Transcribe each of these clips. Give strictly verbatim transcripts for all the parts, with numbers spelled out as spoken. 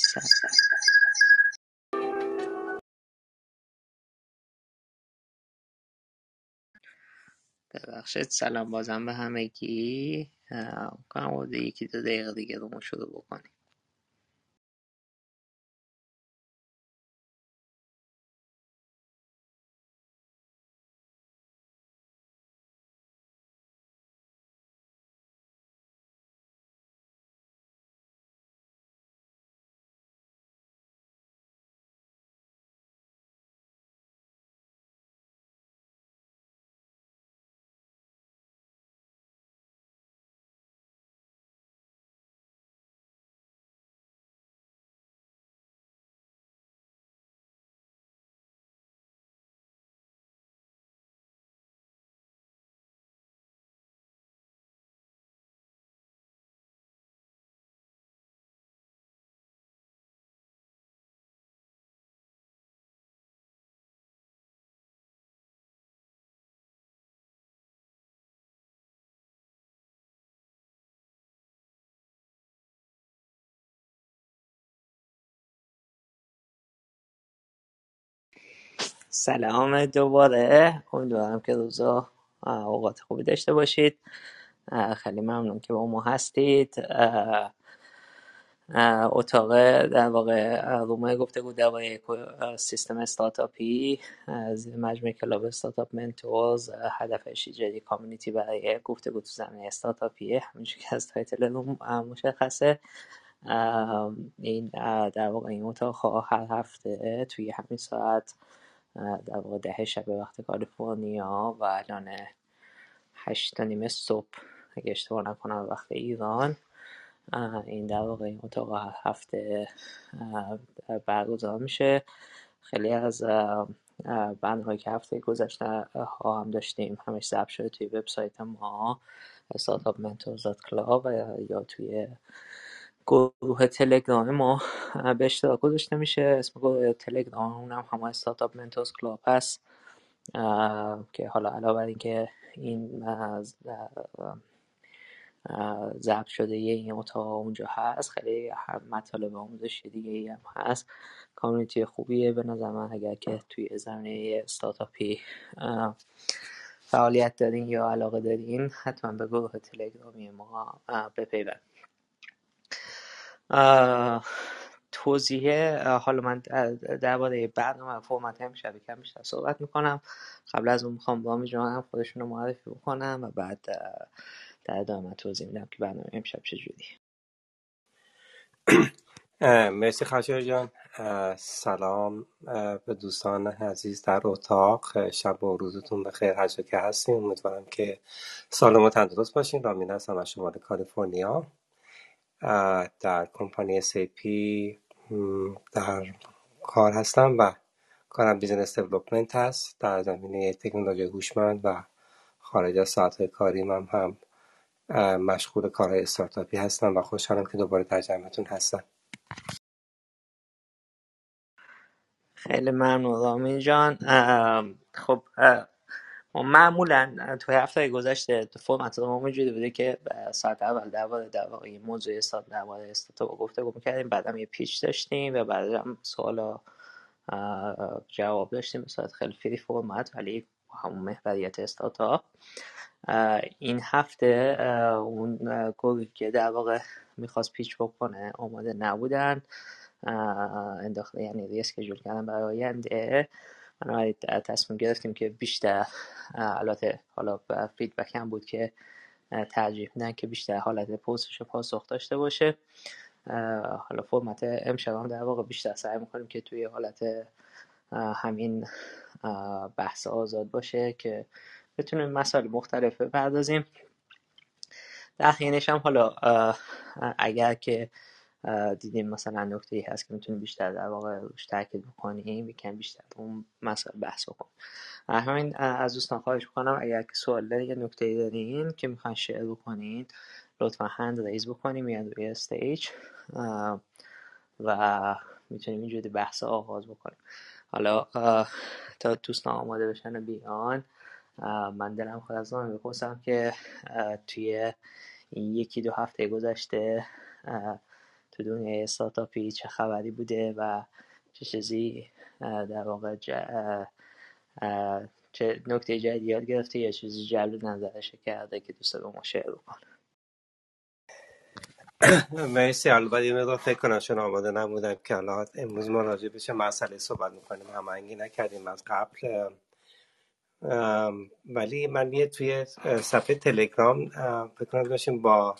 ببخشید. سلام بازم به همگی. کنم بوده یکی دو دقیقه دیگه رو شروع بکنیم. سلام دوباره. امیدوارم که روزا اوقات خوبی داشته باشید. خیلی ممنون که با ما هستید. اتاق در واقع رومای گفتگو درباره سیستم استارتاپی از مجموعه کلاب استارتاپ منتورز، هدفش ایجاد کامیونیتی برای گفتگو تو زمینه استارتاپیه، همونجور که از تایتل روم مشخصه. این در واقع این اتاق هر هفته توی همین ساعت در واقع ده شب به وقت کالیفرنیا و الان هشت تا نیم صبح اگه اشتباه نکنم وقت ایران، این در واقع این اتاق هر هفته برگزار میشه. خیلی از برنامه‌هایی که هفته گذشته ها هم داشتیم همش ضبط شده توی وبسایت ما استارتاپ منتورز دات کلاب یا توی گروه تلگرام ما به اشتراک گذاشته میشه. اسم گروه تلگرام اونم هم استارتاپ منتورز کلاب هست که حالا علاوه بر این که این ضبط شده یه این اتاق اونجا هست، خیلی هم مطالب آموزشی دیگه هم هست. کامیونیتی خوبیه به نظر من. اگر که توی زمینه استارتاپی فعالیت دارین یا علاقه دارین حتما به گروه تلگرامی ما بپیوند. توضیح حالا من درباره برنامه فرمت امشب کم بیشتر صحبت میکنم. قبل از اون میخوام با میجوانم خودشون رو معرفی بکنم و بعد در ادامه توضیح میدم که برنامه امشب چجوری. مرسی خشایار جان. سلام به دوستان عزیز در اتاق. شب و روزتون بخیر هر جا که هستین. امیدوارم که سالم و تندرست باشین. رامین هستم از شمال کالیفرنیا. در کمپانی اس ای پی در کار هستم و کارم بیزنس دیولپمنت هست در زمینه تکنولوژی هوشمند و خارج از ساعت کاریم هم, هم مشغول کارهای استارتاپی هستم و خوشحالم که دوباره در جمعتون هستم. خیلی ممنون رامین جان. خب ما معمولا توی هفته گذشته تو فرمت ما اینجوری بوده که ساعت اول درباره در واقع این موضوع استارت درباره استارتاپ گفتگو می‌کردیم، بعدم یه پیچ داشتیم و بعدم سوالا جواب داشتیم به صورت خیلی فری فرمت ولی همون محوریت استارتاپ. این هفته اون گروهی که در واقع میخواست پیچ بکنه آماده نبودن، انداخته یعنی ریسکیجول کردن برای آینده. بنابراین تصمیم گرفتیم که بیشتر البته حالا فیدبک هم بود که ترجیح میدن که بیشتر حالت پرسش و پاسخ داشته باشه. حالا فرمت امشب هم در واقع بیشتر سعی میکنیم که توی حالت همین بحث آزاد باشه که بتونیم مسائل مختلف بپردازیم. در حینش هم حالا اگر که دیدیم مثلا نکته‌ای هست که میتونیم بیشتر در واقع روش تاکید بکنیم یکم بیشتر اون مسائل بحث بکنیم. همین از دوستان خواهش میکنم اگر که سوال دارین یا نکته‌ای دارین که میخواین شیر بکنین لطفا هند ریز بکنیم یا روی استیج و میتونیم اینجوری بحث آغاز بکنیم. حالا تا دوستان آماده بشن و بیان، من دلم خواهد از من بپرسم که توی این یکی دو هفته گذشته تو دنیای استارتاپی چه خبری بوده و چه چیزی در واقع چه نکته جدیدی یاد گرفته یا چیزی جلب نظرش کرده که دوست داره با ما شیر بکنه. مرسی. البته یه مقدار فکر کنم چون آماده نبودم که حالا امروز ما راجع به چه مسئله صحبت میکنیم هماهنگی نکردیم از قبل، ولی من یه توی صفحه تلگرام فکر کنم داشتیم با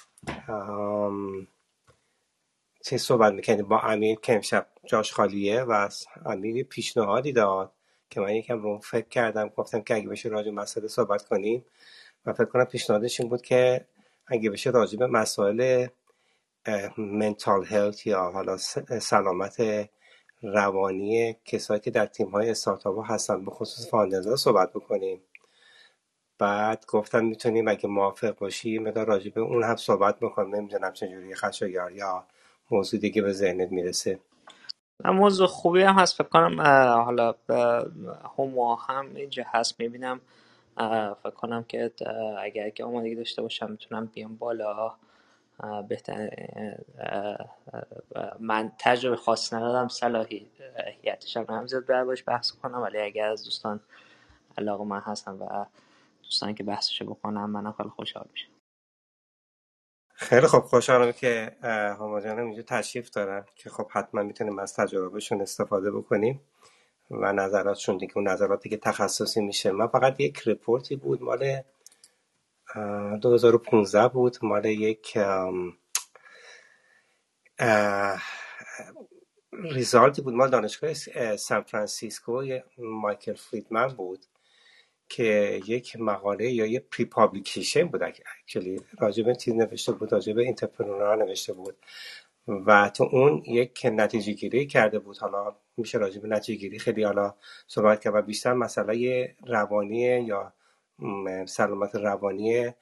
چه صحبت میکنیم با امیر که امشب جاش خالیه و امیر پیشنهادی داد که من یکم رو فکر کردم، گفتم که اگه بشه راجع به مسئله صحبت کنیم و فکر کنم پیشنهادش این بود که اگه بشه راجع به مسائل منتال هلت یا حالا سلامت روانی کسایی که در تیم‌های استارتاپ ها هستن به خصوص فاوندرها صحبت بکنیم. بعد گفتم میتونیم اگه موافق باشی مقدار راجع به اون هم صحبت بکنیم. نمیدونم چجوری خشایار یا موضوع دیگه به ذهنت میرسه. موضوع خوبی هم هست فکر کنم. حالا هومو هم اینجا هست میبینم، فکر کنم که اگر که آمادگی داشته باشم میتونم بیام بالا. بهتر من تجربه خاصی ندارم، صلاحیتش هم نمیزد بر باش بحث کنم، ولی اگر از دوستان علاقه من هستم و دوستان که بحثشو بکنم منم خیلی خوشحال میشم. خیلی خب، خوشحالم که هما جانم اینجا تشریف دارن که خب حتما میتونیم از تجربهشون استفاده بکنیم و نظراتشون دیگه اون نظراتی که تخصصی میشه. من فقط یک رپورتی بود مال دو هزار و پانزده بود، مال یک ریزالتی بود مال دانشگاه سان فرانسیسکو، مایکل فریدمن بود که یک مقاله یا یک پری پابلیکیشن بود اکچولی راجع به چیز نوشته بود، راجع به انترپرنورها نوشته بود و تو اون یک نتیجه گیری کرده بود. حالا میشه راجع به نتیجه گیری خیلی حالا صحبت کرد و بیشتر مسئله روانی یا سلامت روانی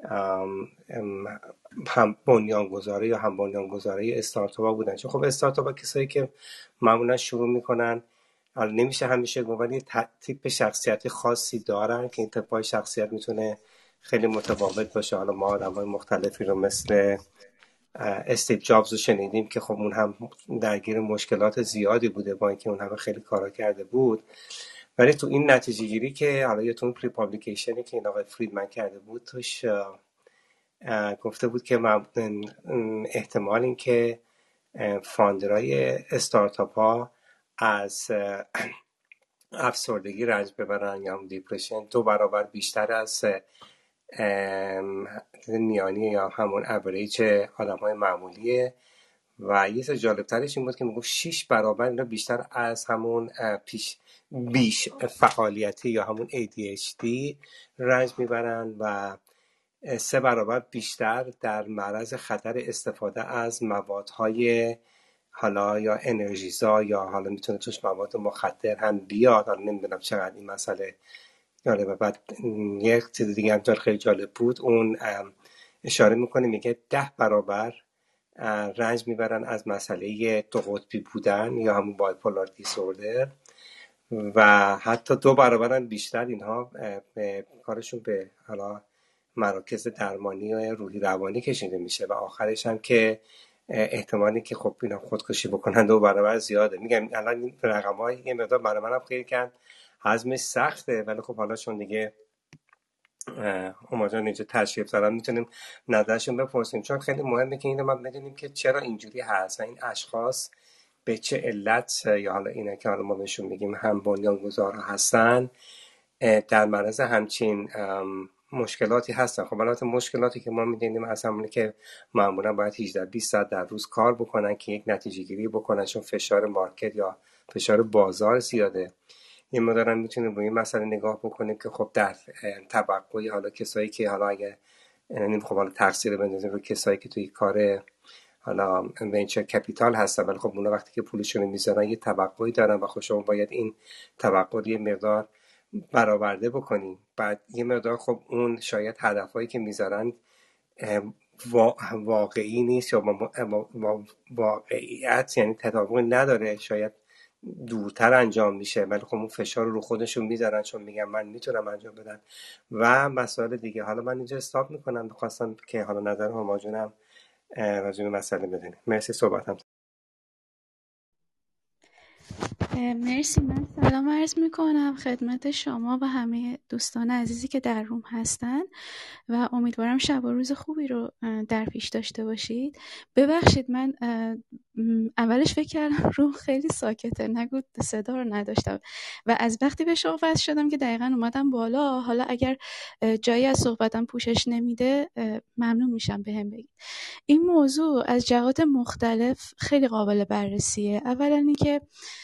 هم بنیانگذاری یا هم بنیانگذاری استارتاپ بودن. چون خب استارتاپ کسایی که معمولا شروع میکنن، حالا نمیشه همیشه گفت، ولی تیپ شخصیتی خاصی دارن که این تیپ‌های شخصیت میتونه خیلی متفاوت باشه. حالا ما آدم‌های مختلفی رو مثل استیو جابز رو شنیدیم که خب اون هم درگیر مشکلات زیادی بوده با اینکه اون هم خیلی کارا کرده بود، ولی تو این نتیجه گیری که حالا یا تو اون پری پابلیکیشنی که این آقای فریدمن کرده بود توش گفته بود که احتمال این که فاندرهای استارتاپ ها از افسردگی رنج ببرن یا دیپرشن دو برابر بیشتر از میانی یا همون اوریج آدم های معمولیه و یه سر جالب ترش این بود که میگفت شیش برابر اینا بیشتر از همون پیش بیش فعالیتی یا همون ای دی اچ دی رنج میبرن و سه برابر بیشتر در معرض خطر استفاده از موادهای حالا یا انرژیزا یا حالا میتونه توش مواد مخدر هم بیاد. حالا نمیدونم چقدر این مسئله جالبه. بعد یک چیز دیگه هم خیلی جالب بود، اون اشاره میکنه میگه ده برابر رنج میبرن از مسئله دو قطبی بودن یا همون بایپولار دیسوردر و حتی دو برابر هم بیشتر اینها به کارشون به حالا مراکز درمانی و روحی روانی کشیده میشه و آخرش هم که احتمالی که خب اینا خودکشی بکنن دو برابر زیاده. میگم الان این رقم‌های یه مقدار برای منم خیلی کن هضمش سخته، ولی خب حالا چون دیگه هما جان اینجا تشریف دارن میتونیم نظرشون بپرسیم، چون خیلی مهمه که اینو ما بدونیم که چرا اینجوری هست و این اشخاص به چه علت یا حالا اینا که حالا ما بهشون میگیم هم بنیانگذار هستن در معرض همچین مشکلاتی هستن. خب البته مشکلاتی که ما میدونیم از همونه که معمولا باید هجده بیست ساعت در روز کار بکنن که یک نتیجه گیری بکنن، چون فشار مارکت یا فشار بازار زیاده. این مدارن میتونیم روی این مسئله نگاه بکنیم که خب در طبقه حالا کسایی که حالا اگه یعنی خب حالا تقصیر بندازیم رو کسایی که توی کار حالا ونچر کپیتال هستن، ولی خب اونا وقتی که پولشون میذارن یه توقعی دارن و خب شما باید این توقع رو یه مقدار برآورده بکنیم. بعد یه مقدار خب اون شاید هدفهایی که میذارن واقعی نیست یا با واقعیت یعنی تطابق نداره، شاید دورتر انجام میشه، ولی خب اون فشار رو خودشون میذارن چون میگن من میتونم انجام بدم و مسائل دیگه. حالا من اینجا استاپ میکنم، بخواستم که حالا نظر هما جونم راجع به مسئله بدونیم. مرسی، صحبت هم. مرسی. من سلام عرض میکنم خدمت شما و همه دوستان عزیزی که در روم هستن و امیدوارم شب و روز خوبی رو در پیش داشته باشید. ببخشید من اولش فکر کردم روم خیلی ساکته، نگو صدا رو نداشتم و از وقتی به شما وصل شدم که دقیقاً اومدم بالا. حالا اگر جایی از صحبتم پوشش نمیده ممنون میشم بهم بگید. این موضوع از جهات مختلف خیلی قابل بررسیه. اولا اینکه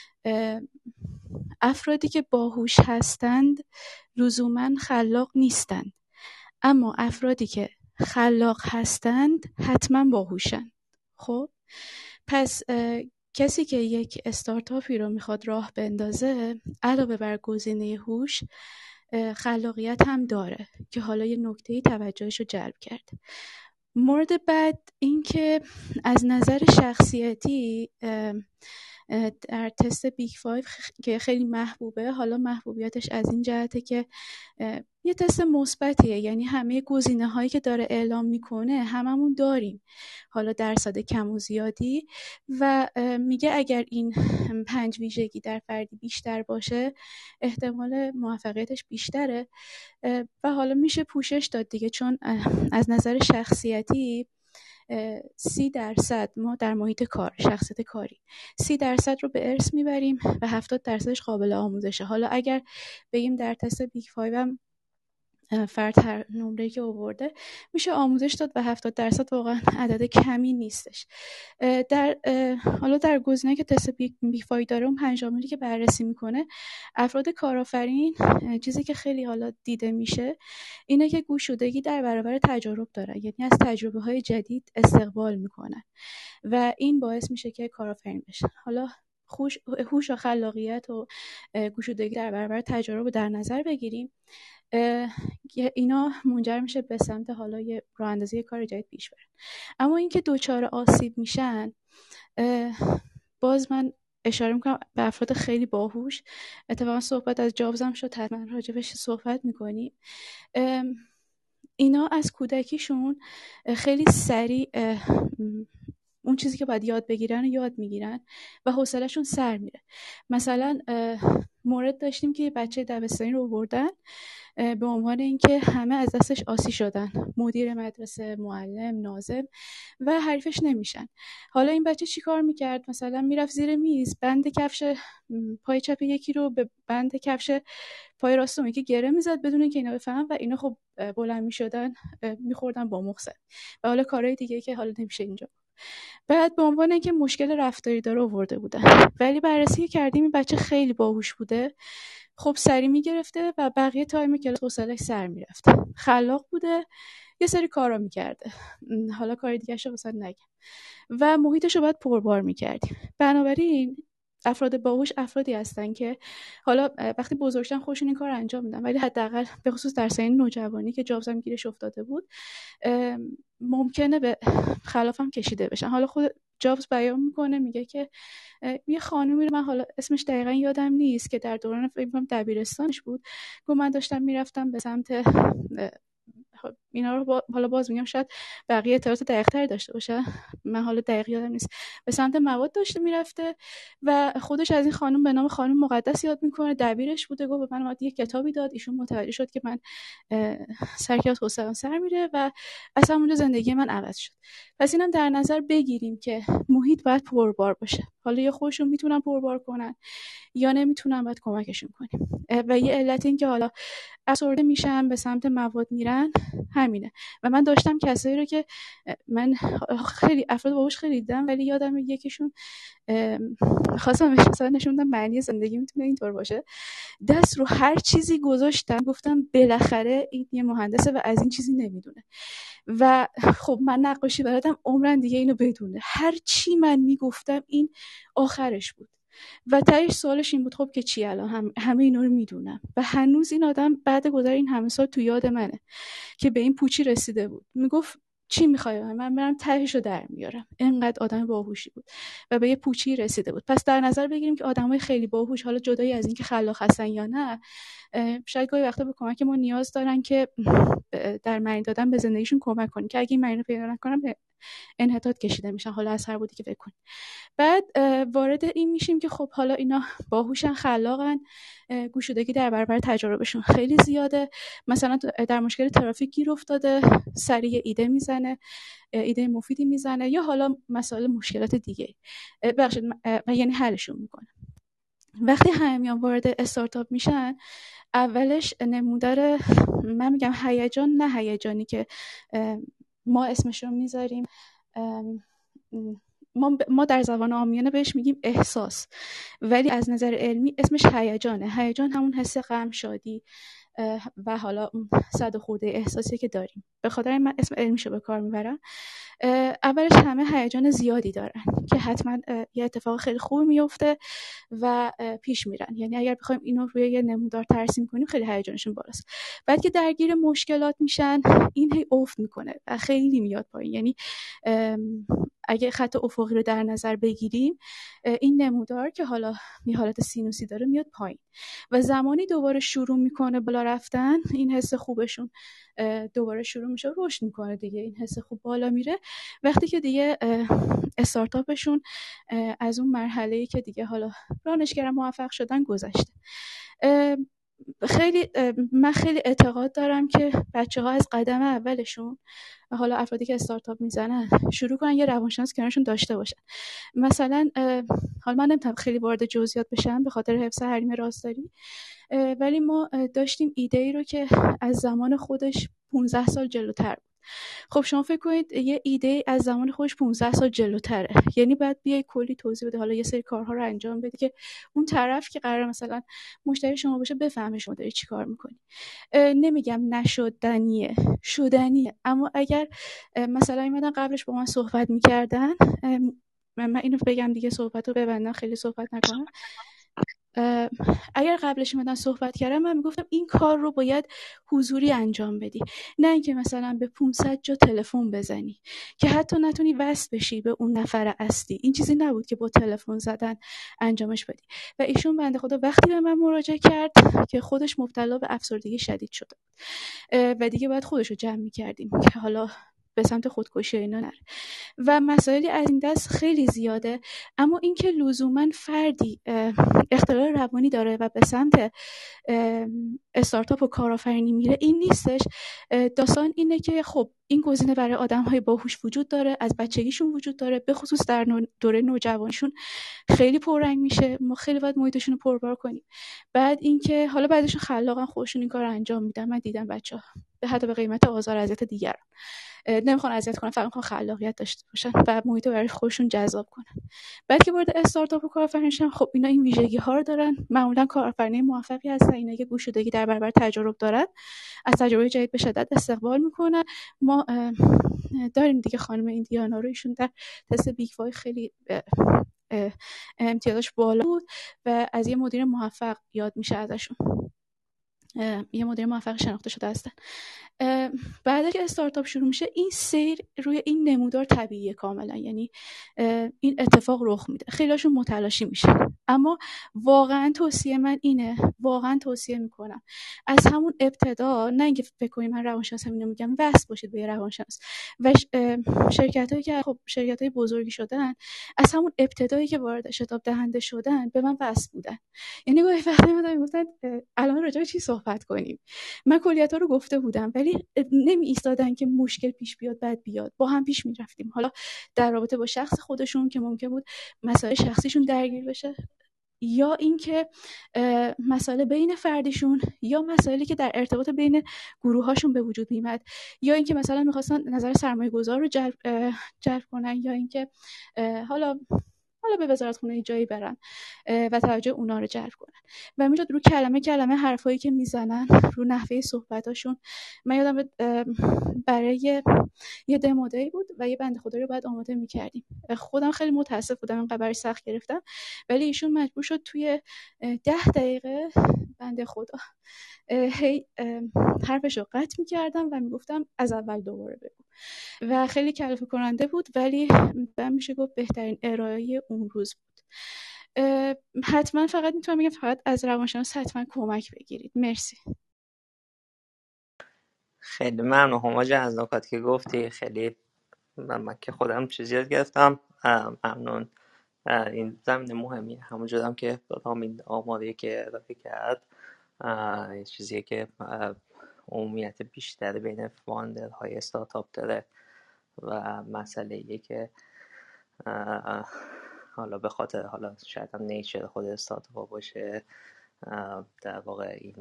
افرادی که باهوش هستند لزوماً خلاق نیستند، اما افرادی که خلاق هستند حتما باهوشند. خب پس کسی که یک استارتاپی رو میخواد راه بندازه علاوه بر گزینه هوش خلاقیت هم داره که حالا یه نکته‌ای توجهش رو جلب کرد. مورد بعد این که از نظر شخصیتی در تست بیگ فایو که خیلی محبوبه، حالا محبوبیتش از این جهته که یه تست مثبتیه، یعنی همه گزینه هایی که داره اعلام میکنه هممون داریم، حالا درصد کم و زیادی، و میگه اگر این پنج ویژگی در فردی بیشتر باشه احتمال موفقیتش بیشتره و حالا میشه پوشش داد دیگه، چون از نظر شخصیتی سی درصد ما در محیط کار، شخصیت کاری سی درصد رو به ارث میبریم و هفتاد درصدش قابل آموزشه. حالا اگر بگیم در تست بیگ فایو هم فرد هر نمره‌ای که آورده میشه آموزش داد و هفتاد درصد واقعا عدد کمی نیستش. در حالا در گزینه‌ای که تست بیگ فایو داره، اون پنج عاملی که بررسی میکنه، افراد کارآفرین چیزی که خیلی حالا دیده میشه اینه که گوشودگی در برابر تجارب دارن، یعنی از تجربه های جدید استقبال میکنن و این باعث میشه که کارآفرین بشن. حالا هوش و خلاقیت و گوشودگی در برابر تجارب رو در نظر بگیریم، اینا منجر میشه به سمت حالا یه راه اندازی کار جدید پیش برن. اما اینکه دوچار آسیب میشن، باز من اشاره میکنم به افراد خیلی باهوش. اتفاقا صحبت از جابز هم شد، حتما راجبش صحبت میکنیم. اینا از کودکیشون خیلی سریع اون چیزی که باید یاد بگیرن و یاد میگیرن و حوصله‌شون سر میره. مثلا مورد داشتیم که بچه دبستانی رو آوردن به عنوان اینکه همه از دستش آسی شدن، مدیر مدرسه، معلم، ناظم، و حریفش نمیشن. حالا این بچه چی کار میکرد؟ مثلا میرفت زیر میز بند کفش پای چپ یکی رو به بند کفش پای راست اون یکی گره میزد بدون اینکه اینا بفهمن و اینا خب بلند میشدن میخوردن با مخ. و حالا کارهای دیگه که حالا نمیشه اینجا. بعد به عنوان اینکه مشکل رفتاری داره آورده بودن، ولی بررسی کردیم این بچه خیلی باهوش بوده، خب سری میگرفته و بقیه تایم کلاس حوصله‌اش سر میرفته. خلاق بوده، یه سری کارا میکرده، حالا کار دیگه شو مثلا نگم، و محیطش رو باید پربار میکردیم. بنابراین افراد باهوش افرادی هستن که حالا وقتی بزرگشن خودشون این کار انجام میدن، ولی حداقل به خصوص در سن نوجوانی که جابز هم گیرش افتاده بود ممکنه به خلافم کشیده بشن. حالا خود جابز بیان میکنه، میگه که یه خانومی رو من حالا اسمش دقیقا یادم نیست که در دوران فکر کنم دبیرستانش بود، گفت من داشتم میرفتم به سمت اینا رو با... حالا باز میگم شاید بقیه اطلاعات دقیق‌تر داشته باشه، من حالا دقیق یادم نیست، به سمت مواد داشته میرفته و خودش از این خانم به نام خانم مقدس یاد میکنه، دبیرش بوده، گفت به من یه کتابی داد، ایشون متوجه شد که من سرکلاس حوصله‌ام سر میره و اصلا اونجا زندگی من عوض شد. پس اینم در نظر بگیریم که محیط باید پربار باشه. حالا یا خودشون میتونن پربار کنن یا نمیتونن، باید کمکشون کنیم. و یه علت این که حالا افسرده میشن به سمت مواد میرن همینه. و من داشتم کسایی رو که من خیلی افراد باهوش خیلی دیدم، ولی یادم یکیشون خواستم مثلا نشون بدم معنی زندگی میتونه اینطور باشه، دست رو هر چیزی گذاشتم، گفتم بالاخره این یه مهندسه و از این چیزی نمیدونه. و خب من نقاشی بلدم، عمرن دیگه اینو بدونه، هر چی من میگفتم این آخرش بود. و تهش سوالش این بود خب که چی الان، هم همه اینا رو میدونم. و هنوز این آدم بعد گذر این همه سال تو یاد منه که به این پوچی رسیده بود. میگفت چی میخوای من برم تهش رو در میارم. اینقدر آدم باهوشی بود و به یه پوچی رسیده بود. پس در نظر بگیریم که آدمای خیلی باهوش، حالا جدایی از این که خلاق هستن یا نه، شاید گاهی وقتا به کمک ما نیاز دارن که در معنی دادن به زندگیشون کمک کنیم که اگه این معنی رو پیدا نکنن به انحطاط کشیده میشن، حالا از هر بودی که فکر کنیم. بعد وارد این میشیم که خب حالا اینا باهوشن، خلاقن، گوشودگی در برابر تجاربشون خیلی زیاده. مثلا در مشکل ترافیک گیر افتاده، سریع ایده میزنه، ایده مفیدی میزنه، یا حالا مسائل مشکلات دیگه بخشید و یعنی حلشون میکنه. وقتی همین وارد استارتاپ میشن، اولش نمودار من میگم هیجان، نه هیجانی که ما اسمش رو میذاریم، ما ما در زبان عامیانه بهش میگیم احساس، ولی از نظر علمی اسمش هیجانه. هیجان همون حس غم، شادی و حالا اون صد و خورده احساسی که داریم. به خاطر من اسم علمیشو به کار میبرم. اولش همه هیجان زیادی دارن که حتما یه اتفاق خیلی خوب میفته و پیش میرن. یعنی اگر بخوایم اینو روی یه نمودار ترسیم کنیم خیلی هیجانشون بالاست. بعد که درگیر مشکلات میشن این هی افت میکنه و خیلی میاد پایین. یعنی اگه خط افقی رو در نظر بگیریم، این نمودار که حالا می حالت سینوسی داره میاد پایین و زمانی دوباره شروع میکنه بالا رفتن، این حس خوبشون دوباره شروع میشه، رشد میکنه دیگه. این حس خوب بالا میره وقتی که دیگه استارتاپشون از اون مرحله‌ای که دیگه حالا رانشگران موفق شدن گذشته. خیلی من خیلی اعتقاد دارم که بچه‌ها از قدم اولشون و حالا افرادی که استارتاپ میزنن شروع کنن یه روانشناس کنارشون داشته باشن. مثلا حالا من نمیتونم خیلی وارد جزئیات بشم به خاطر حفظ حریم راستاری، ولی ما داشتیم ایده ای رو که از زمان خودش پانزده سال جلوتر بود. خب شما فکر کنید یه ایده از زمان خودش پانزده سال جلوتره، یعنی بعد بیای کلی توضیح بده، حالا یه سری کارها رو انجام بده که اون طرف که قراره مثلا مشتری شما باشه بفهمه شما داری چی کار میکنی. نمیگم نشدنیه، شدنیه. اما اگر مثلا ایمدن قبلش با من صحبت میکردن، من اینو بگم دیگه صحبت رو ببندم، خیلی صحبت نکنم. اگر قبلش اومدن صحبت کردم، من میگفتم این کار رو باید حضوری انجام بدی، نه اینکه مثلا به پانصد جا تلفن بزنی که حتی نتونی وصل بشی به اون نفر اصلی. این چیزی نبود که با تلفن زدن انجامش بدی. و ایشون بنده خدا وقتی به من مراجعه کرد که خودش مبتلا به افسردگی شدید شده و دیگه باید خودش رو جمع می‌کردیم که حالا به سمت خودکشی اینا نره و مسائلی از این دست خیلی زیاده. اما اینکه لزوما فردی اختلال روانی داره و به سمت استارتاپ و کارآفرینی میره این نیستش. داستان اینه که خب این گزینه برای آدم‌های باهوش وجود داره، از بچگیشون وجود داره، به خصوص در دوره نوجوانشون خیلی پررنگ میشه. ما خیلی باید محیطشون رو پربار کنیم. بعد اینکه حالا بعدشون خلاقن، خودشون این کارو انجام میدن. من دیدم بچه‌ها حتی به قیمت آزار و اذیت دیگران نمیخوان اذیت کنن، فقط میخوان خلاقیت داشته باشن و محیط رو برای خودشون جذاب کنن. بعد که وارد استارتاپ و کارآفرینی میشن، خب اینا این ویژگی ها رو دارن. معمولا کارآفرینای موفقی هستن اینا که گوشودگی در برابر تجارب دارن، از تجربه جدید به شدت استقبال میکنن. ما داریم دیگه خانم ایندیانا رو، ایشون در تست بیگ وای خیلی امتیازش بالا بود و از یه مدیر موفق یاد میشه ازشون. یه مدیر موفق شناخته شده هستن. بعد که استارتاپ شروع میشه این سیر روی این نمودار طبیعیه کاملا، یعنی این اتفاق رخ میده، خیلیشون متلاشی میشه. اما واقعا توصیه من اینه، واقعا توصیه میکنم از همون ابتدا، نه اینکه فکر کنید من روانشناسم اینو میگم، وصل باشید به روانشناس و شرکتایی که خب شرکتای بزرگی شدن از همون ابتدایی که وارد شتاب دهنده شدن به من وصل بودن. یعنی گاهی وقتا میگفتن الان راجع به چی صحبت کنیم، من کلیت‌ها رو گفته بودم ولی نمی ایستادن که مشکل پیش بیاد بعد بیاد، با هم پیش می‌رفتیم. حالا در رابطه با شخص خودشون که ممکن بود مسائل شخصیشون درگیر بشه، یا اینکه مسائل بین فردیشون، یا مسائلی که در ارتباط بین گروه‌هاشون به وجود میاد، یا اینکه مثلا می‌خواستن نظر سرمایه‌گذار رو جلب جلب کنن، یا اینکه حالا حالا به وزارتخونه جایی برن و توجه اونا رو جلب کنن. و میشد رو کلمه کلمه حرفایی که میزنن، رو نحوه صحبتاشون. من یادم برای یه دمودهی بود و یه بنده خدا رو باید آماده میکردیم. خودم خیلی متاسف بودم اینقدر برای سخت گرفتم، ولی ایشون مجبور شد توی ده دقیقه بنده خدا هی حرفش رو قطع میکردم و میگفتم از اول دوباره بگو و خیلی کلافه کننده بود، ولی من میشه گفت بهترین ارائه اون روز بود. حتما فقط میتونم بگم فقط از روانشناس حتما کمک بگیرید. مرسی. خیلی ممنون هما جان از نکاتی که گفتی. خیلی من, من که خودم چیزی یاد گرفتم. ممنون. این زمین مهمیه، همونجور هم که دادم این آماده که اضافه کرد یه چیزیه که عمومیت بیشتر بین فاندرهای استارتاپ داره و مسئله ایه که حالا به خاطر حالا شاید هم نیچر خود استارتاپ باشه، در واقع این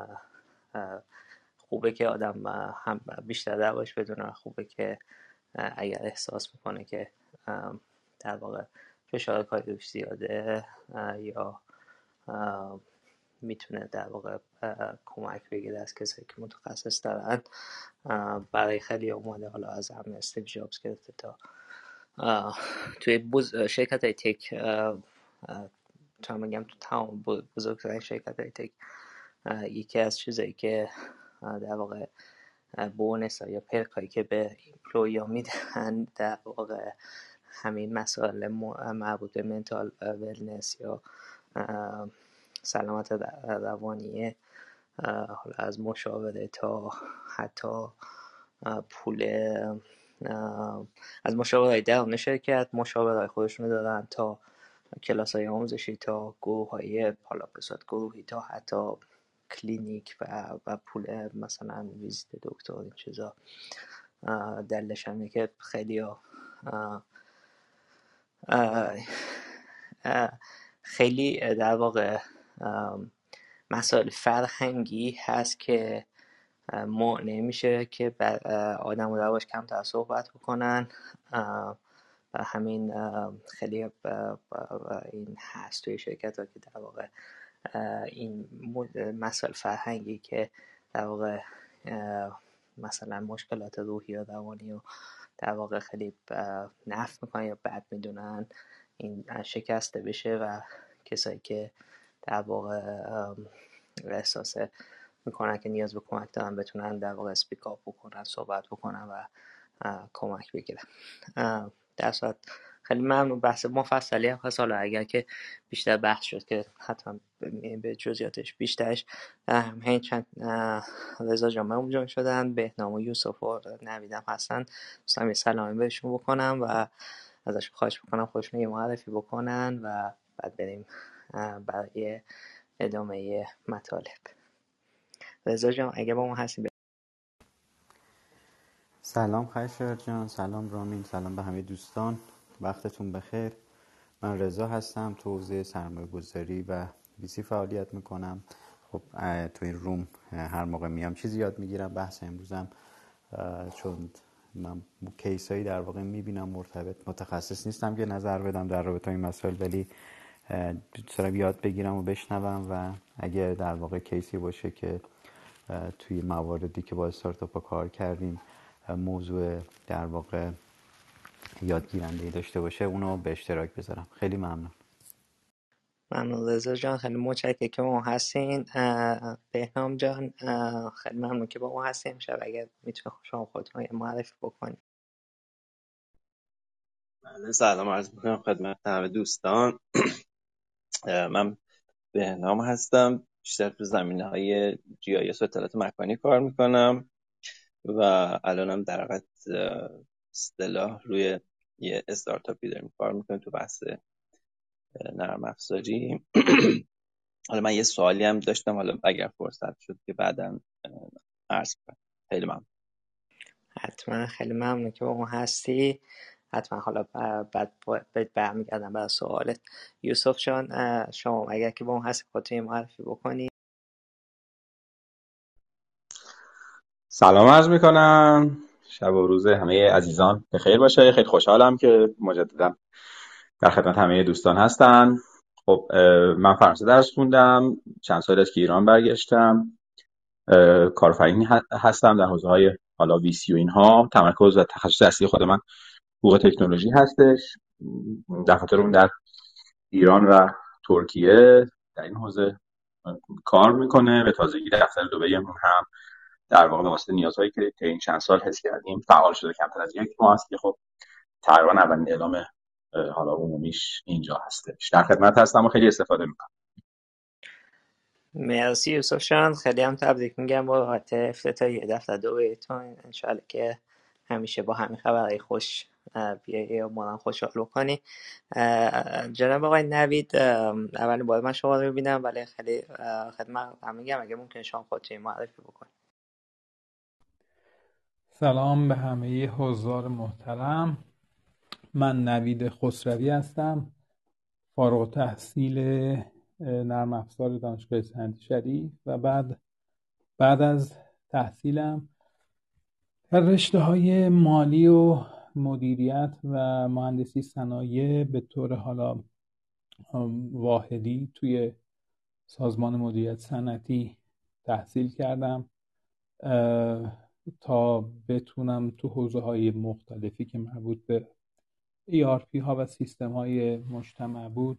خوبه که آدم هم بیشتر دربارش بدونه. خوبه که اگر احساس میکنه که در واقع فشار کاری روش زیاده یا میتونه در واقع کمک بگیره از کسایی که متخصص دارن. برای خیلی اومده حالا از همه استیو جابز گرفته تا توی بز... شرکت های تک، تا میگم تو تمام بزرگترین شرکت های تک، یکی از چیزایی که در واقع بونس یا پرکایی که به ایمپلویا میدن در واقع همین مسائل مربوط به منتال ولنس یا سلامت روانیه، حالا از مشاوره تا حتی پول، از مشاورهای درون شرکت مشاورهای خودشون دارن تا کلاس های آموزشی تا گروه های حالا به صورت گروهی تا حتی کلینیک و, و پول مثلا ویزیت دکتر. این چیزا دلش همه که خیلی ها خیلی در واقع مسائل فرهنگی هست که مانع میشه که آدم و درواش کمتر صحبت بکنن و همین خیلی این هست توی شرکت ها که در واقع این مسائل فرهنگی که در واقع مثلا مشکلات روحی و روانی و در واقع خیلی نفع میکنن یا بد میدونن این شکسته بشه و کسایی که در واقع احساس میکنن که نیاز به کمک دارن بتونن در واقع اسپیک آپ بکنن، صحبت بکنن و کمک بگیرن. در صورت خیلی ممنون. بحث مفصلی هم هست، حالا اگر که بیشتر بحث شد که حتما به جزئیاتش بیشترش همین چند رضا جان اونجا شدن، بهنام و یوسف و نویدم هستن، دوستان یه سلامی بهشون بکنم و ازش خواهش بکنم خودشون یه معرفی بکنن و بعد بریم برای ادامه مطالب. رضا جان اگه با ما هستی. سلام خیشر جان، سلام رامین، سلام به همه دوستان، وقتتون بخیر. من رضا هستم، تو حوزه سرمایه گذاری و ویسی فعالیت میکنم. خب تو این روم هر موقع میام چیزی یاد میگیرم. بحث امروزم چون من کیس هایی در واقع میبینم مرتبط، متخصص نیستم که نظر بدم در رابطه این مسائل، ولی دوست یاد بگیرم و بشنوم و اگه در واقع کیسی باشه که توی مواردی که با استارتاپ کار کردیم موضوع در واقع یادگیرنده‌ای داشته باشه اونو به اشتراک بذارم. خیلی ممنون. ممنون رضا جان، خیلی متشکرم که با ما هستین. بهنام جان خیلی ممنون که با ما هستین. شب اگر میتونه شما خودتون یه معرفی بکنید. بله سلام عرض میکنم خدمت همه دوستان. من بهنام هستم، بیشتر تو زمینه های جی آی اس و اطلاعات مکانی کار میکنم و الانم در حقیقت اصطلاح روی یه استارتاپی داریم کار میکنیم تو بحث نرم افزاری. حالا من یه سوالی هم داشتم، حالا اگر فرصت شد که بعداً عرض کنم. خیلی ممنون. حتما خیلی ممنون که با ما هستی. حتما حالا بعد برمیگردم برای سوالت. یوسف جان شما اگر که با ما هستی خودتون یه معرفی بکنی. سلام عرض میکنم، شب و روز همه عزیزان بخیر باشه. خیلی خوشحالم که مجددا در خدمت همه دوستان هستن. خب من فرانسه درس خوندم، چند سال از که ایران برگشتم، کارآفرین هستم در حوزه‌های حالا وی سی و اینها. تمرکز و تخصص اصلی خود من حقوق تکنولوژی هستش. در خاطر اون در ایران و ترکیه در این حوزه کار میکنه. به تازگی دفتر دبی هم در واقع به واسطه نیازهایی که تا این چند سال حس کردیم فعال شده، کمتر از یک ماه است که خب تقریبا اولین اعلام حالا عمومیش اینجا هستش. در خدمت هستم و خیلی استفاده میکنم. مرسی یوسف جان، خیلی هم تبریک میگم بابت افتتاحیه دفتر دویتون. انشالله که همیشه با همین خبرهای خوش اه، بیایی و ما هم خوشحال بکنی. اه، جناب آقای نوید، اه، اولین بار من شما رو میبینم، ولی خیلی اه، خدمت هم میگم اگه ممکن شما خودتون معرفی بکنی. سلام به همه حضار محترم. من نوید خسروی هستم، فارغ التحصیل نرم افزار دانشگاه سنتی شریف و بعد بعد از تحصیلم در رشته‌های مالی و مدیریت و مهندسی صنایع به طور حالا واحدی توی سازمان مدیریت صنعتی تحصیل کردم تا بتونم تو حوزه‌های مختلفی که مربوط به ای آر پی ها و سیستم های مجتمع بود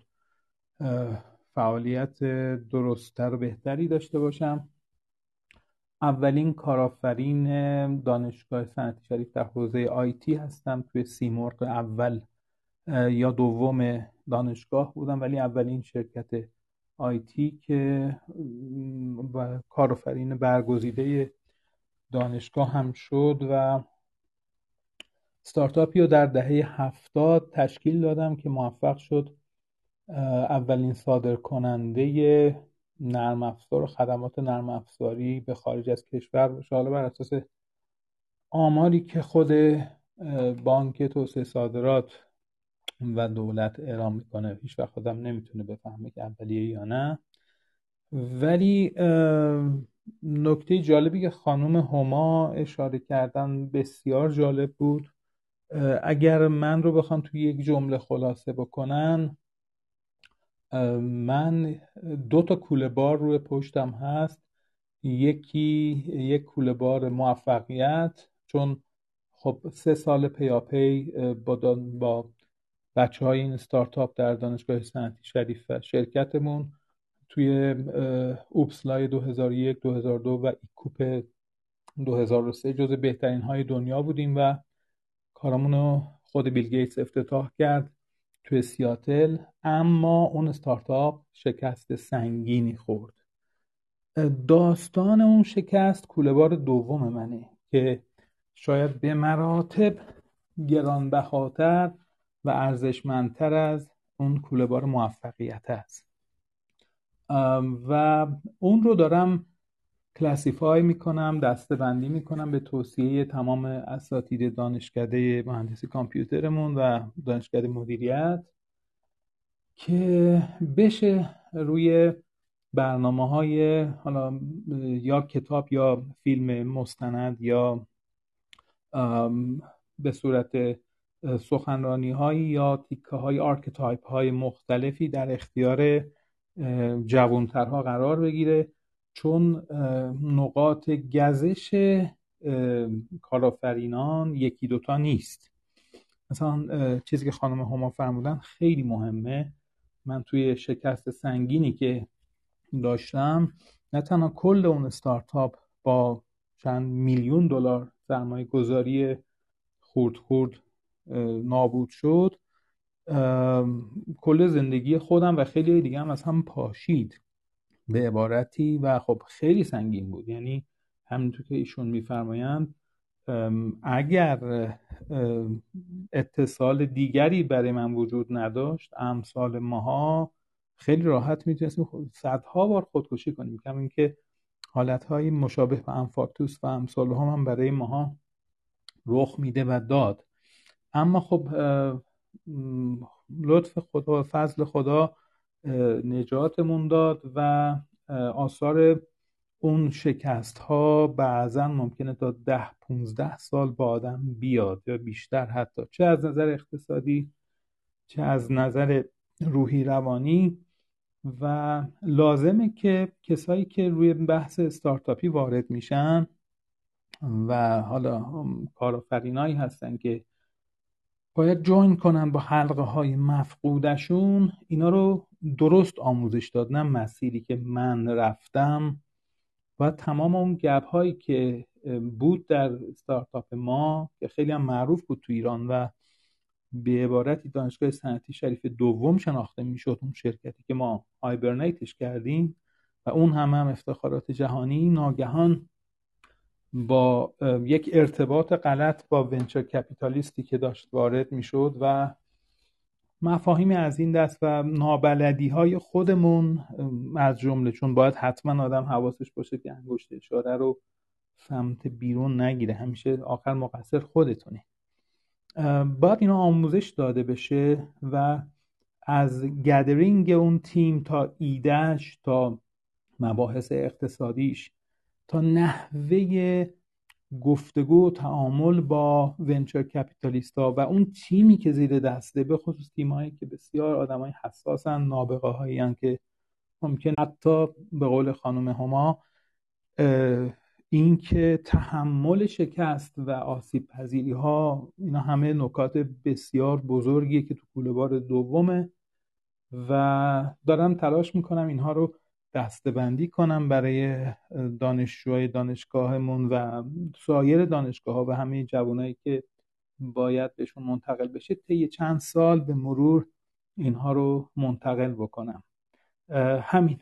فعالیت درست‌تر و بهتری داشته باشم. اولین کارآفرین دانشگاه صنعتی شریف در حوزه آیتی هستم. توی سیمرغ اول یا دوم دانشگاه بودم، ولی اولین شرکت آیتی که کارآفرین برگزیده دانشگاه هم شد و استارتاپی رو در دهه هفتاد تشکیل دادم که موفق شد اولین صادرکننده نرم افزار و خدمات نرم افزاری به خارج از کشور باشه. حالا بر اساس آماری که خود بانک توسعه صادرات و دولت اعلام میکنه، هیچ وقت خودم نمیتونه بفهمه که اولیه یا نه. ولی نکته جالبی که خانم هما اشاره کردن بسیار جالب بود. اگر من رو بخوام توی یک جمله خلاصه بکنن، من دو تا کوله بار روی پشتم هست. یکی یک کوله بار موفقیت، چون خب سه سال پیاپی با با بچه های این استارتاپ در دانشگاه صنعتی شریف و شرکتمون توی اوپسلای دو هزار و یک دو هزار و دو و ایکوپ دو هزار و سه جز بهترین های دنیا بودیم و کارمون رو خود بیل گیتس افتتاح کرد توی سیاتل. اما اون استارتاپ شکست سنگینی خورد. داستان اون شکست کوله بار دوم منه که شاید به مراتب گرانبهاتر و ارزشمندتر از اون کوله بار موفقیت است و اون رو دارم کلاسیفای میکنم، دسته بندی میکنم به توصیه تمام اساتید دانشکده مهندسی کامپیوترمون و دانشکده مدیریت که بشه روی برنامه‌های حالا یا کتاب یا فیلم مستند یا به صورت سخنرانی‌هایی یا تیکه‌های آرکتایپ‌های مختلفی در اختیار جوان‌ترها قرار بگیره، چون نقاط گزش کارآفرینان یکی دوتا نیست. مثلا چیزی که خانم هما فرمودن خیلی مهمه. من توی شکست سنگینی که داشتم، نه تنها کل اون استارتاپ با چند میلیون دلار سرمایه گذاری خورد خورد نابود شد، کل زندگی خودم و خیلی دیگه هم از هم پاشید به عبارتی و خب خیلی سنگین بود. یعنی همینطور که ایشون میفرمایند اگر اتصال دیگری برای من وجود نداشت، امثال ماها خیلی راحت میتونستیم صدها بار خودکشی کنیم. کم اینکه حالتهای مشابه به انفارکتوس و امثال هم, هم برای ماها رخ میده و داد. اما خب لطف خدا و فضل خدا نجاتمون داد و آثار اون شکست ها بعضا ممکنه تا ده پونزده سال با آدم بیاد یا بیشتر، حتی چه از نظر اقتصادی چه از نظر روحی روانی. و لازمه که کسایی که روی بحث استارتاپی وارد میشن و حالا کارآفرینایی هستن که باید جوین کنن با حلقه های مفقودشون، اینا رو درست آموزش داد، نه مسیری که من رفتم و تمام اون گپ هایی که بود در استارتاپ ما که خیلی هم معروف بود تو ایران و به عبارتی دانشگاه صنعتی شریف دوم شناخته میشد، اون شرکتی که ما هایبرنیتش کردیم، و اون هم هم افتخارات جهانی، ناگهان با یک ارتباط غلط با ونچر کپیتالیستی که داشت وارد میشد و مفاهیم از این دست و نابلدی های خودمون از جمله، چون باید حتما آدم حواسش باشه که انگشت اشاره رو سمت بیرون نگیره، همیشه آخر مقصر خودتونی. باید اینا آموزش داده بشه و از گدرینگ اون تیم تا ایدهش تا مباحث اقتصادیش تا نحوه گفتگو و تعامل با ونچر کپیتالیستا و اون تیمی که زیر دسته، به خصوص تیمایی که بسیار آدمای حساسن، نابغه هایی که ممکن حتی به قول خانم هما این که تحمل شکست و آسیب پذیری ها، اینا همه نکات بسیار بزرگیه که تو کوله‌بار دومه و دارم تلاش میکنم اینها رو دسته‌بندی کنم برای دانشجوهای دانشگاهمون و سایر دانشگاه‌ها و همه جوانایی که باید بهشون منتقل بشه، طی چند سال به مرور اینها رو منتقل بکنم. همین.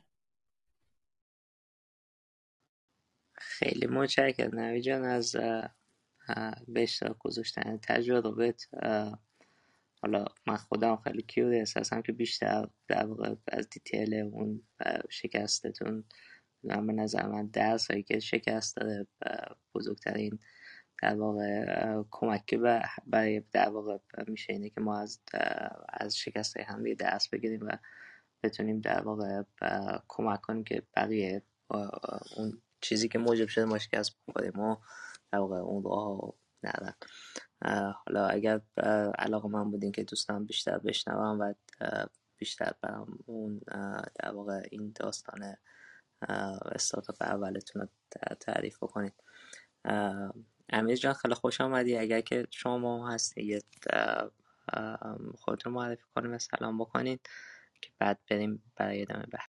خیلی متشکرم نوید جان از به اشتراک گذاشتن تجربت. حالا من خودم خیلی کیوریس هستم که بیشتر در واقع از دیتیل اون شکستتون، من به نظر من درس هایی که شکست داره بزرگترین در واقع کمکی برای در واقع میشه اینه که ما از از شکست های هم درس بگیریم و بتونیم در واقع کمک کنیم که بقیه اون چیزی که موجب شده ما شکست بخوریم ما در واقع اون راه نرن. حالا اگر علاقه من بودین که دوستان بیشتر بشنوم و بیشتر برام اون در واقع این داستان استارتاپ اولتون رو تعریف بکنید. امیر جان خیلی خوش آمدی. اگر که شما هستی یه خودتون معرفی کنیم و سلام بکنید که بعد بریم برای ادامه بحث.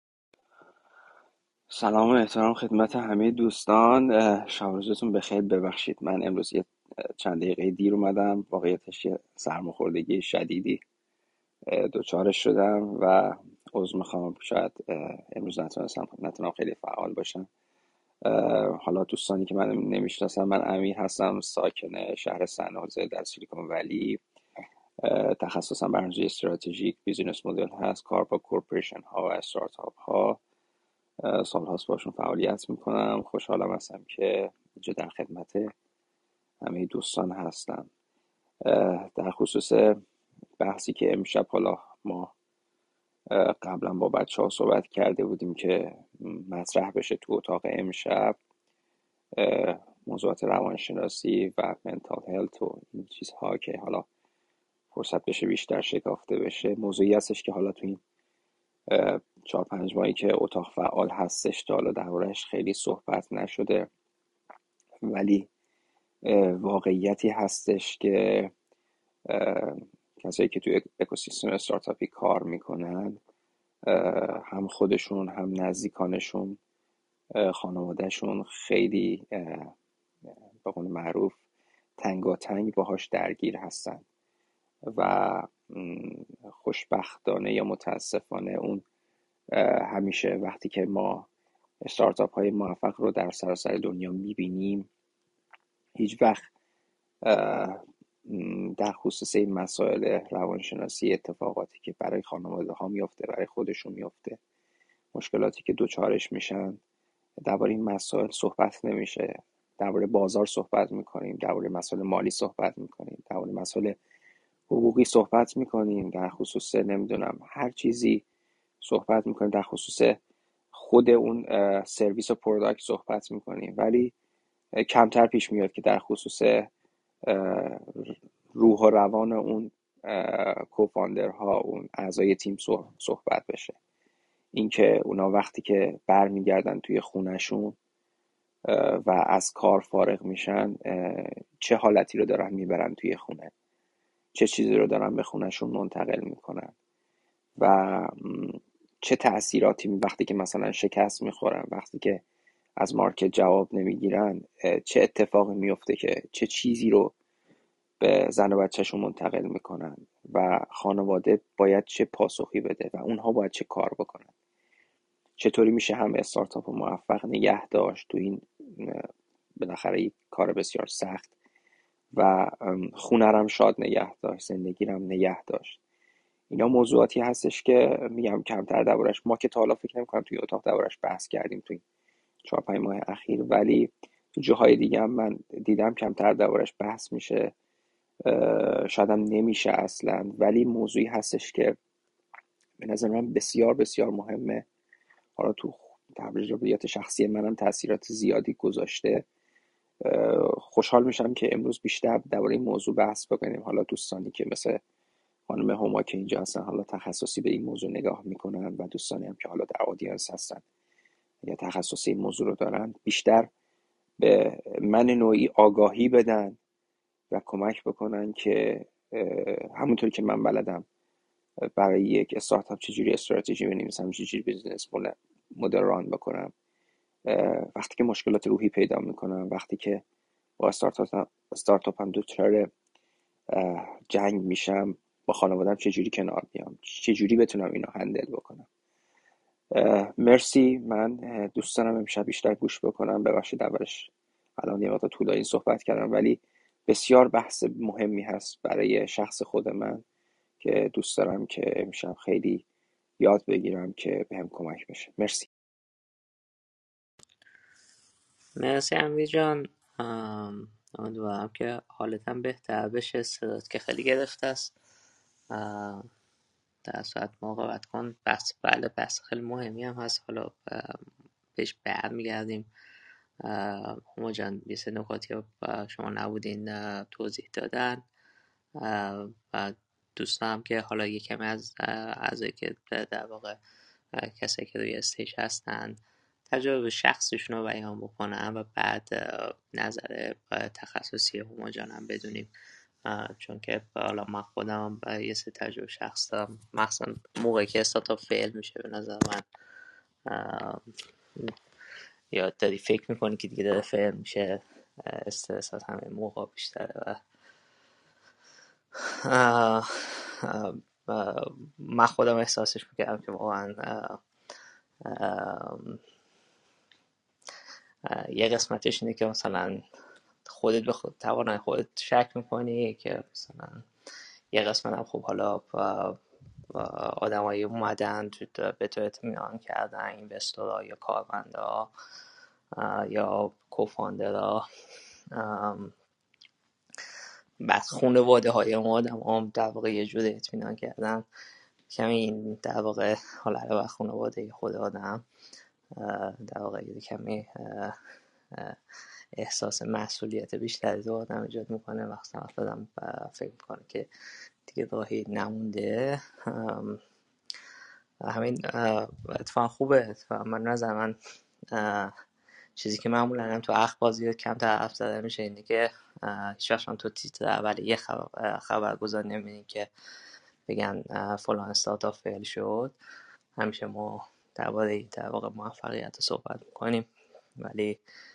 سلام و احترام خدمت همه دوستان، شب روزتون بخیر. ببخشید من امروز یه چند دقیقه دیر اومدم، واقعیتش یه سرماخوردگی شدیدی دوچارش شدم و عذر میخوام شاید امروز نتونستم نتونم خیلی فعال باشم. حالا دوستانی که من نمیشناسم، من امیر هستم، ساکن شهر سن‌خوزه در سیلیکون ولی. تخصصم برنامه‌ریزی استراتژیک، بیزینس مدل هست، کار با کورپوریشن ها و استارتاپ ها سال هاست باشون فعالیت میکنم. خوشحالم هستم که اینجا در خدمت همه دوستان هستم. در خصوص بحثی که امشب حالا ما قبلا با بچه ها صحبت کرده بودیم که مطرح بشه تو اتاق امشب، موضوعات روانشناسی و منتال هلت و این چیزها که حالا فرصت بشه بیشتر شکافته بشه، موضوعی هستش که حالا تو این چهار پنج ماهی که اتاق فعال هستش تا حالا درباره‌اش خیلی صحبت نشده، ولی واقعیتی هستش که کسایی که توی اکوسیستم استارتاپی کار میکنن، هم خودشون هم نزدیکانشون، خانوادهشون خیلی به قول معروف تنگاتنگ باهاش درگیر هستن و خوشبختانه یا متاسفانه اون همیشه وقتی که ما استارتاپ های موفق رو در سراسر دنیا میبینیم، هیچ وقت در خصوص این مسائل روانشناسی، اتفاقاتی که برای خانواده ها میفته، برای خودشون میفته، مشکلاتی که دوچارش میشن، درباره این مسائل صحبت نمیشه. درباره بازار صحبت میکنیم، درباره مسائل مالی صحبت میکنیم، درباره مسائل حقوقی صحبت میکنیم، در خصوص نمیدونم هر چیزی صحبت میکنیم، در خصوص خود اون سرویس و پروداکت صحبت میکنیم، ولی کمتر پیش میاد که در خصوص روح و روان اون کوفاندرها، اون اعضای تیم صحبت بشه. اینکه اونا وقتی که برمیگردن توی خونهشون و از کار فارغ میشن، چه حالتی رو دارن میبرن توی خونه، چه چیزی رو دارن به خونهشون منتقل میکنن و چه تأثیراتی وقتی که مثلا شکست میخورن، وقتی که از مارکت جواب نمیگیرن، چه اتفاقی میفته که چه چیزی رو به زن و بچهشون منتقل میکنن و خانواده باید چه پاسخی بده و اونها باید چه کار بکنن. چطوری میشه هم استارتاپ رو موفق نگه داشت تو این بالاخره کار بسیار سخت و خونرم شاد نگه داشت، زندگی رم نگه داشت. اینا موضوعاتی هستش که میگم کمتر دربارش ما که تا حالا فکر نمی‌کنم توی اتاق دربارش بحث کردیم توی چهار پنج ماه اخیر، ولی تو جاهای دیگه هم من دیدم کمتر دربارش بحث میشه، شاید هم نمیشه اصلا، ولی موضوعی هستش که به نظر من بسیار بسیار مهمه. حالا تو تجربیات شخصی منم تاثیرات زیادی گذاشته. خوشحال میشم که امروز بیشتر درباره این موضوع بحث بکنیم. حالا دوستانی که مثل خانم هما که اینجا هستن حالا تخصصی به این موضوع نگاه میکنن و دوستانی هم که حالا در آدینس هستن یا تخصصی این موضوع رو دارن بیشتر به من نوعی آگاهی بدن و کمک بکنن که همونطوری که من بلدم برای یک استارتاپ چجوری استراتژی بنویسم، چجوری بیزنس مدل ران بکنم، وقتی که مشکلات روحی پیدا میکنم، وقتی که با استارتاپ استارتاپ هم دوچار جنگ میشم، با خانوادم چجوری کنار بیام، چجوری بتونم اینو هندل بکنم. مرسی. من دوست دارم امشب بیشتر گوش بکنم. ببخشید اولش الان یه وقت طولانی صحبت کردم، ولی بسیار بحث مهمی هست برای شخص خود من که دوست دارم که امشب خیلی یاد بگیرم که بهم کمک بشه. مرسی. مرسی امیر جان. امیدوارم که حالتم بهتر بشه. صدات که خیلی گرفته است. در صورت مراقبت کن. بحث بله بحث خیلی مهمی هم هست. حالا بهش برمیگردیم. هما جان یه سه نکاتی رو شما نبودین توضیح دادن و دوستم که حالا یه کمی از اعضایی که در واقع کسایی که روی استیج هستن تجربه شخصیشون رو بیان بکنن و بعد نظر تخصصی هما جانم بدونیم، چون که حالا من خودم یه سری تجربه شخص دارم، مخصوصا موقعی که استارتاپ فیل میشه به نظر من یا داری فکر میکنی که دیگه داره فیل میشه، استرس از همه موقع بیشتره و آه آه آه من خودم احساسش میکردم که واقعا یه قسمتش اینه که مثلا خودت به خود توانای خودت شک میکنی که مثلا یه قسمت هم خب حالا آدم هایی اومدن به تو اطمینان کردن، اینوستورها یا کارمندا یا کوفاندرها، بعد خانواده های اون آدم هم در واقع یه جوری اطمینان کردن کمی این در واقع حالا علاوه خانواده خود آدم در واقع یه کمی احساس مسئولیت بیشتری تو آدم ایجاد میکنه. وقتی آدم فکر میکنه که دیگه راهی نمونده. همین اتفاق خوبه. اتفاق من نظر من چیزی که معمولا هم تو اخبار زیاد کم حرف زده میشه اینه که هیچ وقت تو تیتر اول یه خبر خبرگزار نمیبینی که بگن فلان استارتاپ فیل شد. همیشه ما درباره در واقع موفقیت رو صحبت میکنیم، ولی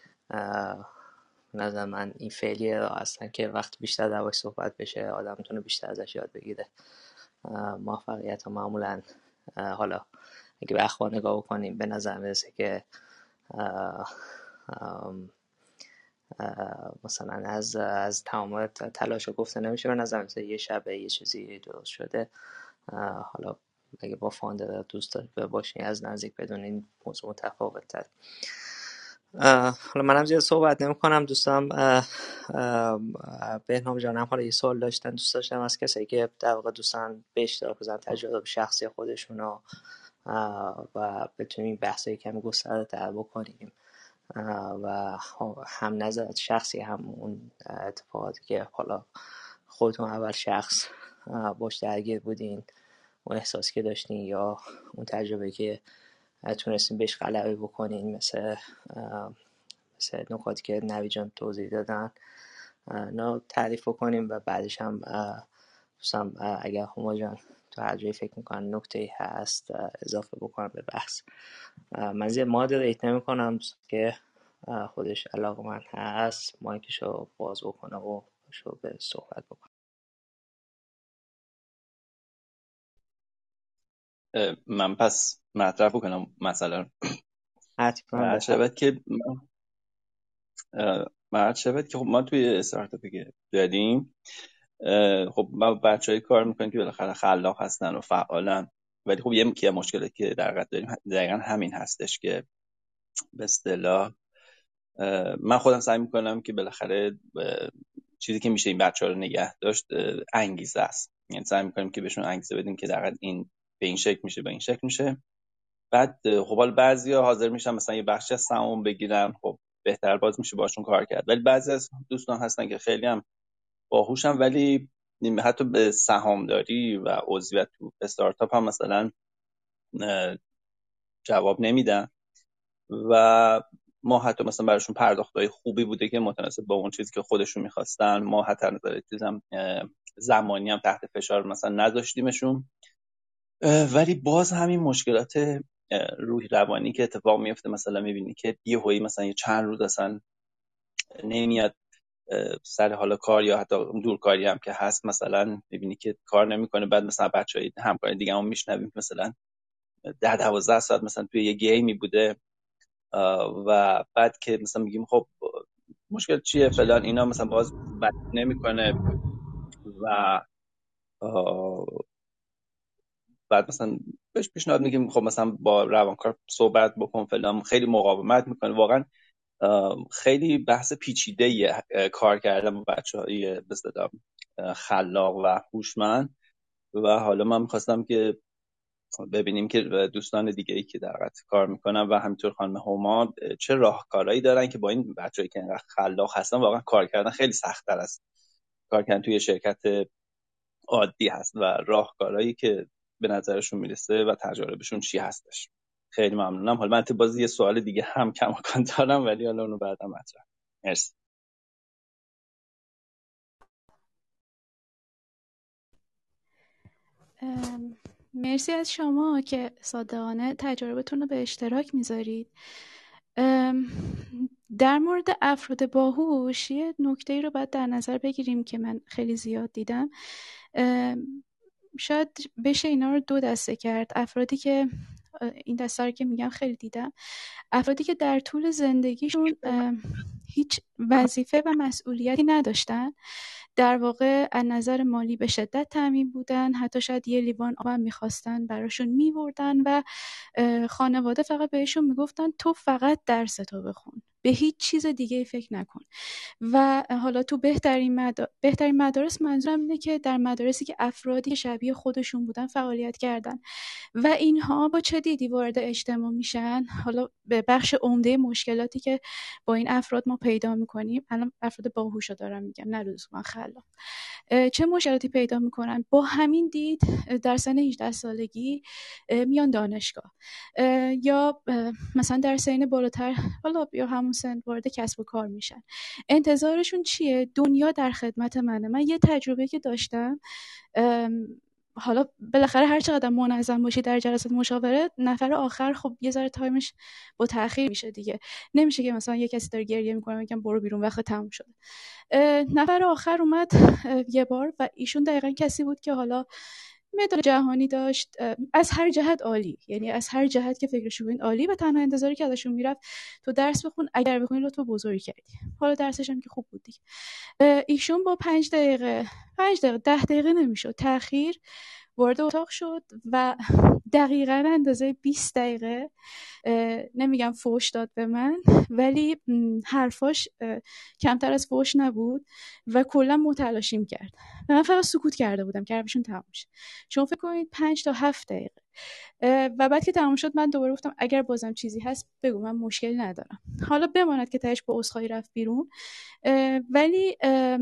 نظر من این فعلیه هستن که وقتی بیشتر دربارش صحبت بشه آدم میتونه بیشتر ازش یاد بگیره. موفقیت ها معمولا حالا اگه به اخبار نگاه بکنیم به نظر میرسه که آه آم آه مثلا از از تمام تلاش گفته نمیشه. به نظر میرسه یه شبه یه چیزی درست شده. حالا اگه با فاندر دوست دارید باشین از نزدیک بدونین موضوع متفاوته. حالا منم زیاد صحبت نمی کنم. دوستم بهنام جانم حالا یه سوال داشتن، دوست داشتم از کسایی که در واقع دوستان به اشتراک بزنن تجربه شخصی خودشونو و بتونیم بحثایی کمی گسترده بکنیم و هم نظرت شخصی هم اون اتفاقاتی که حالا خودتون اول شخص باش درگیر بودین، اون احساسی که داشتین یا اون تجربه که تونستین بهش غلبه بکنین، مثل مثل نکاتی که نوی جان توضیح دادن، نه تعریف کنیم و بعدش هم دوستم اگر هما جان تو هر جایی فکر میکنن نکته‌ای هست اضافه بکنم به بحث. من زیاد مادریت نمی کنم که خودش علاقه‌مند هست مایکشو باز بکنه و شو به صحبت بکنه. من پس مطرح بکنم مثلا حتما مرد بفرم. شود که مرد شود که خب ما توی استارتاپی که داریم، خب ما بچه‌ای کار میکنیم که بالاخره خلاق هستن و فعالن، ولی خب یه که مشکلی که در حقیقت داریم دقیقا همین هستش که به اصطلاح من خودم سعی میکنم که بالاخره چیزی که میشه این بچه‌ها رو نگه داشت انگیزه است. یعنی سعی میکنیم که بهشون انگیزه بدیم که در حقیقت این به این شکل میشه به این شکل میشه. بعد خب حالا بعضیا حاضر میشن مثلا یه بخشی از سهام بگیرن، خب بهتر باز میشه باشون کار کرد. ولی بعضی از دوستان هستن که خیلی هم باهوشن ولی حتی به سهامداری و عضویت تو استارتاپ هم مثلا جواب نمیدن و ما حتی مثلا براشون پرداختای خوبی بوده که متناسب با اون چیزی که خودشون میخواستن، ما حتی نظر چیزم زمانی هم تحت فشار مثلا نذاشتیمشون، ولی باز همین مشکلات روحی روانی که اتفاق میفته، مثلا میبینی که یه هویی مثلا یه چند روز اصلا نمیاد سر حالا کار یا حتی دورکاری هم که هست مثلا میبینی که کار نمیکنه. بعد مثلا بچهای همکار دیگه هم میشنویم مثلا ده دوازده ساعت مثلا توی یه گیمی بوده و بعد که مثلا میگیم خب مشکل چیه فلان اینا، مثلا باز بد نمیکنه و بعد مثلا بهش پیشنهاد میگیم خب مثلا با روانکاو صحبت بکن فلان، خیلی مقاومت میکنه. واقعا خیلی بحث پیچیده کار کردن با بچه‌های به اصطلاح خلاق و هوشمند و حالا من می‌خواستم که ببینیم که دوستان دیگه‌ای که در حقیقت کار میکنن و همینطور خانم هما چه راهکارهایی دارن که با این بچه‌ای که انقدر خلاق هستن واقعا کار کردن خیلی سخت‌تر است کار کردن توی شرکت عادی هست و راهکارهایی که به نظرشون میرسه و تجاربشون چی هستش. خیلی ممنونم. حالا من تو بازی یه سوال دیگه هم کماکان دارم ولی حالا اونو بعدا مطرح. مرسی. مرسی از شما که صادقانه تجربتون رو به اشتراک میذارید. در مورد افراد باهوش یه نکته‌ای رو باید در نظر بگیریم که من خیلی زیاد دیدم. شاید بشه اینا رو دو دسته کرد. افرادی که این دسته رو که میگم خیلی دیدم، افرادی که در طول زندگیشون هیچ وظیفه و مسئولیتی نداشتن، در واقع از نظر مالی به شدت تامین بودن، حتی شاید یه لیوان آب هم میخواستن براشون میبردن و خانواده فقط بهشون میگفتن تو فقط درستو بخون، به هیچ چیز دیگه فکر نکن. و حالا تو بهترین مدارس بهترین مدارس منظورم اینه که در مدارسی که افرادی شبیه خودشون بودن فعالیت کردن و اینها با چه دیدی وارد اجتماع میشن. حالا به بخش عمده مشکلاتی که با این افراد ما پیدا میکنیم، الان افراد باهوشو دارم میگم نه لزوما خلاق، چه مشکلاتی پیدا میکنن. با همین دید در سن هجده سالگی میان دانشگاه یا مثلا در سن بالاتر حالا یا همون سن وارد کسب و کار میشن. انتظارشون چیه؟ دنیا در خدمت منه. من یه تجربه که داشتم، حالا بالاخره هر چقدر منظم باشی در جلسات مشاوره، نفر آخر خب یه ذره تایمش با تأخیر میشه دیگه. نمیشه که مثلا یه کسی داره گریه میکنه میگم برو بیرون وقت تموم شده. نفر آخر اومد یه بار و ایشون دقیقاً کسی بود که حالا مدال جهانی داشت، از هر جهت عالی، یعنی از هر جهت که فکرش بود عالی، و تنها انتظاری که ازشون میرفت تو درس بخون، اگر بخونی لطفا بزرگی کردی. حالا درسش هم که خوب بود دیگه. ایشون با پنج دقیقه پنج دقیقه ده دقیقه نمیشد تأخیر وارد اتاق شد و دقیقاً اندازه بیست دقیقه، نمیگم فوش داد به من ولی حرفاش کمتر از فوش نبود و کلا متلاشیم کرد و من فقط سکوت کرده بودم که حرفشون تموم شه. شما فکر کنید پنج تا هفت دقیقه و بعد که تموم شد من دوباره گفتم اگر بازم چیزی هست بگو، من مشکلی ندارم. حالا بماند که تهش با عذرخواهی رفت بیرون، ولی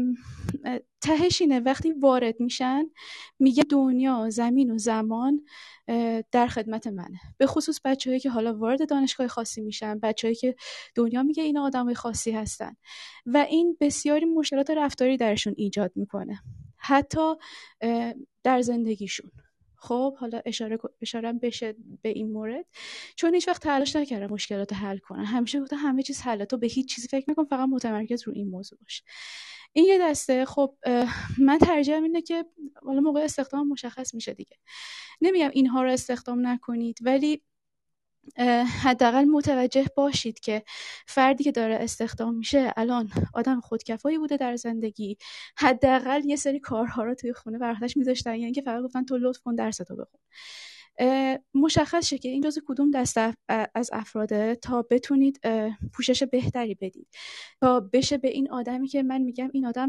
تهش اینه وقتی وارد میشن میگه دنیا، زمین و زمان در خدمت منه. به خصوص بچه‌هایی که حالا وارد دانشگاه خاصی میشن، بچه‌هایی که دنیا میگه اینا آدمای خاصی هستن و این بسیاری مشکلات رفتاری درشون ایجاد میکنه، حتی در زندگیشون. خب حالا اشاره اشاره بشه به این مورد، چون هیچ وقت تلاش نکردم مشکلات حل کنم. همیشه گفتم همه چیز حله، تو به هیچ چیزی فکر نکن، فقط متمرکز رو این موضوع باش. این یه دسته. خب من ترجیحم اینه که حالا موقع استخدام مشخص میشه دیگه. نمیگم اینها رو استخدام نکنید، ولی حداقل متوجه باشید که فردی که داره استخدام میشه الان آدم خودکفایی بوده در زندگی، حداقل یه سری کارها رو توی خونه براتش میذاشتن، یعنی که فقط گفتن تو لطف کن درستو بخون. مشخص شه که این جزء کدوم دسته از افراده تا بتونید پوشش بهتری بدید، تا بشه به این آدمی که من میگم این آدم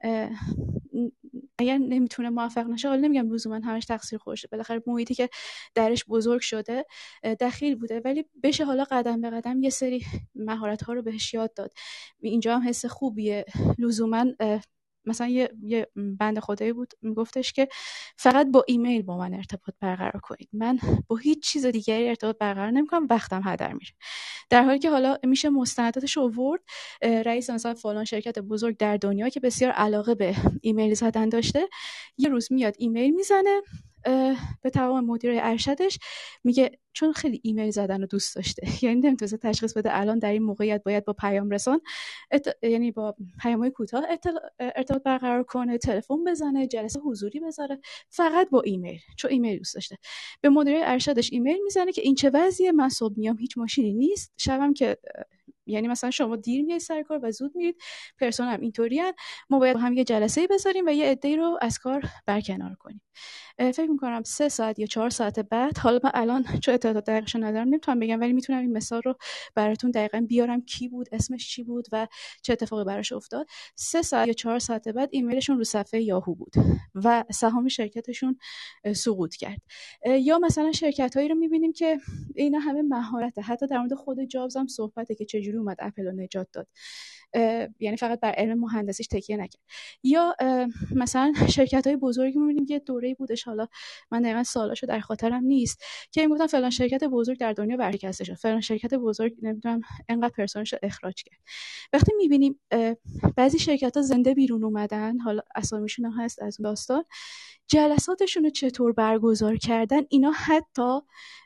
اگر نمیتونه موفق نشه، حالا نمیگم لزوما همش تقصیر خودشه، بالاخره محیطی که درش بزرگ شده دخیل بوده، ولی بشه حالا قدم به قدم یه سری مهارت ها رو بهش یاد داد. اینجا هم حس خوبیه. لزوما مثلا یه, یه بنده خدایی بود میگفتش که فقط با ایمیل با من ارتباط برقرار کنید، من با هیچ چیز دیگری ارتباط برقرار نمیکنم، وقتم هدر میره. در حالی که حالا میشه مستنداتش آورد. رئیس مثلا فلان شرکت بزرگ در دنیا که بسیار علاقه به ایمیل زدن داشته، یه روز میاد ایمیل میزنه به تمام مدیرای ارشدش، میگه چون خیلی ایمیل زدن رو دوست داشته، یعنی نمیتونه تشخیص بده الان در این موقعیت باید با پیام رسان ات... یعنی با پیام‌های کوتاه اطلاع... ارتباط برقرار کنه، تلفن بزنه، جلسه حضوری بذاره، فقط با ایمیل، چون ایمیل دوست داشته. به مدیرای ارشدش ایمیل میزنه که این چه وضعیه، من صبح میام هیچ ماشینی نیست، شبم که یعنی مثلا شما دیر میای سر کار و زود میرید، پرسنل هم اینطوریان، ما باید هم یه جلسه‌ای بذاریم و یه عده‌ای رو از کار برکنار کنیم. فکر میکنم سه ساعت یا چهار ساعت بعد، حالا من الان چون اطلاعات دقیقش ندارم نمیتونم بگم، ولی میتونم این مثال رو براتون دقیقاً بیارم کی بود، اسمش چی بود و چه اتفاقی براش افتاد. سه ساعت یا چهار ساعت بعد ایمیلشون رو صفحه یاهو بود و سهام شرکتشون سقوط کرد. یا مثلا شرکتایی رو میبینیم که اینا همه مهارت، حتی در مورد خود جابز هم صحبته که چجوری اومد اپل رو نجات داد، یعنی فقط بر علم مهندسیش تکیه نکرد. یا مثلا شرکت‌های بزرگی می‌بینیم که دوره‌ای بودش، حالا من دقیقاً سالاشو در خاطرم نیست، که میگفتن فلان شرکت بزرگ در دنیا ورشکسته شد، فلان شرکت بزرگ نمیدونم انقدر پرسنلش رو اخراج کرد. وقتی می‌بینیم بعضی شرکت‌ها زنده بیرون اومدن، حالا اسامیشون هم هست از داستان، جلساتشون رو چطور برگزار کردن، اینا حتی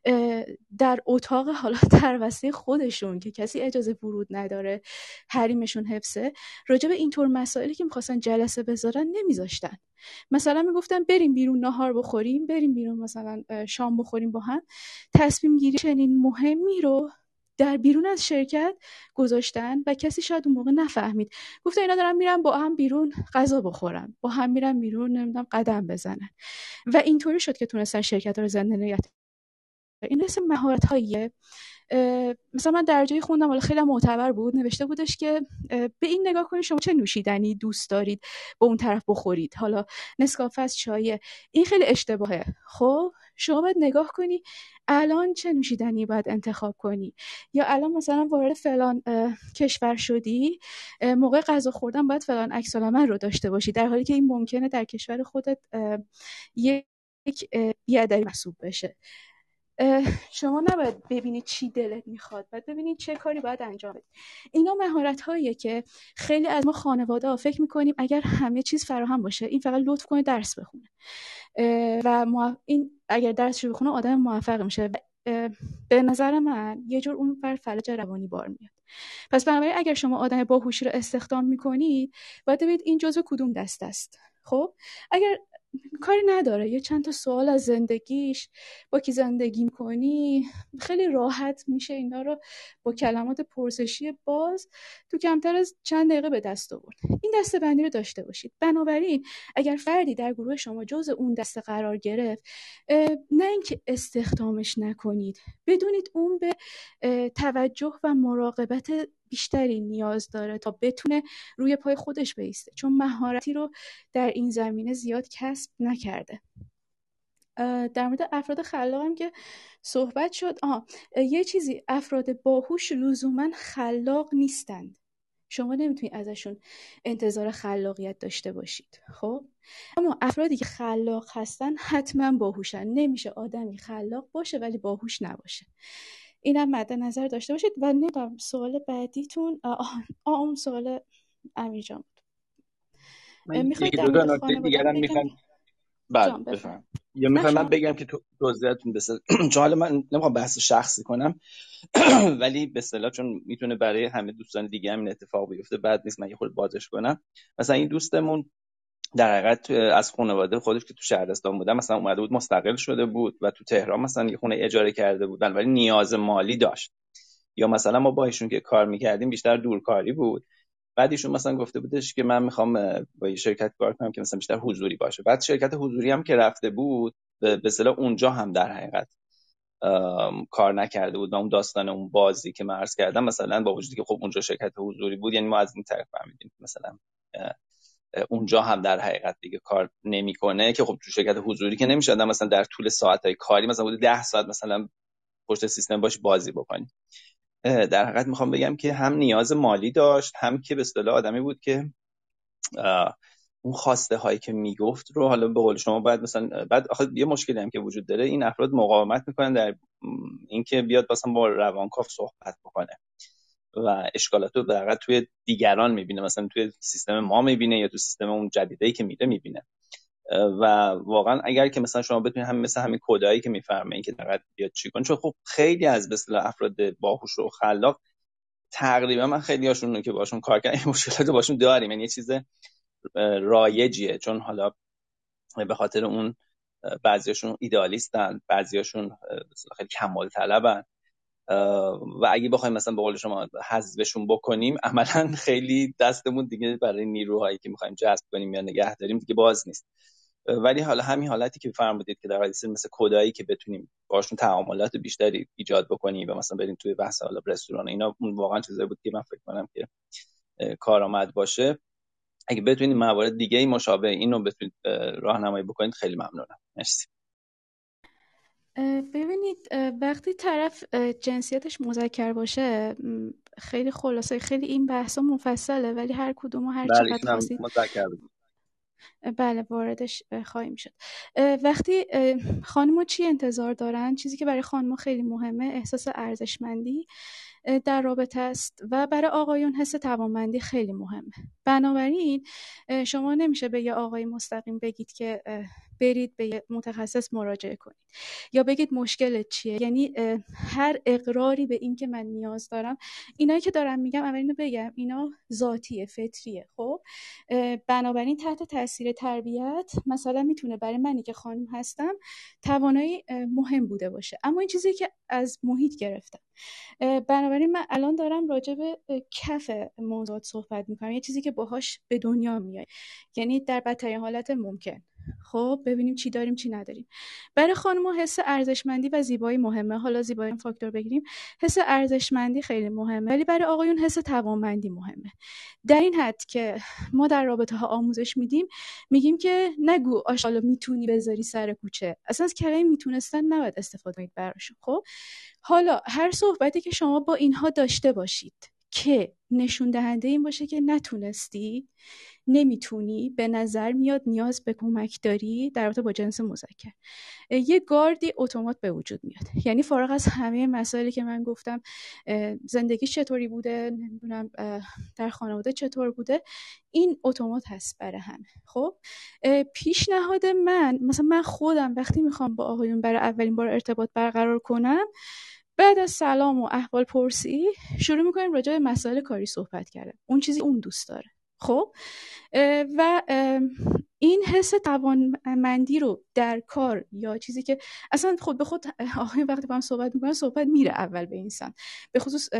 در اتاق حالا در وسیله خودشون که کسی اجازه ورود نداره، حریمشون حفظه، راجع به اینطور مسائلی که می‌خواستن جلسه بذارن نمیذاشتن. مثلا میگفتن بریم بیرون ناهار بخوریم، بریم بیرون مثلا شام بخوریم با هم. تصمیم گیری چنین مهمی رو در بیرون از شرکت گذاشتن و کسی شاید اون موقع نفهمید. گفتن اینا دارن میرن با هم بیرون غذا بخورن، با هم میرن بیرون نمیدونم قدم بزنن، و اینطوری شد که تونستن شرکت رو زنده نگه دارن. این مثل مهارت‌هاییه. مثلا من درجه خوندم، حالا خیلی معتبر بود، نوشته بودش که به این نگاه کنید شما چه نوشیدنی دوست دارید با اون طرف بخورید، حالا نسکافه است، چایه، این خیلی اشتباهه. خب شما باید نگاه کنی الان چه نوشیدنی باید انتخاب کنی، یا الان مثلا وارد فلان کشور شدی، موقع غذا خوردن باید فلان عکس العمل رو داشته باشی، در حالی که این ممکنه در کشور خودت یک بی‌ادبی محسوب بشه. شما نباید ببینید چی دلت میخواد، باید ببینید چه کاری باید انجام بدید. اینا مهارت هاییه که خیلی از ما خانواده ها فکر میکنیم اگر همه چیز فراهم باشه، این فقط لطف کنه درس بخونه و موف... این اگر درسش بخونه آدم موفق میشه. به نظر من یه جور اون بر فلج روانی بار میاد. پس بنابراین اگر شما آدم باهوشی رو استخدام میکنید، باید ببینید این جزء کدوم دسته است. خب اگر کاری نداره یه چند تا سوال از زندگیش، با کی زندگی میکنی، خیلی راحت میشه اینا رو با کلمات پرسشی باز تو کمتر از چند دقیقه به دست آورد. این دسته بندی رو داشته باشید. بنابراین اگر فردی در گروه شما جزء اون دسته قرار گرفت، نه اینکه استخدامش نکنید، بدونید اون به توجه و مراقبت بیشتری نیاز داره تا بتونه روی پای خودش بایسته، چون مهارتی رو در این زمینه زیاد کسب نکرده. در مورد افراد خلاق هم که صحبت شد، آها یه چیزی، افراد باهوش لزوما خلاق نیستند، شما نمیتونید ازشون انتظار خلاقیت داشته باشید. خب اما افرادی که خلاق هستن حتما باهوشن. نمیشه آدمی خلاق باشه ولی باهوش نباشه. اینم مد نظر داشته باشید. و نمیدونم سوال بعدیتون آه, آه اون سوال امیر جان بود. من میخواید یکی در دو تا مورد نکته خانواده دیگه هم بگم؟ میخوام. بعد جان بفرمایید. یا نه میخوام من شما بگم که تو توضیحاتون بس چون حالا من نمیخوام بحث شخصی کنم ولی به اصطلاح چون میتونه برای همه دوستان دیگه هم این اتفاق بیفته، بعد نیست من یه خورده بازش کنم. مثلا این دوستمون در حقیقت از خانواده خودش که تو شهرستان بودن مثلا اومده بود مستقل شده بود و تو تهران مثلا یه خونه اجاره کرده بودن ولی نیاز مالی داشت. یا مثلا ما با ایشون که کار میکردیم بیشتر دورکاری بود، بعد ایشون مثلا گفته بودش که من میخوام با یه شرکت کار کنم که مثلا بیشتر حضوری باشه. بعد شرکت حضوری هم که رفته بود به اصطلاح اونجا هم در حقیقت کار نکرده بود و اون داستان اون بازی که من عرض کردم مثلا با وجودی که خب اونجا شرکت حضوری بود، یعنی ما از این طرف فهمیدیم مثلا اونجا هم در حقیقت دیگه کار نمیکنه که خب تو شرکت حضوری که نمیشه آدم مثلا در طول ساعت‌های کاری مثلا بود ده ساعت مثلا پشت سیستم باش بازی بکنی. در حقیقت میخوام بگم که هم نیاز مالی داشت، هم که به اصطلاح آدمی بود که اون خواسته هایی که میگفت رو حالا به قول شما بعد مثلا بعد آخه یه مشکلی هم که وجود داره، این افراد مقاومت میکنن در اینکه بیاد مثلا با روانکاو صحبت بکنه و اشکالات رو در حقیقت توی دیگران میبینه، مثلا توی سیستم ما میبینه یا تو سیستم اون جدیدی که میره میبینه. و واقعا اگر که مثلا شما بتونید هم مثلا همین کدایی که میفرمایید که در حقیقت بیاد چی کن، چون خب خیلی از به اصطلاح افراد باهوش و خلاق تقریبا من خیلی هاشون رو که باشون کار کردم مشکلات باشون داریم، یعنی یه چیز رایجیه، چون حالا به خاطر اون بعضیاشون ایدئالیستن، بعضیاشون خیلی کمال طلبن و اگه بخوایم مثلا به قول شما حذفشون بکنیم عملا خیلی دستمون دیگه برای نیروهایی که میخوایم جذب کنیم یا نگه داریم دیگه باز نیست. ولی حالا همین حالتی که فرمودید که در حدیث مثل کدایی که بتونیم باشون تعاملات بیشتری ایجاد بکنیم و مثلا بریم توی بحث حالا رستوران اینا، اون واقعا چیزایی بود که من فکر کنم که کارآمد باشه. اگه بتونید موارد دیگه ای مشابه اینو بتونید راهنمایی بکنید خیلی ممنونم. مرسی. ببینید وقتی طرف جنسیتش مذکر باشه، خیلی خلاصه خیلی این بحثا مفصله ولی هر کدوم و هر بله چقدر ایشون هم خواستید مذکر بود. بله واردش خواهیم شد. وقتی خانم‌ها چی انتظار دارن، چیزی که برای خانم‌ها خیلی مهمه احساس ارزشمندی در رابطه است و برای آقایون حس توانمندی خیلی مهمه. بنابراین شما نمیشه به یه آقای مستقیم بگید که برید به یه متخصص مراجعه کنید یا بگید مشکلت چیه. یعنی هر اقراری به این که من نیاز دارم، اینایی که دارم میگم اولینو بگم اینا ذاتیه، فطریه. خب بنابراین تحت تاثیر تربیت مثلا میتونه برای منی که خانم هستم توانایی مهم بوده باشه، اما این چیزی که از محیط گرفتم. بنابراین من الان دارم راجع به کف موضوعات صحبت میکنم، یه چیزی که باهاش به دنیا میای، یعنی در بدترین حالت ممکن. خب ببینیم چی داریم چی نداریم. برای خانم‌ها حس ارزشمندی و زیبایی مهمه. حالا زیبایی فاکتور بگیریم، حس ارزشمندی خیلی مهمه، ولی برای آقایون حس توانمندی مهمه. در این حد که ما در رابطه ها آموزش میدیم، میگیم که نگو آشالا میتونی بذاری سر کوچه، اصلا از کلمه میتونستن نباید استفاده کنید براشون. خب حالا هر صحبتی که شما با اینها داشته باشید که نشون دهنده این باشه که نتونستی، نمیتونی، به نظر میاد نیاز به کمک داری در رابطه با جنس مذکر، یه گاردی اتومات به وجود میاد. یعنی فارغ از همه مسائلی که من گفتم، زندگی چطوری بوده، نمیدونم در خانواده چطور بوده، این اتومات هست برای همه. خب پیشنهاد من، مثلا من خودم وقتی میخوام با آقایون برای اولین بار ارتباط برقرار کنم، بعد از سلام و احوال پرسی شروع میکنیم راجع به مسائل کاری صحبت کردن، اون چیزی اون دوست داره. خب و این حس توانمندی رو در کار یا چیزی که اصلا خود به خود آقای وقتی با هم صحبت میکنن صحبت میره اول به این سمت، به خصوص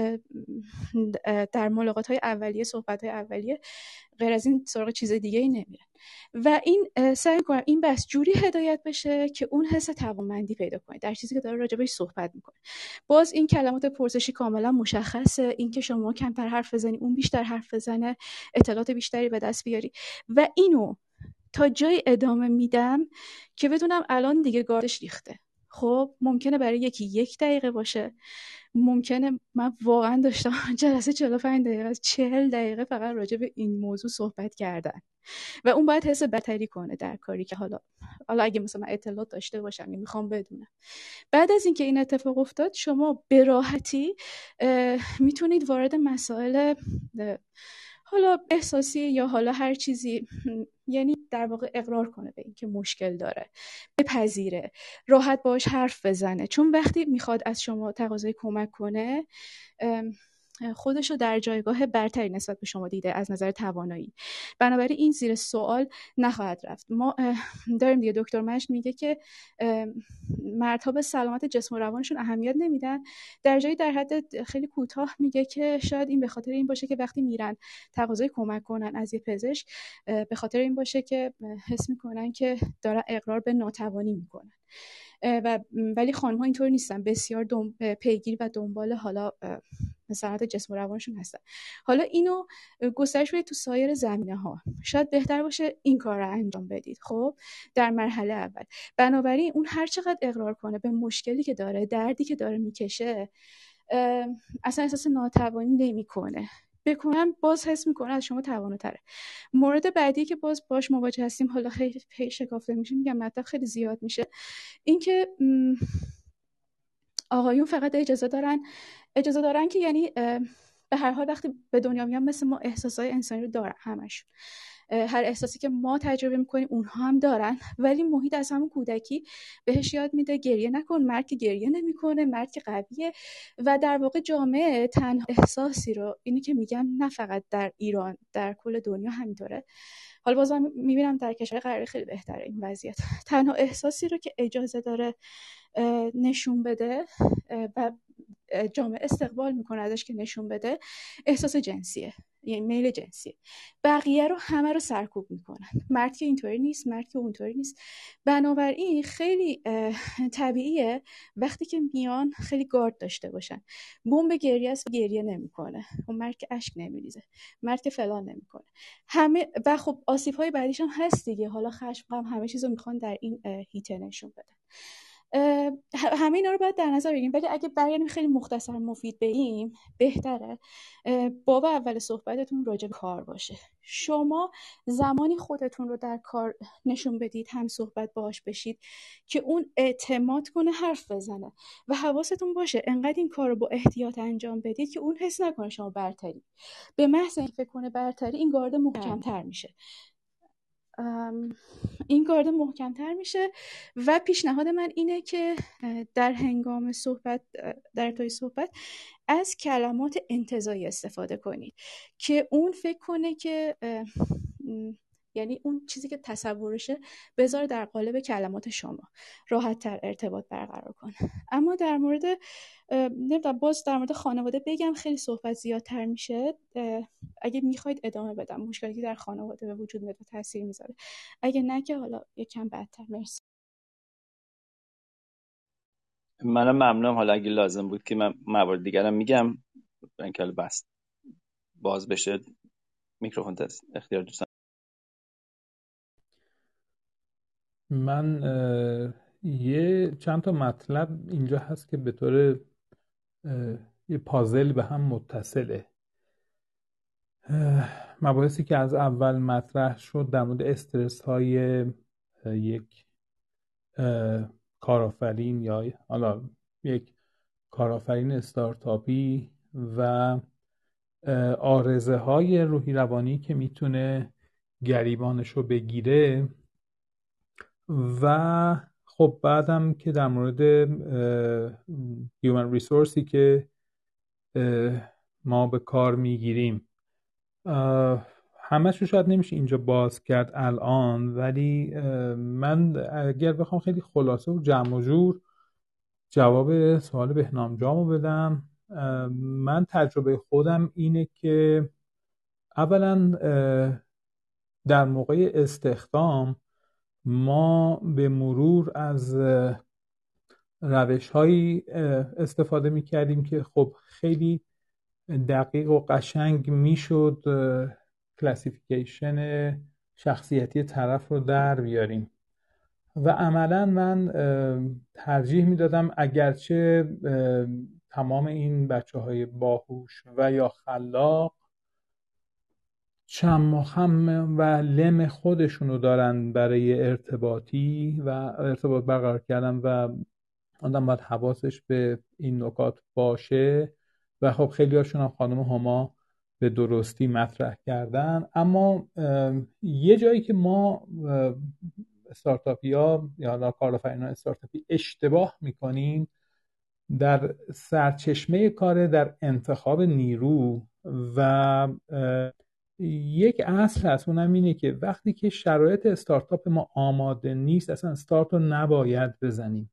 در ملاقات های اولیه، صحبت های اولیه، غیر از این سراغ چیز دیگه ای نمیرن و این سعی کنم این بحث جوری هدایت بشه که اون حس توانمندی پیدا کنه در چیزی که داره راجبش صحبت میکنه. باز این کلمات پرسشی کاملا مشخصه، این که شما کمتر حرف بزنی اون بیشتر حرف بزنه، اطلاعات بیشتری به دست بیاری و اینو تا جای ادامه میدم که بدونم الان دیگه گاردش ریخته. خب ممکنه برای یکی یک دقیقه باشه، ممکنه من واقعا داشتم جلسه چهل و پنج دقیقه از چهل دقیقه فقط راجع به این موضوع صحبت کردن و اون باید حس بهتری کنه در کاری که حالا حالا اگه مثلا من اطلاعات داشته باشم میخوام بدونم. بعد از اینکه این اتفاق افتاد شما به راحتی میتونید وارد مسائل حالا احساسی یا حالا هر چیزی، یعنی در واقع اقرار کنه به این که مشکل داره، بپذیره، راحت باهاش حرف بزنه. چون وقتی میخواد از شما تقاضای کمک کنه، خودشو در جایگاه برتری نسبت به شما دیده از نظر توانایی، بنابراین این زیر سوال نخواهد رفت. ما داریم دیگه، دکتر مجد میگه که مردها به سلامت جسم و روانشون اهمیت نمیدن. در جایی در حد خیلی کوتاه میگه که شاید این به خاطر این باشه که وقتی میرن تقاضای کمک کنن از یه پزشک، به خاطر این باشه که حس میکنن که دارن اقرار به ناتوانی میکنن. و ولی خانم‌ها اینطور نیستن، بسیار دم... پیگیر و دنبال حالا سلامت جسم و روانشون هستن. حالا اینو گسترش بدید تو سایر زمینه‌ها، شاید بهتر باشه این کار رو انجام بدید. خب در مرحله اول، بنابراین اون هر چقدر اقرار کنه به مشکلی که داره، دردی که داره میکشه، اصلا احساس ناتوانی نمیکنه. بکنم باز حس میکنه از شما تواناتره. مورد بعدی که باز باش مواجه هستیم، حالا خیلی خیلی شکافته میشه، میگم مطلب خیلی زیاد میشه، این که آقایون فقط اجازه دارن اجازه دارن که یعنی به هر حال وقتی به دنیا میان مثل ما احساسای انسانی رو دارن همشون. هر احساسی که ما تجربه میکنیم اونها هم دارن، ولی محیط از همون کودکی بهش یاد میده گریه نکن، مرد که گریه نمیکنه، مرد که قویه. و در واقع جامعه تنها احساسی رو، اینی که میگم نه فقط در ایران، در کل دنیا همینطوره، حالا بازم میبینم در کشور غربی خیلی بهتره این وضعیت، تنها احساسی رو که اجازه داره نشون بده و جامعه استقبال میکنه ازش که نشون بده، احساس جنسیه، یعنی میل جنسیه. بقیه رو همه رو سرکوب میکنن، مرد که اینطوری نیست، مرد که اونطوری نیست. بنابراین خیلی طبیعیه وقتی که میان خیلی گارد داشته باشن. بمب گریه است و گریه نمیکنه، اون مرد که اشک نمیریزه، مرد که فلان نمیکنه، همه. و خب آسیب های بعدیش هم هست دیگه، حالا خشم، غم، همه چیزو میخوان در این هیته نشون بدن. همه اینا رو باید در نظر بگیریم، ولی اگه برگردیم خیلی مختصر مفید بگیم، بهتره باب اول صحبتتون راجع به کار باشه. شما زمانی خودتون رو در کار نشون بدید، هم صحبت باهاش بشید که اون اعتماد کنه، حرف بزنه و حواستون باشه انقدر این کار رو با احتیاط انجام بدید که اون حس نکنه شما برتری. به محض اینکه فکر کنه برتری، این گارد محکم‌تر میشه. این گارد محکم‌تر میشه و پیشنهاد من اینه که در هنگام صحبت، در ابتدای صحبت، از کلمات انتزاعی استفاده کنید که اون فکر کنه که یعنی اون چیزی که تصورشه بذار در قالب کلمات شما، راحت تر ارتباط برقرار کنه. اما در مورد نمیدونم، باز در مورد خانواده بگم خیلی صحبت زیادتر میشه. اگه میخواید ادامه بدم، مشکلی که در خانواده به وجود میاد و تاثیر میذاره، اگه نه که حالا یکم بدتر. مرسی. منم ممنونم. حالا اگه لازم بود که من موارد دیگرم میگم، اینکه بس باز بشه میکروفون تست اختیار دوستان. من یه چند تا مطلب اینجا هست که به طور یه پازل به هم متصله. مباحثی که از اول مطرح شد در مورد استرس های یک کارآفرین یا حالا یک کارآفرین استارتاپی و عارضه های روحی روانی که میتونه گریبانش رو بگیره، و خب بعدم که در مورد هیومن ریسورسی که ما به کار میگیریم، همش رو شاید نمیشه اینجا باز کرد الان، ولی من اگر بخوام خیلی خلاصه و جمع و جور جواب سوال بهنام جامو بدم، من تجربه خودم اینه که اولا در موقع استخدام ما به مرور از روش‌هایی استفاده می‌کردیم که خب خیلی دقیق و قشنگ میشد کلاسیفیکیشن شخصیتی طرف رو در بیاریم و عملا من ترجیح میدادم اگرچه تمام این بچه‌های باهوش و یا خلاق چم و خم و لم خودشونو دارن برای ارتباطی و ارتباط برقرار کردن و آدم باید حواسش به این نکات باشه و خب خیلی هاشون هم خانم هما به درستی مطرح کردن. اما یه جایی که ما استارتاپی ها یا کارآفرینان استارتاپی اشتباه میکنیم در سرچشمه کار، در انتخاب نیرو و یک اصل هست، اونم اینه که وقتی که شرایط استارتاپ ما آماده نیست اصلا استارت رو نباید بزنیم.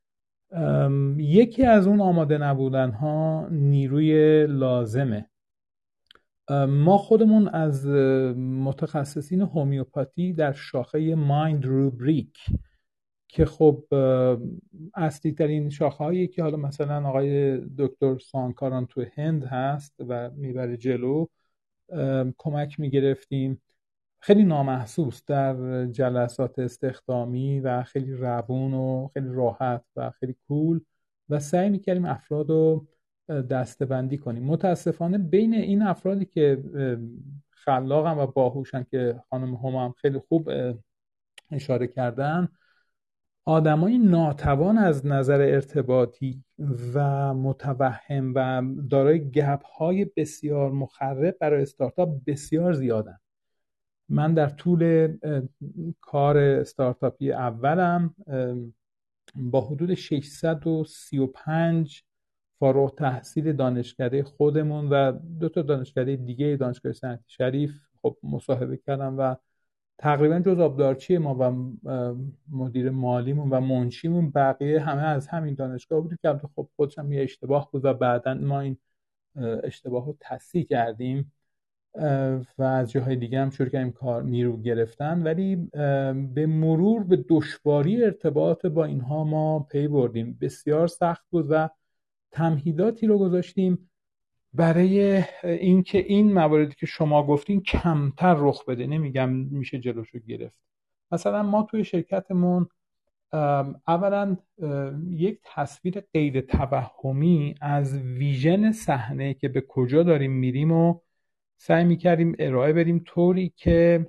یکی از اون آماده نبودن ها نیروی لازمه. ما خودمون از متخصصین هومیوپاتی در شاخه مایند روبریک که خب اصلی ترین شاخه هایی که حالا مثلا آقای دکتر سانکاران تو هند هست و میبره جلو کمک میگرفتیم، خیلی نامحسوس در جلسات استخدامی و خیلی روون و خیلی راحت و خیلی کول و سعی میکردیم افراد رو دسته‌بندی کنیم. متاسفانه بین این افرادی که خلاقن و باهوشن که خانم هم, هم خیلی خوب اشاره کردن، آدمای ناتوان از نظر ارتباطی و متوهم و دارای گپ‌های بسیار مخرب برای استارتاپ بسیار زیادن. من در طول کار استارتاپی اولم با حدود ششصد و سی و پنج فارغ تحصیل دانشکده خودمون و دو تا دانشکده دیگه دانشگاه صنعتی شریف خب مصاحبه کردم و تقریبا جز آبدارچی ما و مدیر مالیمون و منشیمون بقیه همه از همین دانشگاه بودیم که خب خودش هم یه اشتباه بود و بعداً ما این اشتباه رو تصحیح کردیم و از جاهای دیگه هم شروع کردیم کار نیرو گرفتن، ولی به مرور به دشواری ارتباط با اینها ما پی بردیم. بسیار سخت بود و تمهیداتی رو گذاشتیم برای اینکه این مواردی که شما گفتین کمتر رخ بده. نمیگم میشه جلوشو گرفت. مثلا ما توی شرکتمون اولا یک تصویر غیر توهمی از ویژن صحنه که به کجا داریم میریم و سعی میکردیم ارائه بدیم طوری که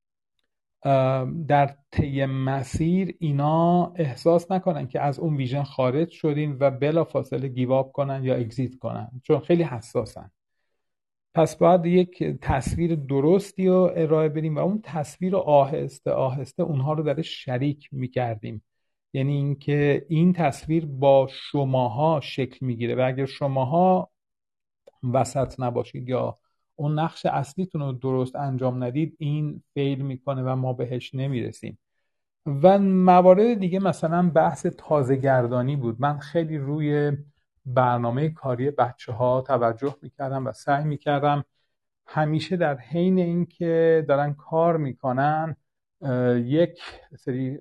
در طی مسیر اینا احساس نکنن که از اون ویژن خارج شدیم و بلا فاصله گیواب کنن یا اگزیت کنن، چون خیلی حساسن. پس باید یک تصویر درستی رو ارائه بدیم و اون تصویر رو آهسته آهسته اونها رو درش شریک میکردیم. یعنی اینکه این تصویر با شماها شکل میگیره و اگر شماها وسط نباشید یا اون نقش اصلیتون رو درست انجام ندید این فیل میکنه و ما بهش نمیرسیم. و موارد دیگه مثلا بحث تازه گردانی بود. من خیلی روی برنامه کاری بچه ها توجه میکردم و سعی میکردم همیشه در حین اینکه دارن کار میکنن یک سری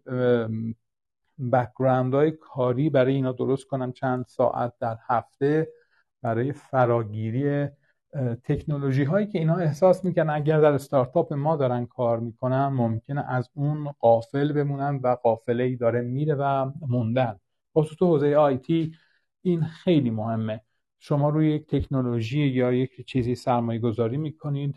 بک‌گراند های کاری برای اینا درست کنم چند ساعت در هفته برای فراگیری تکنولوژی هایی که اینا احساس میکنن اگر در استارتاپ ما دارن کار میکنن ممکنه از اون غافل بمونن و قافله‌ای داره میره و موندن. خصوص تو حوزه آیتی این خیلی مهمه. شما روی یک تکنولوژی یا یک چیزی سرمایه گذاری میکنید،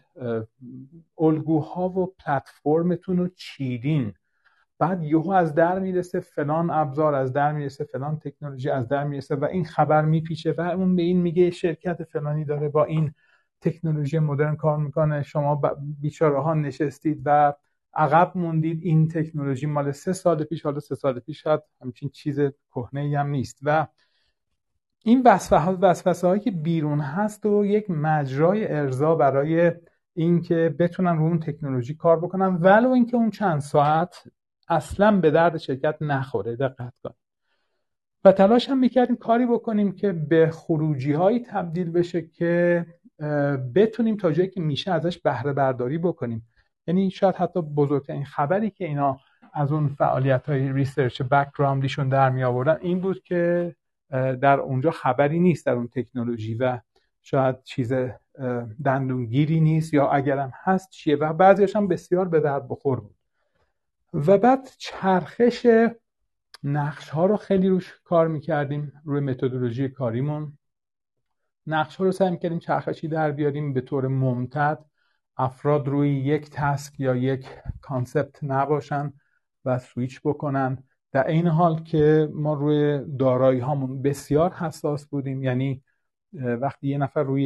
الگوها و پلتفرمتون رو چیدین، بعد یهو از در میرسه فلان ابزار، از در میرسه فلان تکنولوژی، از در میرسه و این خبر میپیچه و اون به این میگه شرکت فلانی داره با این تکنولوژی مدرن کار میکنه، شما بیچاره ها نشستید و عقب موندید. این تکنولوژی مال سه سال پیش، حالا سه سال پیش شاید همچین چیز کهنه‌ای هم نیست و این وسوسه هایی که بیرون هست و یک مجرای ارضا برای اینکه بتونن رو اون تکنولوژی کار بکنن ولو اینکه اون چند ساعت اصلا به درد شرکت نخوره. دقت کن. و تلاش هم میکردیم کاری بکنیم که به خروجی هایی تبدیل بشه که بتونیم تا جایی که میشه ازش بهره برداری بکنیم. یعنی شاید حتی بزرگترین خبری که اینا از اون فعالیت های ریسرچ بک‌گراندیشون در می آوردن این بود که در اونجا خبری نیست در اون تکنولوژی و شاید چیز دندونگیری نیست یا اگرم هست چیه و بعضیش هم بسیار به درد بخور بود. و بعد چرخش نقش ها رو خیلی روش کار میکردیم، روی متدولوژی کاریمون نقش ها رو سعی میکردیم چرخشی در بیاریم به طور ممتد، افراد روی یک تسک یا یک کانسپت نباشن و سویچ بکنن. در این حال که ما روی دارایی هامون بسیار حساس بودیم، یعنی وقتی یه نفر روی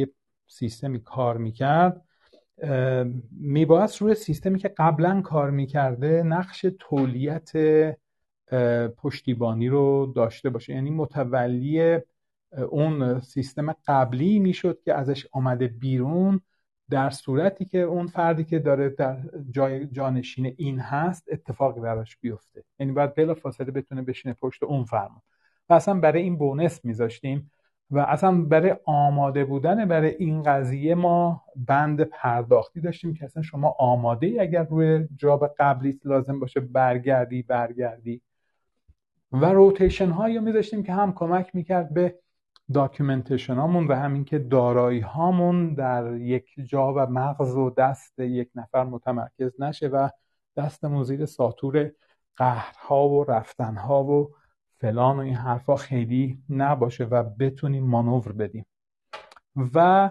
سیستمی کار میکرد، میبایست روی سیستمی که قبلا کار میکرده نقش تولیت پشتیبانی رو داشته باشه، یعنی متولی اون سیستم قبلی میشد که ازش آمده بیرون در صورتی که اون فردی که داره در جای جانشین این هست اتفاقی براش بیفته، یعنی باید بلا فاصله بتونه بشینه پشت اون فرمان. و اصلا برای این بونس میذاشتیم و اصلا برای آماده بودن برای این قضیه ما بند پرداختی داشتیم که اصلا شما آماده ای اگر روی جاب قبلی لازم باشه برگردی برگردی و روتیشن هایی میذاشتیم که هم کمک میکرد به داکیومنتیشن هامون و همین که دارایی هامون در یک جا و مغز و دست یک نفر متمرکز نشه و دستمون زیر ساطور قهرها و رفتنها و فلان و این حرفا خیلی نباشه و بتونیم مانور بدیم. و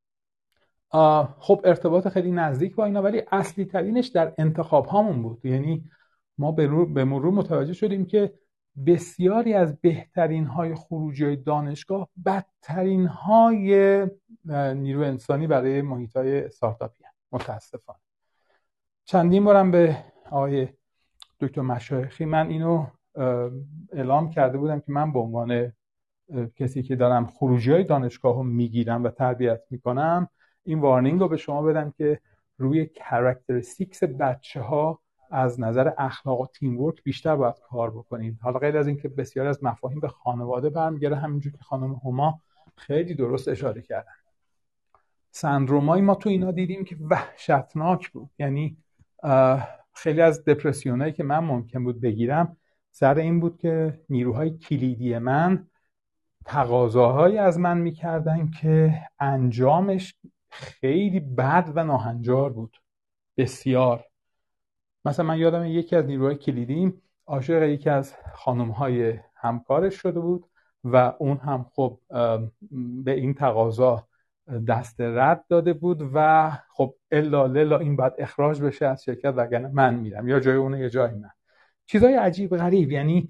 خب ارتباط خیلی نزدیک با اینا، ولی اصلی ترینش در انتخاب هامون بود. یعنی ما به مرور متوجه شدیم که بسیاری از بهترین های خروجی های دانشگاه بدترین های نیرو انسانی برای محیط های استارتاپی هست. متاسفانه چندین بارم به آقای دکتر مشایخی من اینو اعلام کرده بودم که من به عنوان کسی که دارم خروجی های دانشگاه رو میگیرم و تربیت میکنم این وارنینگ رو به شما بدم که روی کاراکتریستیکس بچه ها از نظر اخلاق و تیم ورک بیشتر باید کار بکنید. حالا غیر از این که بسیار از مفاهیم به خانواده برمیگره، همینجور که خانم هما خیلی درست اشاره کردن. سندرومای ما تو اینا دیدیم که وحشتناک بود. یعنی خیلی از دپرسیونایی که من ممکن بود بگیرم سر این بود که نیروهای کلیدی من تقاضاهایی از من میکردن که انجامش خیلی بد و ناهنجار بود. بسیار. مثلا من یادم یکی از نیروهای کلیدیم عاشق یکی از خانم‌های همکارش شده بود و اون هم خب به این تقاضا دست رد داده بود و خب الا للا این بعد اخراج بشه از شرکت وگرنه من میرم یا جای اونه یا جای من. چیزای عجیب غریب، یعنی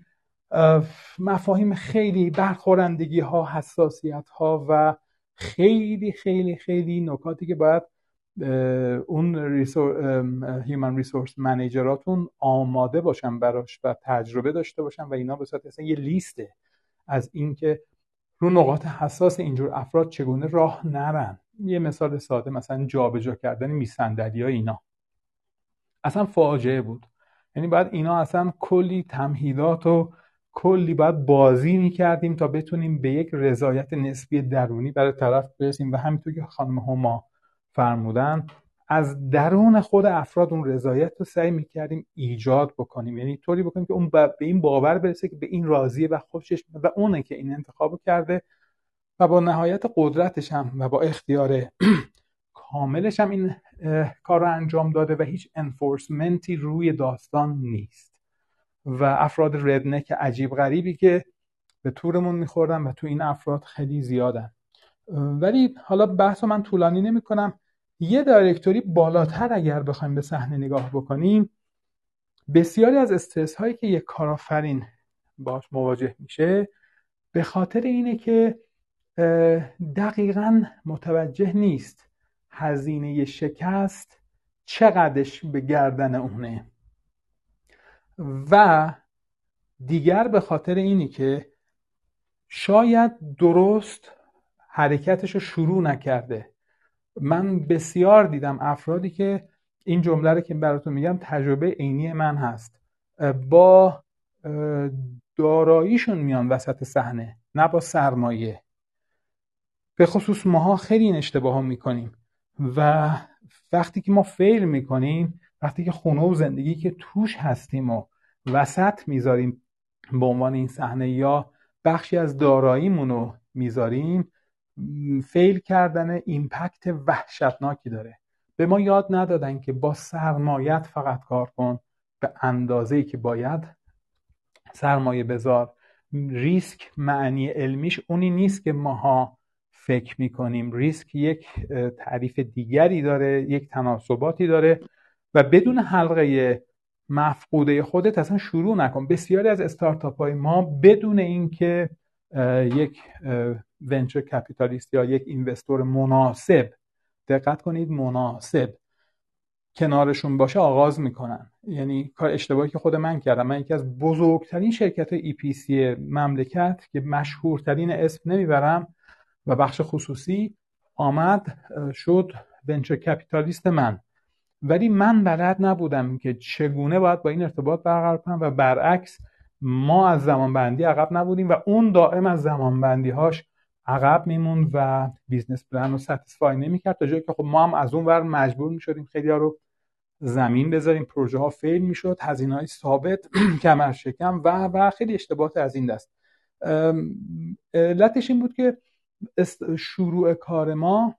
مفاهیم خیلی برخورندگی ها، حساسیت ها و خیلی خیلی خیلی نکاتی که باید اون هیومن ریسورس منیجراتون آماده باشن براش و تجربه داشته باشن و اینا به صورت اصلا یه لیسته از این که رو نقاط حساس اینجور افراد چگونه راه نرن. یه مثال ساده مثلا جابجا کردن میزصندلی ها، اینا اصلا فاجعه بود. یعنی باید اینا اصلا کلی تمهیدات و کلی باید بازی میکردیم تا بتونیم به یک رضایت نسبی درونی برای طرف برسیم و همینطور که خانم هما فرمودن از درون خود افراد اون رضایت رو سعی میکردیم ایجاد بکنیم، یعنی طوری بکنیم که اون به این باور برسه که به این راضیه و خوشش و اونه که این انتخاب کرده و با نهایت قدرتش هم و با اختیار کاملش هم این کار رو انجام داده و هیچ انفورسمنتی روی داستان نیست. و افراد ردنک عجیب غریبی که به تورمون میخوردن و تو این افراد خیلی زیادن. ولی حالا بحثو من طولانی نمی کنم. یه دایرکتوری بالاتر اگر بخوایم به صحنه نگاه بکنیم، بسیاری از استرس هایی که یک کارآفرین باش مواجه میشه به خاطر اینه که دقیقاً متوجه نیست هزینه شکست چقدرش به گردن اونه و دیگر به خاطر اینی که شاید درست حرکتش رو شروع نکرده. من بسیار دیدم افرادی که این جمله رو که براتون میگم تجربه عینی من هست، با داراییشون میان وسط صحنه نه با سرمایه. به خصوص ماها خیلی این اشتباه ها میکنیم و وقتی که ما فیل میکنیم، وقتی که خونه و زندگی که توش هستیم و وسط میذاریم به عنوان این صحنه یا بخشی از داراییمون رو میذاریم، فیل کردن ایمپکت وحشتناکی داره. به ما یاد ندادن که با سرمایت فقط کار کن، به اندازه‌ای که باید سرمایه بذار. ریسک معنی علمیش اونی نیست که ماها فکر میکنیم. ریسک یک تعریف دیگری داره، یک تناسباتی داره و بدون حلقه مفقوده خودت اصلا شروع نکن. بسیاری از استارتاپ های ما بدون اینکه یک ونچر کپیتالیست یا یک اینوستور مناسب، دقت کنید مناسب، کنارشون باشه آغاز میکنن. یعنی کار اشتباهی که خود من کردم، من یکی از بزرگترین شرکت ای پی سی مملکت که مشهورترین اسم نمیبرم و بخش خصوصی آمد شد ونچر کپیتالیست من، ولی من بلد نبودم که چگونه باید با این ارتباط برقرار کنم و برعکس ما از زمانبندی عقب نبودیم و اون دائم از زمانبندی‌هاش عقب میموند و بیزنس پلن رو ستیسفای نمی‌کرد، تا جایی که خب ما هم از اون ور مجبور می‌شدیم خیلی‌ها رو زمین بذاریم، پروژه ها فیل می‌شد، هزینه‌های ثابت، کمر شکم و و خیلی اشتباهات از این دست. علتش این بود که شروع کار ما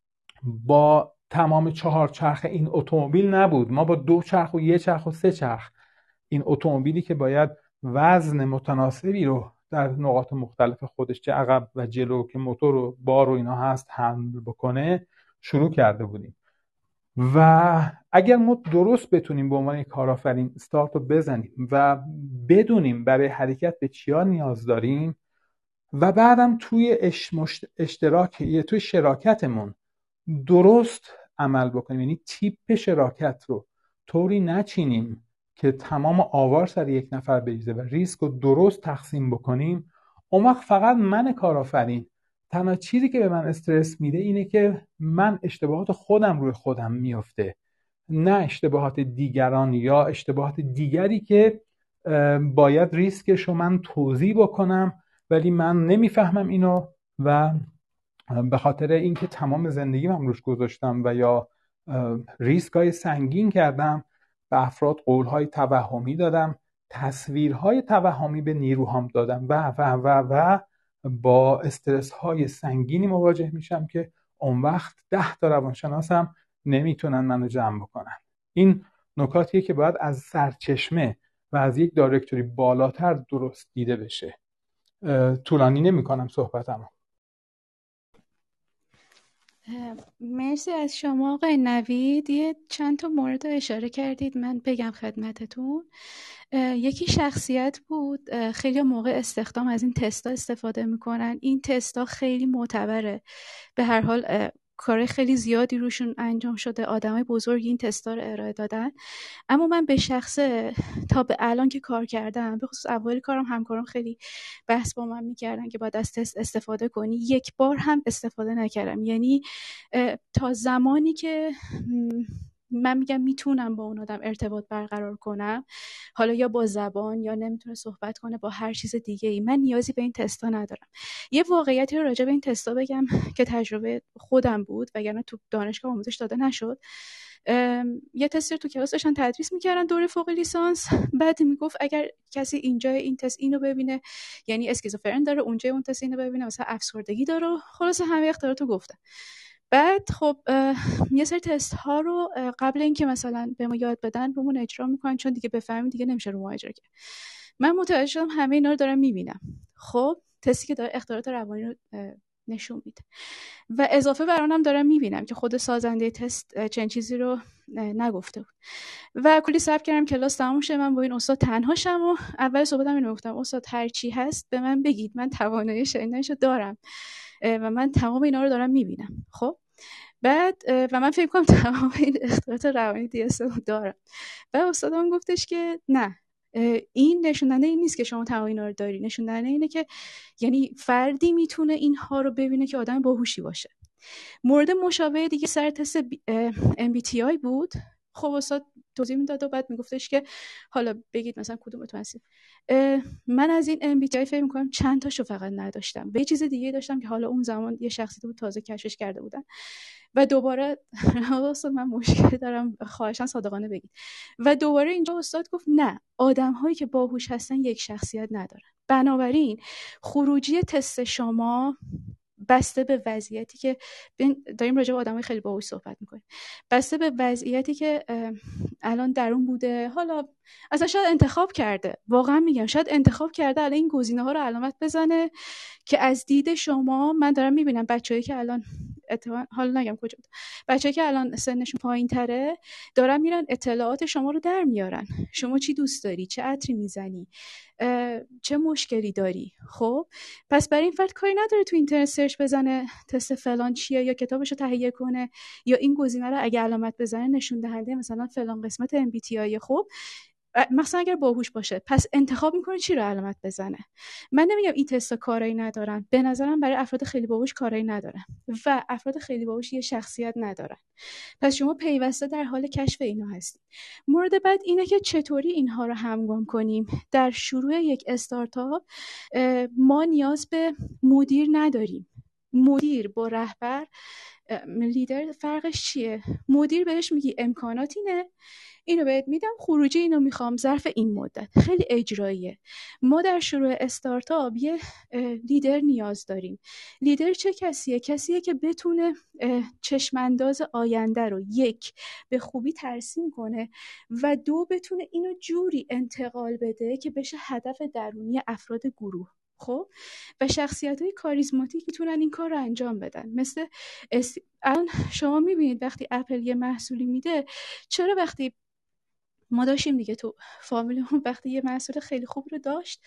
با تمام چهار چرخ این اتومبیل نبود، ما با دو چرخ و یک چرخ و سه چرخ این اتومبیلی که باید وزن متناسبی رو در نقاط مختلف خودش، چه عقب و جلو که موتور و بار و اینا هست، حمل بکنه شروع کرده بودیم. و اگر ما درست بتونیم به عنوان کارآفرین استارت رو بزنیم و بدونیم برای حرکت به چیا نیاز داریم و بعدم توی اشتراک یا توی شراکتمون درست عمل بکنیم، یعنی تیپ شراکت رو طوری نچینیم که تمام آوار سر یک نفر بریزه و ریسک رو درست تقسیم بکنیم، اون وقت فقط من کارآفرین تنها چیزی که به من استرس میده اینه که من اشتباهات خودم روی خودم میفته، نه اشتباهات دیگران یا اشتباهات دیگری که باید ریسکش رو من توضیح بکنم ولی من نمیفهمم اینو و به خاطر اینکه تمام زندگی من روش گذاشتم و یا ریسکای سنگین کردم، به افراد قولهای توهمی دادم، تصویرهای توهمی به نیروهام دادم و و و و با استرس های سنگینی مواجه میشم که اون وقت ده تا روانشناسم نمیتونن منو جمع بکنن. این نکاتیه که باید از سرچشمه و از یک دایرکتوری بالاتر درست دیده بشه. طولانی نمی کنم صحبتمو. مرسی از شما آقای نوید. یه چند تا مورد رو اشاره کردید، من بگم خدمتتون. یکی شخصیت بود. خیلی موقع استخدام از این تستا استفاده میکنن. این تستا خیلی معتبره، به هر حال کار خیلی زیادی روشون انجام شده، آدمای بزرگی این تستا رو ارائه دادن. اما من به شخصه تا به الان که کار کردم، به خصوص اوایل کارم همکارم خیلی بحث با من میکردن که باید از تست استفاده کنی، یک بار هم استفاده نکردم. یعنی تا زمانی که من میگم میتونم با اون آدم ارتباط برقرار کنم، حالا یا با زبان یا نمیتونه صحبت کنه با هر چیز دیگه ای، من نیازی به این تستا ندارم. یه واقعیتی رو راجع به این تستا بگم که تجربه خودم بود وگرنه تو دانشگاه آموزش داده نشد. یه تستی رو تو کلاس داشتن تدریس میکردن دوره فوق لیسانس، بعد میگفت اگر کسی اینجا این تست اینو ببینه یعنی اسکیزوفرن داره، اونجا اون تست اینو ببینه مثلا افسردگی داره، خلاص همه اختیاراتو گفتن. بعد خب یه سری تست ها رو قبل اینکه مثلا به ما یاد بدن رومون اجرا میکنن، چون دیگه بفهمیم دیگه نمیشه رو ما اجرا کرد. من متوجه شدم همه اینا رو دارم میبینم. خب تستی که داره اختیارات روانی رو نشون میده و اضافه بر اونم دارم میبینم که خود سازنده تست چنین چیزی رو نگفته بود و کلی صبر کردم کلاس تموم شه، من با این استاد تنها شم و اول صحبتم اینو گفتم استاد هر چی هست به من بگید، من توانایی شنیدنشو دارم و من تمام اینا رو دارم میبینم. خب بعد و من فکر کنم تمام این اختیارات روانی دی اس رو دارم. و استادم گفتش که نه، این نشون دهنده این نیست که شما تمام اینا رو داری، نشون دهنده اینه که یعنی فردی میتونه اینها رو ببینه که آدم باهوشی باشه. مورد مشابه دیگه سر تست ام بی تی آی بود. خب استاد توضیح میداد و بعد میگفتش که حالا بگید مثلا کدومتون هستید. من از این ام بی تی آی فکر میکنم چند تاشو فقط نداشتم، به چیز دیگه داشتم که حالا اون زمان یه شخصی بود تازه کشفش کرده بودن. و دوباره استاد من مشکل دارم، خواهشاً صادقانه بگید. و دوباره اینجا استاد گفت نه، آدم هایی که باهوش هستن یک شخصیت ندارن. بنابراین خروجی تست شما بسته به وضعیتی که داریم راجع به آدمای خیلی باهوش صحبت میکنیم، بسته به وضعیتی که الان در اون بوده، حالا اصلا شاید انتخاب کرده، واقعا میگم شاید انتخاب کرده الان این گزینه‌ها رو علامت بزنه که از دید شما، من دارم میبینم بچه‌ای که الان اتفاقا حالا نگم کجا بود، بچه‌ای که الان سنشون پایین‌تره دارن میرن اطلاعات شما رو در میارن، شما چی دوست داری، چه عطری میزنی، چه مشکلی داری. خب پس برای این فرد کاری نداره تو اینترنت سرچ بزنه تست فلان چیه یا کتابشو تهیه کنه یا این گزینه رو اگه علامت بزنه نشون دهنده مثلا فلان قسمت ام بی تی آی. خب مثلا اگر باهوش باشه پس انتخاب میکنه چی رو علامت بزنه. من نمیگم این تستا کاری ندارن، به نظرم برای افراد خیلی باهوش کاری ندارن و افراد خیلی باهوش یه شخصیت ندارن. پس شما پیوسته در حال کشف اینا هستید. مورد بعد اینه که چطوری اینها رو همگام کنیم. در شروع یک استارتاپ ما نیاز به مدیر نداریم. مدیر با رهبر، لیدر فرقش چیه؟ مدیر بهش میگی امکانات اینه، اینو بهت میدم، خروجی اینو میخوام ظرف این مدت، خیلی اجراییه. ما در شروع استارتاپ یه لیدر نیاز داریم. لیدر چه کسیه؟ کسیه که بتونه چشمانداز آینده رو یک به خوبی ترسیم کنه و دو بتونه اینو جوری انتقال بده که بشه هدف درونی افراد گروه. خب و شخصیت‌های کاریزماتیک میتونن این کار رو انجام بدن. مثل است... الان شما میبینید وقتی اپل یه محصولی میده، چرا وقتی ما داشتیم دیگه تو فامیلمون وقتی یه محصول خیلی خوب رو داشت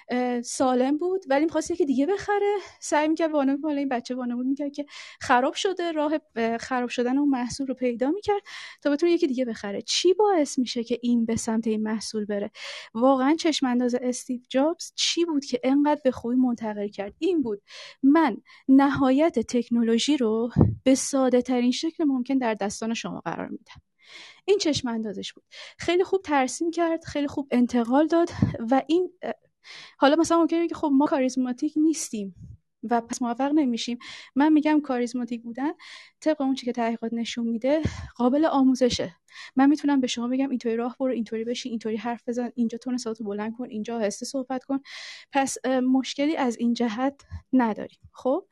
سالم بود ولی می‌خواست یکی دیگه بخره، سعی می‌کرد وانمود کنه، این بچه وانمود می‌کرد که خراب شده، راه خراب شدن اون محصول رو پیدا می‌کرد تا بتونه یکی دیگه بخره. چی باعث میشه که این به سمت این محصول بره؟ واقعا چشم انداز استیو جابز چی بود که انقدر به خوبی منتقل کرد؟ این بود من نهایت تکنولوژی رو به ساده ترین شکل ممکن در دستان شما قرار میدم. این چشم اندازش بود. خیلی خوب ترسیم کرد، خیلی خوب انتقال داد و این حالا مثلا ممکنه که خب ما کاریزماتیک نیستیم و پس موفق نمیشیم. من میگم کاریزماتیک بودن طبق اون چیزی که تحقیقات نشون میده قابل آموزشه. من میتونم به شما بگم اینطوری راه برو، اینطوری بشی، اینطوری حرف بزن، اینجا تون صوتو بلند کن، اینجا آهسته صحبت کن. پس مشکلی از این جهت نداریم. خب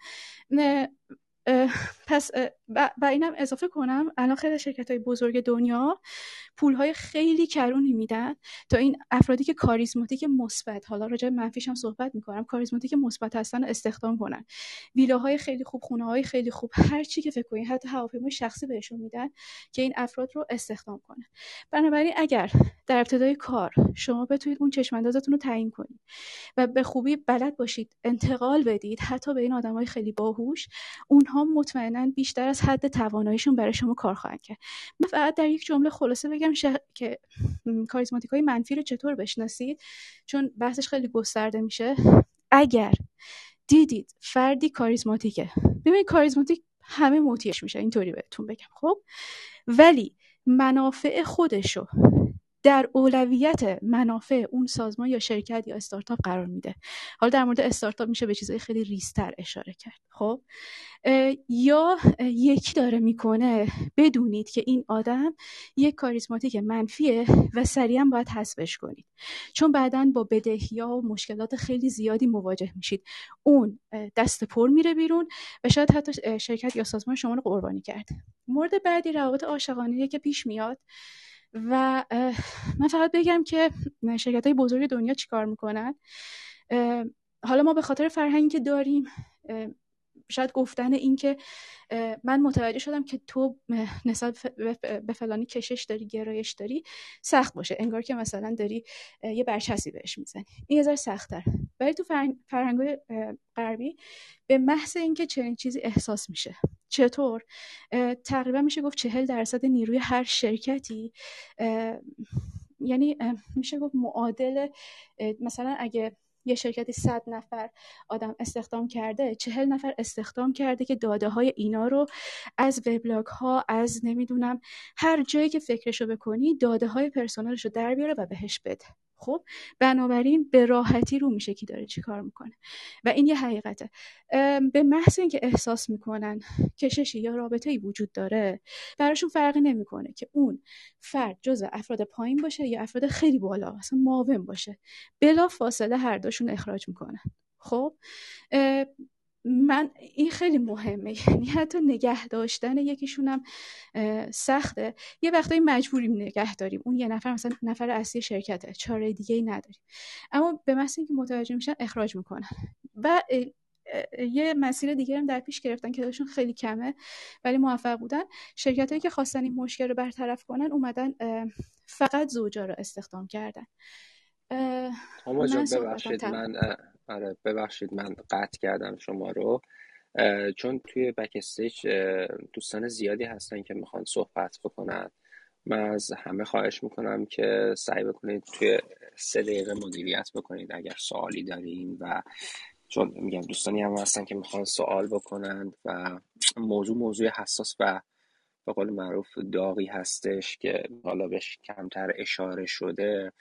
پس و اینم اضافه کنم الان خیلی شرکت‌های بزرگ دنیا پول‌های خیلی کرونی میدن تا این افرادی که کاریزماتیک مثبت، حالا راجع به منفیش هم صحبت می‌کنم، کاریزماتیک مثبت هستن استخدام کنن. ویلاهای خیلی خوب، خونه‌های خیلی خوب، هر چی که فکر کنید، حتی هواپیمای شخصی بهشون میدن که این افراد رو استخدام کنن. بنابراین اگر در ابتدای کار شما بتونید اون چشم اندازتون رو تعیین کنید و به خوبی بلد باشید انتقال بدید حتی به این آدمای خیلی باهوش، اونها مطمئناً بیشتر از حد تواناییشون برای شما کار خواهند کرد. من فقط در یک جمله خلاصه بگم شه... که کاریزماتیک‌های منفی رو چطور بشناسید، چون بحثش خیلی گسترده میشه. اگر دیدید فردی کاریزماتیکه، ببینید کاریزماتیک همه موتیش میشه، اینطوری بهتون بگم، خب ولی منافع خودشو در اولویت منافع اون سازمان یا شرکت یا استارتاپ قرار میده. حالا در مورد استارتاپ میشه به چیزهای خیلی ریزتر اشاره کرد. خب یا یکی داره میکنه، بدونید که این آدم یک کاریزماتیک منفیه و سریعا باید حذفش کنید، چون بعداً با بدهی‌ها و مشکلات خیلی زیادی مواجه میشید. اون دست پر میره بیرون و شاید حتی شرکت یا سازمان شما رو قربانی کرد. مورد بعدی روابط عاشقانه‌ای که پیش میاد و من فقط بگم که شرکت‌های بزرگ دنیا چیکار میکنن. حالا ما به خاطر فرهنگی که داریم، شاید گفتن این که من متوجه شدم که تو نسبت به فلانی کشش داری، گرایش داری، سخت باشه، انگار که مثلا داری یه برچسبی بهش میزنی. این یه ذره سخت‌تر. ولی تو فرهنگ‌های غربی به محض اینکه چنین چیزی احساس میشه، چطور؟ تقریبا میشه گفت چهل درصد نیروی هر شرکتی، یعنی میشه گفت معادل، مثلا اگه یه شرکتی صد نفر آدم استخدام کرده، چهل نفر استخدام کرده که داده های اینا رو از وبلاگ ها، از نمیدونم هر جایی که فکرشو بکنی داده های پرسونالش رو در بیاره و بهش بده. خب بنابراین به راحتی رو میشه کی داره چی کار میکنه و این یه حقیقته. به محض اینکه احساس میکنن کششی یا رابطه‌ای وجود داره، براشون فرقی نمیکنه که اون فرد جزء افراد پایین باشه یا افراد خیلی بالا، مثلا معاون باشه، بلا فاصله هر دوشون اخراج میکنن. خب من این خیلی مهمه، یعنی حتی نگه داشتن یکیشونم سخته. یه وقتایی مجبوریم نگه داریم، اون یه نفر مثلا نفر اصلی شرکته، چاره دیگه ای نداریم، اما به محض اینکه متوجه میشن اخراج میکنن. و یه مسیر دیگه هم در پیش گرفتن که داشتون خیلی کمه ولی موفق بودن. شرکتایی که خواستن این مشکل رو برطرف کنن اومدن فقط زوجا رو استخدام کردن. اما جان ببخشید من آره ببخشید من قطع کردم شما رو، چون توی بک استیج دوستان زیادی هستن که میخوان صحبت بکنن. من از همه خواهش میکنم که سعی بکنید توی سه دقیقه مدیریت بکنید اگر سوالی دارین، و چون میگم دوستانی هم هستن که میخوان سوال بکنن و موضوع موضوع حساس و به قول معروف داغی هستش که حالا بهش کمتر اشاره شده.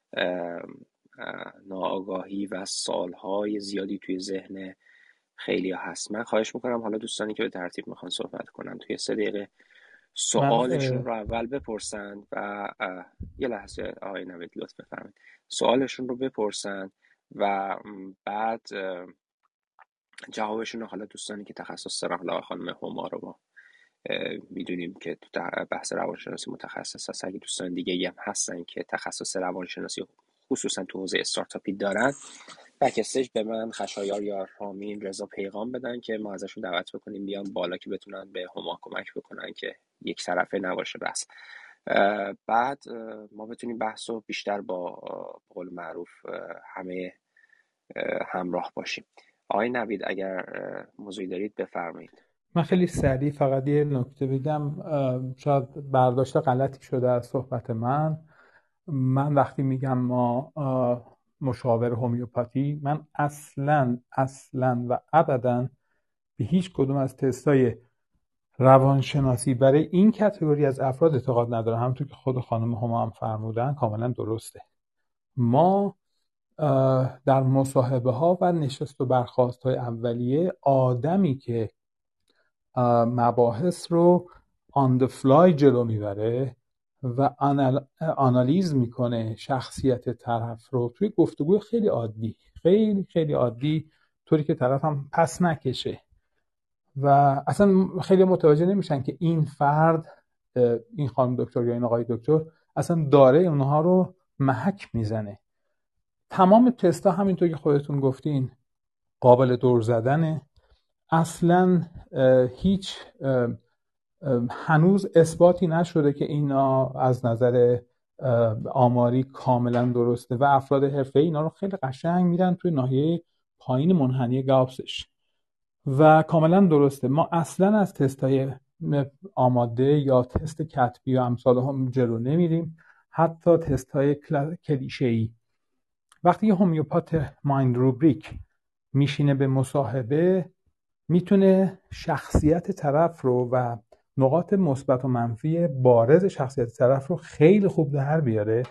ناآگاهی و سوالهای زیادی توی ذهن خیلی هست. من خواهش میکنم حالا دوستانی که به ترتیب میخوان صحبت کنن توی سه دقیقه سوالشون رو اول بپرسن و یه لحظه آقای نوید لطف بفرمایید سوالشون رو بپرسن و بعد جوابشون رو حالا دوستانی که تخصص دارن، حالا خانم هما رو ما میدونیم که تو بحث روانشناسی متخصص هست، اگه دوستان دیگه هم هستن که تخصص روانشناسی خصوصا تو حوزه استارتاپی دارن، بک استیج به من، خشایار یا رامین، رضا پیغام بدن که ما ازشون دعوت بکنیم بیان بالا که بتونن به هما کمک بکنن که یک طرفه نباشه بس. بعد ما بتونیم بحث رو بیشتر با به قول معروف همه همراه باشیم. آقای نوید اگر موضوعی دارید بفرمایید. من خیلی سریع فقط یه نکته بگم، شاید برداشت غلطی شده از صحبت من. من وقتی میگم ما مشاور هومیوپاتی، من اصلاً اصلاً و ابداً به هیچ کدوم از تستای روانشناسی برای این کاتگوری از افراد اعتقاد ندارم. همونطور که خود خانم هما هم فرمودن کاملا درسته. ما در مصاحبه ها و نشست و برخاست های اولیه آدمی که مباحث رو آن د فلای جلو میبره و آنالیز میکنه شخصیت طرف رو توی گفتگوی خیلی عادی خیلی خیلی عادی، طوری که طرف هم پس نکشه و اصلا خیلی متوجه نمیشن که این فرد، این خانم دکتر یا این آقای دکتر، اصلا داره اونها رو محک میزنه. تمام تستا همینطور که خودتون گفتین قابل دور زدنه. اصلا هیچ هنوز اثباتی نشده که اینا از نظر آماری کاملا درسته و افراد حرفه‌ای اینا رو خیلی قشنگ میرن توی ناحیه پایین منحنی گاوسش و کاملا درسته. ما اصلا از تستای آماده یا تست کتبی و امثال هم جلو نمیریم، حتی تستای کلیشه‌ای. وقتی یه هومیوپات مایند روبریک میشینه به مصاحبه، میتونه شخصیت طرف رو و نقاط مثبت و منفی بارز شخصیت طرف رو خیلی خوب در بیاره.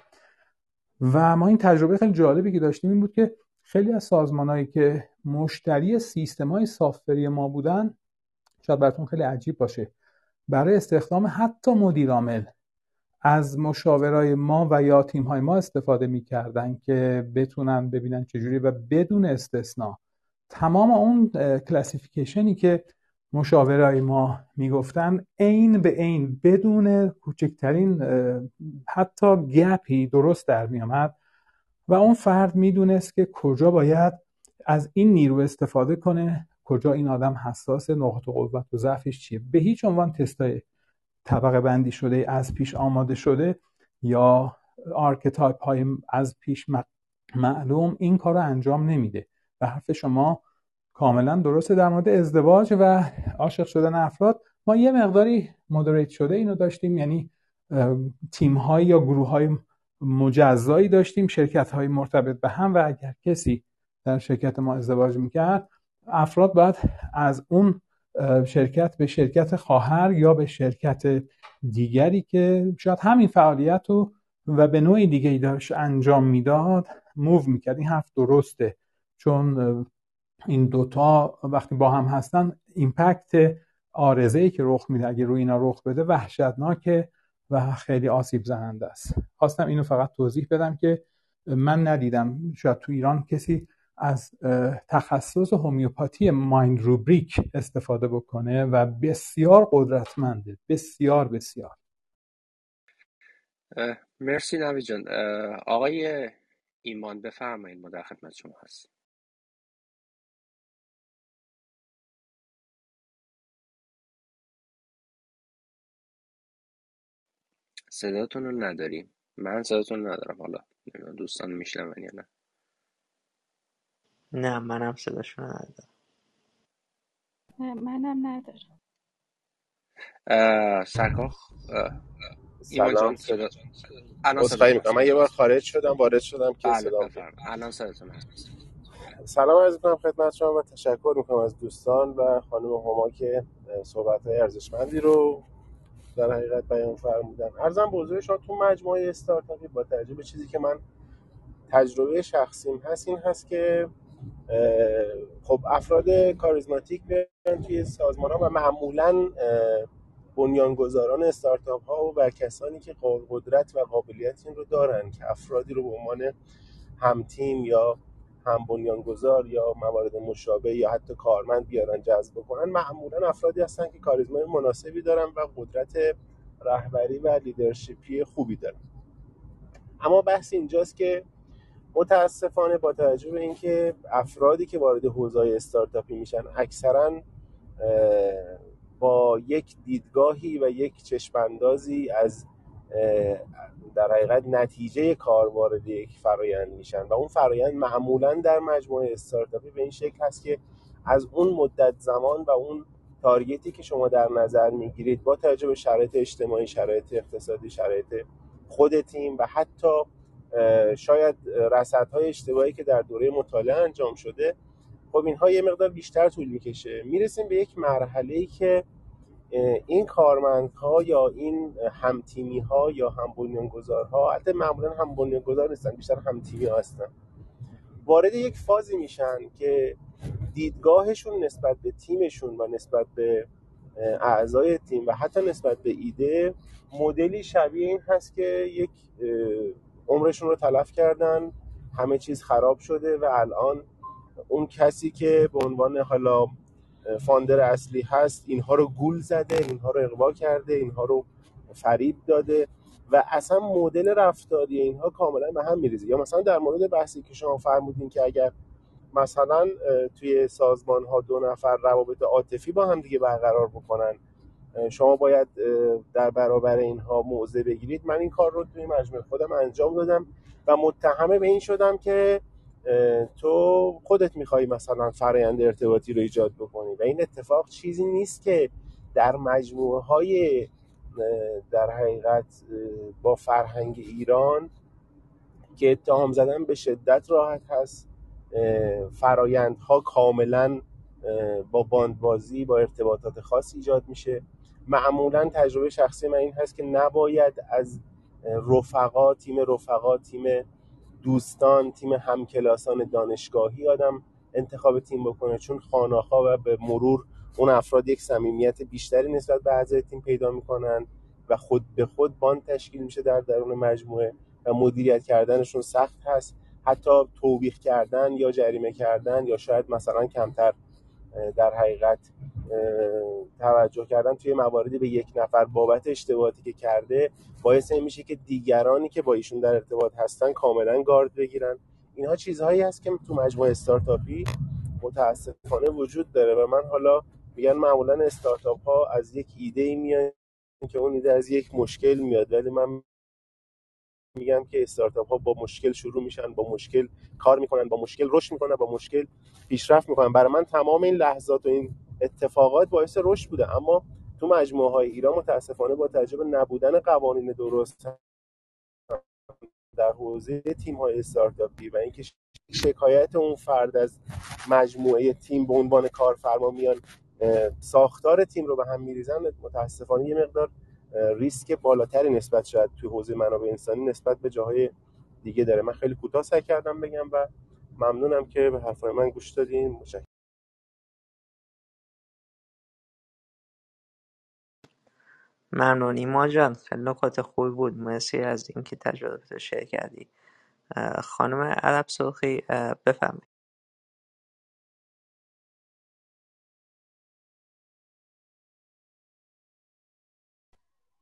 و ما این تجربه خیلی جالبی که داشتیم این بود که خیلی از سازمانایی که مشتری سیستم‌های سافت‌وری ما بودن، شاید براتون خیلی عجیب باشه، برای استخدام حتی مدیر عامل از مشاورای ما و یا تیم‌های ما استفاده می‌کردن که بتونن ببینن چجوری و بدون استثناء تمام اون کلاسیفیکیشنی که مشاورای ما میگفتن عین به عین بدون کوچکترین حتی گپی درست در میامد و اون فرد میدونست که کجا باید از این نیرو استفاده کنه، کجا این آدم حساس، نقاط قوت و ضعفش چیه. به هیچ عنوان تستای طبقه بندی شده از پیش آماده شده یا آرکتایپ های از پیش معلوم این کار رو انجام نمیده. و حرف شما کاملا درسته در مورد ازدواج و عاشق شدن افراد. ما یه مقداری مودریت شده اینو داشتیم، یعنی تیم های یا گروه های مجزایی داشتیم، شرکت های مرتبط به هم، و اگر کسی در شرکت ما ازدواج میکرد، افراد باید از اون شرکت به شرکت خواهر یا به شرکت دیگری که شاید همین فعالیت رو و به نوعی دیگه‌ای داشت انجام میداد موو میکرد. این حرف درسته، چون این دوتا وقتی با هم هستن ایمپکت عارضه‌ای که رخ میده اگه روی اینا رخ بده وحشتناکه و خیلی آسیب زننده است. خواستم اینو فقط توضیح بدم که من ندیدم شاید تو ایران کسی از تخصص هومیوپاتی مایند روبریک استفاده بکنه و بسیار قدرتمنده، بسیار بسیار. مرسی نوید جان. آقای ایمان بفرمایید، ما در خدمت شما هست. صداتون رو نداریم. من صداتون رو ندارم. حالا نمی‌دونم دوستان میشنون یا نه. نه منم صداشون ندارم. نه، منم ندارم. اه، سرکار اه، ایمان سلام. جان صدا الان عذرخواهی صداتون میکنم، هست. من یه بار بفرمایید. خارج شدم وارد شدم که بله صدام بیاد. بفرمایید، الان صداتون هست. سلام عرض میکنم خدمت شما و تشکر میکنم از دوستان و خانم هما که صحبت های ارزشمندی رو در حقیقت بیان فرمودن. عرضم به حضور شما تو مجموعه استارتاپی با توجه به چیزی که من تجربه شخصیم هست این هست که خب افراد کاریزماتیک میان توی سازمان ها و معمولا بنیانگذاران استارتاپ ها و کسانی که قدرت و قابلیت این رو دارن که افرادی رو به عنوان هم تیم یا هم بنیانگذار یا موارد مشابه یا حتی کارمند بیارن جذب کنن، معمولا افرادی هستن که کاریزمای مناسبی دارن و قدرت رهبری و لیدرشپی خوبی دارن. اما بحث اینجاست که متاسفانه با توجه به اینکه افرادی که وارد حوزه استارتاپی میشن اکثرا با یک دیدگاهی و یک چشماندازی از در حقیقت نتیجه کار وارد یک فرایند میشن و اون فرایند معمولا در مجموعه استارتاپی به این شکل هست که از اون مدت زمان و اون تارگتی که شما در نظر میگیرید با توجه به شرایط اجتماعی، شرایط اقتصادی، شرایط خود تیم و حتی شاید رصدهای اشتباهی که در دوره مطالعه انجام شده، خب اینها یه مقدار بیشتر طول میکشه. میرسیم به یک مرحله‌ای که این کارمندها یا این همتیمی‌ها یا هم بنیانگذارها، البته معمولا هم بنیانگذار نیستن، بیشتر همتیمی هستن، وارد یک فازی میشن که دیدگاهشون نسبت به تیمشون و نسبت به اعضای تیم و حتی نسبت به ایده مدلی شبیه این هست که یک عمرشون رو تلف کردن، همه چیز خراب شده و الان اون کسی که به عنوان حالا فاندر اصلی هست اینها رو گول زده، اینها رو اغوا کرده، اینها رو فریب داده و اصلا مدل رفتاری اینها کاملا به هم میریزه. یا مثلا در مورد بحثی که شما فرمودین که اگر مثلا توی سازمان ها دو نفر روابط عاطفی با هم دیگه برقرار بکنن، شما باید در برابر اینها موضع بگیرید. من این کار رو توی مجموعه خودم انجام دادم و متهم به این شدم که تو خودت میخوای مثلا فرآیند ارتباطی رو ایجاد بکنی و این اتفاق چیزی نیست که در مجموعه های در حقیقت با فرهنگ ایران که اتهام زدن به شدت راحت هست. فرایندها کاملا با باندبازی، با ارتباطات خاص ایجاد میشه. معمولا تجربه شخصی من این هست که نباید از رفقا، تیم رفقا، تیم دوستان، تیم همکلاسان دانشگاهی آدم انتخاب تیم بکنه، چون خانه‌ها و به مرور اون افراد یک صمیمیت بیشتری نسبت به اعضای تیم پیدا میکنن و خود به خود باند تشکیل میشه در درون مجموعه و مدیریت کردنشون سخت هست. حتی توبیخ کردن یا جریمه کردن یا شاید مثلا کمتر در حقیقت توجه کردن توی مواردی به یک نفر بابت اشتباهاتی که کرده باعث این میشه که دیگرانی که با ایشون در ارتباط هستن کاملا گارد بگیرن. اینها چیزهایی هست که تو مجموعه استارتاپی متاسفانه وجود داره و من حالا میگن معمولا استارتاپ ها از یک ایده میاد که اون ایده از یک مشکل میاد، ولی من میگم که استارتاپ ها با مشکل شروع میشن، با مشکل کار میکنن، با مشکل رشد میکنن، با مشکل پیشرفت میکنن. برای من تمام این لحظات و این اتفاقات باعث رشد بوده، اما تو مجموعه های ایران متاسفانه با توجه به نبودن قوانین درست در حوزه تیم های استارتاپی و اینکه شکایت اون فرد از مجموعه تیم به عنوان کارفرما میان ساختار تیم رو به هم میریزن، متاسفانه یه مقدار ریسک بالاتری نسبت شاید توی حوزه منابع انسانی نسبت به جاهای دیگه داره. من خیلی کوتاه سعی کردم بگم و ممنونم که به حرفای من گوش دادین. متشکرم. ممنون ایمان جان، خیلی نکات خوبی بود. مرسی از اینکه تجربه تو شیر کردی. خانم عرب سرخی بفرمایید.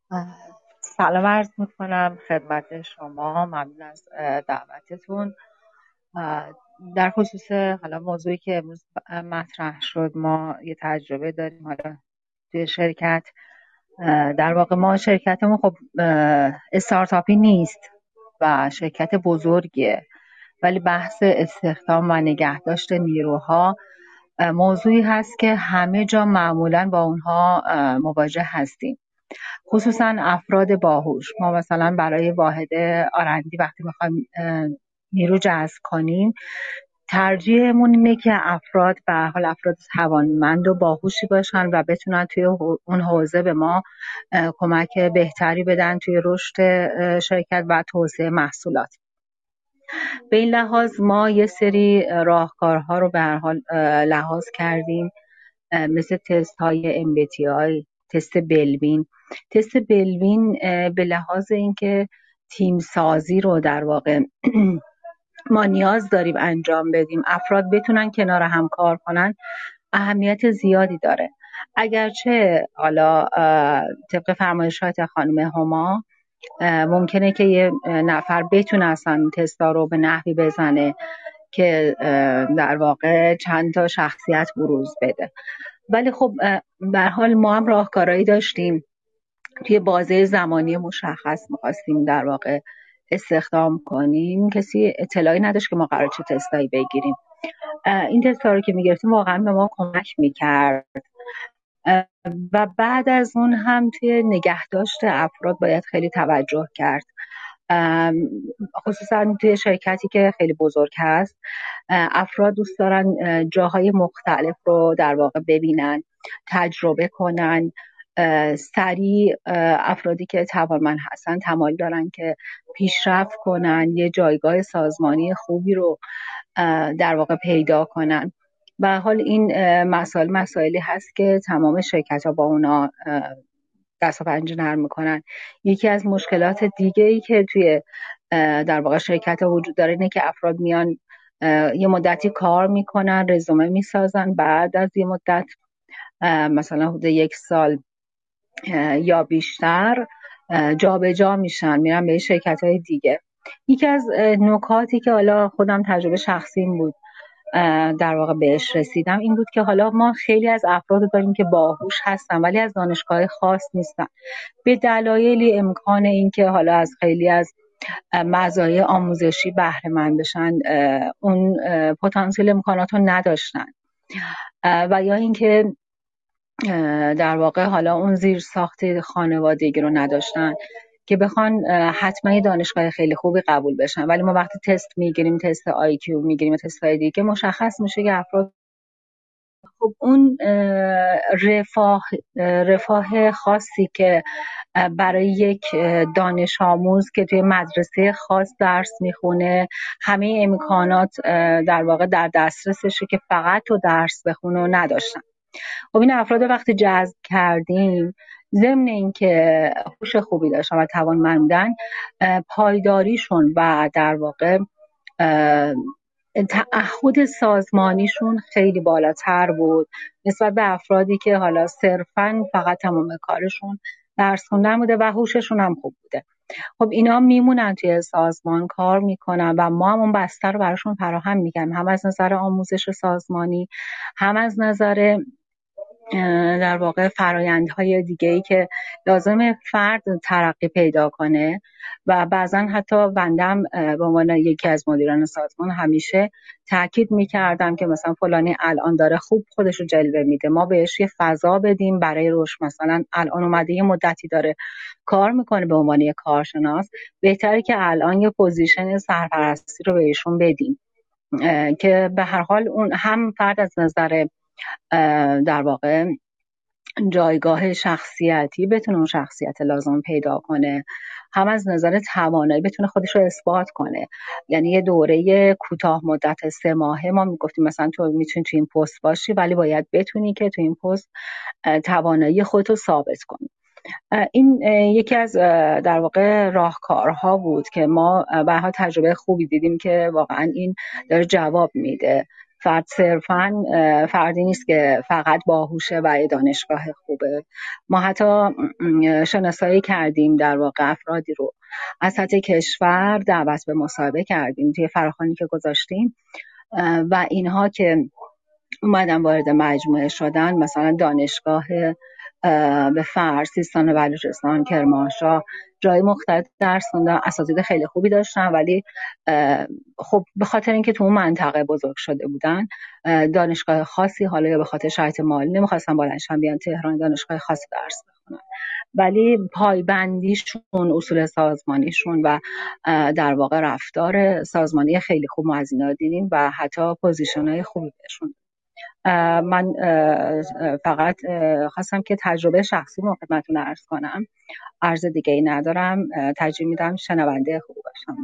سلام عرض میکنم خدمت شما. ممنون از دعوتتون. در خصوص حالا موضوعی که امروز مطرح شد، ما یه تجربه داریم حالا توی شرکت. در واقع ما شرکتمون خب استارتاپی نیست و شرکت بزرگیه، ولی بحث استخدام و نگهداشت نیروها موضوعی هست که همه جا معمولاً با اونها مواجه هستیم، خصوصا افراد باهوش. ما مثلا برای واحد آرندی وقتی میخوایم نیرو جذب کنیم، ترجیحمون اینه که افراد به هر حال افراد توانمند و باهوشی باشن و بتونن توی اون حوزه به ما کمک بهتری بدن توی رشد شرکت و توسعه محصولات. به این لحاظ ما یه سری راهکارها رو به هر حال لحاظ کردیم، مثل تست های ام بی تی آی، تست بلوین. تست بلوین به لحاظ اینکه تیم سازی رو در واقع ما نیاز داریم انجام بدیم، افراد بتونن کنار هم کار کنن، اهمیت زیادی داره. اگرچه حالا طبق فرمایشات خانم هما ممکنه که یه نفر بتونه اصلا تستا رو به نحوی بزنه که در واقع چند تا شخصیت بروز بده، ولی خب به هر حال ما هم راهکارهایی داشتیم. توی بازه زمانی مشخص می‌خواستیم در واقع استخدام کنیم، کسی اطلاعی نداشت که ما قرار چه تستایی بگیریم. این تستا رو که می‌گرفتیم واقعا به ما کمک می‌کرد و بعد از اون هم توی نگهداشت افراد باید خیلی توجه کرد، خصوصا توی شرکتی که خیلی بزرگ هست. افراد دوست دارن جاهای مختلف رو در واقع ببینن، تجربه کنن. سریع افرادی که توانمند هستن تمایل دارن که پیشرفت کنن، یه جایگاه سازمانی خوبی رو در واقع پیدا کنن. به هر حال این مسائل مسائلی هست که تمام شرکت‌ها با اونا دست و پنجه نرم میکنن. یکی از مشکلات دیگه ای که توی در واقع شرکت ها وجود داره اینه که افراد میان یه مدتی کار میکنن، رزومه میسازن، بعد از یه مدت مثلا حدود یک سال یا بیشتر جابجا جا میشن، میرن به شرکت های دیگه. یکی از نکاتی که حالا خودم تجربه شخصیم بود در واقع بهش رسیدم این بود که حالا ما خیلی از افراد داریم که باهوش هستن ولی از دانشگاه خاص نیستن، به دلایلی امکان این که حالا از خیلی از مزایای آموزشی بهره مند بشن اون پتانسیل امکانات رو نداشتن، و یا اینکه در واقع حالا اون زیر ساخت خانوادگی رو نداشتن که بخوان حتما دانشگاه خیلی خوبی قبول بشن. ولی ما وقتی تست میگیریم، تست آی کیو میگیریم، تست های دیگه، مشخص میشه که افراد خب اون رفاه رفاه خاصی که برای یک دانش آموز که توی مدرسه خاص درس میخونه همه امکانات در واقع در دسترسشه که فقط تو درس بخونه و نداشتن. خب این افراد وقتی جذب کردیم، ضمن اینکه هوش خوبی داشتن و توانمندن، پایداریشون و در واقع تعهد سازمانیشون خیلی بالاتر بود نسبت به افرادی که حالا صرفاً فقط تمام کارشون درس خوندن بوده و هوششون هم خوب بوده. خب اینا میمونن توی سازمان کار میکنن و ما هم اون بستر رو براشون فراهم میکنیم، هم از نظر آموزش سازمانی، هم از نظر در واقع فرایندهای دیگه‌ای که لازم فرد ترقی پیدا کنه. و بعضا حتی بندم به عنوان یکی از مدیران سازمان همیشه تاکید میکردم که مثلا فلانی الان داره خوب خودش رو جلوه میده، ما بهش یه فضا بدیم برای رشد. مثلا الان اومده یه مدتی داره کار میکنه به عنوان یه کارشناس، بهتره که الان یه پوزیشن سرپرستی رو بهشون بدیم که به هر حال اون هم فرد از نظر در واقع جایگاه شخصیتی بتونه اون شخصیت لازم پیدا کنه، هم از نظر توانایی بتونه خودش رو اثبات کنه. یعنی یه دوره کوتاه مدت سه ماهه ما میگفتیم مثلا تو میتونی تو این پست باشی ولی باید بتونی که تو این پست توانایی خودت رو ثابت کنی. این یکی از در واقع راهکارها بود که ما به هر حال تجربه خوبی دیدیم که واقعا این داره جواب میده فرد صرفا فردی نیست که فقط باهوشه و دانشگاه خوبه. ما حتی شناسایی کردیم در واقع افرادی رو از سطح کشور دعوت به مصاحبه کردیم توی فراخوانی که گذاشتیم و اینها که اومدن وارد مجموعه شدن، مثلا دانشگاه به فرض سیستان و بلوچستان، کرمانشاه، جای مختلف درس خوندن، اساتید خیلی خوبی داشتن، ولی خب به خاطر اینکه تو اون منطقه بزرگ شده بودن دانشگاه خاصی، حالا یا به خاطر شرایط مالی نمیخواستن بلندشن بیان تهران دانشگاه خاصی درس بخونن، ولی پایبندیشون، اصول سازمانیشون و در واقع رفتار سازمانی خیلی خوب ما از اینا دیدیم و حتی پوزیشن‌های خوبی بهشون. من فقط خواستم که تجربه شخصی رو خدمتتون عرض کنم، عرض دیگه ای ندارم، ترجیح میدم شنونده خوب باشم.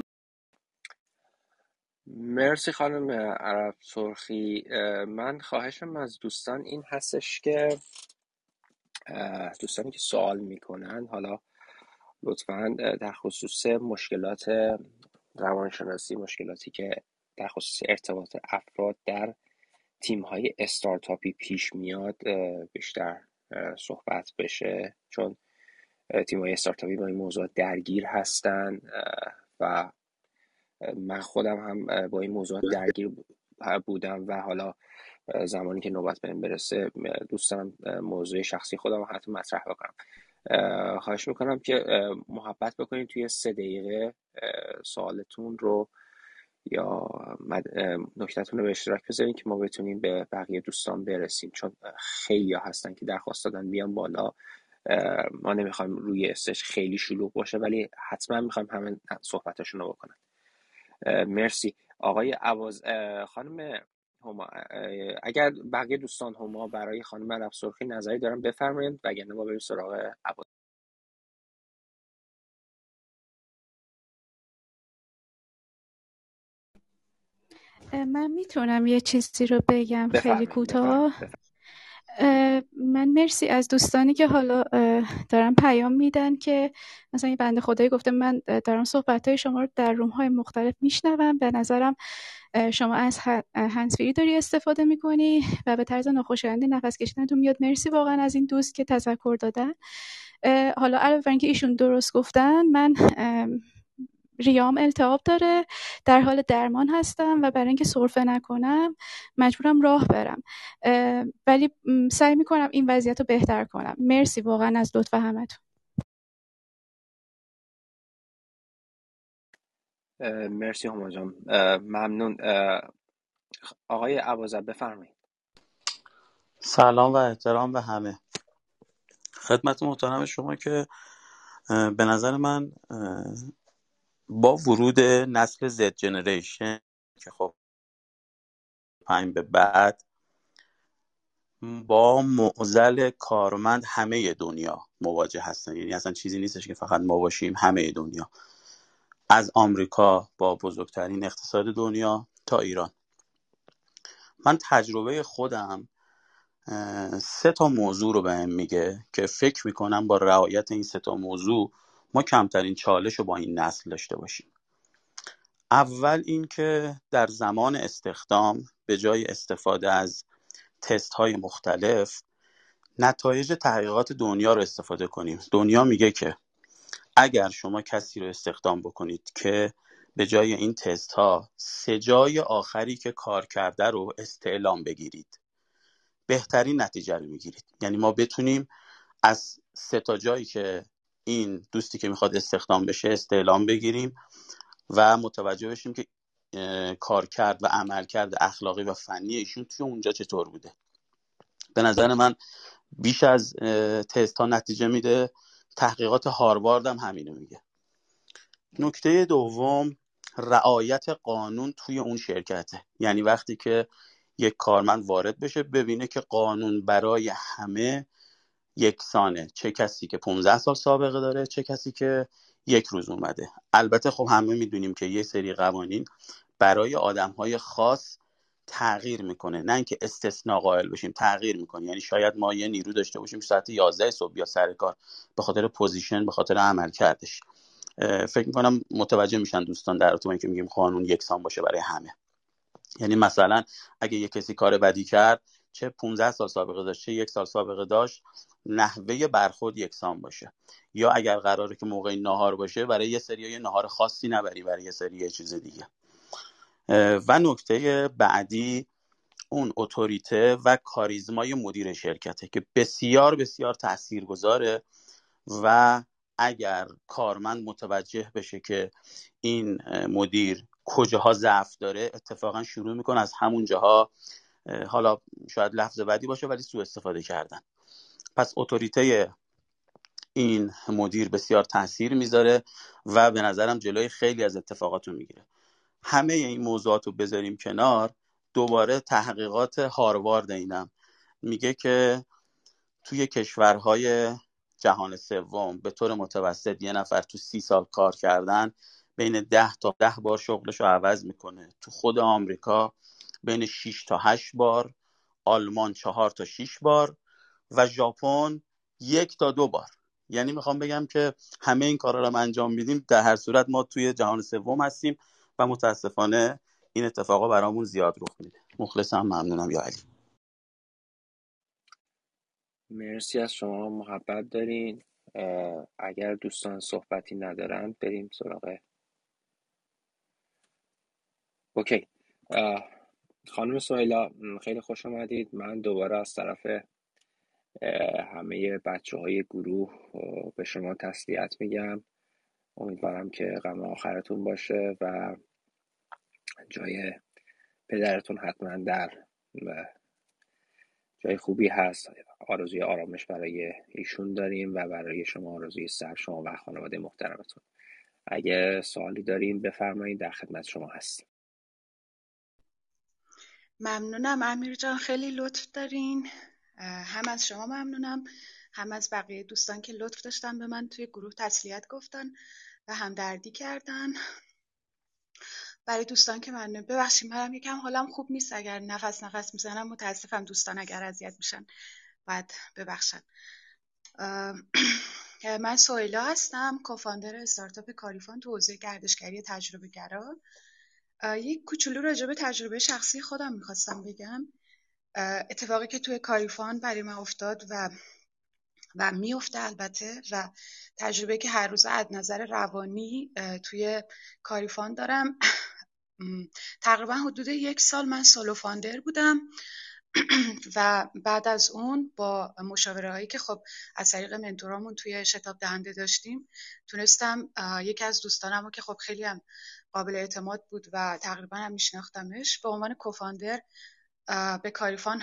مرسی خانم عرب سرخی. من خواهشم از دوستان این هستش که دوستانی که سوال میکنن حالا لطفاً در خصوص مشکلات روانشناسی، مشکلاتی که در خصوص ارتباط افراد در تیم‌های استارتاپی پیش میاد بیشتر صحبت بشه، چون تیم‌های استارتاپی با این موضوع درگیر هستن و من خودم هم با این موضوع درگیر بودم و حالا زمانی که نوبت بهم برسه دوست دارم موضوع شخصی خودم رو حتی مطرح بکنم. خواهش میکنم که محبت بکنید توی سه دقیقه سوالتون رو یا نکتتون رو به اشتراک بذارین که ما بتونیم به بقیه دوستان برسیم، چون خیلی هستن که درخواست دادن بیان بالا. ما نمیخوایم روی استیج خیلی شلوغ باشه، ولی حتما میخوایم همه صحبتاشون رو بکنن. مرسی آقای عواز. خانم هما، اگر بقیه دوستان هما برای خانم عرب سرخی نظری دارن بفرمایید، وگرنه ما بریم سراغ عواز. من میتونم یه چیزی رو بگم خیلی کوتاه. من مرسی از دوستانی که حالا دارن پیام میدن که مثلا این بنده خدایی گفته من دارم صحبت‌های شما رو در روم‌های مختلف میشنوم، به نظرم شما از هندزفری داری استفاده میکنی و به طرز ناخوشایندی نفس کشیدنتون میاد. مرسی واقعا از این دوست که تذکر دادن. حالا علاوه بر اینکه ایشون درست گفتن، من ریام التهاب داره، در حال درمان هستم و برای اینکه سرفه نکنم مجبورم راه برم، ولی سعی میکنم این وضعیت رو بهتر کنم. مرسی واقعا از لطف همتون. مرسی هما جان، ممنون. آقای عوازه بفرمایید. سلام و احترام به همه. خدمت محترم شما که به نظر من با ورود نسل زد جنریشن که خب پنج به بعد با معضل کارمند همه دنیا مواجه هستن، یعنی اصلا چیزی نیستش که فقط ما باشیم، همه دنیا، از آمریکا با بزرگترین اقتصاد دنیا تا ایران. من تجربه خودم سه تا موضوع رو بهم میگه که فکر میکنم با رعایت این سه تا موضوع ما کمترین چالش رو با این نسل داشته باشیم. اول این که در زمان استخدام به جای استفاده از تست های مختلف نتایج تحقیقات دنیا رو استفاده کنیم. دنیا میگه که اگر شما کسی رو استخدام بکنید که به جای این تست ها سه جای آخری که کار کرده رو استعلام بگیرید، بهترین نتیجه رو میگیرید. یعنی ما بتونیم از سه تا جایی که این دوستی که میخواد استخدام بشه استعلام بگیریم و متوجه بشیم که کار کرد و عمل کرد اخلاقی و فنی ایشون توی اونجا چطور بوده. به نظر من بیش از تست ها نتیجه میده. تحقیقات هاروارد هم همینو میگه. نکته دوم رعایت قانون توی اون شرکته. یعنی وقتی که یک کارمند وارد بشه ببینه که قانون برای همه یکسانه، چه کسی که پانزده سال سابقه داره، چه کسی که یک روز اومده. البته خب همه میدونیم که یه سری قوانین برای آدم‌های خاص تغییر میکنه، نه اینکه استثناء قائل بشیم، تغییر میکنه. یعنی شاید ما یه نیرو داشته باشیم ساعت یازده صبح یا سر کار به خاطر پوزیشن، به خاطر عمل کردش. فکر میکنم متوجه میشن دوستان در ارتباطی که میگیم قانون یکسان باشه برای همه. یعنی مثلا اگه یه کسی کار بدی کرد، چه پانزده سال سابقه داشت چه یک سال سابقه داشت، نحوه برخورد یکسان باشه. یا اگر قراره که موقع ناهار باشه، برای یه سری یه ناهار خاصی نبری، برای یه سری یه چیز دیگه. و نکته بعدی اون اتوریته و کاریزمای مدیر شرکته که بسیار بسیار تاثیرگذاره. و اگر کارمند متوجه بشه که این مدیر کجاها ضعف داره، اتفاقا شروع میکنه از همون جاها، حالا شاید لفظ بدی باشه ولی سوء استفاده کردن. پس اتوریته این مدیر بسیار تاثیر میذاره و به نظرم جلوی خیلی از اتفاقات رو میگیره. همه این موضوعات رو بذاریم کنار، دوباره تحقیقات هاروارد اینم میگه که توی کشورهای جهان سوم به طور متوسط یه نفر تو سی سال کار کردن بین ده تا ده بار شغلش رو عوض میکنه. تو خود آمریکا بین شش تا هشت بار، آلمان چهار تا شش بار و ژاپن یک تا دو بار. یعنی میخوام بگم که همه این کارا رو هم انجام میدیم، در هر صورت ما توی جهان سوم هستیم و متاسفانه این اتفاقا برامون زیاد رخ میده. مخلصم، ممنونم یا علی. مرسی از شما، محبت دارین. اگر دوستان صحبتی ندارن بریم سراغ. اوکی. خانم سهیلا خیلی خوش آمدید. من دوباره از طرف همه بچه های گروه به شما تسلیت میگم. امیدوارم که غم آخرتون باشه و جای پدرتون حتما در جای خوبی هست. آرزوی آرامش برای ایشون داریم و برای شما آرزوی صبر، شما و خانواده محترمتون. اگه سوالی داریم بفرمایید، در خدمت شما هستیم. ممنونم امیر جان، خیلی لطف دارین. هم از شما ممنونم، هم از بقیه دوستان که لطف داشتن به من توی گروه تسلیت گفتن و همدردی کردن. برای دوستان که من ببخشید منم یکم حالم خوب نیست، اگر نفس نفس میزنم متاسفم دوستان اگر اذیت میشن بعد ببخشن. من سهیلا هستم، کوفاندر استارتاپ کاریفان تو حوزه گردشگری تجربه گرا. یک کوچولو راجع به تجربه شخصی خودم میخواستم بگم. اتفاقی که توی کاریفان برای من افتاد و و میفته البته، و تجربه که هر روز از نظر روانی توی کاریفان دارم. تقریبا حدود یک سال من سولو فاندر بودم و بعد از اون با مشاوره هایی که خب از طریق منتورامون توی شتاب دهنده داشتیم، تونستم یکی از دوستانم رو که خب خیلی هم قابل اعتماد بود و تقریبا هم میشناختمش، به عنوان کوفاندر به کاریفان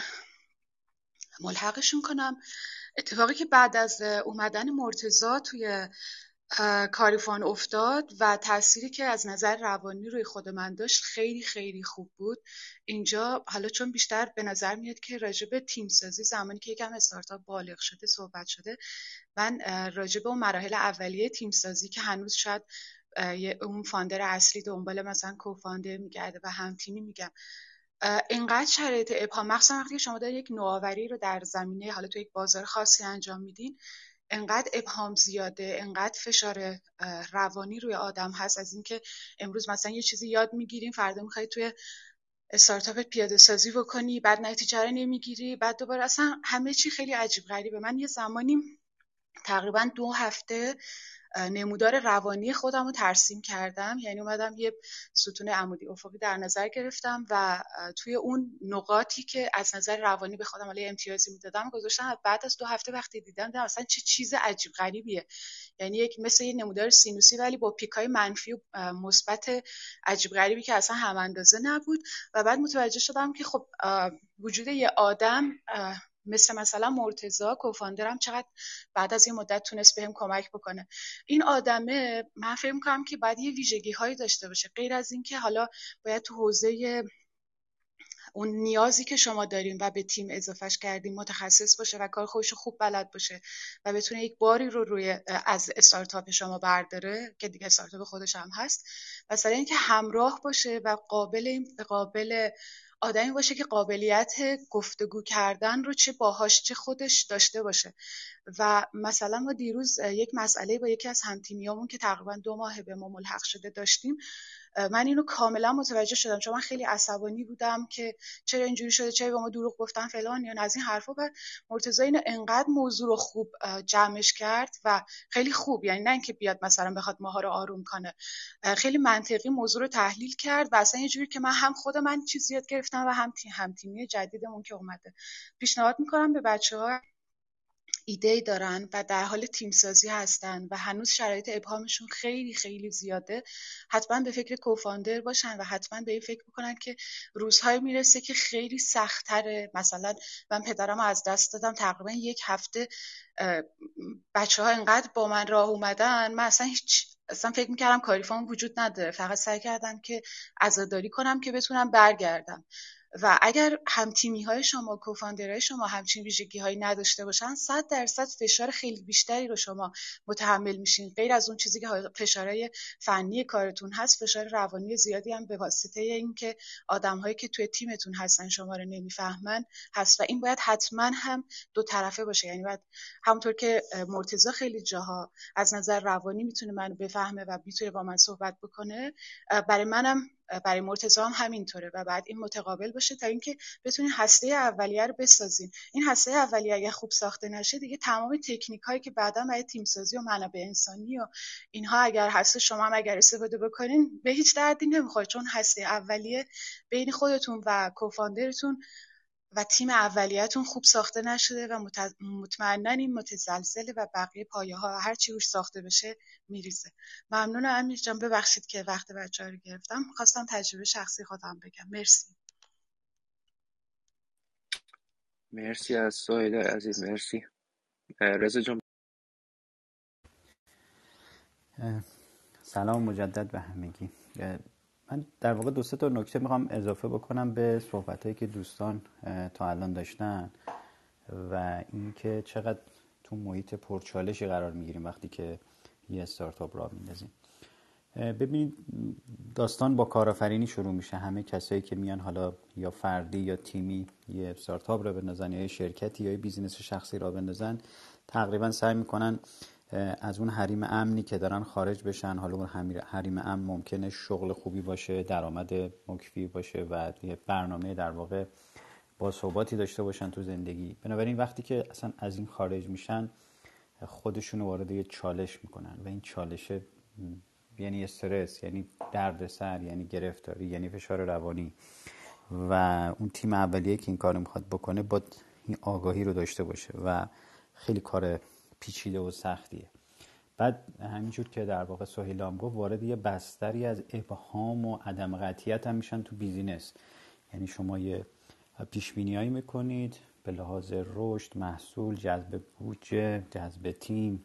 ملحقشون کنم. اتفاقی که بعد از اومدن مرتضی توی کاریفان افتاد و تأثیری که از نظر روانی روی خود من داشت خیلی خیلی خوب بود. اینجا حالا چون بیشتر به نظر میاد که راجع به تیم سازی زمانی که یکم استارتاپ بالغ شده صحبت شده، من راجع به اون مراحل اولیه تیم سازی که هنوز شاید اون فاندر اصلی دنبال مثلا کوفاندر میگرده و هم تیمی میگم، اینقدر شرایط ابهام، مخصوصا وقتی شما دارید یک نوآوری رو در زمینه حالا تو یک بازار خاصی انجام میدین، انقدر ابهام زیاده، انقدر فشار روانی روی آدم هست از اینکه امروز مثلا یه چیزی یاد میگیریم، فردا میخوای توی استارتاپ پیاده سازی بکنی، بعد نتیجه رو نمیگیری، بعد دوباره اصلا همه چی خیلی عجیب غریبه. من یه زمانی تقریبا دو هفته نمودار روانی خودم رو ترسیم کردم، یعنی اومدم یه ستون عمودی افقی در نظر گرفتم و توی اون نقاطی که از نظر روانی به خودم حالا امتیازی میدادم گذاشتم. بعد از دو هفته وقتی دیدم دیدم اصلا چه چیز عجیب غریبیه، یعنی یک مثل یه نمودار سینوسی ولی با پیکای منفی و مثبت عجیب غریبی که اصلا هم اندازه نبود. و بعد متوجه شدم که خب وجود یه آدم مثل مثلا مرتضی کوفاندرم چقدر بعد از این مدت تونست بهم کمک بکنه. این آدمه من فکر می‌کنم که باید یه ویژگی هایی داشته باشه، غیر از این که حالا باید تو حوزه اون نیازی که شما داریم و به تیم اضافهش کردیم متخصص باشه و کار خودش خوب بلد باشه و بتونه یک باری رو روی از استارتاپ شما برداره که دیگه استارتاپ خودش هم هست. مثلا اینکه همراه باشه و قابل قابل آدمی باشه که قابلیت گفتگو کردن رو چه باهاش چه خودش داشته باشه. و مثلا ما دیروز یک مسئله با یکی از هم‌تیمیامون که تقریبا دو ماه به ما ملحق شده داشتیم، من اینو کاملا متوجه شدم، چون من خیلی عصبانی بودم که چرا اینجوری شده، چرا به ما دروغ گفتن فلان یا از این حرفا. بعد مرتضی اینو انقدر موضوع رو خوب جمعش کرد و خیلی خوب، یعنی نه اینکه بیاد مثلا بخواد ماها رو آروم کنه، خیلی منطقی موضوع رو تحلیل کرد و اصلا یه جوری که من هم خود من چیزی یاد گرفتم و هم تیم هم تیمی جدیدمون که اومده. پیشنهاد میکنم به بچه‌ها ایده دارن و در حال تیم سازی هستن و هنوز شرایط ابهامشون خیلی خیلی زیاده، حتما به فکر کوفاندر باشن و حتما به این فکر بکنن که روزهای میرسه که خیلی سخت‌تره. مثلا من پدرم از دست دادم تقریبا یک هفته، بچه ها انقدر با من راه اومدن، من اصلا هیچ اصلا فکر میکردم کاریفام وجود نداره، فقط سعی کردم که عزاداری کنم که بتونم برگردم. و اگر هم تیمی های شما، کوفاندرهای شما همچین ویژگی هایی نداشته باشن، صد درصد فشار خیلی بیشتری رو شما متحمل میشین. غیر از اون چیزی که فشارهای فنی کارتون هست، فشار روانی زیادی هم به واسطه اینکه آدم‌هایی که توی تیمتون هستن شما رو نمیفهمن هست و این باید حتما هم دو طرفه باشه. یعنی باید همونطور که مرتضی خیلی جاها از نظر روانی میتونه منو بفهمه و میتونه با من صحبت بکنه، برای منم برای مرتضی هم همینطوره و بعد این متقابل باشه تا اینکه بتونین هسته اولیه رو بسازین. این هسته اولیه اگه خوب ساخته نشه، دیگه تمام تکنیکایی که بعدا برای تیم سازی و منابع انسانی و اینها اگر هست شما هم اگر استفاده بکنین به هیچ دردی نمیخوره، چون هسته اولیه بین خودتون و کوفاندرتون و تیم اولیه‌تون خوب ساخته نشده و مطمئناً این متزلزله و بقیه پایه‌ها هر چی روش ساخته بشه میریزه. ممنونم امیر جان، ببخشید که وقت بچه‌ها رو گرفتم، خواستم تجربه شخصی خودم بگم. مرسی. مرسی از سهیل عزیز، مرسی. رضا جان. سلام مجدد به همگی. من در واقع دو سه تا نکته میخوام اضافه بکنم به صحبتایی که دوستان تا الان داشتن و اینکه چقدر تو محیط پرچالشی قرار میگیریم وقتی که یه استارتاپ راه میندازیم. ببینید داستان با کارآفرینی شروع میشه. همه کسایی که میان حالا یا فردی یا تیمی یه استارتاپ را بندازن یا شرکتی یا بیزینس شخصی را بندازن، تقریبا سعی میکنن از اون حریم امنی که دارن خارج بشن. حالا اون حریم امن ممکنه شغل خوبی باشه، درآمد مکفی باشه و یه برنامه در واقع با ثباتی داشته باشن تو زندگی. بنابراین وقتی که اصلا از این خارج میشن، خودشونو وارد یه چالش میکنن و این چالش یعنی استرس، یعنی دردسر، یعنی گرفتاری، یعنی فشار روانی و اون تیم اولیه که این کارو میخواد بکنه با این آگاهی رو داشته باشه و خیلی کار پیچیده و سختیه. بعد همینجور که در واقع سهیل هم گفت، وارد یه بستری از ابهام و عدم قطعیت هم میشن تو بیزینس. یعنی شما یه پیشبینیایی میکنید به لحاظ رشد، محصول، جذب بودجه، جذب تیم،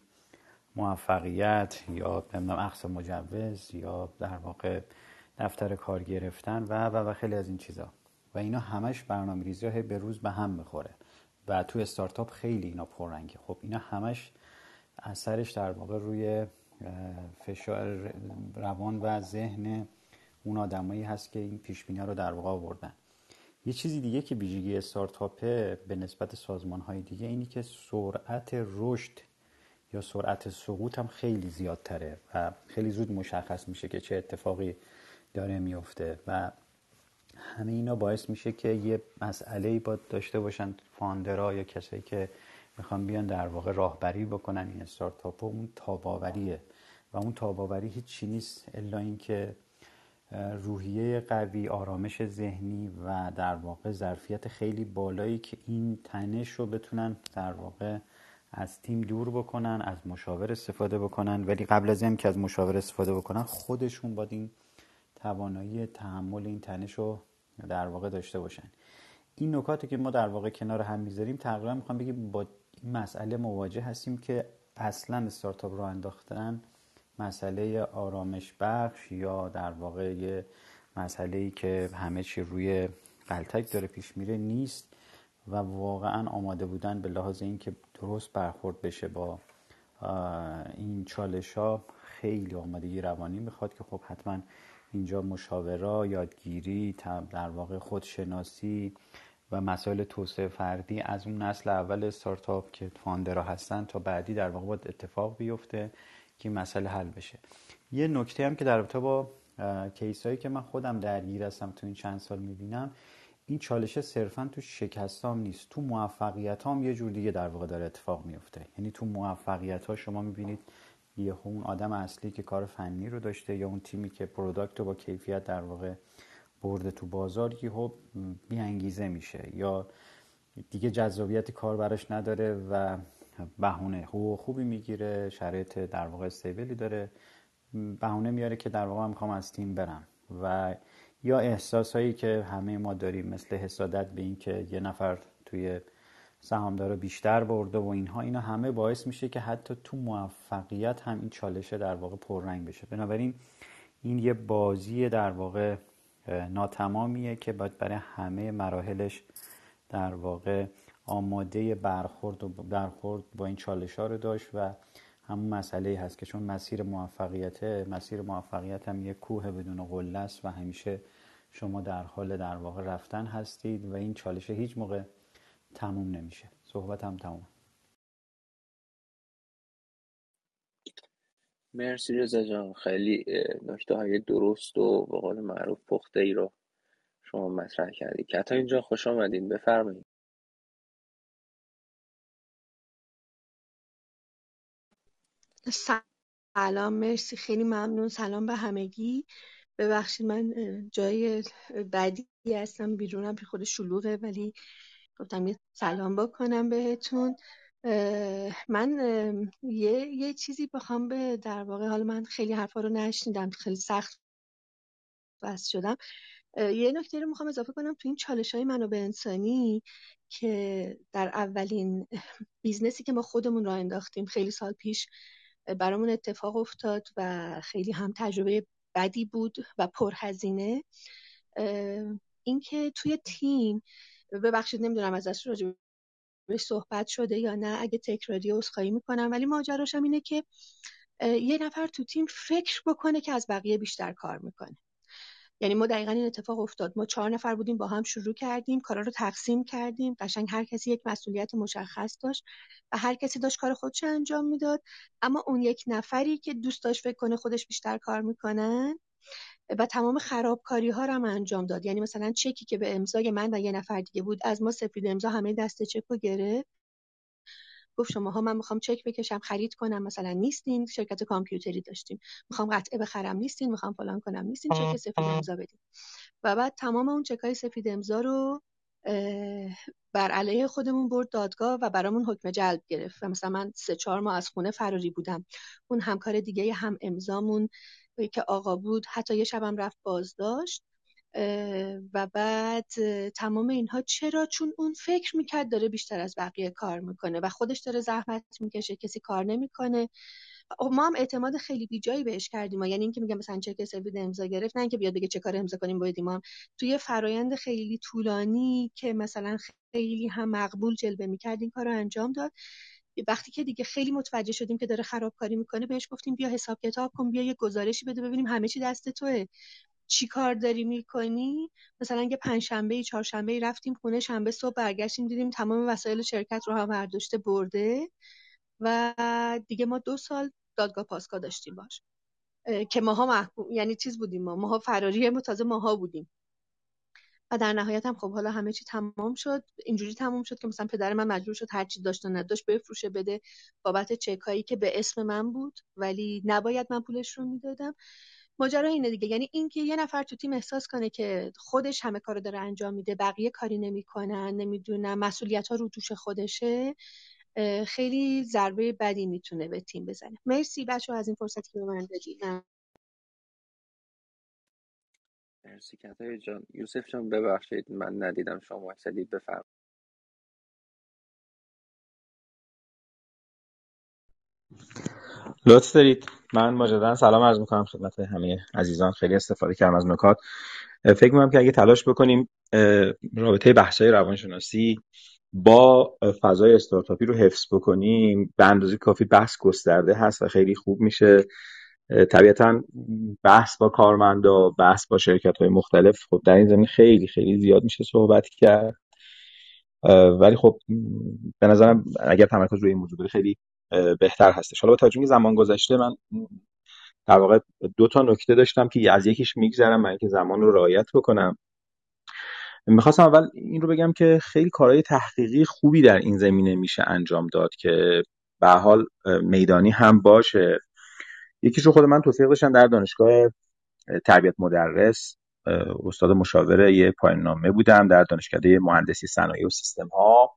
موفقیت یا نمیدونم اخذ مجوز یا در واقع دفتر کار گرفتن و و و خیلی از این چیزا و اینا همش برنامه‌ریزی‌ها به روز به هم میخوره و تو استارتاپ خیلی اینا پررنگه. خب اینا همش اثرش در واقع روی فشار روان و ذهن اون آدمایی هست که این پیش‌بینی‌ها رو در واقع آوردن. یه چیزی دیگه که ویژگی استارتاپه به نسبت سازمان‌های دیگه اینی که سرعت رشد یا سرعت سقوط هم خیلی زیادتره و خیلی زود مشخص میشه که چه اتفاقی داره میفته و همه اینا باعث میشه که یه مسئله‌ای با داشته باشن فاندرها یا کسایی که میخوان بیان در واقع راهبری بکنن این استارتاپ. اون تاباوریه و اون تاباوری هیچی نیست الا این که روحیه قوی، آرامش ذهنی و در واقع ظرفیت خیلی بالایی که این تنش رو بتونن در واقع از تیم دور بکنن، از مشاور استفاده بکنن، ولی قبل از این که از مشاور استفاده بکنن خودشون باید این توانایی تحمل این تنش رو در واقع داشته باشن. این نکاتی که ما در واقع کنار هم میذاریم تقریبا میخوام بگیم با این مسئله مواجه هستیم که اصلا استارتاپ رو انداختن مسئله آرامش بخش یا در واقع یه مسئله‌ای که همه چی روی غلطک داره پیش میره نیست و واقعا آماده بودن به لحاظ این که درست برخورد بشه با این چالش ها خیلی آمادگی روانی میخواد که خب حتما اینجا مشاوره، یادگیری، در واقع خودشناسی و مسائل توسعه فردی از اون نسل اول استارتاپ که فاندرها هستن تا بعدی در واقع باید اتفاق بیفته که مسئله حل بشه. یه نکته هم که در رابطه با کیس هایی که من خودم درگیر هستم تو این چند سال میبینم، این چالشه صرفا تو شکستام نیست، تو موفقیت هم یه جور دیگه در واقع داره اتفاق میفته. یعنی تو موفقیت ها شما میبینید یه اون آدم اصلی که کار فنی رو داشته یا اون تیمی که پروداکت رو با کیفیت در واقع برده تو بازار، یهو بی انگیزه میشه یا دیگه جذابیت کار براش نداره و بهونه حقوق خوبی میگیره، شرایط در واقع استیبلی داره، بهونه میاره که در واقع من میخوام از تیم برم. و یا احساسایی که همه ما داریم مثل حسادت به این که یه نفر توی سهامدارا بیشتر برده و اینها، اینا همه باعث میشه که حتی تو موفقیت هم این چالشه در واقع پررنگ بشه. بنابراین این یه بازی در واقع ناتمامیه که باید برای همه مراحلش در واقع آماده برخورد و برخورد با این چالش ها رو داشت و همون مسئله هست که چون مسیر موفقیته، مسیر موفقیت هم یک کوه بدون قله است و همیشه شما در حال در واقع رفتن هستید و این چالش هیچ موقع تموم نمیشه. صحبت هم تموم. مرسی رضا جان، خیلی نکته های درست و به قول معروف پخته ای رو شما مطرح کردی. کتا اینجا خوش آمدین، بفرمایید. سلام، مرسی، خیلی ممنون. سلام به همگی. ببخشید من جای بعدی هستم، بیرونم، بی خود شلوغه، ولی گفتم یه سلام بکنم بهتون. من یه یه چیزی بخوام به در واقع، حالا من خیلی حرفا رو نشنیدم، خیلی سخت بس شدم. یه نکته رو میخوام اضافه کنم تو این چالش‌های منابع انسانی که در اولین بیزنسی که ما خودمون راه انداختیم خیلی سال پیش برامون اتفاق افتاد و خیلی هم تجربه بدی بود و پرهزینه. اینکه توی تیم، ببخشید نمیدونم ازش راجع بهش صحبت شده یا نه، اگه تکراری عذرخواهی میکنم، ولی ماجراش هم اینه که یه نفر تو تیم فکر بکنه که از بقیه بیشتر کار میکنه. یعنی ما دقیقاً این اتفاق افتاد. ما چهار نفر بودیم، با هم شروع کردیم، کارا رو تقسیم کردیم، قشنگ هر کسی یک مسئولیت مشخص داشت و هر کسی داشت کار خودش انجام میداد. اما اون یک نفری که دوست داشت فکر کنه خودش بیشتر کار میکنن و تمام خرابکاری ها رو هم انجام داد. یعنی مثلا چکی که به امضای من و یه نفر دیگه بود، از ما سفید امضا همه دسته چک رو گرفت، گفت شماها من میخوام چک بکشم خرید کنم، مثلا نیستین، شرکت کامپیوتری داشتیم، میخوام قطعه بخرم نیستین، میخوام فلان کنم نیستین، چک سفید امضا بدین. و بعد تمام اون چکای سفید امضا رو بر علیه خودمون برد دادگاه و برامون حکم جلب گرفت. و مثلا من سه چهار ماه از خونه فراری بودم. اون همکار دیگه هم امضامون که آقا بود حتی یه شبم رفت بازداشت. و بعد تمام اینها چرا؟ چون اون فکر میکرد داره بیشتر از بقیه کار میکنه و خودش داره زحمت میکشه، کسی کار نمیکنه. ما هم اعتماد خیلی بیجایی بهش کردیم. یعنی اینکه میگم مثلا چک سفید امضا گرفت، نه اینکه بیاد بگه چه کار امضا کنیم باید، ما هم توی فرایند خیلی طولانی که مثلا خیلی هم مقبول جلوه میکرد این کارو انجام داد. وقتی که دیگه خیلی متوجه شدیم که داره خرابکاری میکنه، بهش گفتیم بیا حساب کتاب کن، بیا یه گزارشی بده ببینیم همه چی دست توئه، چی کار داری میکنی. مثلا یه پنجشنبه چهارشنبه رفتیم خونه، شنبه صبح برگشتیم دیدیم تمام وسایل شرکت رو هم برداشته برده و دیگه ما دو سال دادگاه پاسگاه داشتیم باش که ماها محکوم، یعنی چیز بودیم، ما ماها فراری، ما تازه ماها بودیم. و در نهایت هم خب حالا همه چی تمام شد. اینجوری تمام شد که مثلا پدر من مجبور شد هر چی داشت و نداشت بفروشه بده بابت چکایی که به اسم من بود ولی نباید من پولش رو میدادم. ماجرا اینه دیگه. یعنی این که یه نفر تو تیم احساس کنه که خودش همه کارو داره انجام میده، بقیه کاری نمیکنن، نمیدونم مسئولیت‌ها رو دوش خودشه، خیلی ضربه بدی میتونه به تیم بزنه. مرسی بچه‌ها از این فرصتی که به من دادید. مرسی کتای جان. یوسف جان ببخشید من ندیدم شما وایسادید، بفرمایید. لطف دارید. من مجددا سلام عرض میکنم خدمت همه عزیزان. خیلی استفاده کردم از نکات. فکر میکنم که اگه تلاش بکنیم رابطه بحث‌های روانشناسی با فضای استارتاپی رو حفظ بکنیم، به اندازه کافی بحث گسترده هست و خیلی خوب میشه. طبیعتا بحث با کارمندا، بحث با شرکت‌های مختلف، خب در این زمین خیلی خیلی زیاد میشه صحبت کرد. ولی خب به نظرم اگر تمرکز روی این موضوع بره خیلی بهتر هستش. حالا با توجه به زمان گذشته من در واقع دو تا نکته داشتم که از یکیش میگذرم من که زمان رو رعایت بکنم. میخواستم اول این رو بگم که خیلی کارهای تحقیقی خوبی در این زمینه میشه انجام داد که به حال میدانی هم باشه. یکیش رو خود من توفیق داشتم در دانشگاه تربیت مدرس، استاد مشاور یه پایان نامه بودم در دانشکده مهندسی صنایع و سیستم ها،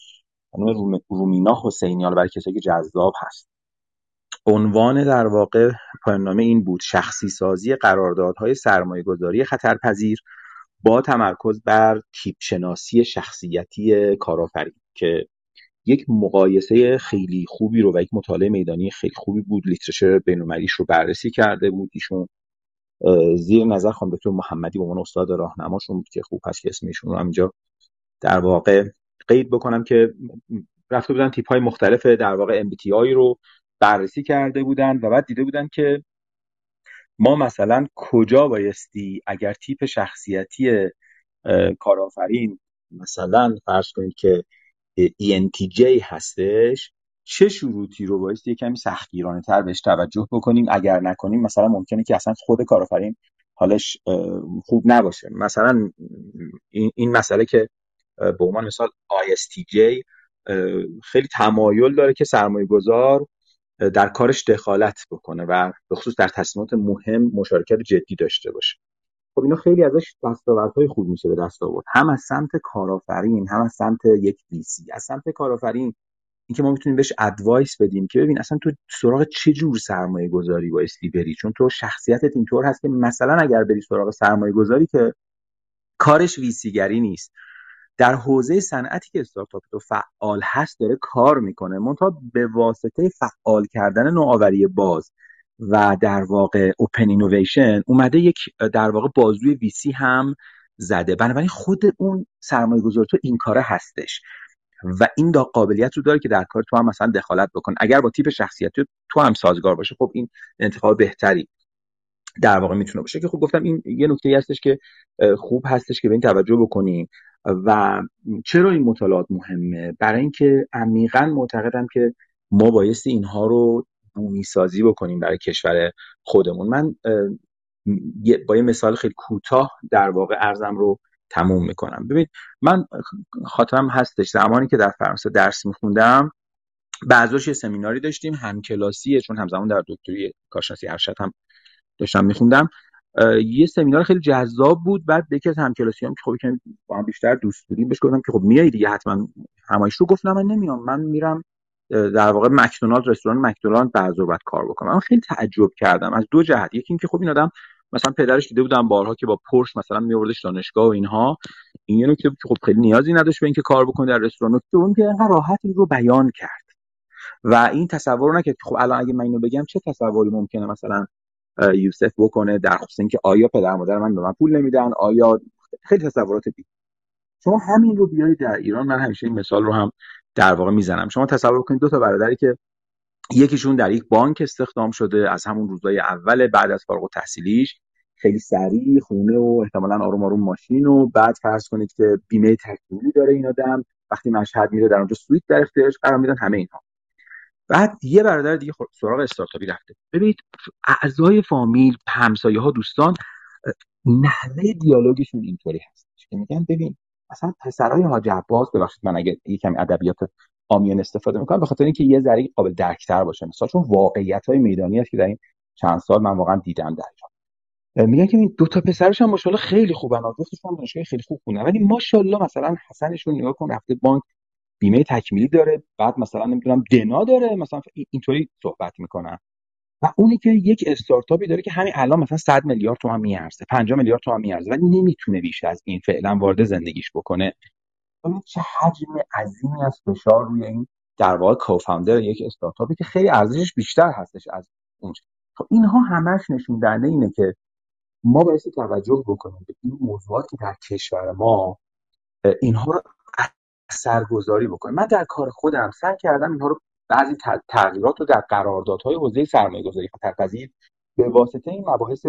خانم رومینا حسینیان، برای کسایی که جذاب هست. عنوان در واقع پایان نامه این بود: شخصی سازی قراردادهای سرمایه‌گذاری خطرپذیر با تمرکز بر تیپ شناسی شخصیتی کارآفرین، که یک مقایسه خیلی خوبی رو و یک مطالعه میدانی خیلی خوبی بود، لیترچر بین‌المللیش رو بررسی کرده بود ایشون، زیر نظر خانم دکتر محمدی به عنوان استاد راهنماشون بود که خوب هست که اسمشون رو اینجا در واقع قید بکنم، که رفته بودن تیپ های مختلف در واقع ام بی تی آی رو بررسی کرده بودن و بعد دیده بودن که ما مثلا کجا بایستی اگر تیپ شخصیتی کارآفرین مثلا فرض کنید که ای ان تی جی هستش، چه شروطی رو بایستی کمی سختگیرانه تر بهش توجه بکنیم، اگر نکنیم مثلا ممکنه که اصلا خود کارآفرین حالش خوب نباشه. مثلا این, این مسئله که به عنوان مثال آی اس تی جی خیلی تمایل داره که سرمایه گذار در کارش دخالت بکنه و به خصوص در تصمیمات مهم مشارکت جدی داشته باشه. خب اینا خیلی ازش دستاوردهای خوب میشه به دست آورد، هم از سمت کارآفرین هم از سمت یک ویسی. از سمت کارآفرین اینکه ما میتونیم بهش ادوایس بدیم که ببین اصلا تو سراغ چه جور سرمایه گذاری بایستی بری، چون تو شخصیتت اینطور هست که مثلا اگر بری سراغ سرمایه گذاری که کارش ویسی گری نیست، در حوزه صنعتی که استارتاپ تو فعال هست داره کار میکنه، منتها به واسطه فعال کردن نوآوری باز و در واقع اوپن اینویشن اومده یک در واقع بازوی ویسی هم زده. بنابراین خود اون سرمایه گذار تو این کاره هستش و این دا قابلیت رو داره که در کار تو هم مثلا دخالت بکنه اگر با تیپ شخصیتی تو هم سازگار باشه. خب این انتخاب بهتری در واقع میتونه باشه که خب گفتم این یه نکته‌ای هستش که خوب هستش که به این توجه بکنیم. و چرا این مطالعات مهمه؟ برای اینکه عمیقاً معتقدم که ما بایستی اینها رو بومی سازی بکنیم برای کشور خودمون. من با یه مثال خیلی کوتاه در واقع عرضم رو تموم میکنم. ببینید من خاطرم هستش زمانی که در فرانسه درس میخوندم بعضیش یه سمیناری داشتیم همکلاسیه، چون همزمان در دکتری کارشناسی ارشد هم داشتم میخوندم. یه سمینار خیلی جذاب بود. بعد یکی از همکلاسیام که خب یکم با هم بیشتر دوست بودیم بهش گفتم که خب میای دیگه حتما همایش رو. گفت نه من نمیام، من میرم در واقع مکدونالد، رستوران مکدونالد بعد بعد کار بکنم. من خیلی تعجب کردم از دو جهت. یکی اینکه خب این آدم مثلا پدرش دیده بودم بارها که با پورش مثلا میوردش دانشگاه و اینها، این یه نکته بود که خب خیلی نیازی نداشت به اینکه کار بکنه در رستوران. دوم که انقدر راحت این رو بیان کرد و این تصور نکرد خب الان اگه من اینو بگم چه تصوری ممکنه مثلا یوسف بکنه در خصوص اینکه آیا پدر مادر من به من پول نمیدن، آیا خیلی تصورات دیگه. شما همین رو بیارید در ایران. من همیشه این مثال رو هم در واقع میزنم. شما تصور کنید دو تا برادری که یکیشون در یک بانک استخدام شده از همون روزهای اول بعد از فارغ التحصیلیش، خیلی سریع خونه و احتمالاً آروم آروم ماشین، و بعد فرض کنید که بیمه تکمیلی داره این آدم، وقتی مشهد میره در اونجا سویت در اختیارش قرار میدن، همه اینها. بعد یه برادر دیگه سراغ استارتاپی رفته. ببینید اعضای فامیل، همسایه ها، دوستان، نحوه دیالوگشون اینطوری هست که میگن ببین مثلا پسرای حاج عباس، ببخشید من اگه یکم ادبیات عامیانه استفاده میکنم به خاطر اینکه یه ذره قابل درک‌تر باشه، مثلا چون واقعیت‌های میدانی است که در این چند سال من واقعا دیدم در ایران. میگن که این دو تا پسرش هم ماشاءالله خیلی خوبن، جفتشون دانشگاه خیلی خوب خوندن، ولی ماشاءالله مثلا حسنشون نگاه کن رفته بانک، بیمه تکمیلی داره، بعد مثلا نمیدونم دنا داره، مثلا اینطوری صحبت میکنن. و اونی که یک استارتاپی داره که همین الان مثلا صد میلیارد تومان میارزه، پنجاه میلیارد تومان میارزه، ولی نمیتونه بیش از این فعلا وارد زندگیش بکنه. ببین چه حجم عظیمی از فشار روی این در واقع کوفاندر یک استارتاپی که خیلی ارزشش بیشتر هستش از اون. خب اینها همش نشون دهنده اینه که ما باید توجه بکنیم به این موضوعات که در کشور ما اینها رو اثرگذاری بکنیم. من در کار خودم سعی کردم اینها رو، بعضی تغییرات رو در قراردادهای حوزه سرمایه‌گذاری خطرپذیر به واسطه این مباحث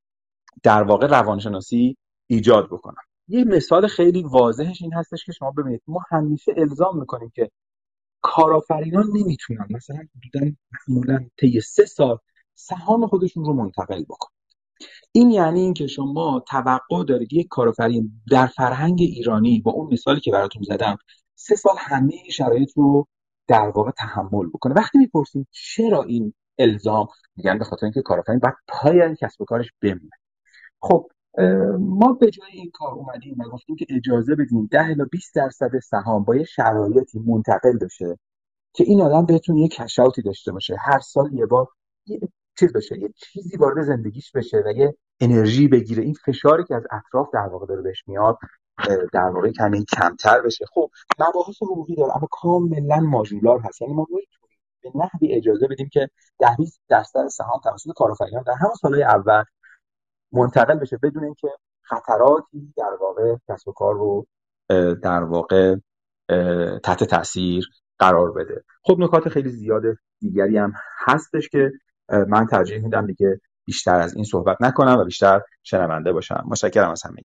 در واقع روانشناسی ایجاد بکنم. یه مثال خیلی واضحش این هستش که شما ببینید ما همیشه الزام میکنیم که کارآفرینان نمیتونن مثلا حدوداً معمولاً طی سه سال سهام خودشون رو منتقل بکنن. این یعنی اینکه شما توقع دارید یک کارآفرین در فرهنگ ایرانی با اون مثالی که براتون زدم سه سال همه شرایط رو در واقع تحمل بکنه. وقتی میپرسیم چرا این الزام، میگن به خاطر اینکه کارآفرین باید پای کسب و کارش بمونه. خب ما به جای این کار اومدیم و گفتیم که اجازه بدیم ده الی بیست درصد سهام با یه شرایطی منتقل بشه که این آدم بهتون یه کش اوتی داشته باشه، هر سال یه بار یه چیز بشه، یه چیزی وارد زندگیش بشه و یه انرژی بگیره، این فشاری که از اطراف در واقع داره بهش میاد در واقع کمی کمتر بشه. خب مباحث حقوقی داره اما کاملا ماژولار هست، یعنی ما میتونیم به نحوی اجازه بدیم که ده بیست درصد سهام توسط کارآفرینان در همون سالهای اول منتقل بشه بدون اینکه خطراتی در واقع کسب و کار رو در واقع تحت تاثیر قرار بده. خب نکات خیلی زیاد دیگری هم هستش که من ترجیح میدم دیگه بیشتر از این صحبت نکنم و بیشتر شنونده باشم. متشکرم از همه.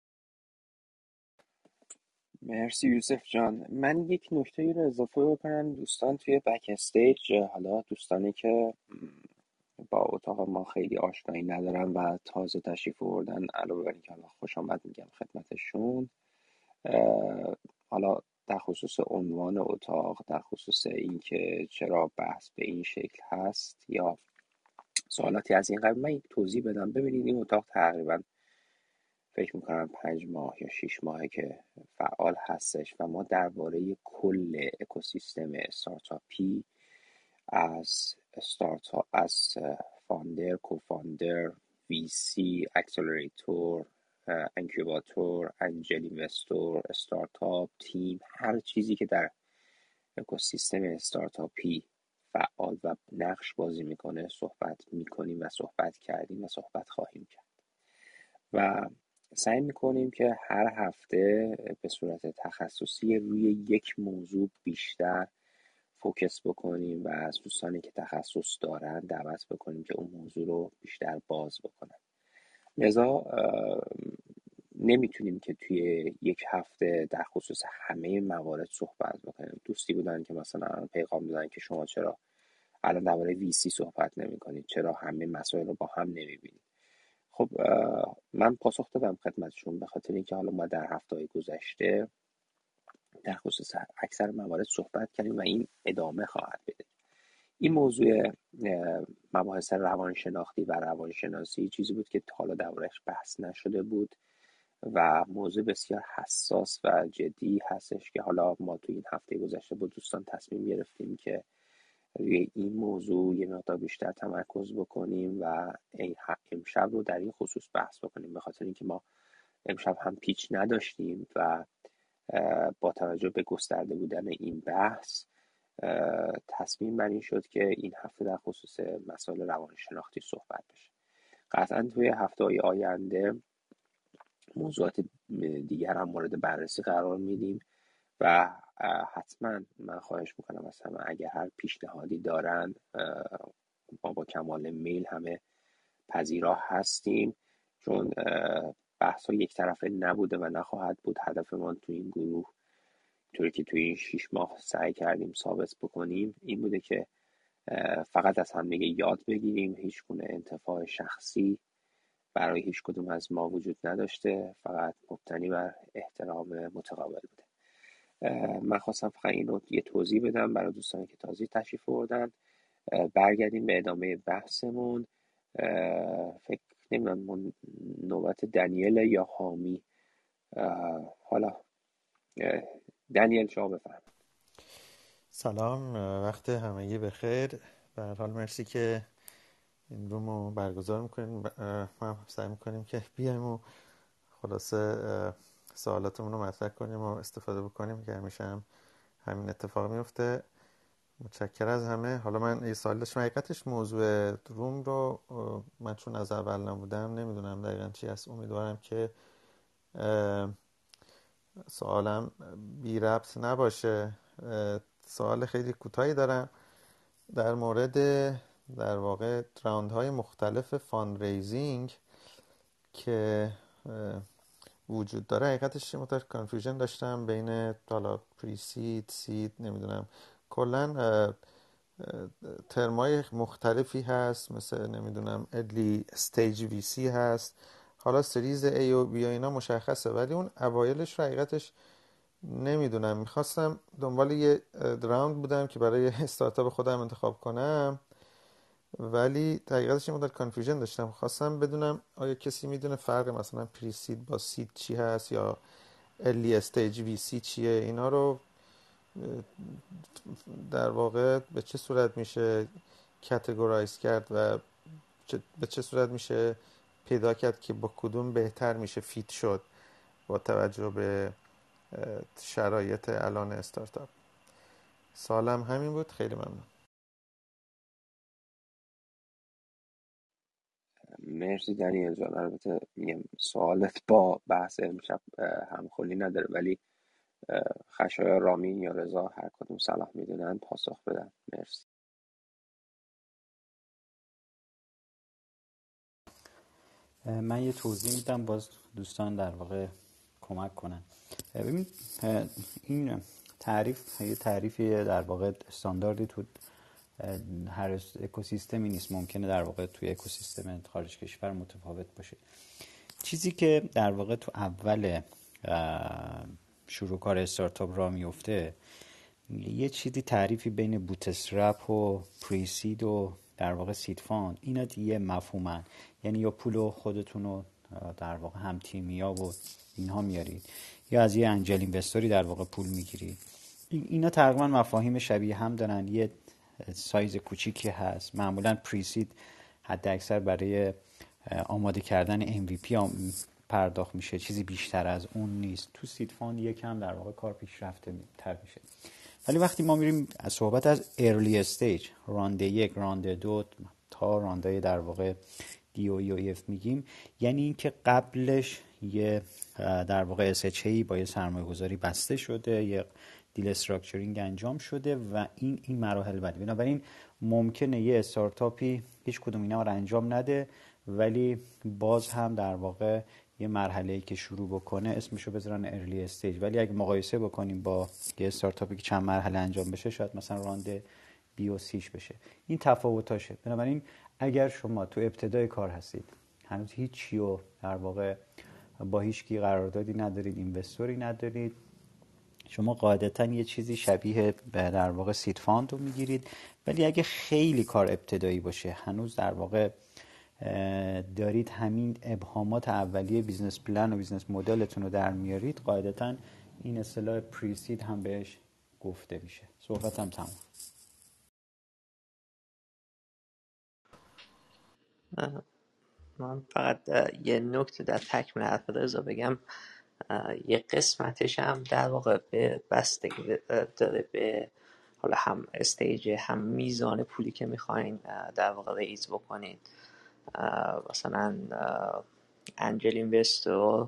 مرسی یوسف جان. من یک نکته رو اضافه بکنم دوستان توی بک استیج، حالا دوستانی که با اتاق ما خیلی آشنایی ندارن و تازه تشریف آوردن، علاوه بر اینکه حالا خوش آمد میگم خدمتشون، حالا در خصوص عنوان اتاق، در خصوص اینکه چرا بحث به این شکل هست یا سوالاتی از این قبیل، من یک توضیح بدم. ببینید این اتاق تقریبا فکر میکنم پنج ماه یا شیش ماهه که فعال هستش و ما درباره کل اکوسیستم استارتاپی از استارتاپ، از فاندر، کوفاندر، وی سی، اکسلراتور، انکیوباتور، انجل اینوستور، استارتاپ، تیم، هر چیزی که در اکوسیستم استارتاپی فعال و نقش بازی میکنه صحبت میکنیم و صحبت کردیم و صحبت خواهیم کرد و سعی میکنیم که هر هفته به صورت تخصصی روی یک موضوع بیشتر فوکس بکنیم و از دوستانی که تخصص دارن دعوت بکنیم که اون موضوع رو بیشتر باز بکنن. لذا نمیتونیم که توی یک هفته در خصوص همه موارد صحبت بکنیم. دوستی بودن که مثلا پیغام دادن که شما چرا الان درباره وی سی صحبت نمی کنید، چرا همه مسائل رو با هم نمیبینید. خب من پاسخ دادم خدمتشون به خاطر اینکه حالا ما در هفته‌های گذشته در خصوص اکثر موارد صحبت کردیم و این ادامه خواهد بده. این موضوع مباحث روانشناختی و روانشناسی چیزی بود که حالا درباره‌اش بحث نشده بود و موضوع بسیار حساس و جدی هستش که حالا ما تو این هفته گذشته با دوستان تصمیم گرفتیم که روی این موضوع یه مقدار بیشتر تمرکز بکنیم و امشب رو در این خصوص بحث بکنیم، به خاطر اینکه ما امشب هم پیچ نداشتیم و با توجه به گسترده بودن این بحث تصمیم بر این شد که این هفته در خصوص مسائل روانشناختی صحبت بشه. قطعا توی هفته‌های آینده موضوعات دیگر هم مورد بررسی قرار میدیم و حتما من خواهش میکنم از همه اگر هر پیشنهادی دارن ما با کمال میل همه پذیرا هستیم، چون بحث ها یک طرفه نبوده و نخواهد بود. هدف ما تو این گروه طوری که توی این شیش ماه سعی کردیم ثابت بکنیم این بوده که فقط از هم دیگه یاد بگیریم، هیچ گونه انتفاع شخصی برای هیچ کدوم از ما وجود نداشته، فقط مبتنی بر احترام متقابل بوده. من خواستم فقط این رو یه توضیح بدم برای دوستانی که تازه تشریف آوردن. برگردیم به ادامه بحثمون. فکر نمیدونم نوبت دنیل یا حامی. حالا دنیل شما بفرمایید. سلام، وقت همگی بخیر. به هر حال مرسی که این رومو برگزار میکنیم. ما سعی میکنیم که بیایم و خلاصه سوالاتمون رو مطرح کنیم و استفاده بکنیم که همیشه هم همین اتفاق میفته. متشکر از همه. حالا من یه سوال داشتم، حقیقتش موضوع روم رو من چون از اول نبودم نمیدونم دقیقا چی هست. امیدوارم که سوالم بی ربط نباشه. سوال خیلی کوتاهی دارم در مورد در واقع راندهای مختلف فاندریزینگ که وجود داره. حقیقتش متأ کانفیوژن داشتم بین حالا پری سید، سید، نمیدونم کلا ترمای مختلفی هست، مثل نمیدونم ارلی استیج وی سی هست. حالا سریز A و B و اینا مشخصه، ولی اون اوایلش رو حقیقتش نمیدونم. میخواستم دنبال یه راوند بودم که برای استارتاپ خودم انتخاب کنم، ولی حقیقتش این مدل کانفیوژن داشتم. خواستم بدونم آیا کسی میدونه فرق مثلا پری سید با سید چی هست، یا ارلی استیج وی سی چیه؟ اینا رو در واقع به چه صورت میشه کاتگورایز کرد و به چه صورت میشه پیدا کرد که با کدوم بهتر میشه فیت شد با توجه به شرایط الان استارتاپ؟ سالم همین بود. خیلی ممنون. مرسی دنیل جان. البته میگم سوالت با بحث امشب همخوانی نداره، ولی خشایار، رامین یا رضا هر کدوم صلاح میدونن پاسخ بدن. مرسی. من یه توضیح میدم، باز دوستان در واقع کمک کنن. ببین این تعریف یه تعریفی در واقع استانداردی تو هر اکوسیستمی نیست، ممکنه در واقع توی اکوسیستم خارج کشور متفاوت باشه. چیزی که در واقع تو اول شروع کار استارتاپ را میفته یه چیزی تعریفی بین بوتسترپ و پریسید و در واقع سید فاند، اینا دیگه مفهومن. یعنی یا پول خودتون رو در واقع هم تیمیا و اینها میارید، یا از یه انجل اینوستوری در واقع پول میگیرید. اینا تقریبا مفاهیم شبیه هم دارن. یه سایز کوچیکی هست، معمولا پریسید حد اکثر برای آماده کردن ام وی پی پرداخت میشه، چیزی بیشتر از اون نیست. تو سید فاند یکم در واقع کار پیشرفته تر میشه. ولی وقتی ما میریم از صحبت از ارلی استیج، رانده یک، رانده دو تا رانده در واقع دی او ای و اف میگیم، یعنی این که قبلش یه در واقع اس اچ ای با یه سرمایه گذاری بسته شده، یه دیل استراکچرینگ انجام شده و این این مراحل بعد. بنابراین ممکنه یه استارتاپی هیچ کدوم اینا رو انجام نده، ولی باز هم در واقع یه مرحله‌ای که شروع بکنه اسمشو بذارن ارلی استیج. ولی اگه مقایسه بکنیم با یه استارتاپی که چند مرحله انجام بشه، شاید مثلا راند بی و سیش بشه. این تفاوتاشه. بنابراین اگر شما تو ابتدای کار هستید، هنوز هیچی و در واقع با هیچ کی قراردادی ندارید، اینوستوری ندارید، شما قاعدتا یه چیزی شبیه به در واقع سید فاند رو میگیرید. ولی اگه خیلی کار ابتدایی باشه، هنوز در واقع دارید همین ابهامات اولیه بیزنس پلن و بیزنس مدلتون رو در میارید، قاعدتا این اصطلاح پریسید هم بهش گفته میشه. صحبتم تمام. من فقط یه نکته در تکمیل حرف رضا بگم. یه قسمتش هم در واقع به بستگی داره به حالا هم استیج هم میزان پولی که میخواین در واقع ریز بکنین. مثلا انجل اینوستور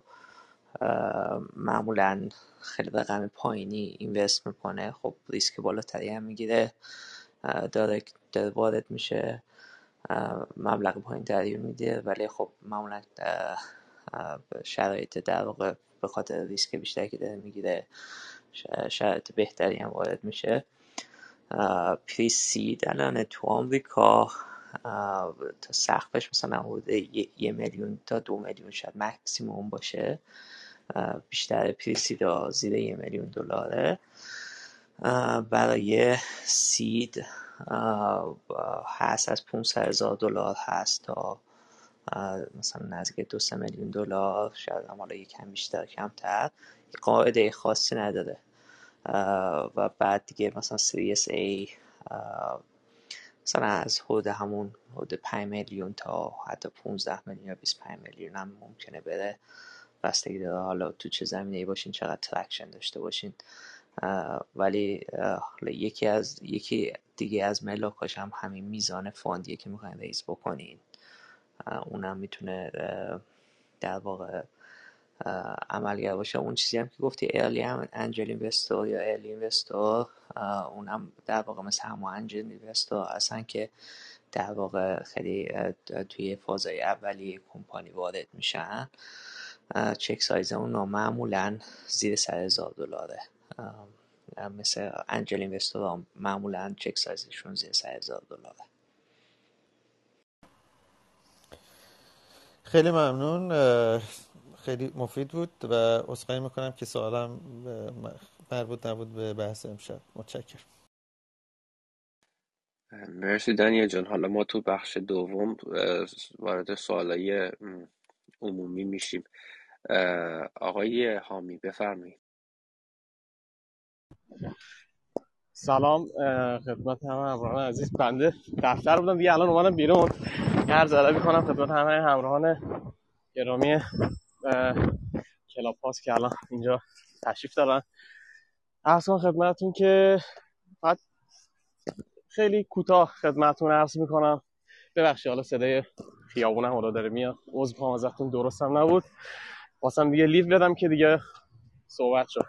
معمولا خیلی رقم پایینی اینوست میکنه، خب ریسک بالاتری هم میگیره، داره داره وارد میشه، مبلغ پایین تری میده، ولی خب معمولا شرایط در واقع به خاطر ریسک بیشتری که داره میگیره شرایط بهتری هم وارد میشه. پری سید الان تو آمریکا تا سقفش مثلا حدود یه میلیون تا دو میلیون شاید مکسیموم باشه. بیشتر پری سید ها زیر یه میلیون دلاره. برای سید هست از پانصد هزار دلار هست تا مثلا نزدیک دو سه میلیون دلار، شاید هم حالا یکم بیشتر کمتر. قاعده خاصی نداره. و بعد دیگه مثلا سریس A مثلا از حدود همون حدود پنج میلیون تا حتی پانزده میلیون یا بیست و پنج میلیون هم ممکنه بره، بستگی داره حالا تو چه زمینه‌ای باشین، چقدر ترکشن داشته باشین. ولی حالا یکی از یکی دیگه از ملاکاش هم همین میزان فاندیه که میخواین ریز بکنین. اونم میتونه در واقع عملگر باشه. اون چیزی هم که گفتی ارلی هم انجل اینوستور یا ارلی اینوستور، اونم در واقع مثل همون انجل اینوستور هستن که در واقع خیلی توی فازهای اولی کمپانی وارد میشن. چک سایز اون معمولا زیر سر هزار دلاره. مثل انجل اینوستور معمولا چک سایزشون زیر سه هزار دلار. خیلی ممنون، اه، خیلی مفید بود و عذرخواهی میکنم که سوالم اه، مربوط نبود به بحث امشب. متشکرم. مرسی دنیا جان. حالا ما تو بخش دوم اه، وارد سوالای م، عمومی میشیم. اه، آقای حامی بفرمایید. سلام اه، خدمت همه همراهان عزیز. بنده دفتر بودم دیگه، الان اومدم بیرون. عرض ادب می‌کنم خدمت همه همراهان گرامی اه، کلاب هاست که الان اینجا تشریف دارن. عرض کنم خدمتتون که فقط خیلی کوتاه خدمتتون عرض می‌کنم. ببخشید حالا صدای خیابونم حالا داره میاد، عذر می‌خوام ازتون، درستم نبود. واسم دیگه لیو بدم که دیگه صحبت شد.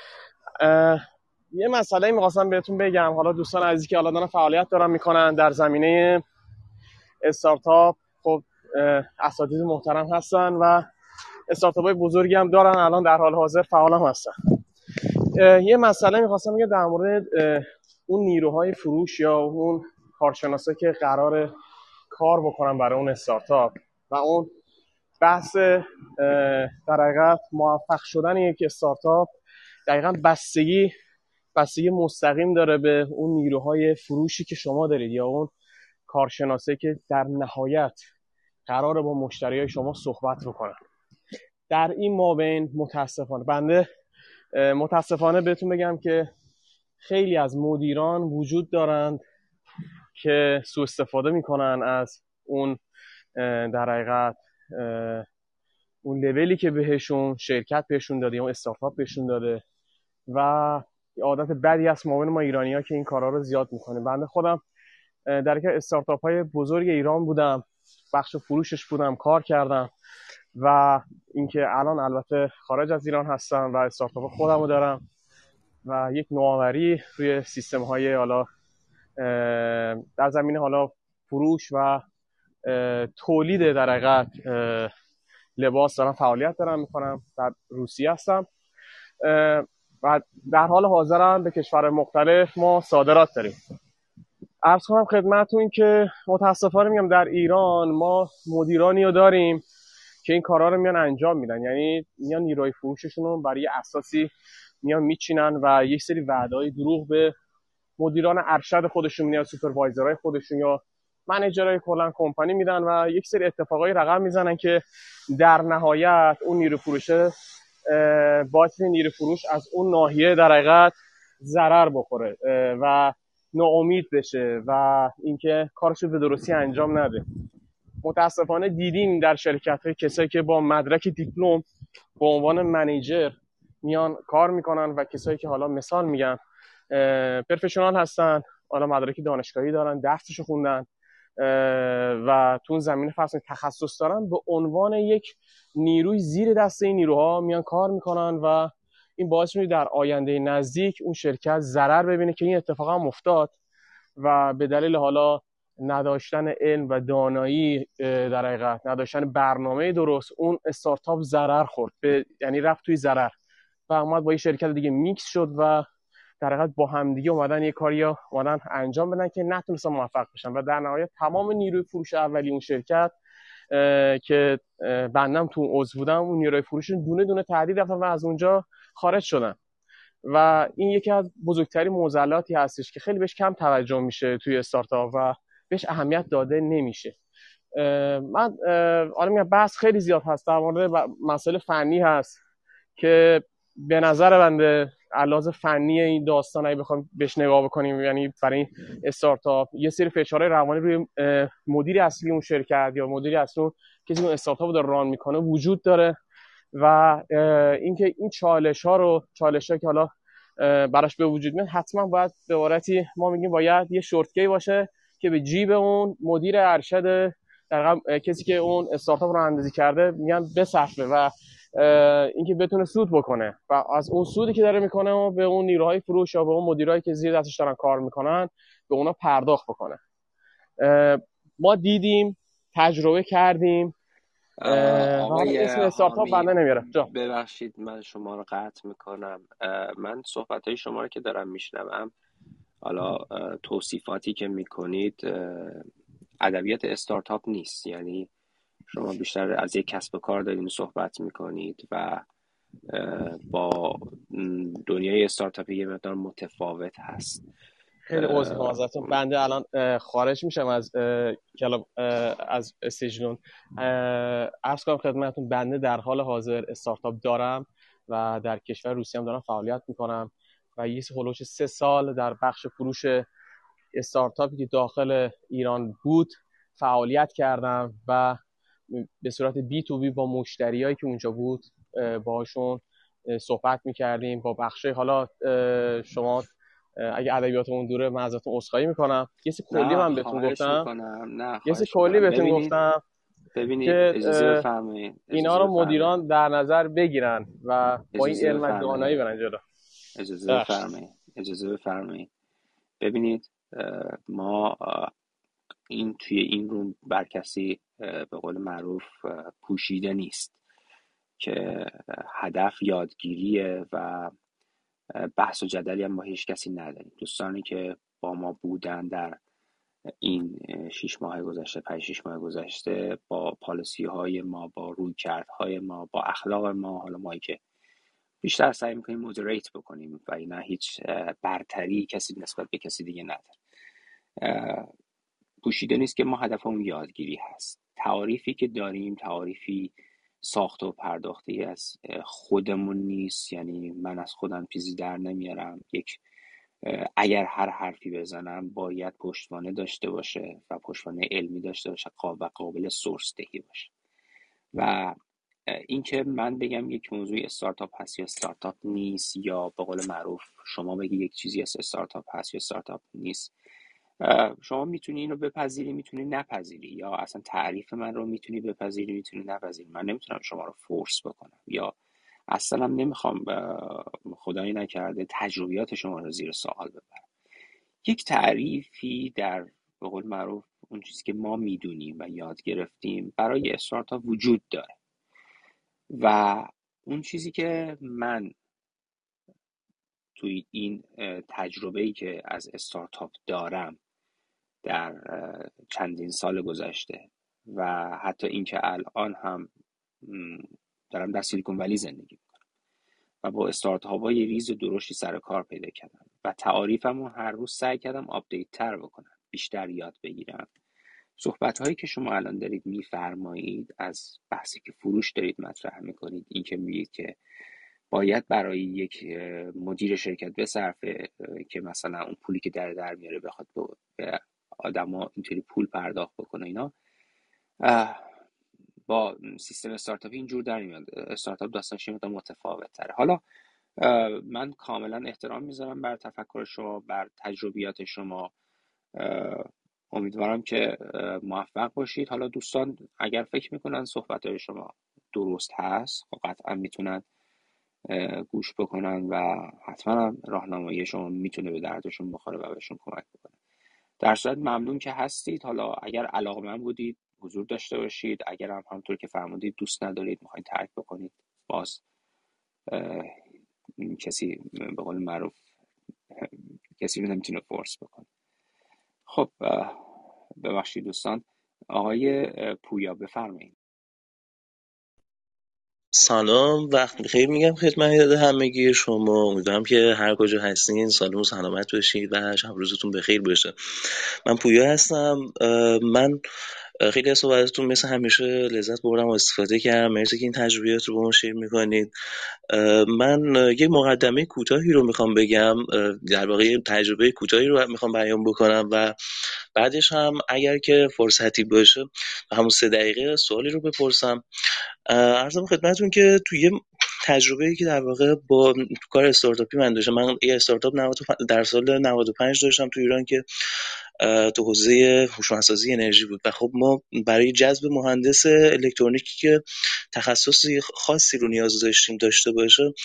یه مسئله می‌خواستم بهتون بگم. حالا دوستان عزیزی که حالا دارن فعالیت دارن میکنن در زمینه استارتاپ، خب اساتید محترم هستن و استارتاپ‌های بزرگی هم دارن، الان در حال حاضر فعال هم هستن. یه مسئله می‌خواستم بگم در مورد اون نیروهای فروش یا اون کارشناسا که قرار کار بکنن برای اون استارتاپ و اون بحث در حقیقت موفق شدن یک استارتاپ دقیقاً بستگی بستگی مستقیم داره به اون نیروهای فروشی که شما دارید یا اون کارشناسه که در نهایت قراره با مشتریای شما صحبت بکنن. در این مابین متاسفانه بنده متاسفانه بهتون بگم که خیلی از مدیران وجود دارند که سوء استفاده میکنن از اون در حقیقت اون لولی که بهشون شرکت بهشون داده یا اون استارتاپ بهشون داده و عادت بدی است مابین ما ایرانی‌ها که این کارا رو زیاد میکنیم. بنده خودم در یک استارتاپ های بزرگ ایران بودم، بخش فروشش بودم، کار کردم و اینکه الان البته خارج از ایران هستم و استارتاپ خودمو دارم و یک نوآوری روی سیستم های حالا در زمینه حالا فروش و تولید در حقیقت لباس دارم فعالیت دارم میکنم. در روسیه هستم و در حال حاضرم به کشور مختلف ما صادرات داریم. عرض کنم خدمتتون که متاسفانه میگم در ایران ما مدیرانی رو داریم که این کارا رو میان انجام میدن، یعنی میان نیروی فروششون رو برای اساسی میان میچینن و یک سری وعده‌های دروغ به مدیران ارشد خودشون یا سوپروایزرهای خودشون یا منیجرهای کلا کمپانی میدن و یک سری اتفاقای رقم میزنن که در نهایت اون نیرو فروشه باعث نیرو فروش از اون ناحیه در حقیقت ضرر بخوره و ناامید بشه و اینکه کارش رو به درستی انجام نده. متاسفانه دیدیم در شرکت‌های کسایی که با مدرک دیپلم به عنوان منیجر میان کار میکنن و کسایی که حالا مثال میگم پروفشنال هستن، حالا مدرک دانشگاهی دارن، درسشو خوندن و تو اون زمینه فصل تخصص دارن، به عنوان یک نیروی زیر دست این نیروها میان کار میکنن و این باعث میشه در آینده نزدیک اون شرکت ضرر ببینه که این اتفاق هم افتاد و به دلیل حالا نداشتن علم و دانایی در حقیقت نداشتن برنامه درست اون استارتاپ ضرر خورد، به یعنی رفت توی ضرر و اومد با یه شرکت دیگه میکس شد و در حقیقت با همدیگه اومدن یه کاریا اومدن انجام بدن که نتونستن موفق بشن و در نهایت تمام نیروی فروش اولی اون شرکت که بندم تو عضو بودم اون نیروی فروش دونه دونه تعدیل رفتن و از اونجا خارج شدن و این یکی از بزرگترین معضلاتی هستش که خیلی بهش کم توجه میشه توی استارتاپ و بهش اهمیت داده نمیشه. من آره میگم بحث خیلی زیاد هست در مورد مسائل فنی هست که به نظر بنده علاوه فنی این داستان اگه بخوام بهش نگاه بکنیم، یعنی برای این استارتاپ یه سری فشارهای روانی روی مدیر اصلی اون شرکت یا مدیر اصلی اون کسی که اون استارتاپ رو داره ران میکنه وجود داره و اینکه این چالش ها رو چالش ها که حالا براش به وجود میاد حتما باید به عبارتی ما میگیم باید یه شورتکی باشه که به جیب اون مدیر ارشد در کسی که اون استارتاپ رو اندازی کرده میگن بصرفه و اینکه بتونه سود بکنه و از اون سودی که داره میکنه و به اون نیروهای فروش یا به اون مدیرایی که زیر دستش دارن کار میکنن به اونا پرداخت بکنه. ما دیدیم، تجربه کردیم و حالا آقای اسم استارتاپ حامی، بنده نمیاره جا. ببخشید من شما رو قطع میکنم. من صحبت های شما رو که دارم میشنوم، حالا توصیفاتی که میکنید ادبیات استارتاپ نیست، یعنی شما بیشتر از یک کسب و کار دارین صحبت میکنید و با دنیای استارتاپی یه مقدار متفاوت هست. خیلی عذر میخوام ازتون، بنده الان خارج میشم از کلاب از استیجلون. عرض کنم خدمتتون بنده در حال حاضر استارتاپ دارم و در کشور روسیه هم دارم فعالیت میکنم و یه هولوش سه سال در بخش فروش استارتاپی که داخل ایران بود فعالیت کردم و به صورت بی تو بی با مشتریایی که اونجا بود باهاشون صحبت میکردیم با بخشه. حالا شما اگه ادبیاتمون دوره من ازتون عذرخواهی میکنم. یه سی کلی من بهتون گفتم نه یه سی کلی بهتون ببینید. گفتم ببینید که اجازه بفرمایید اینا رو مدیران در نظر بگیرن و با این علم و دانایی برن جلو. اجازه بفرمایید اجازه بفرمایید ببینید ما این توی این روم بر کسی به قول معروف پوشیده نیست که هدف یادگیریه و بحث و جدلی هم با هیچ کسی نداریم. دوستانی که با ما بودن در این شش ماه گذشته پنج شش ماه گذشته با پالیسی های ما، با رویکردهای ما، با اخلاق ما، حالا ما که بیشتر سعی میکنیم مودریت بکنیم و اینا هیچ برتری کسی نسبت به کسی دیگه نداره. پوشیده نیست که ما هدفمون یادگیری هست. تعاریفی که داریم تعاریفی ساخته و پرداخته از خودمون نیست، یعنی من از خودم چیزی در نمیارم. یک اگر هر حرفی بزنم باید پشتوانه داشته باشه و پشتوانه علمی داشته باشه و قابل سورس دهی باشه. و اینکه من بگم یک موضوع استارتاپ هست یا استارتاپ نیست، یا به قول معروف شما بگی یک چیزی از استارتاپ هست یا استارتاپ نیست، شما میتونی اینو بپذیری، میتونی نپذیری، یا اصلا تعریف من رو میتونی بپذیری، میتونی نپذیری. من نمیتونم شما رو فورس بکنم یا اصلا نمیخوام خدایی نکرده تجربیات شما رو زیر سوال ببرم. یک تعریفی در به قول معروف اون چیزی که ما میدونیم و یاد گرفتیم برای استارتاپ وجود داره و اون چیزی که من توی این تجربه‌ای که از استارتاپ دارم در چندین سال گذشته و حتی اینکه الان هم دارم در سیلیکون ولی زندگی میکنم و با استارتاپ‌های ریز و درشتی سر کار پیدا کردم و تعاریفمو هر روز سعی کردم آپدیت تر بکنم، بیشتر یاد بگیرم. صحبت‌هایی که شما الان دارید میفرمایید از بحثی که فروش دارید مطرح میکنید، این که میگید که باید برای یک مدیر شرکت بصرفه که مثلا اون پولی که در در میاره بخواد به آدما اینطوری پول پرداخت بکنه، اینا با سیستم استارتاپی اینجور در میاد. استارتاپ داستانش متفاوت تره. حالا من کاملا احترام میذارم بر تفکر شما، بر تجربیات شما. امیدوارم که موفق باشید. حالا دوستان اگر فکر میکنن صحبت‌های شما درست هست قطعا میتونن گوش بکنن و حتما راهنمایی شما میتونه به دردشون بخوره و بهشون کمک بکنه. در صورت ممنون که هستید. حالا اگر علاقه‌مند بودید حضور داشته باشید، اگر هم همونطور که فرمودید دوست ندارید میخواین ترک بکنید، باز کسی به قول معروف کسی رو نمیتونه فورس بکنه. خب ببخشید دوستان. آقای پویا بفرمایید. سلام، وقت بخیر میگم خدمت همگی شما. امیدوارم که هر کجا هستین سالم و سلامت باشید و شب روزتون بخیر باشه. من پویا هستم. من خیلی از صحبتتون مثل همیشه لذت بردم و استفاده کردم. مرسی که این تجربیات رو با ما شیر میکنید. من یه مقدمه کوتاهی رو میخوام بگم، در واقع تجربه کوتاهی رو میخوام بیان بکنم و بعدش هم اگر که فرصتی باشه همون سه دقیقه سوالی رو بپرسم. عرضم خدمتتون که توی تجربه‌ای که در واقع با کار استارتاپی من داشتم، من یه استارتاپ در سال نود و پنج داشتم تو ایران که تو حوزه هوش مصنوعی انرژی بود و خب ما برای جذب مهندس الکترونیکی که تخصصی خاصی رو نیاز داشتیم داشته باشه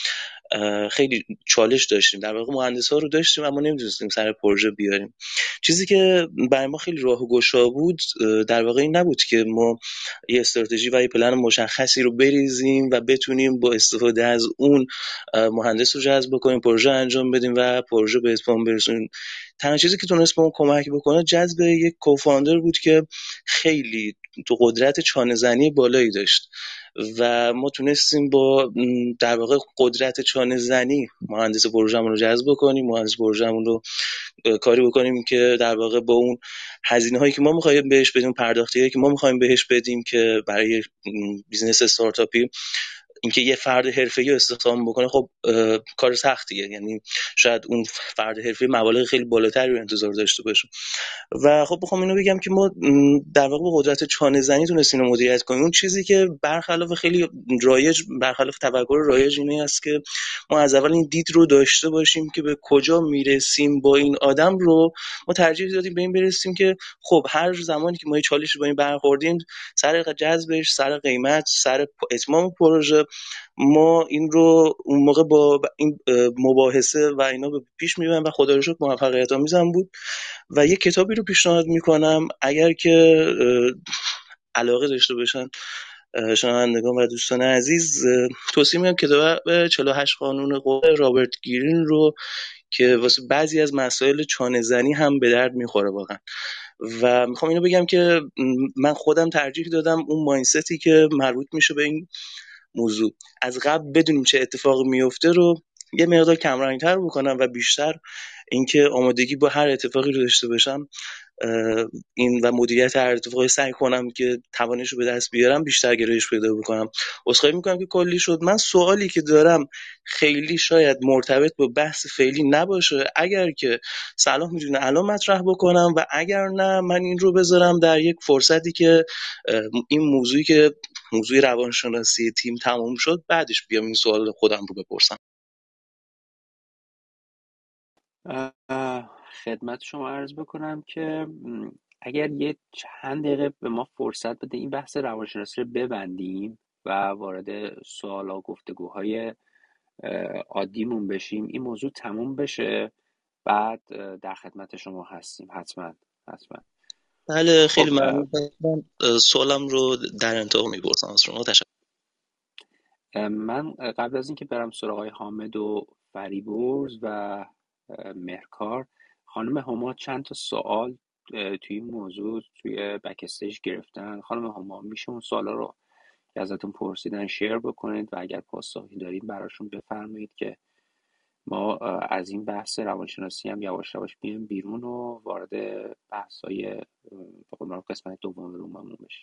خیلی چالش داشتیم، در واقع مهندس‌ها رو داشتیم اما نمی‌تونستیم سر پروژه بیاریم. چیزی که برای ما خیلی راهگشا بود در واقع این نبود که ما یه استراتژی و یه پلن مشخصی رو بریزیم و بتونیم با استفاده از اون مهندس رو جذب کنیم، پروژه انجام بدیم و پروژه به اتمام برسونیم. تنها چیزی که تونست به ما کمک بکنه جذب یک کوفاندر بود که خیلی تو قدرت چانه‌زنی بالایی داشت و ما تونستیم با در واقع قدرت چانه‌زنی مهندس پروژه‌مون رو جذب کنیم، مهندس پروژه‌مون رو کاری بکنیم که در واقع با اون هزینه‌هایی که ما می‌خوایم بهش بدیم، پرداختی‌هایی که ما می‌خوایم بهش بدیم که برای بیزنس استارتاپی اینکه یه فرد حرفه‌ای رو استخدام بکنه خب کار سختیه، یعنی شاید اون فرد حرفه‌ای مبالغ خیلی بالاتری رو انتظار داشته باشه و خب بخوام اینو بگم که ما در واقع با قدرت چانه‌زنی تونستیم اینو مدیریت کنیم. اون چیزی که برخلاف خیلی رایج برخلاف تفکر رایج اینه است که ما از اول این دید رو داشته باشیم که به کجا میرسیم با این آدم رو ما ترجیح دادیم به این برسیم که خب هر زمانی که ما یه چالش با این برخوردیم سر جذبش، سر قیمت، سر اتمام پروژه ما این رو اون موقع با این مباحثه و اینا به پیش میبریم و خدا رو شکر موفقیت آمیزم بود و یه کتابی رو پیشنهاد میکنم اگر که علاقه داشته باشن شنوندگان و دوستان عزیز، توصیه میکنم کتاب چهل و هشت قانون قوه رابرت گیرین رو که واسه بعضی از مسائل چانه‌زنی هم به درد میخوره واقعا. و میخوام اینو بگم که من خودم ترجیح دادم اون مایندستی که مربوط میشه به این موضوع از قبل بدونیم چه اتفاقی میفته رو یه مقدار کمرنگ‌تر بکنم و بیشتر اینکه آمادگی با هر اتفاقی رو داشته باشم این و مدیریت هر اتفاقی سعی کنم که توانش رو به دست بیارم بیشتر گرایش پیدا بکنم. عذرخواهی میکنم که کلی شد. من سوالی که دارم خیلی شاید مرتبط با بحث فعلی نباشه، اگر که صلاح میدونه الان مطرح بکنم و اگر نه من این رو بذارم در یک فرصتی که این موضوعی که موضوع روانشناسی تیم تموم شد بعدش بیام این سوال خودم رو بپرسم. خدمت شما عرض بکنم که اگر یه چند دقیقه به ما فرصت بده این بحث روانشناسی رو ببندیم و وارد سوالا گفتگوهای عادیمون بشیم، این موضوع تموم بشه، بعد در خدمت شما هستیم. حتما حتما. بله خیلی خب ممنون. من سوالم رو در انتها میپرسم از شما. تشکر. من قبل از اینکه برم سراغ آقای حامد و فریبرز و مهرکار، خانم هما چند تا سوال توی این موضوع توی بک استیج گرفتن. خانم هما میشه اون سوالا رو که ازتون پرسیدن شیر بکنید و اگر پاسخی دارید براشون بفرمایید که ما از این بحث روانشناسی هم یواش یواش بیایم بیرون و وارد بحث‌های به قول معروف قسمت دوم روممون بشیم.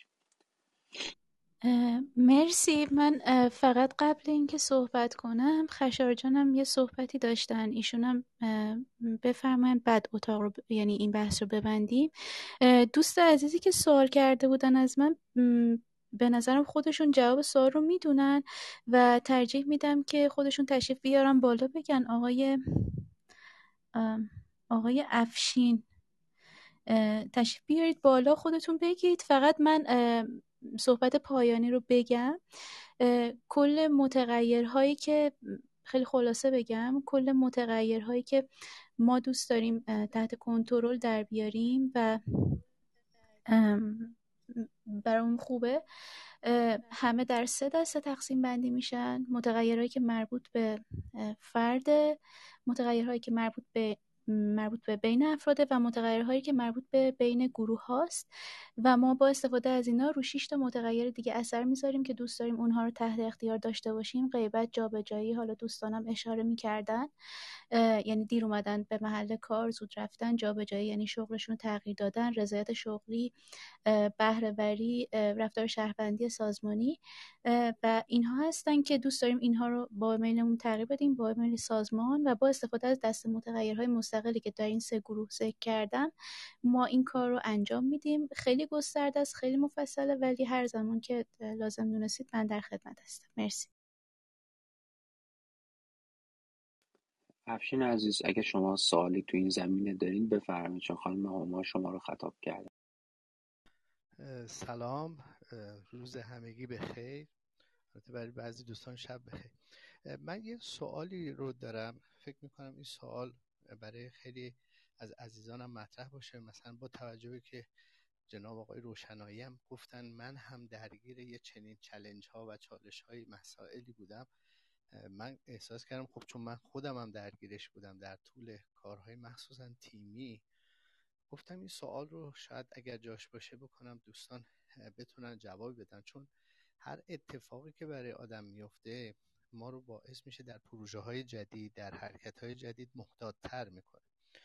مرسی. من فقط قبل اینکه صحبت کنم خشایار جانم یه صحبتی داشتن، ایشونم بفرمایید بعد اتاق رو ب... یعنی این بحث رو ببندیم. دوست عزیزی که سوال کرده بودن از من به نظرم خودشون جواب سوال رو میدونن و ترجیح میدم که خودشون تشریف بیارن بالا بگن. آقای آقای افشین تشریف بیارید بالا خودتون بگید. فقط من صحبت پایانی رو بگم. کل متغیرهایی که خیلی خلاصه بگم کل متغیرهایی که ما دوست داریم تحت کنترل در بیاریم و برامون خوبه همه در سه دسته تقسیم بندی میشن. متغیرهایی که مربوط به فرد، متغیرهایی که مربوط به مربوط به بین افراده و متغیرهایی که مربوط به بین گروه هاست و ما با استفاده از اینا رو شش تا متغیر دیگه اثر میذاریم که دوست داریم اونها رو تحت اختیار داشته باشیم. غیبت، جابجایی، حالا دوستانم اشاره میکردن، یعنی دیر اومدن به محل کار، زود رفتن، جابجایی یعنی شغلشون رو تغییر دادن، رضایت شغلی، بهره‌وری، رفتار شهروندی سازمانی و اینها هستن که دوست داریم اینها رو با ایمیلمون تغییر بدیم با ایمیل سازمان و با استفاده از دسته متغیرهای مستقلی که در این سه گروه ذکر کردم ما این کار رو انجام میدیم. خیلی گسترده است، خیلی مفصله، ولی هر زمان که لازم دونستید من در خدمت هستم. مرسی. افشین عزیز اگه شما سوالی تو این زمینه دارین بفرمایید، چون خانم هما شما رو خطاب کردن. سلام، روز همگی بخیر. البته برای بعضی دوستان شب بخیر. من یه سوالی رو دارم، فکر میکنم این سوال برای خیلی از عزیزانم مطرح باشه. مثلا با توجه به که جناب آقای روشنایی هم گفتن من هم درگیر یه چنین چالش ها و چالش های مسائلی بودم، من احساس کردم خب چون من خودم هم درگیرش بودم در طول کارهای مخصوصا تیمی، گفتم این سوال رو شاید اگر جاش باشه بکنم دوستان بتونن جواب بدن، چون هر اتفاقی که برای آدم میفته ما رو باعث میشه در پروژه های جدید، در حرکت های جدید محتاط‌تر میکنه.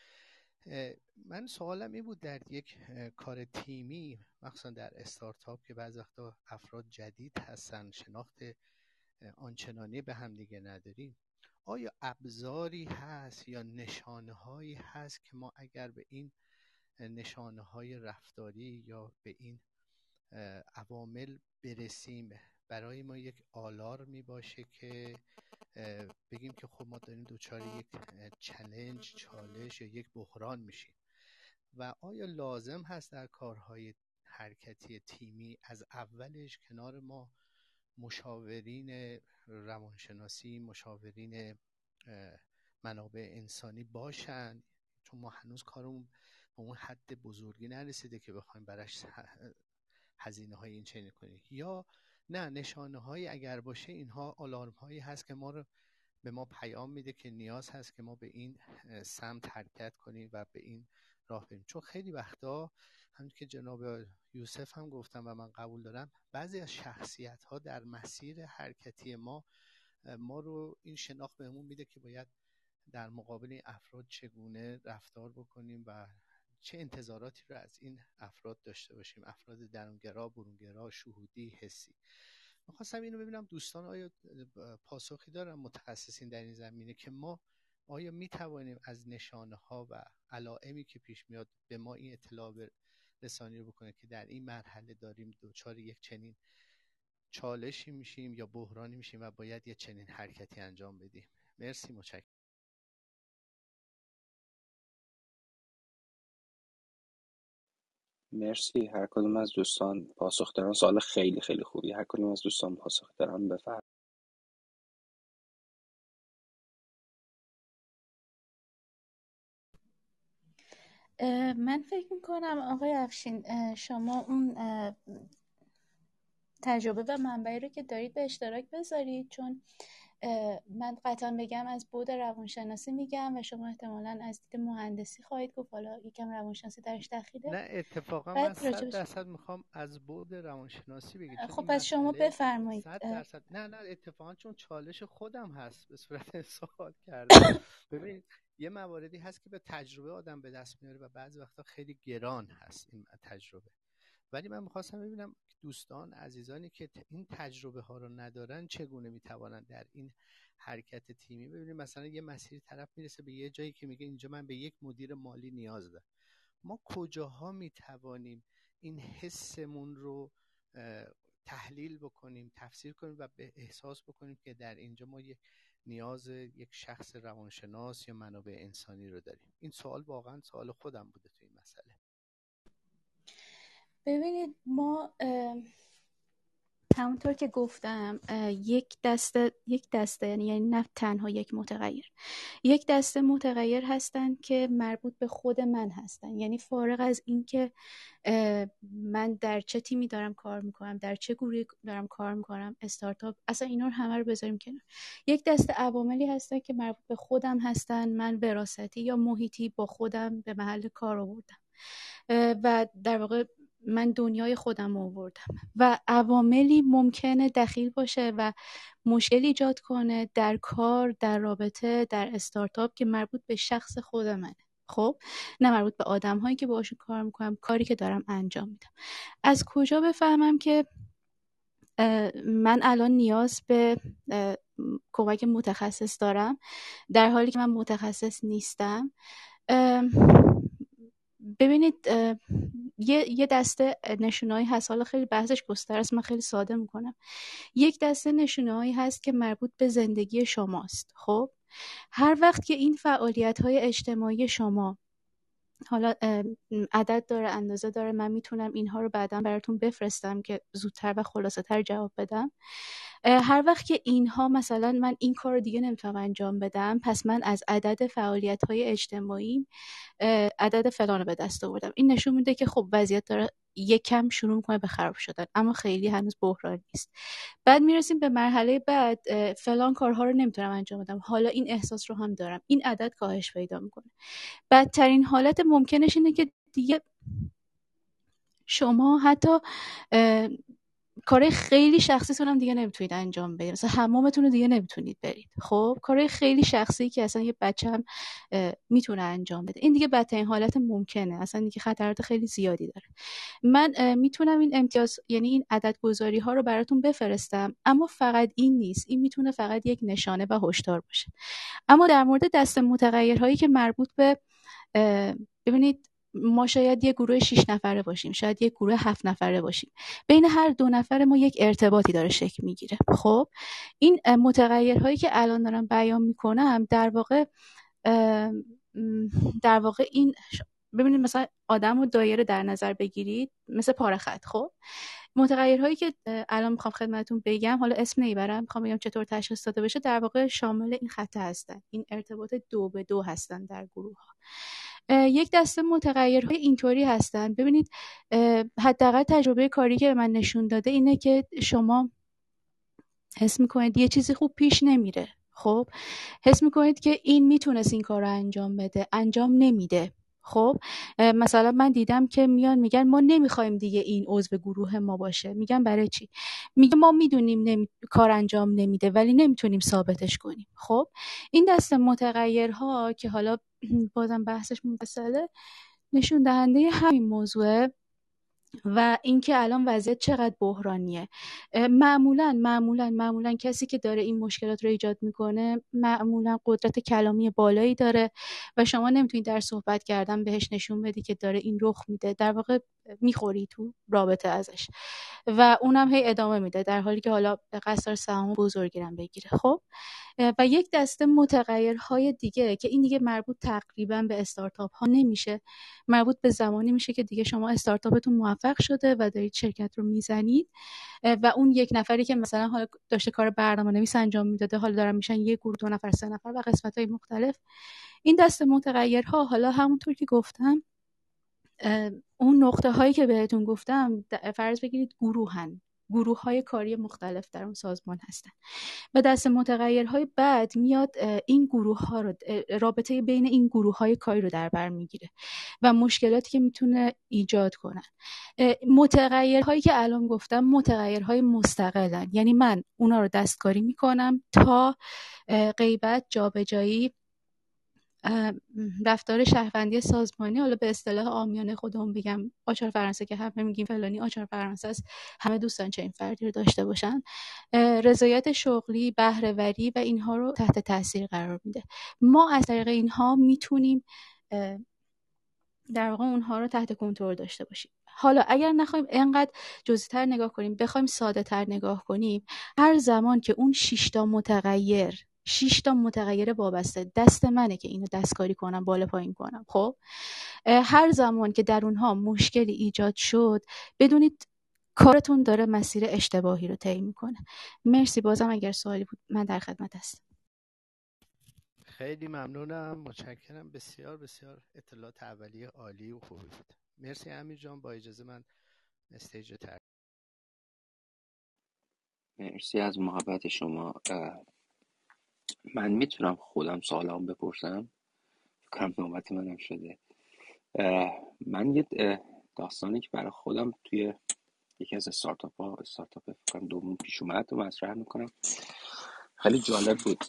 من سوالم این بود در یک کار تیمی، مخصوصا در استارتاپ که بعضی وقتا افراد جدید هستن، شناخت آنچنانی به هم دیگه نداریم، آیا ابزاری هست یا نشانه هایی هست که ما اگر به این نشانه های رفتاری یا به این عوامل برسیم برای ما یک آلارمی باشه که بگیم که خب ما داریم دوچار یک چالش چالش یا یک بحران میشیم؟ و آیا لازم هست در کارهای حرکتی تیمی از اولش کنار ما مشاورین روانشناسی، مشاورین منابع انسانی باشن؟ چون ما هنوز کارمون به اون حد بزرگی نرسیده که بخوایم براش هزینه های این چنین کنیم، یا نه نشانه هایی اگر باشه اینها آلارم هایی هست که ما رو به ما پیام میده که نیاز هست که ما به این سمت حرکت کنیم و به این راه بریم. چون خیلی وقتا همونطور که جناب یوسف هم گفتم و من قبول دارم، بعضی از شخصیت ها در مسیر حرکتی ما ما رو این شناخت بهمون میده که باید در مقابل این افراد چگونه رفتار بکنیم و چه انتظاراتی رو از این افراد داشته باشیم، افراد درونگرا، برونگرا، شهودی، حسی. میخواستم اینو ببینم دوستان آیا پاسخی دارن متخصصین در این زمینه که ما آیا میتوانیم از نشانه ها و علائمی که پیش میاد به ما این اطلاع رسانی رو بکنه که در این مرحله داریم دوچار یک چنین چالشی میشیم یا بحرانی میشیم و باید یک چنین حرکتی انجام بدیم. مرسی، متشکرم. مرسی. هر کدوم از دوستان پاسخ دارن، سوال خیلی خیلی خوبی، هر کدوم از دوستان پاسخ دارن بفرمایید. من فکر میکنم آقای افشین شما اون تجربه و منبعی رو که دارید به اشتراک بذارید، چون من قطعا بگم از بعد روانشناسی میگم و شما احتمالاً از دید مهندسی خواهید گفت، حالا یکم روانشناسی درش دخیله. نه اتفاقا من صد درصد میخوام از بعد روانشناسی بگید. خب پس شما بفرمایید. صد درصد نه نه اتفاقا چون چالش خودم هست به صورت سوال کردم. ببینید یه مواردی هست که به تجربه آدم به دست میاره و بعضی وقتا خیلی گران هست این تجربه، ولی من میخواستم ببینم دوستان عزیزانی که این تجربه ها رو ندارن چگونه میتوانن در این حرکت تیمی، ببینید مثلا یه مسیر طرف میرسه به یه جایی که میگه اینجا من به یک مدیر مالی نیاز دارم، ما کجاها میتوانیم این حسمون رو تحلیل بکنیم، تفسیر کنیم و به احساس بکنیم که در اینجا ما یک نیاز یک شخص روانشناس یا منابع انسانی رو داریم؟ این سوال واقعا سوال خودم بوده تو این مسئله. ببینید ما همونطور که گفتم یک دسته یک دسته یعنی نه تنها یک متغیر، یک دسته متغیر هستن که مربوط به خود من هستن، یعنی فارغ از این که من در چه تیمی دارم کار میکنم، در چه گروهی دارم کار میکنم، استارتاپ، اصلا اینا رو همه رو بذاریم کنار. یک دسته عواملی هستن که مربوط به خودم هستن، من وراثتی یا محیطی با خودم به محل کار آوردم و در واقع من دنیای خودم آوردم و عواملی ممکنه دخیل باشه و مشکل ایجاد کنه در کار، در رابطه، در استارتاپ که مربوط به شخص خود منه، خب نه مربوط به آدم هایی که باشون کار میکنم، کاری که دارم انجام میدم. از کجا بفهمم که من الان نیاز به کمک متخصص دارم در حالی که من متخصص نیستم؟ ببینید یه یه دسته نشونه‌هایی هست، حالا خیلی بحثش گستره است، من خیلی ساده میکنم. یک دسته نشونه‌هایی هست که مربوط به زندگی شماست. خب هر وقت که این فعالیت‌های اجتماعی شما، حالا عدد داره، اندازه داره، من میتونم اینها رو بعداً براتون بفرستم که زودتر و خلاصه‌تر جواب بدم، هر وقت که اینها مثلا من این کار رو دیگه نمیتونم انجام بدم، پس من از عدد فعالیت‌های اجتماعی عدد فلان رو به دست آوردم. این نشون میده که خب وضعیت داره یکم شروع میکنه به خراب شدن، اما خیلی هنوز بحران نیست. بعد میرسیم به مرحله بعد، فلان کارها رو نمیتونم انجام بدم، حالا این احساس رو هم دارم، این عدد کاهش پیدا میکنه. بدترین حالت ممکنش اینه که دیگه شما حتی کارهای خیلی شخصیتون هم دیگه نمیتونید انجام بدید، مثلا حمامتون رو دیگه نمیتونید برید. خب کارهای خیلی شخصی که اصلا یه بچه هم میتونه انجام بده، این دیگه بدترین حالت ممکنه، اصلا دیگه خطرات خیلی زیادی داره. من میتونم این امتیاز، یعنی این عدد گذاری ها رو براتون بفرستم، اما فقط این نیست، این میتونه فقط یک نشانه و هشدار باشه. اما در مورد دسته متغیرهایی که مربوط به ببینید ما شاید یک گروه شش نفره باشیم، شاید یک گروه هفت نفره باشیم، بین هر دو نفر ما یک ارتباطی داره شکل میگیره. خب این متغیرهایی که الان دارم بیان میکنم در واقع در واقع این ببینید مثلا آدم و دایره در نظر بگیرید مثل پاره خط. خب متغیرهایی که الان میخوام خدمتتون بگم، حالا اسم نمیبرم، میخوام بگم چطور تشخیص داده بشه، در واقع شامل این خط هستن، این ارتباط دو به دو هستن در گروه ها. یک دسته متغیرهای اینطوری هستن، ببینید حداقل تجربه کاری که به من نشون داده اینه که شما حس میکنید یه چیزی خوب پیش نمیره، خب حس میکنید که این میتونست این کار رو انجام بده، انجام نمیده. خب مثلا من دیدم که میان میگن ما نمیخوایم دیگه این عضو گروه ما باشه. میگم برای چی؟ میگه ما میدونیم نمی... کار انجام نمیده ولی نمیتونیم ثابتش کنیم. خب این دسته متغیرها که حالا بازم بحثش مفصله، نشون دهنده همین موضوعه و اینکه الان وضعیت چقدر بحرانیه. معمولا معمولا معمولا کسی که داره این مشکلات رو ایجاد میکنه معمولا قدرت کلامی بالایی داره و شما نمیتونید در صحبت کردن بهش نشون بدی که داره این رخ میده، در واقع میخوری تو رابطه ازش و اونم هی ادامه میده در حالی که حالا قصد سهام بزرگیرم بگیره. خب و یک دسته متغیرهای دیگه که این دیگه مربوط تقریبا به استارتاپ ها نمیشه، مربوط به زمانی میشه که دیگه شما استارتاپتون موفق شده و دارید شرکت رو میزنید و اون یک نفری که مثلا حالا داشته کار برنامه‌نویس انجام میداده حالا دارن میشن یک گروه، دو نفر، سه نفر و قسمت‌های مختلف. این دسته متغیرها حالا همونطور که گفتم اون نقطه هایی که بهتون گفتم فرض بگیرید گروهن، گروه های کاری مختلف در اون سازمان هستن و دسته متغیرهای بعد میاد این گروه ها رو، رابطه بین این گروه های کاری رو در بر میگیره و مشکلاتی که میتونه ایجاد کنن. متغیرهایی که الان گفتم متغیرهای مستقلن، یعنی من اونا رو دستکاری میکنم تا غیبت، جابجایی، رفتار شهروندی سازمانی، حالا به اصطلاح عامیانه خودمون بگم آچار فرانسه که همه میگیم فلانی آچار فرانسه است، همه دوستان چه این فردی رو داشته باشن، رضایت شغلی، بهره وری و اینها رو تحت تاثیر قرار میده. ما از طریق اینها میتونیم در واقع اونها رو تحت کنترل داشته باشیم. حالا اگر نخوایم اینقدر جزئی‌تر نگاه کنیم، بخوایم ساده‌تر نگاه کنیم، هر زمان که اون شش تا متغیر شش تا متغیر وابسته دست منه که اینو دستکاری کنم، بالا پایین کنم، خب هر زمان که در اونها مشکلی ایجاد شد بدونید کارتون داره مسیر اشتباهی رو طی میکنه. مرسی. بازم اگر سوالی بود من در خدمت هستم. خیلی ممنونم، متشکرم، بسیار بسیار اطلاعات اولیه عالی و خوبی بود. مرسی امیر جان. با اجازه من استیج تر. مرسی از محبت شما. من میتونم خودم سوالام بپرسم؟ کم نوبت منم شده. من یه داستانی که برای خودم توی یکی از استارتاپ ها استارتاپ فکرم دوم پیش اومد و مطرح میکنم. خیلی جالب بود.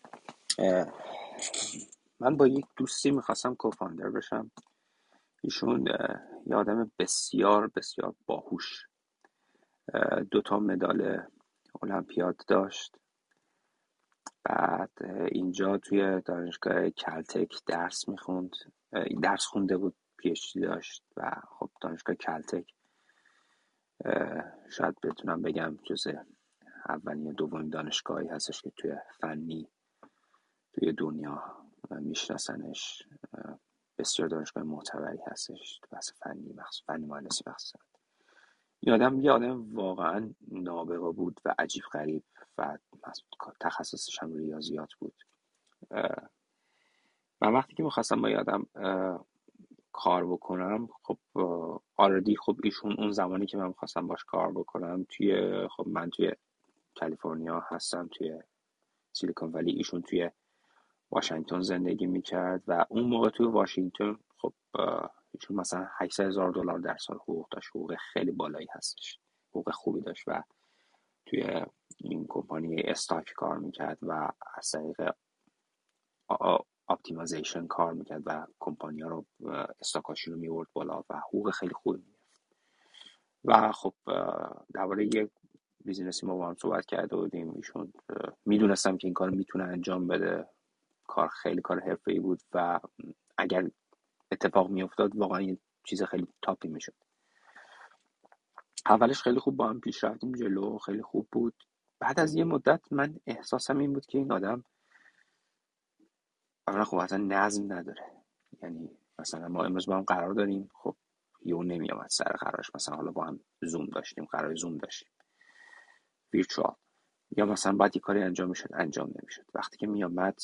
من با یک دوستی میخواستم کوفاندر بشم. ایشون یه آدم بسیار بسیار باهوش، دوتا مدال المپیاد داشت، بعد اینجا توی دانشگاه کلتک درس میخوند، درس خونده بود، پی اچ دی داشت و خب دانشگاه کلتک شاید بتونم بگم جز اولین دومین دانشگاهی هستش که توی فنی توی دنیا میشناسنش. بسیار دانشگاه معتبری هستش تو بحث فنی، بحث فنی مهندسی. بحث این آدم یه آدم واقعا نابغه بود و عجیب غریب و تخصصش هم ریاضیات بود. من وقتی که میخواستم با یادم کار بکنم، خب آردی خب ایشون اون زمانی که من میخواستم باش کار بکنم توی خب من توی کالیفرنیا هستم، توی سیلیکون ولی، ایشون توی واشنگتن زندگی میکرد و اون موقع توی واشنگتن خب ایشون مثلا هشتصد هزار دلار در سال حقوق داشت. حقوق خیلی بالایی هستش، حقوق خوبی داشت و توی این کمپانی استاک کار میکرد و از طریق اپتیمایزیشن کار میکرد و کمپانی ها رو استاکاشون رو میورد بالا و حقوق خیلی خوبی میگرفت. و خب درباره یک بیزینسی ما با هم صحبت کرده بودیم. ایشون میدونستم که این کار میتونه انجام بده، کار خیلی کار حرفه‌ای بود و اگر اتفاق میافتاد واقعا یه چیز خیلی تاپی میشد. اولش خیلی خوب با هم پیش رفتیم جلو، خیلی خوب بود. بعد از یه مدت من احساسم این بود که این آدم اولا خب اصلا نظم نداره. یعنی مثلا ما امروز با هم قرار داریم، خب یهو نمیامد سر قرارش. مثلا حالا با هم زوم داشتیم، قرار زوم داشتیم ویرچوال، یا مثلا بعد یه کاری انجام میشد انجام نمیشد. وقتی که میامد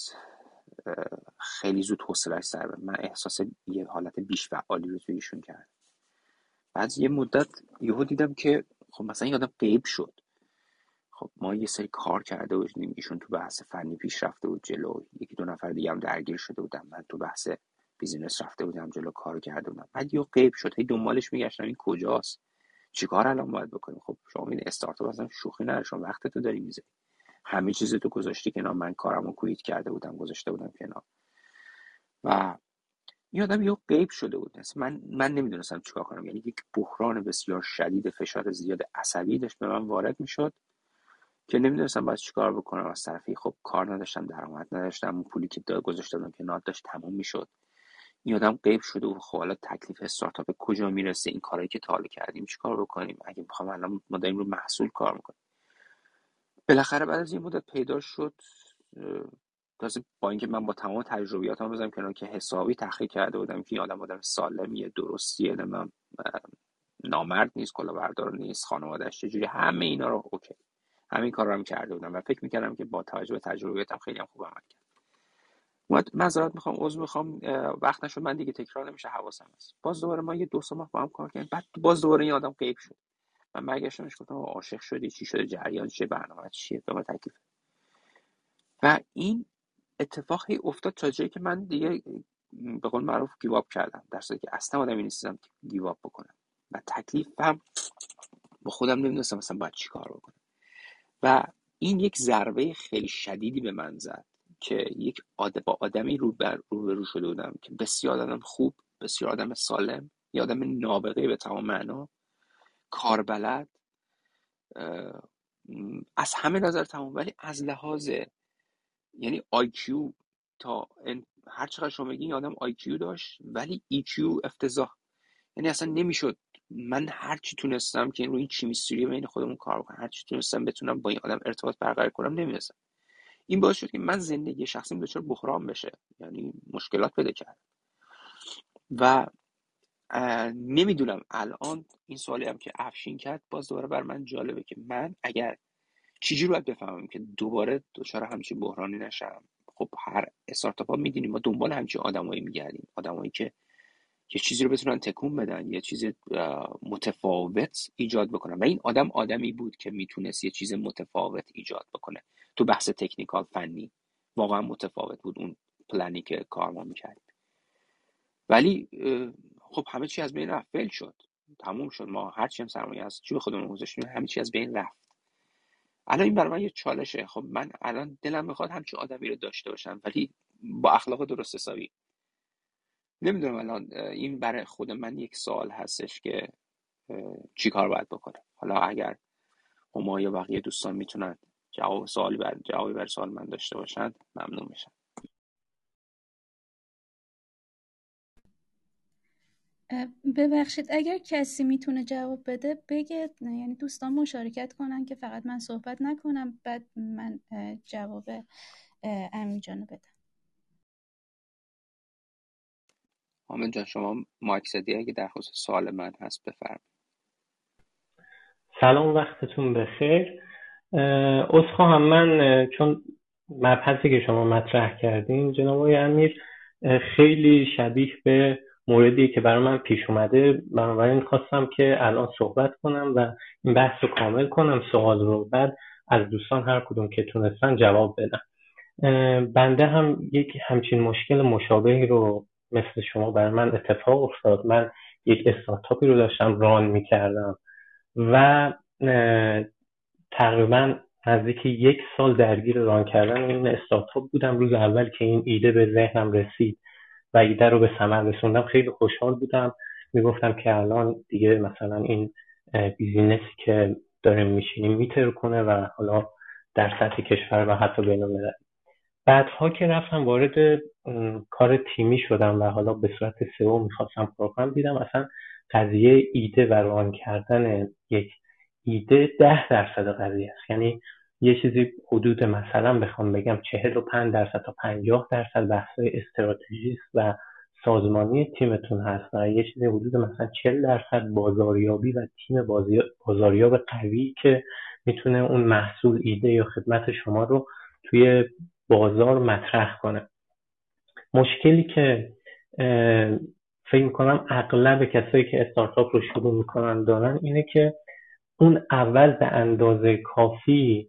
خیلی زود حوصله‌اش سر بره. من احساس یه حالت بیش فعالی رو توی ایشون کردم. بعد یه مدت یهو دیدم که خب مثلا این آدم غیب شد. خب ما یه سری کار کرده بودیم، ایشون تو بحث فنی پیش رفته بود جلو، یکی دو نفر دیگه هم درگیر شده بودم، من تو بحث بیزینس رفته بودم جلو، کار کرده بودم. بعد یهو غیب شد. هی دنبالش میگشتم این کجاست، چیکار الان باید بکنیم. خب شما این استارتاپ اصلا شوخی نداره، شما وقتتو داری میذاری، همه چیز تو گذاشتی کنار. من کارمو کویت کرده بودم، گذاشته بودم کنار و این آدم یهو غیب شده بود. من من نمیدونستم چیکار کنم. یعنی یک بحران بسیار شدید، فشار زیاد عصبی داشت به من وارد میشد که نمیدونستم باید چیکار بکنم. از طرفی خب کار نداشتم، درآمد نداشتم، اون پولی که داد گذاشته بودم کنار داشت تموم میشد. این آدم غیب شده و خب حالا تکلیف استارتاپ کجا میرسه، این کارایی که تا حالا کردیم چیکار بکنیم، اگه بخوام الان ما داریم رو محصول کار میکنیم. بالاخره بعد از این مدت پیدا شد، تازه با اینکه من با تمام تجربیاتم بزنم کنار که حسابی تحقیق کرده بودم که این آدم آدم سالمیه، درستیه، من نامرد نیست، کلاهبردار نیست، خانواده‌اش چجوری، همه اینا رو اوکی، همین کارا رو هم کرده بودم و فکر می‌کردم که با توجه به تجربیاتم خیلی هم خوب عمل کردم. معذرت میخوام، عذر میخوام، وقت نشد، من دیگه تکرار نمیشه، حواسم هست. باز دوباره ما یه دو سه ماه با هم کار کردیم، بعد باز دوباره این آدم غیب شد. من برگشتمش گفتم عاشق شدی، چی شده، جریان چیه، برنامه چیه، به ما تکلیف. و این اتفاقی افتاد تا جایی که من دیگه به قول معروف گیواب کردم، در صورتی که اصلا آدمی نیستم که گیواب بکنم و تکلیفم با خودم نمیدونستم مثلا باید چی کار بکنم. و این یک ضربه خیلی شدیدی به من زد که یک آدم با آدمی رو بر رو به رو شده بودم که بسیار آدم خوب، بسیار آدم سالم، یه آدم نابغه به تمام معنا، کاربلد، از همه نظر تمام، ولی از لحاظ یعنی آی کیو تا هر چقدر شما بگین آدم آی کیو داشت ولی ای کیو افتضاح. یعنی اصلا نمیشد. من هر چی تونستم که روی این کیمیستری بین خودمون کار کنم، هر چی تونستم بتونم با این آدم ارتباط برقرار کنم، نمیرسم. این باعث شد که من زندگی شخصیم دچار بحران بشه، یعنی مشکلات پیدا کرد. و نمیدونم الان این سوالی هم که افشین کرد باز دوباره بر من جالبه که من اگر چجوری باید بفهمم که دوباره دچار همچین بحرانی نشم. خب هر استارتاپ ها میدونیم ما دنبال همچین آدمایی میگردیم، آدمایی که یه چیزی رو بتونن تکون بدن، یه چیز متفاوت ایجاد بکنن. و این آدم آدمی بود که میتونست یه چیز متفاوت ایجاد بکنه تو بحث تکنیکال فنی. واقعا متفاوت بود اون پلنی که کار ما میکردیم. ولی خب همه چی از بین رفت، فیل شد، تموم شد. ما هر چی هم سرمایه از جیب خودمون گذاشتیم همه چی از بین رفت. الان این برای من یه چالشه. خب من الان دلم میخواد همچین آدمی رو داشته باشم ولی با اخلاق درست حسابی. نمیدونم الان این برای خود من یک سوال هستش که چی کار باید بکنم. حالا اگر هما یا بقیه دوستان میتونن جواب سوالی بر جوابی بر سوال من داشته باشند ممنون میشم. ببخشید اگر کسی میتونه جواب بده بگه، یعنی دوستان مشارکت کنن که فقط من صحبت نکنم بعد من جواب امین جانو بدم. حامد جان شما مایک زدی، اگه در خصوص سوال من هست بفرمایید. سلام، وقتتون بخیر. عذرخواهم من اه، چون مبحثی که شما مطرح کردین جناب آقای امیر اه، خیلی شبیه به موردی که برای من پیش اومده، بنابراین خواستم که الان صحبت کنم و این بحث رو کامل کنم، سوال رو بعد از دوستان هر کدوم که تونستن جواب بدم. اه، بنده هم یک همچین مشکل مشابهی رو مثل شما برای من اتفاق افتاد. من یک استارتاپی رو داشتم ران میکردم و اه، تقریبا نزدیک یک سال درگیر ران کردن این استارتاپ بودم. روز اول که این ایده به ذهنم رسید و ایده رو به ثمر رسوندم خیلی خوشحال بودم. میگفتم که الان دیگه مثلا این بیزینسی که داریم میشینیم میتر کنه و حالا در سطح کشور و حتی بین الملل. بعدها که رفتم وارد کار تیمی شدم و حالا به صورت سئو میخواستم کار کنم، دیدم اصلا قضیه ایده و ران کردن یک ایده ده درصد قضیه است. یعنی یه چیزی حدود مثلا بخوام بگم چهل و پنج درصد تا پنجاه درصد بحث‌های استراتژیست و سازمانی تیمتون هست و یه چیزی حدود مثلا چهل درصد بازاریابی و تیم بازاریاب قوی که میتونه اون محصول، ایده یا خدمت شما رو توی بازار مطرح کنه. مشکلی که فکر میکنم اغلب کسایی که استارتاپ رو شروع میکنن دارن اینه که اون اول به اندازه کافی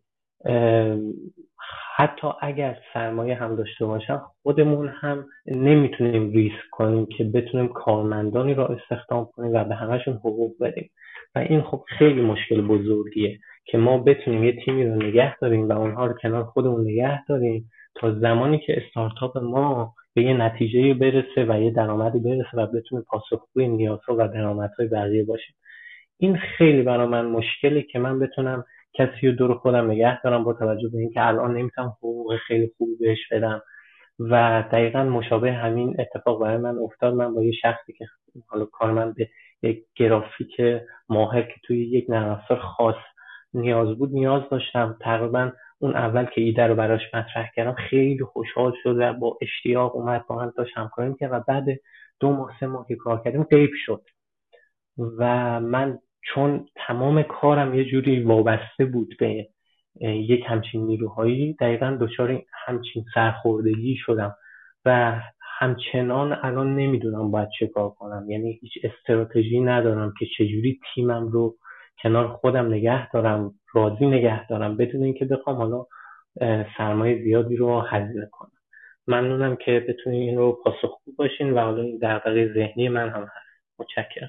حتی اگر سرمایه هم داشته باشن خودمون هم نمیتونیم ریسک کنیم که بتونیم کارمندانی را استخدام کنیم و به همشون حقوق بدیم و این خب خیلی مشکل بزرگیه که ما بتونیم یه تیمی رو نگه داریم و اونها رو کنار خودمون نگه داریم تا زمانی که استارتاپ ما به یه نتیجه برسه و یه درآمدی برسه و بتونه پاسخگوی نیازها و درآمدهای بقیه باشه. این خیلی برای من مشکله که من بتونم کسی رو دور خودم نگه دارم با توجه به اینکه الان نمیتونم حقوق خیلی خوبی بهش بدم و دقیقا مشابه همین اتفاق برای من افتاد. من با یه شخصی که حالا کار من به یک گرافیک ماهر که توی یک نرم افزار خاص نیاز بود نیاز داشتم. تقریبا اون اول که ایده رو براش مطرح کردم خیلی خوشحال شد و با اشتیاق اومد با هم داشت همکاری می‌کرد و بعد دو ماه سه ماه که کار کردیم غیب شد و من چون تمام کارم یه جوری وابسته بود به یک همچین نیروهایی دقیقاً دچار همچین سرخوردگی شدم و همچنان الان نمیدونم باید چه کار کنم. یعنی هیچ استراتژی ندارم که چجوری تیمم رو کنار خودم نگه دارم، راضی نگه دارم بدون اینکه بخوام حالا سرمایه زیادی رو هزینه کنم. ممنونم که بتونین این رو پاسخگو باشین و حالا این دغدغه ذهنی من هم هست. متشکرم.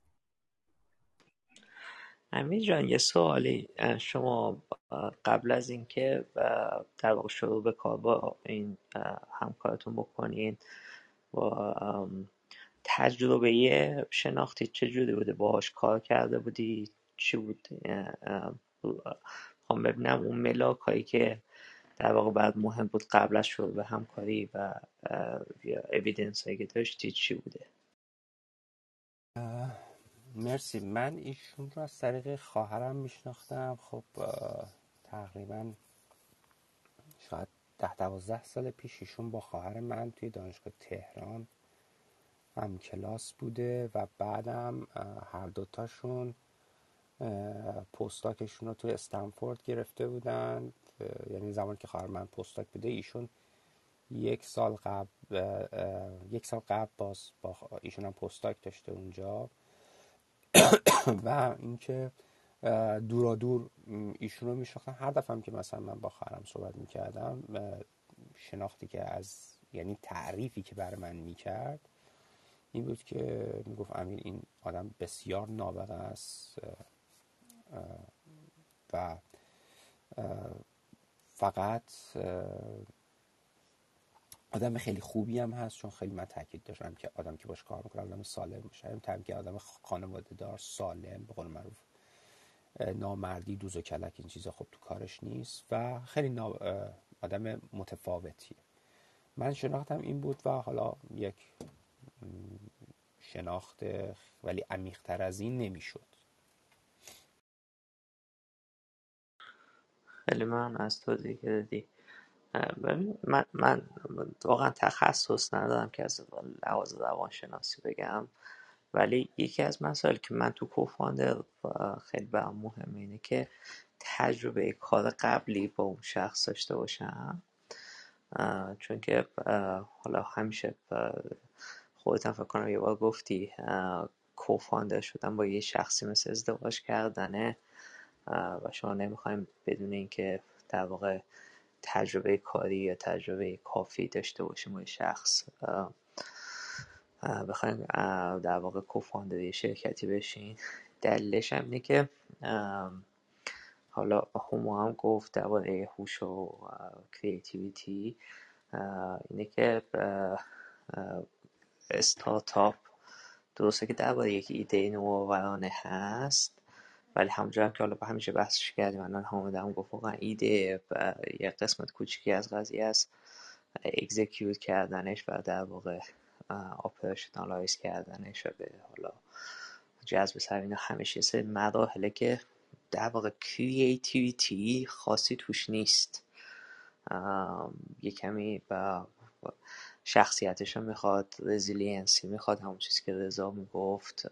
امیر جان یه سوالی، شما قبل از اینکه در واقع شروع به کار با این همکارتون بکنین با تجربه شناختی چجوری بوده؟ باهاش کار کرده بودی؟ چی بود؟ خواهم ببینم اون ملاک هایی که در واقع بعد مهم بود قبل از شروع به همکاری و یا اویدنس هایی که داشتی چی بوده؟ مرسی. من ایشون رو از طریق خواهرم میشناختم. خب تقریبا شاید ده دوازده سال پیش ایشون با خواهر من توی دانشگاه تهران هم کلاس بوده و بعدم هر دوتاشون پستاکشون رو توی استنفورد گرفته بودن. یعنی زمانی که خواهر من پستاک بوده ایشون یک سال قبل یک سال قبل باز با ایشون هم پستاک داشته اونجا و اینکه دورا دور ایشون رو میشناختم. هر دفعه هم که مثلا من با خواهرم صحبت میکردم شناختی که از یعنی تعریفی که برای من میکرد این بود که میگفت امیر این آدم بسیار نابغه است و فقط آدم خیلی خوبی هم هست، چون خیلی من تاکید داشتم که آدم که باش کار میکنه آدم سالم باشه، هم که آدم خانواده دار سالم، به قول معروف نامردی دوز و کلک این چیزا خب تو کارش نیست و خیلی نا... آدم متفاوتیه. من شناختم این بود و حالا یک شناخت ولی عمیق‌تر از این نمیشد. خیلی من از توضیحی که دادی. ببین من, من واقعا تخصص ندارم که از لحاظ روانشناسی بگم، ولی یکی از مسائل که من تو کوفاندر خیلی برام مهمه اینه که تجربه کار قبلی با اون شخص داشته باشم، چون که حالا همیشه خودت هم فکر کنم یه بار گفتی کوفاندر شدن با یه شخصی مثل ازدواج کردنه و شما نمیخوایم بدون اینکه در واقع تجربه کاری یا تجربه کافی داشته باشیم با یه شخص بخوایم در واقع کوفاندر یه شرکتی بشین. دلیلش هم اینه که حالا همو هم گفت درباره هوش و کریتیویتی اینه که استارتاپ درسته که درباره یک ایده نوآورانه هست، ولی همونجا هم که حالا همیشه بحثش کردیم الان حامد هم گفت واقعا ایده یه قسمت کوچیکی از قضیه است، اکزیکیوت کردنش و در واقع اپریشنالایز کردنش و به حالا جذب سر اینا همیشه سه مراحله که در واقع کریتیویتی خاصی توش نیست. یه کمی با شخصیتش رو میخواد، رزیلینسی میخواد، همون چیزی که رضا میگفت،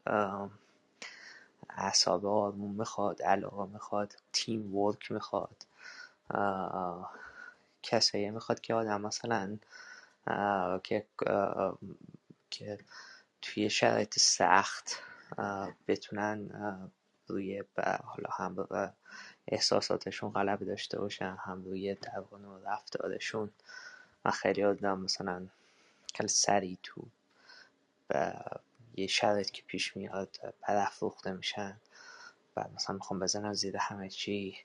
اعصاب آروم میخواد، علاقه میخواد، تیم ورک میخواد، کسایی میخواد که آدم مثلا که که توی شرایط سخت بتونن روی حالا هم احساساتشون غلبه داشته باشن، هم روی دوام و رفتارشون. من خیلی آدم مثلا خیلی سریع تو یه شرایط که پیش میاد برافروخته میشن و مثلا میخوام بزنن زیر همه چی.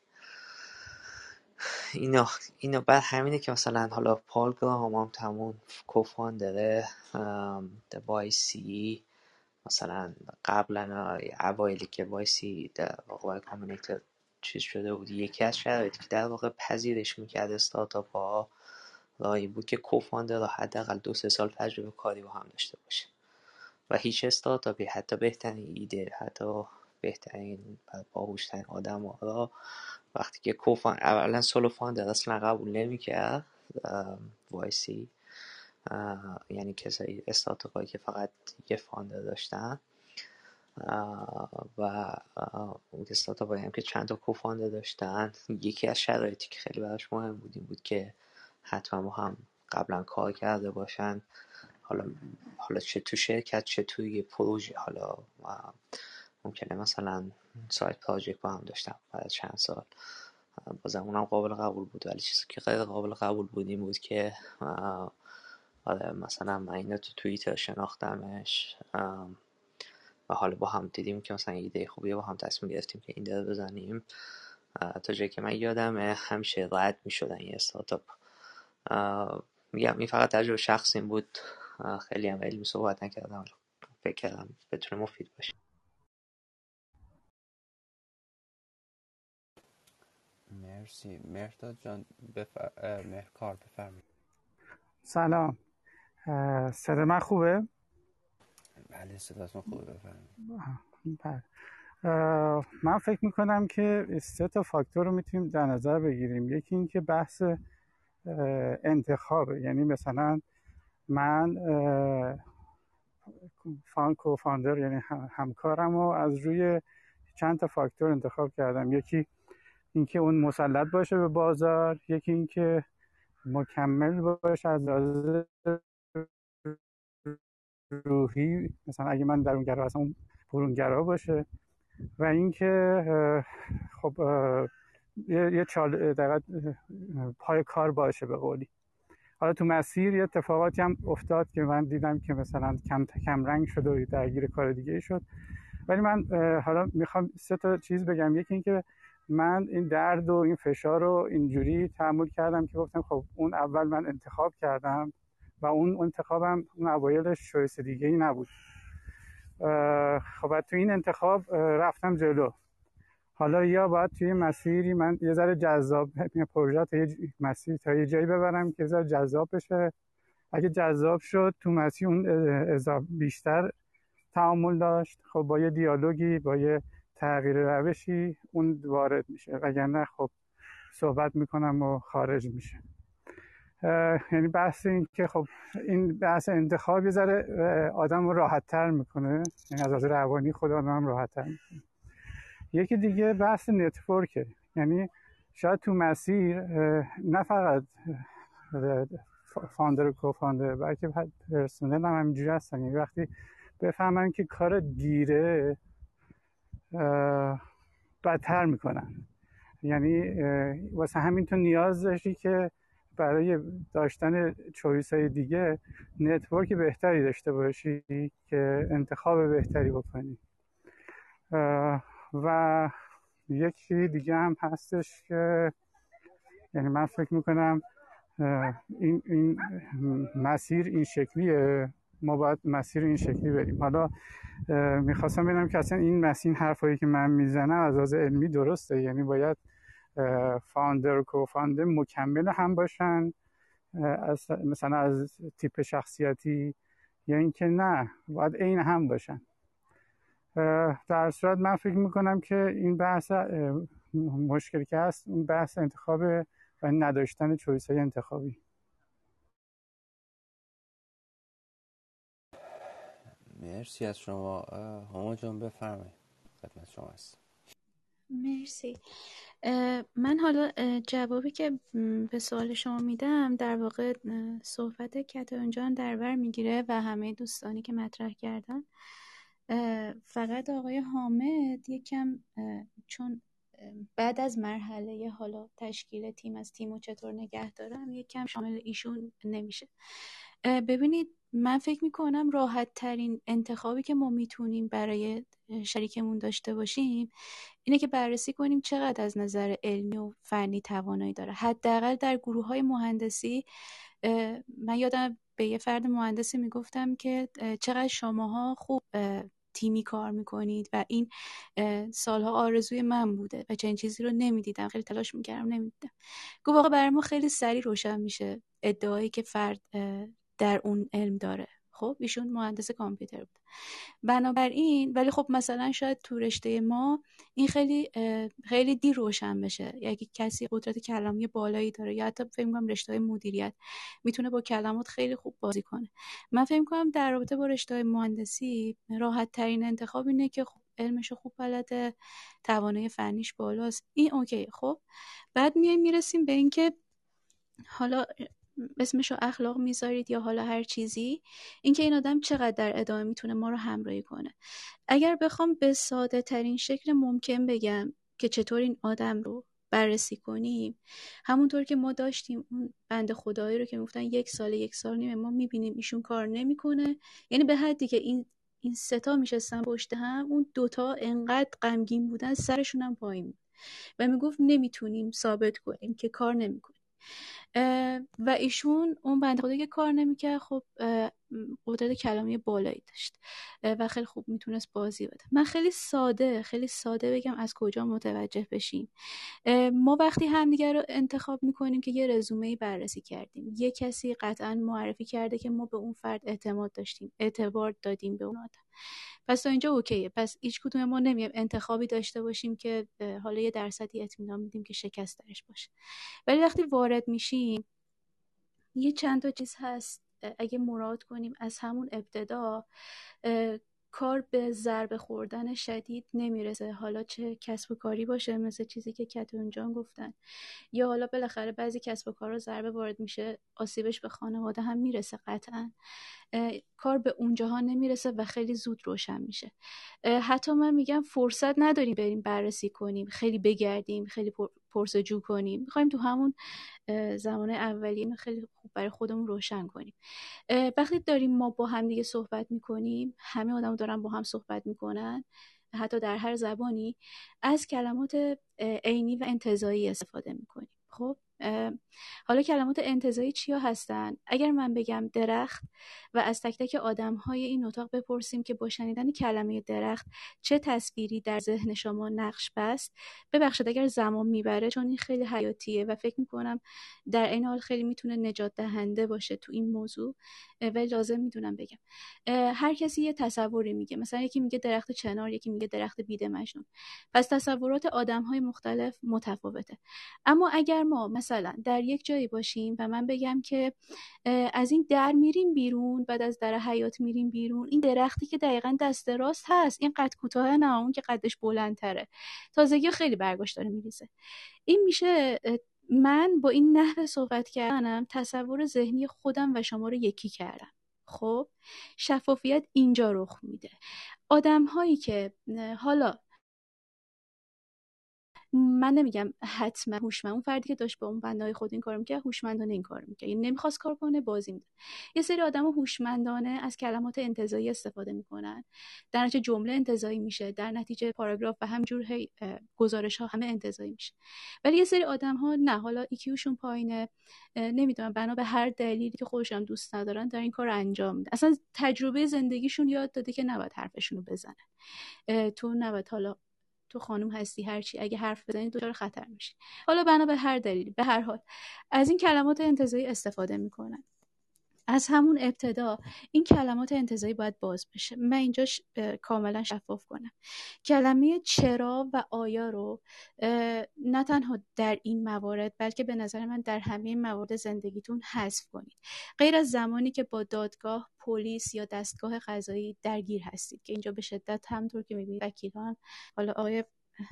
اینا اینا بعد همینه که مثلا حالا پال گراهام هم تمون کوفاندره وایسی، مثلا قبلا اوایلی که وایسی در واقع کامیونیتی چیز شده بود، یکی از شرایطی که در واقع پذیرش میکرد استارتاپ ها راهی بود که کوفاندر را حداقل دو سه سال تجربه کاری با هم داشته باشه و هیچ استارتاپی حتی بهترین ایده، حتی بهترین و باهوشترین آدم ها را وقتی که کوفاندر اولا سولو فاندر اصلا قبول نمیکرد وایسی، یعنی کسایی استارتاپ هایی که فقط یه فاندر داشتن و اون استارتاپ هایی هم که چند تا کوفاندر داشتن، یکی از شرایطی که خیلی براش مهم بود این بود که حتما هم قبلا کار کرده باشن، حالا حالا چه تو شرکت چه تو یه پروژه، حالا ممکنه مثلا سایت پراجکت با هم داشتم بعد چند سال، بازم اونم قابل قبول بود. ولی چیزی که غیر قابل قبول بود این بود که آره مثلا من اینو تو توییتر شناختمش و حالا با هم دیدیم که مثلا ایده خوبیه، با هم تصمیم گرفتیم که این در بزنیم. تا جایی که من یادمه همیشه رد میشدن این استارتاپ. میگم این فقط تجربه شخصیم بود، خیلی هم علمی صحبت نکردم، فکر کردم بتونه مفید باشه. مرسی. مهرداد جان بفر... مهرکار بفرمایید. سلام، صدا من خوبه؟ بله صداتون خوبه، بفرمایید. بله. من فکر میکنم که سه تا فاکتور رو میتونیم در نظر بگیریم. یکی این که بحث انتخابه، یعنی مثلا من فان کوفاندر یعنی همکارم رو از روی چند تا فاکتور انتخاب کردم. یکی اینکه اون مسلط باشه به بازار، یکی اینکه مکمل باشه از لحاظ روحی، مثلا اگه من درونگرا هستم اون برونگرا باشه، و اینکه خب یه یه چال دقیقاً پای کار باشه به قولی. حالا تو مسیر یه اتفاقاتی هم افتاد که من دیدم که مثلا کم کم رنگ شد و درگیر کار دیگه شد، ولی من حالا میخوام سه تا چیز بگم. یکی این که من این درد و این فشار رو اینجوری تحمل کردم که گفتم خب اون اول من انتخاب کردم و اون انتخابم اون اوایلش چویس دیگه ای نبود. خب تو این انتخاب رفتم جلو. حالا یا باید توی مسیری من یه ذره جذاب پروژه تا یه مسیر تا یه جایی ببرم که یه ذره جذاب بشه. اگه جذاب شد تو مسیر اون بیشتر تعامل داشت، خب با یه دیالوگی با یه تغییر روشی اون وارد میشه، وگرنه خب صحبت میکنم و خارج میشه. یعنی بحث این که خب این بحث انتخاب یه ذره آدم رو راحت تر میکنه، یعنی از از روانی خود آدم راحت تر میکنه. یکی دیگه بحث نتورکه، یعنی شاید تو مسیر نه فقط فاندر و کوفاندر بلکه پرسنل هم همینجوری هستن، یعنی وقتی بفهمن که کار دیره بدتر میکنن. یعنی واسه همین تو نیاز داشتی که برای داشتن چویس های دیگه نتورک بهتری داشته باشی که انتخاب بهتری بکنی. و یکی دیگه هم هستش که یعنی من فکر میکنم این, این مسیر این شکلیه، ما باید مسیر این شکلی بریم. حالا میخواستم ببینم که اصلا این مسیر حرفایی که من میزنم از لحاظ علمی درسته، یعنی باید فاوندر و کوفاندر مکمل هم باشن از مثلا از تیپ شخصیتی، یا اینکه نه باید عین هم باشن. در صورت من فکر میکنم که این بحث مشکلی که هست اون بحث انتخاب و نداشتن چویس های انتخابی. مرسی از شما. هما جان بفرمایید، خدمت شما هست. مرسی. من حالا جوابی که به سوال شما میدم در واقع صحبت کاترین جان در بر میگیره و همه دوستانی که مطرح کردن. فقط آقای حامد یکم چون بعد از مرحله حالا تشکیل تیم از تیمو چطور نگه دارم یکم شامل ایشون نمیشه. ببینید من فکر میکنم راحت ترین انتخابی که ما میتونیم برای شریکمون داشته باشیم اینه که بررسی کنیم چقدر از نظر علمی و فنی توانایی داره. حداقل در گروه‌های مهندسی من یادم به یه فرد مهندسی میگفتم که چقدر شماها خوب تیمی کار میکنید و این سالها آرزوی من بوده و چنین چیزی رو نمیدیدم، خیلی تلاش میکردم نمیدیدم. گفت واقعا برای ما خیلی سریع روشن میشه ادعایی که فرد در اون علم داره. خب ایشون مهندس کامپیوتر بود. بنابراین ولی خب مثلا شاید تو رشته ما این خیلی خیلی دیر روشن بشه. یعنی کسی قدرت کلامی بالایی داره یا حتی فکر می‌کنم رشته مدیریت میتونه با کلمات خیلی خوب بازی کنه. من فکر می‌کنم در رابطه با رشته مهندسی راحت ترین انتخاب اینه که خب علمشو خوب بلده، توانایی فنیش بالاست، این اوکی. خب بعد میایم میرسیم به اینکه حالا اسمشو اخلاق میذارید یا حالا هر چیزی، اینکه این آدم چقدر در ادامه میتونه ما رو همراهی کنه. اگر بخوام به ساده ترین شکل ممکن بگم که چطور این آدم رو بررسی کنیم، همونطور که ما داشتیم اون بنده خدایی رو که میگفتن یک سال یک سال نیمه ما میبینیم ایشون کار نمیکنه، یعنی به حدی که این این سه تا میشستن پشت هم، اون دوتا انقدر غمگین بودن سرشون هم پایین بود و میگفت نمیتونیم ثابت کنیم که کار نمیکنه. و ایشون اون بنده خدایی که کار نمیکرد خب قدرت کلامی بالایی داشت و خیلی خوب میتونست بازی بده. من خیلی ساده خیلی ساده بگم از کجا متوجه بشیم. ما وقتی همدیگر رو انتخاب میکنیم که یه رزومه‌ای بررسی کردیم، یه کسی قطعا معرفی کرده که ما به اون فرد اعتماد داشتیم، اعتبار دادیم به اون آدم، پس تا اینجا اوکیه. پس هیچ کدوم ما نمیایم انتخابی داشته باشیم که حالا یه درصدی اطمینان میدیم که شکست درش باشه. ولی وقتی وارد میشیم یه چند تا چیز هست اگه مراعات کنیم از همون ابتدا کار به ضربه خوردن شدید نمیرسه. حالا چه کسب و کاری باشه مثل چیزی که کاترین جان گفتن، یا حالا بالاخره بعضی کسب و کارها ضربه وارد میشه آسیبش به خانواده هم میرسه، قطعا کار به اونجاها نمیرسه و خیلی زود روشن میشه. حتی من میگم فرصت نداریم بریم بررسی کنیم، خیلی بگردیم، خیلی پرسجو کنیم، میخوایم تو همون زمان اولیه خیلی خوب برای خودمون روشن کنیم. وقتی داریم ما با هم دیگه صحبت میکنیم، همه آدم دارن با هم صحبت میکنن، حتی در هر زبانی، از کلمات عینی و انتزاعی استفاده میکنیم. خب حالا کلمات انتزاعی چیا هستن؟ اگر من بگم درخت و از تک تک آدم‌های این اتاق بپرسیم که با شنیدن کلمه درخت چه تصویری در ذهن شما نقش بست، ببخشید اگر زمان میبره چون این خیلی حیاتیه و فکر میکنم در این حال خیلی میتونه نجات دهنده باشه تو این موضوع، ولی لازم میدونم بگم. هر کسی یه تصوری میگه، مثلا یکی میگه درخت چنار، یکی میگه درخت بید مجنون، پس تصورات آدم‌های مختلف متفاوته. اما اگر ما مثلا مثلا در یک جایی باشیم و من بگم که از این در میریم بیرون، بعد از در حیاط میریم بیرون، این درختی که دقیقاً دست راست هست، این قد کوتاه نه، اون که قدش بلندتره، تازگی خیلی برگاش داره میریزه. این میشه من با این نحوه صحبت کردنم تصور ذهنی خودم و شما رو یکی کردم. خب شفافیت اینجا رخ میده. آدم هایی که حالا من نمیگم حتما هوشمند، اون فردی که داشت با اون بندهای خود این کارو میکرد هوشمندانه این کارو میکرد، این نمیخواست کار کنه، بازی میده. یه سری آدما هوشمندانه از کلمات انتزاعی استفاده میکنن، در نتیجه جمله انتزاعی میشه، در نتیجه پاراگراف و همجور هی گزارش ها همه انتزاعی میشه. ولی یه سری آدم ها نه، حالا ایکیوشون پایینه، نمیدونم بنا به هر دلیلی که خودشون دوست ندارن در این کار انجام میدن، اصلا تجربه زندگیشون یاد داده که نباید حرفشون رو بزنن. تو نباید، حالا تو خانم هستی هرچی اگه حرف بزنی دچار خطر میشی، حالا بنا به هر دلیلی، به هر حال از این کلمات انتزاعی استفاده میکنن. از همون ابتدا این کلمات انتزاعی باید باز بشه. من اینجا ش... کاملا شفاف کنم. کلمه چرا و آیا رو نه تنها در این موارد بلکه به نظر من در همه موارد زندگیتون حذف کنید، غیر از زمانی که با دادگاه، پلیس یا دستگاه قضایی درگیر هستید که اینجا به شدت همونطور که میبینید وکیلان، حالا آقای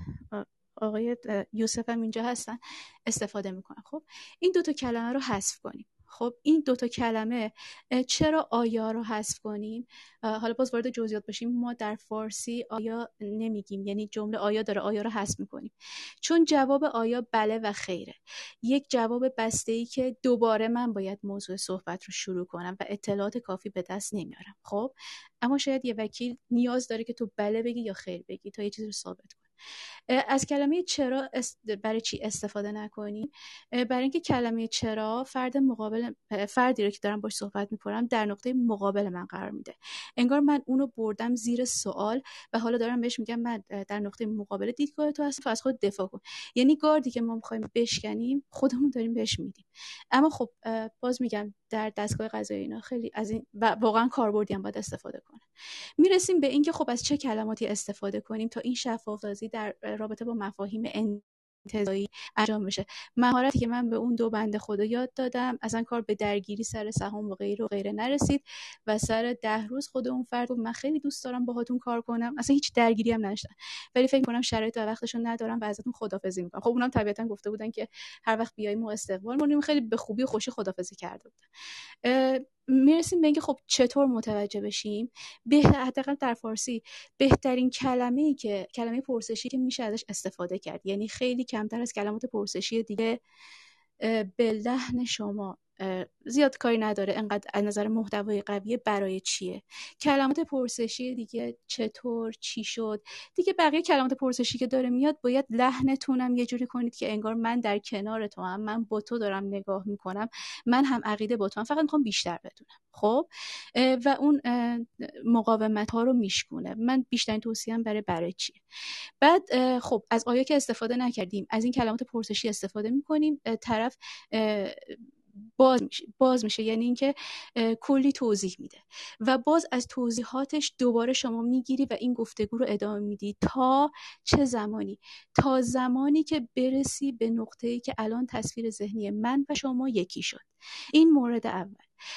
آقای یوسف هم اینجا هستن، استفاده میکنن. خب این دو تا کلمه رو حذف کنیم. خب این دوتا کلمه، چرا آیا رو حذف کنیم؟ حالا باز وارد جزئیات بشیم، ما در فارسی آیا نمیگیم، یعنی جمله آیا داره، آیا رو حذف میکنیم، چون جواب آیا بله و خیره. یک جواب بسته‌ای که دوباره من باید موضوع صحبت رو شروع کنم و اطلاعات کافی به دست نمیارم. خب اما شاید یه وکیل نیاز داره که تو بله بگی یا خیر بگی تا یه چیزی رو ثابت کنی. از کلمه چرا برای چی استفاده نکنیم؟ برای اینکه کلمه چرا فرد مقابل، فردی رو که دارم باش صحبت میکنم در نقطه مقابل من قرار میده، انگار من اونو بردم زیر سوال و حالا دارم بهش میگم من در نقطه مقابل دیدگاه تو هستم، از خود دفاع کن. یعنی گاردی که ما میخوایم بشکنیم خودمون داریم بهش میدیم. اما خب باز میگم در دستگاه قضایی اینا خیلی از این و واقعا کاربردی هم باید استفاده کنه. میرسیم به اینکه خب از چه کلماتی استفاده کنیم تا این شفاف‌سازی در رابطه با مفاهیم انتزاعی انجام بشه. مهارتی که من به اون دو بنده خدا یاد دادم، اصلا کار به درگیری سر سهام و غیره و غیره نرسید و سر ده روز خود اون فرد من خیلی دوست دارم باهاتون کار کنم، اصلا هیچ درگیری هم نداشتم، ولی فکر کنم شرایط و وقتشون ندارم و ازتون خدافظی میکنم. خب اونم طبیعتا گفته بودن که هر وقت بیای ما استقبال می‌کنیم، خیلی به خوبی و خوشی خدافظی کرده بودن. میرسیم به اینکه خب چطور متوجه بشیم. بهتر حداقل در فارسی بهترین کلمه‌ای که کلمه پرسشی که میشه ازش استفاده کرد، یعنی خیلی کمتر از کلمات پرسشی دیگه، به لحن شما زیاد کاری نداره، انقدر از نظر محتوای قویه برای چیه. کلمات پرسشی دیگه چطور، چی شد، دیگه بقیه کلمات پرسشی که داره میاد باید لحنتونم یه جوری کنید که انگار من در کنار تو هم، من با تو دارم نگاه میکنم، من هم عقیده با تو هم، فقط میخوام بیشتر بدونم. خب و اون مقاومت ها رو میشکونه. من بیشترین توصیه‌ام برای برای چیه. بعد خب از آیا که استفاده نکردیم، از این کلمات پرسشی استفاده میکنیم، طرف باز میشه باز میشه یعنی اینکه کلی توضیح میده و باز از توضیحاتش دوباره شما میگیری و این گفتگو رو ادامه میدی تا چه زمانی؟ تا زمانی که برسی به نقطه‌ای که الان تصویر ذهنی من و شما یکی شد. این مورد اول.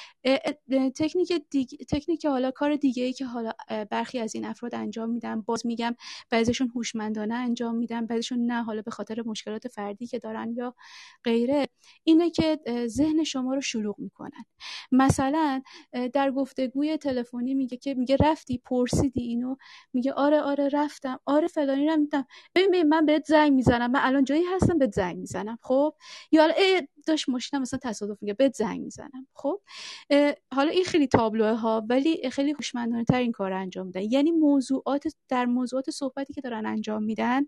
تکنیک دیگه، تکنیک حالا کار دیگه ای که حالا برخی از این افراد انجام میدن، باز میگم بعضیشون هوشمندانه انجام میدن، بعضیشون نه، حالا به خاطر مشکلات فردی که دارن یا غیره، اینه که ذهن شما رو شلوغ میکنن. مثلا در گفتگوی تلفنی میگه که میگه رفتی پرسیدی اینو، میگه آره آره رفتم، آره فلانی رو دیدم، ببین من بهت زنگ میزنم، من الان جایی هستم بهت زنگ میزنم. خب یا داشت ماشینم مثلا تصادف میگه بهت زنگ میزنم. خب حالا این خیلی تابلوه ها، ولی خیلی هوشمندانه تر این کار انجام میدن. یعنی موضوعات در موضوعات صحبتی که دارن انجام میدن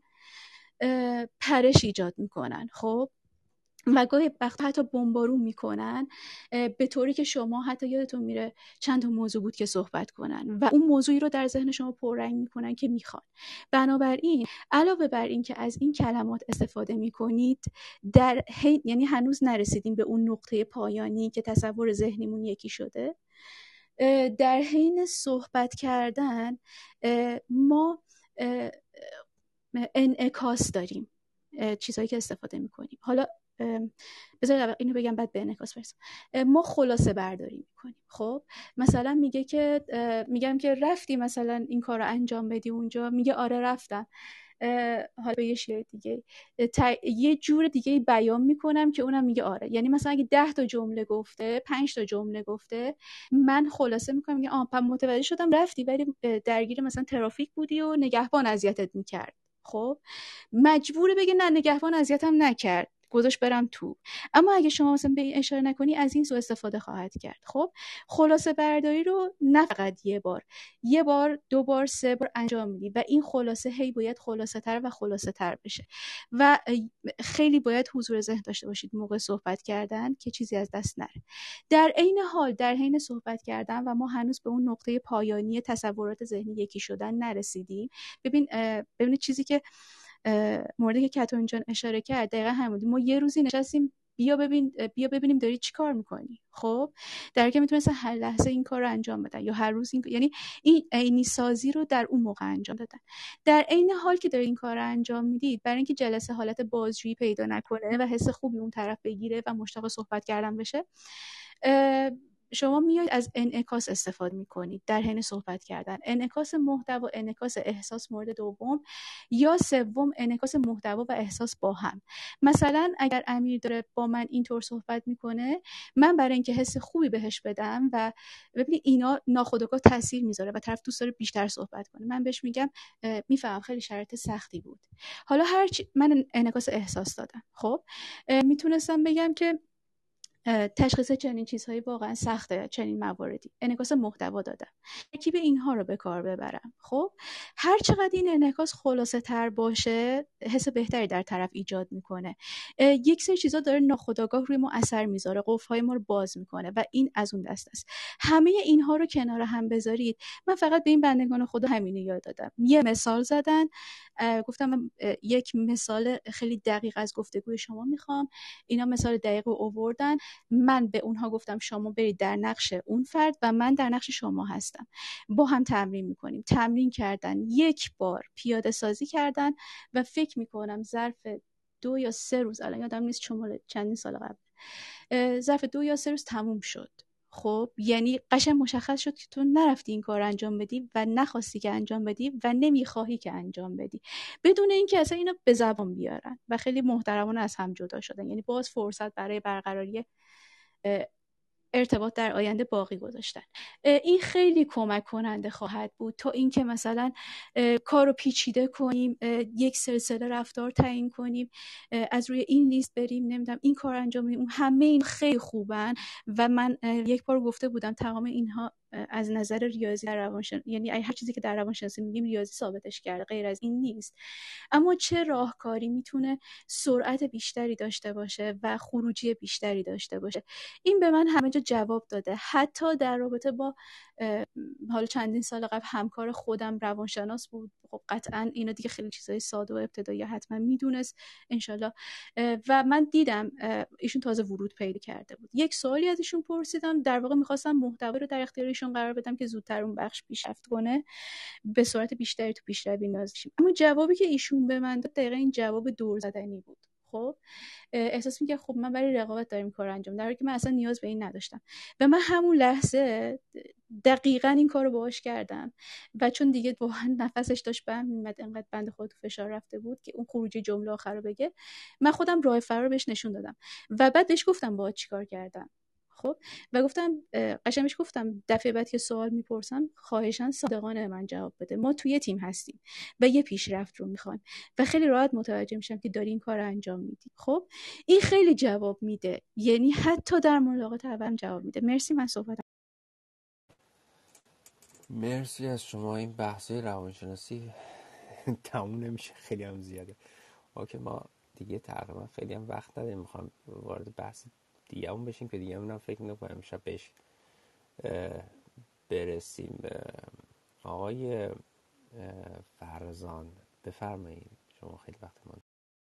پرش ایجاد میکنن. خب و گاهی وقتا حتی بمبارون میکنن به طوری که شما حتی یادتون میره چند تا موضوع بود که صحبت کنن و اون موضوعی رو در ذهن شما پررنگ میکنن که میخوان. بنابراین علاوه بر این که از این کلمات استفاده میکنید، در حین یعنی هنوز نرسیدیم به اون نقطه پایانی که تصور ذهنیمون یکی شده، در حین صحبت کردن ما انعکاس داریم چیزهایی که استفاده میکنیم. حالا بذار اینو بگم بعد به انعکاس برسم. ما خلاصه برداری میکنیم. خب مثلا میگه که میگم که رفتی مثلا این کار رو انجام بدی اونجا، میگه آره رفتم. حالا به یه شیء دیگه ت... یه جور دیگه بیان میکنم که اونم میگه آره. یعنی مثلا اگه ده تا جمله گفته، پنج تا جمله گفته، من خلاصه میکنم میگه آه متوجه شدم رفتی ولی درگیر مثلا ترافیک بودی و نگهبان اذیتت میکرد. خب مجبوره بگه نه نگهبان اذیتم نکرد، گذاشت برم تو. اما اگه شما مثلا به این اشاره نکنی از این سوء استفاده خواهد کرد. خب خلاصه برداری رو نه فقط یه بار، یه بار، دو بار، سه بار انجام میدی و این خلاصه هی باید خلاصه تر و خلاصه تر بشه و خیلی باید حضور ذهن داشته باشید موقع صحبت کردن که چیزی از دست نره. در عین حال در حین صحبت کردن و ما هنوز به اون نقطه پایانی تصورات ذهنی یکی شدن نرسیدیم. ببین ببینید چیزی که موردی که کاترین جان اشاره کرد دقیقا همون. ما یه روزی نشستیم بیا ببین بیا ببینیم داری چی کار میکنی. خب در که میتونست هر لحظه این کار رو انجام بدن یا هر روز این، یعنی این عینی سازی رو در اون موقع انجام دادن. در عین حال که داری این کار رو انجام میدید برای اینکه جلسه حالت بازجویی پیدا نکنه و حس خوبی اون طرف بگیره و مشتاق صحبت کردن بشه، شما میاید از انعکاس استفاده میکنید در حین صحبت کردن. انعکاس محتوا، انعکاس احساس مورد دوم، یا سوم انعکاس محتوا و احساس با هم. مثلا اگر امیر داره با من اینطور صحبت میکنه، من برای اینکه حس خوبی بهش بدم و ببینید اینا ناخودآگاه تاثیر میذاره و طرف دوست داره بیشتر صحبت کنه، من بهش میگم میفهم خیلی شرایط سختی بود. حالا هر چی من انعکاس احساس دادم. خب میتونستم بگم که تشخیص چنین چیزهایی واقعا سخته، چنین مواردی. انعکاس محتوا دادم، ترکیب اینها رو به کار ببرم. خب هر چقدر این انعکاس خلاصه تر باشه حس بهتری در طرف ایجاد میکنه. یک سری چیزا داره ناخودآگاه روی ما اثر میذاره، قفل‌های ما رو باز میکنه و این از اون دست است. همه اینها رو کنار هم بذارید. من فقط به این بندگان خدا همینو یاد دادم. یه مثال زدن، گفتم یک مثال خیلی دقیق از گفتگوی شما میخوام. اینا مثال دقیق رو آوردن، من به اونها گفتم شما برید در نقش اون فرد و من در نقش شما هستم. با هم تمرین میکنیم. تمرین کردن، یک بار پیاده سازی کردن و فکر میکنم ظرف دو یا سه روز، الان یادم نیست چون چندین سال قبل، ظرف دو یا سه روز تموم شد. خب یعنی قشنگ مشخص شد که تو نرفتی این کار انجام بدی و نخواستی که انجام بدی و نمیخواهی که انجام بدی، بدون اینکه اصلا اینو به زبان بیارن و خیلی محترمانه از هم جدا شدن. یعنی باز فرصت برای برقراری ارتباط در آینده باقی گذاشتن. این خیلی کمک کننده خواهد بود تا اینکه مثلا کارو پیچیده کنیم، یک سلسله رفتار تعیین کنیم، از روی این لیست بریم نمیدونم این کار انجام بدیم. همه این خیلی خوبن و من یک بار گفته بودم تمام اینها از نظر ریاضی در روانشناسی، یعنی هر چیزی که در روانشناسی میگیم ریاضی ثابتش کرده، غیر از این نیست. اما چه راهکاری میتونه سرعت بیشتری داشته باشه و خروجی بیشتری داشته باشه، این به من همه جا جواب داده. حتی در رابطه با حالا چندین سال قبل همکار خودم روانشناس بود، خب قطعا اینا دیگه خیلی چیزای ساده و ابتدایی حتما میدونست انشالله، و من دیدم ایشون تازه ورود پیدا کرده بود. یک سوالی از ایشون پرسیدم، در واقع میخواستم محتوا رو در اختیار ایشون قرار بدم که زودتر اون بخش پیشرفت کنه، به سرعت بیشتری تو پیشروی نیاز داشتیم. اما جوابی که ایشون به من داد دقیقاً این جواب دور زدنی بود. خب احساس می‌کردم خب من برای رقابت دارم کار انجام، در حالی که من اصلا نیاز به این نداشتم و من همون لحظه دقیقاً این کارو باهاش کردم و چون دیگه واقعا نفسش داشت بهم میومد، انقدر بنده خدا تو فشار رفته بود که اون خروجی جمله آخر رو بگه، من خودم راه فرار بهش نشون دادم و بعد بهش گفتم باهات چیکار کردم. خب و گفتم قشنگش گفتم دفعه بعد که سوال میپرسم خواهشاً صادقانه من جواب بده، ما توی تیم هستیم و یه پیشرفت رو میخوایم و خیلی راحت متوجه میشم که داری این کار رو انجام میدی. خب این خیلی جواب میده، یعنی حتی در ملاقات اول جواب میده. مرسی، من صحبت مرسی از شما. این بحثی روانشناسی تموم نمیشه، خیلی هم زیاده. اوکی ما دیگه تقریبا خیلی هم وقت نداریم، میخوام وارد بحث دیگه هم بشیم که دیگه هم فکر نکنم امشب بهش برسیم. آقای فرزان بفرمایید، شما خیلی وقت ما.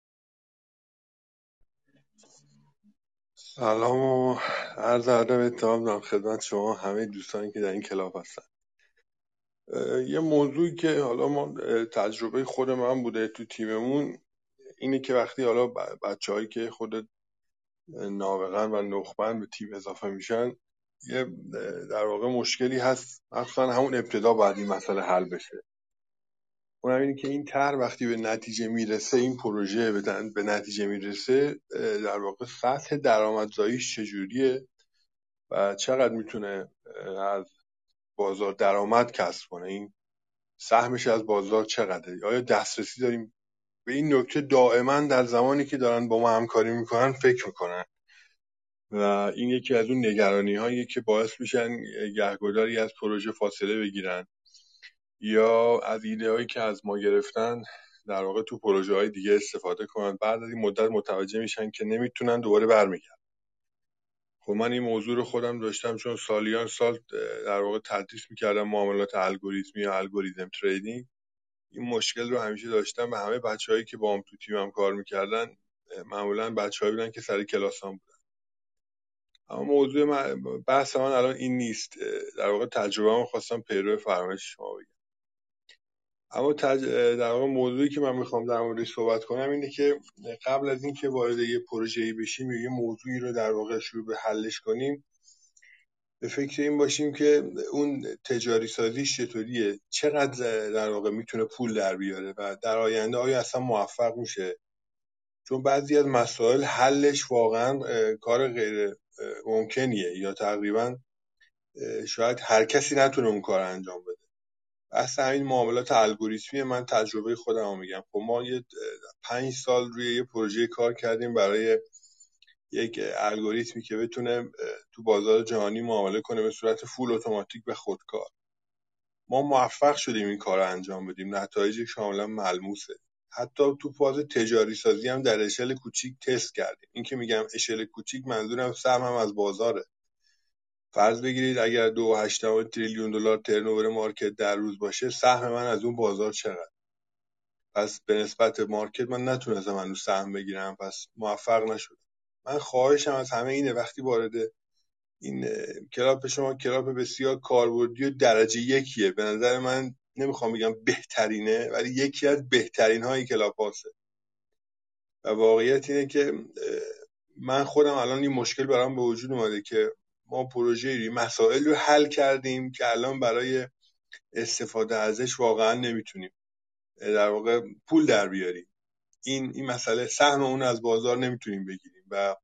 سلام و عرض ادب و احترام دارم خدمت شما همه دوستانی که در این کلاب هستن. یه موضوعی که حالا ما تجربه خود من بوده تو تیممون اینه که وقتی حالا بچه‌هایی که خود نابغه و نخبه به تیم اضافه میشن، یه در واقع مشکلی هست. مخصوصا همون ابتدا باید این مسئله حل بشه. اونم اینه که این طرح وقتی به نتیجه میرسه، این پروژه به به نتیجه میرسه، در واقع سطح درآمدزاییش چجوریه و چقدر میتونه از بازار درآمد کسب کنه، این سهمش از بازار چقدره، آیا دسترسی داریم به این نکته. دائما در زمانی که دارن با ما همکاری میکنن فکر میکنن و این یکی از اون نگرانی هایی که باعث میشن گهگداری از پروژه فاصله بگیرن یا از ایده هایی که از ما گرفتن در واقع تو پروژه های دیگه استفاده کنن. بعد از این مدت متوجه میشن که نمیتونن دوباره برمیگردن. خب من این موضوع رو خودم داشتم، چون سالیان سال در واقع تدریس میکردم معاملات الگوریتمی یا الگوریتم تریدینگ. این مشکل رو همیشه داشتم و همه بچه‌هایی که با هم تو تیمم کار میکردن معمولا بچه‌هایی بودن که سر کلاسام بودن. اما موضوع من بحث من الان این نیست. در واقع تجربه‌مو خواستم پیرو فرمایش شما بگم. اما تج... در واقع موضوعی که من میخوام در موردش صحبت کنم اینه که قبل از اینکه وارد یه پروژه‌ای بشیم یا یه موضوعی رو در واقع شروع به حلش کنیم، به فکر این باشیم که اون تجاری سازیش چطوریه، چقدر در واقع میتونه پول در بیاره و در آینده آیا اصلا موفق میشه. چون بعضی از مسائل حلش واقعا کار غیر ممکنیه یا تقریبا شاید هر کسی نتونه اون کار انجام بده. بحث همین معاملات الگوریتمی من تجربه خودم رو میگم. خب ما یه پنج سال روی یه پروژه کار کردیم برای یک الگوریتمی که بتونه تو بازار جهانی معامله کنه به صورت فول اتوماتیک و خودکار. ما موفق شدیم این کار رو انجام بدیم، نتایج کاملا ملموسه. حتی تو فاز تجاری سازی هم در اشل کوچیک تست کردیم. این که میگم اشل کوچیک منظورم سهمم از بازاره. فرض بگیرید اگر دو و هشت دهم تریلیون دلار ترنوور مارکت در روز باشه، سهم من از اون بازار چقدر؟ پس به نسبت مارکت من نتونستم هنوز سهم بگیرم، پس موفق نشدم. من خواهشم از همه اینه وقتی وارد این کلاب شما، کلاب بسیار کاربردی و درجه یکیه، به نظر من نمیخوام بگم بهترینه ولی یکی از بهترین های کلاب هاسه. و واقعیت اینه که من خودم الان این مشکل برام به وجود اومده که ما پروژه‌ای مسائل رو حل کردیم که الان برای استفاده ازش واقعا نمیتونیم در واقع پول در بیاریم. این این مسئله سهم اون از بازار نمیتونیم بگیریم و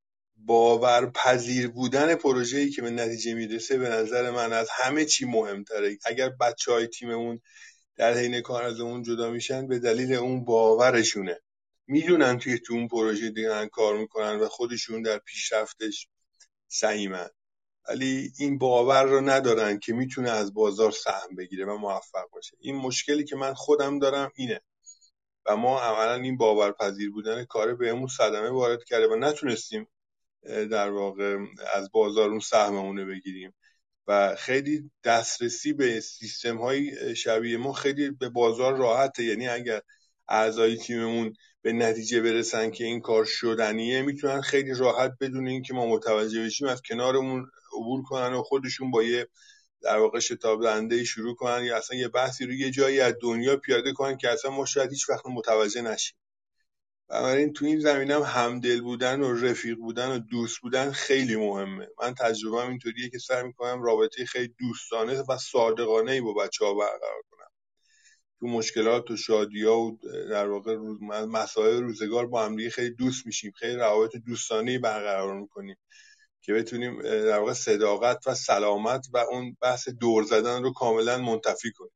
باورپذیر بودن پروژه‌ای که به نتیجه میرسه به نظر من از همه چی مهمتره. اگر بچهای تیممون در حین کار از اون جدا میشن به دلیل اون باورشونه، میدونن توی تو اون پروژه دیگه کار میکنن و خودشون در پیشرفتش سهیمن، ولی این باور رو ندارن که میتونه از بازار سهم بگیره و موفق باشه. این مشکلی که من خودم دارم اینه و ما عملا این باورپذیر بودن کار بهمون صدمه وارد کرده و نتونستیم در واقع از بازار اون سهممون رو بگیریم و خیلی دسترسی به سیستم های شبیه ما خیلی به بازار راحته. یعنی اگر اعضای تیممون به نتیجه برسن که این کار شدنیه، میتونن خیلی راحت بدون اینکه ما متوجه بشیم از کنارمون عبور کنن و خودشون با یه در واقع شتاب دهنده شروع کنن یا اصلا یه بحثی رو یه جایی از دنیا پیاده کنن که اصلا ما شاید هیچ وقت متوجه نشیم. بنابراین تو این زمینه هم همدل بودن و رفیق بودن و دوست بودن خیلی مهمه. من تجربه‌ام اینطوریه که سعی می‌کنم رابطه خیلی دوستانه و صادقانه‌ای با بچه‌ها برقرار کنم. تو مشکلات و شادی‌ها و در واقع روز مسائل روزگار با هم دیگه خیلی دوست میشیم، خیلی روابط دوستانه‌ای برقرار می‌کنیم که بتونیم در واقع صداقت و سلامت و اون بحث دور زدن رو کاملا منتفی کنیم.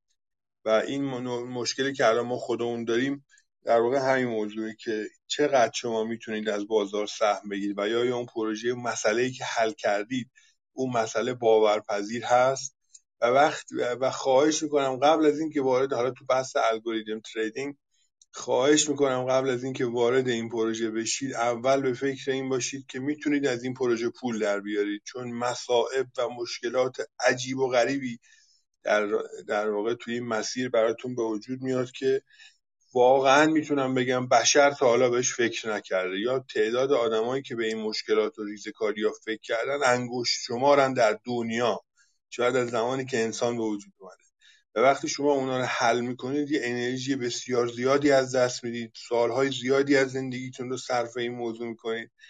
و این مشکلی که الان ما خودمون داریم در واقع همین موضوعی که چقدر شما میتونید از بازار سهم بگیرید و یا اون پروژه مسئله‌ای که حل کردید اون مسئله باورپذیر هست. و وقت و خواهش میکنم قبل از این که وارد حالا تو بحث الگوریتم تریدینگ خواهش میکنم قبل از این که وارد این پروژه بشید اول به فکر این باشید که میتونید از این پروژه پول در بیارید، چون مصائب و مشکلات عجیب و غریبی در در واقع توی این مسیر براتون به وجود میاد که واقعا میتونم بگم بشر تا حالا بهش فکر نکرده، یا تعداد آدمایی که به این مشکلات و ریزکاری‌ها فکر کردن انگشت شمارن در دنیا، شاید از زمانی که انسان به وجود اومده. و وقتی شما اونا رو حل میکنید یه انرژی بسیار زیادی از دست میدید، سالهای زیادی از زندگیتون رو صرف این موضوع میکنید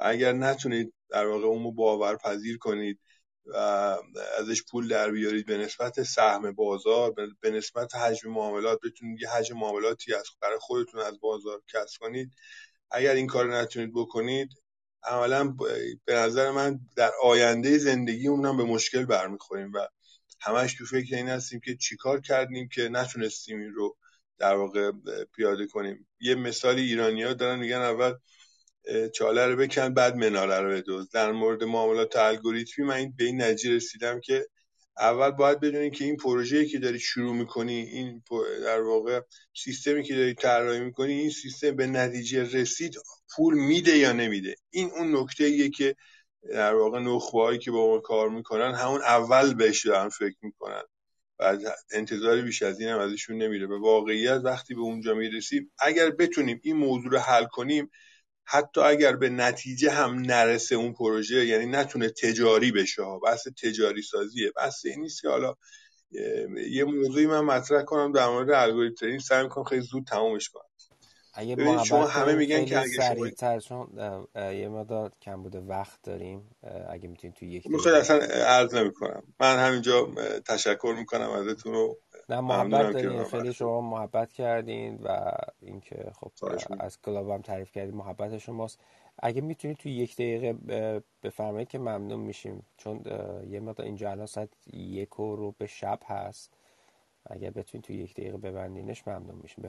اگر نتونید در واقع اونو باورپذیر کنید و ازش پول در بیارید به نسبت سهم بازار، به نسبت حجم معاملات، بتونید یه حجم معاملاتی از برای خودتون از بازار کسب کنید، اگر این کار نتونید بکنید، عملا به نظر من در آینده زندگی اونم به مشکل برمیخوریم و همش تو فکر این هستیم که چیکار کردیم که نتونستیم این رو در واقع پیاده کنیم. یه مثالی ایرانی‌ها دارن میگن اول چاله رو بکن بعد مناره رو بدوز. در مورد معاملات الگوریتمی من این به این نتیجه رسیدم که اول باید بدونید که این پروژه‌ای که داری شروع می‌کنی، این در واقع سیستمی که داری طراحی می‌کنی، این سیستم به نتیجه رسید پول میده یا نمیده. این اون نکته‌ایه که در واقع نخبه‌هایی که با ما کار میکنن همون اول بهش دارن فکر میکنن و انتظاری بیش از این هم ازشون نمیره. به واقعیت وقتی به اونجا میرسیم، اگر بتونیم این موضوع رو حل کنیم، حتی اگر به نتیجه هم نرسه اون پروژه، یعنی نتونه تجاری بشه، بحث تجاری سازیه، بحث این نیست که حالا یه موضوعی من مطرح کنم در مورد الگوریتم ترینینگ، سعی میکنم خیلی زود تمومش کنم. اگه ببینید شما محبت همه کنین میگن که خیلی اگه شما سریعتر، چون یه مقدار کم بوده وقت داریم، اگه میتونین توی یک میخواد دقیقه. اصلا عرض نمیکنم. من همینجا تشکر میکنم ازتون و نه محبت ممنونم که به دارین، من خیلی وقت دادید. شما محبت کردین و اینکه خب خواهش می‌کنم. از کلاب هم تعریف کردین، محبت شماست. اگه میتونید توی یک دقیقه بفرمایید که ممنون میشیم، چون یه مقدار اینجا الان ساعت یک رو به شب هست. اگر بتونید توی یک دقیقه ببندینش ممنون میشیم.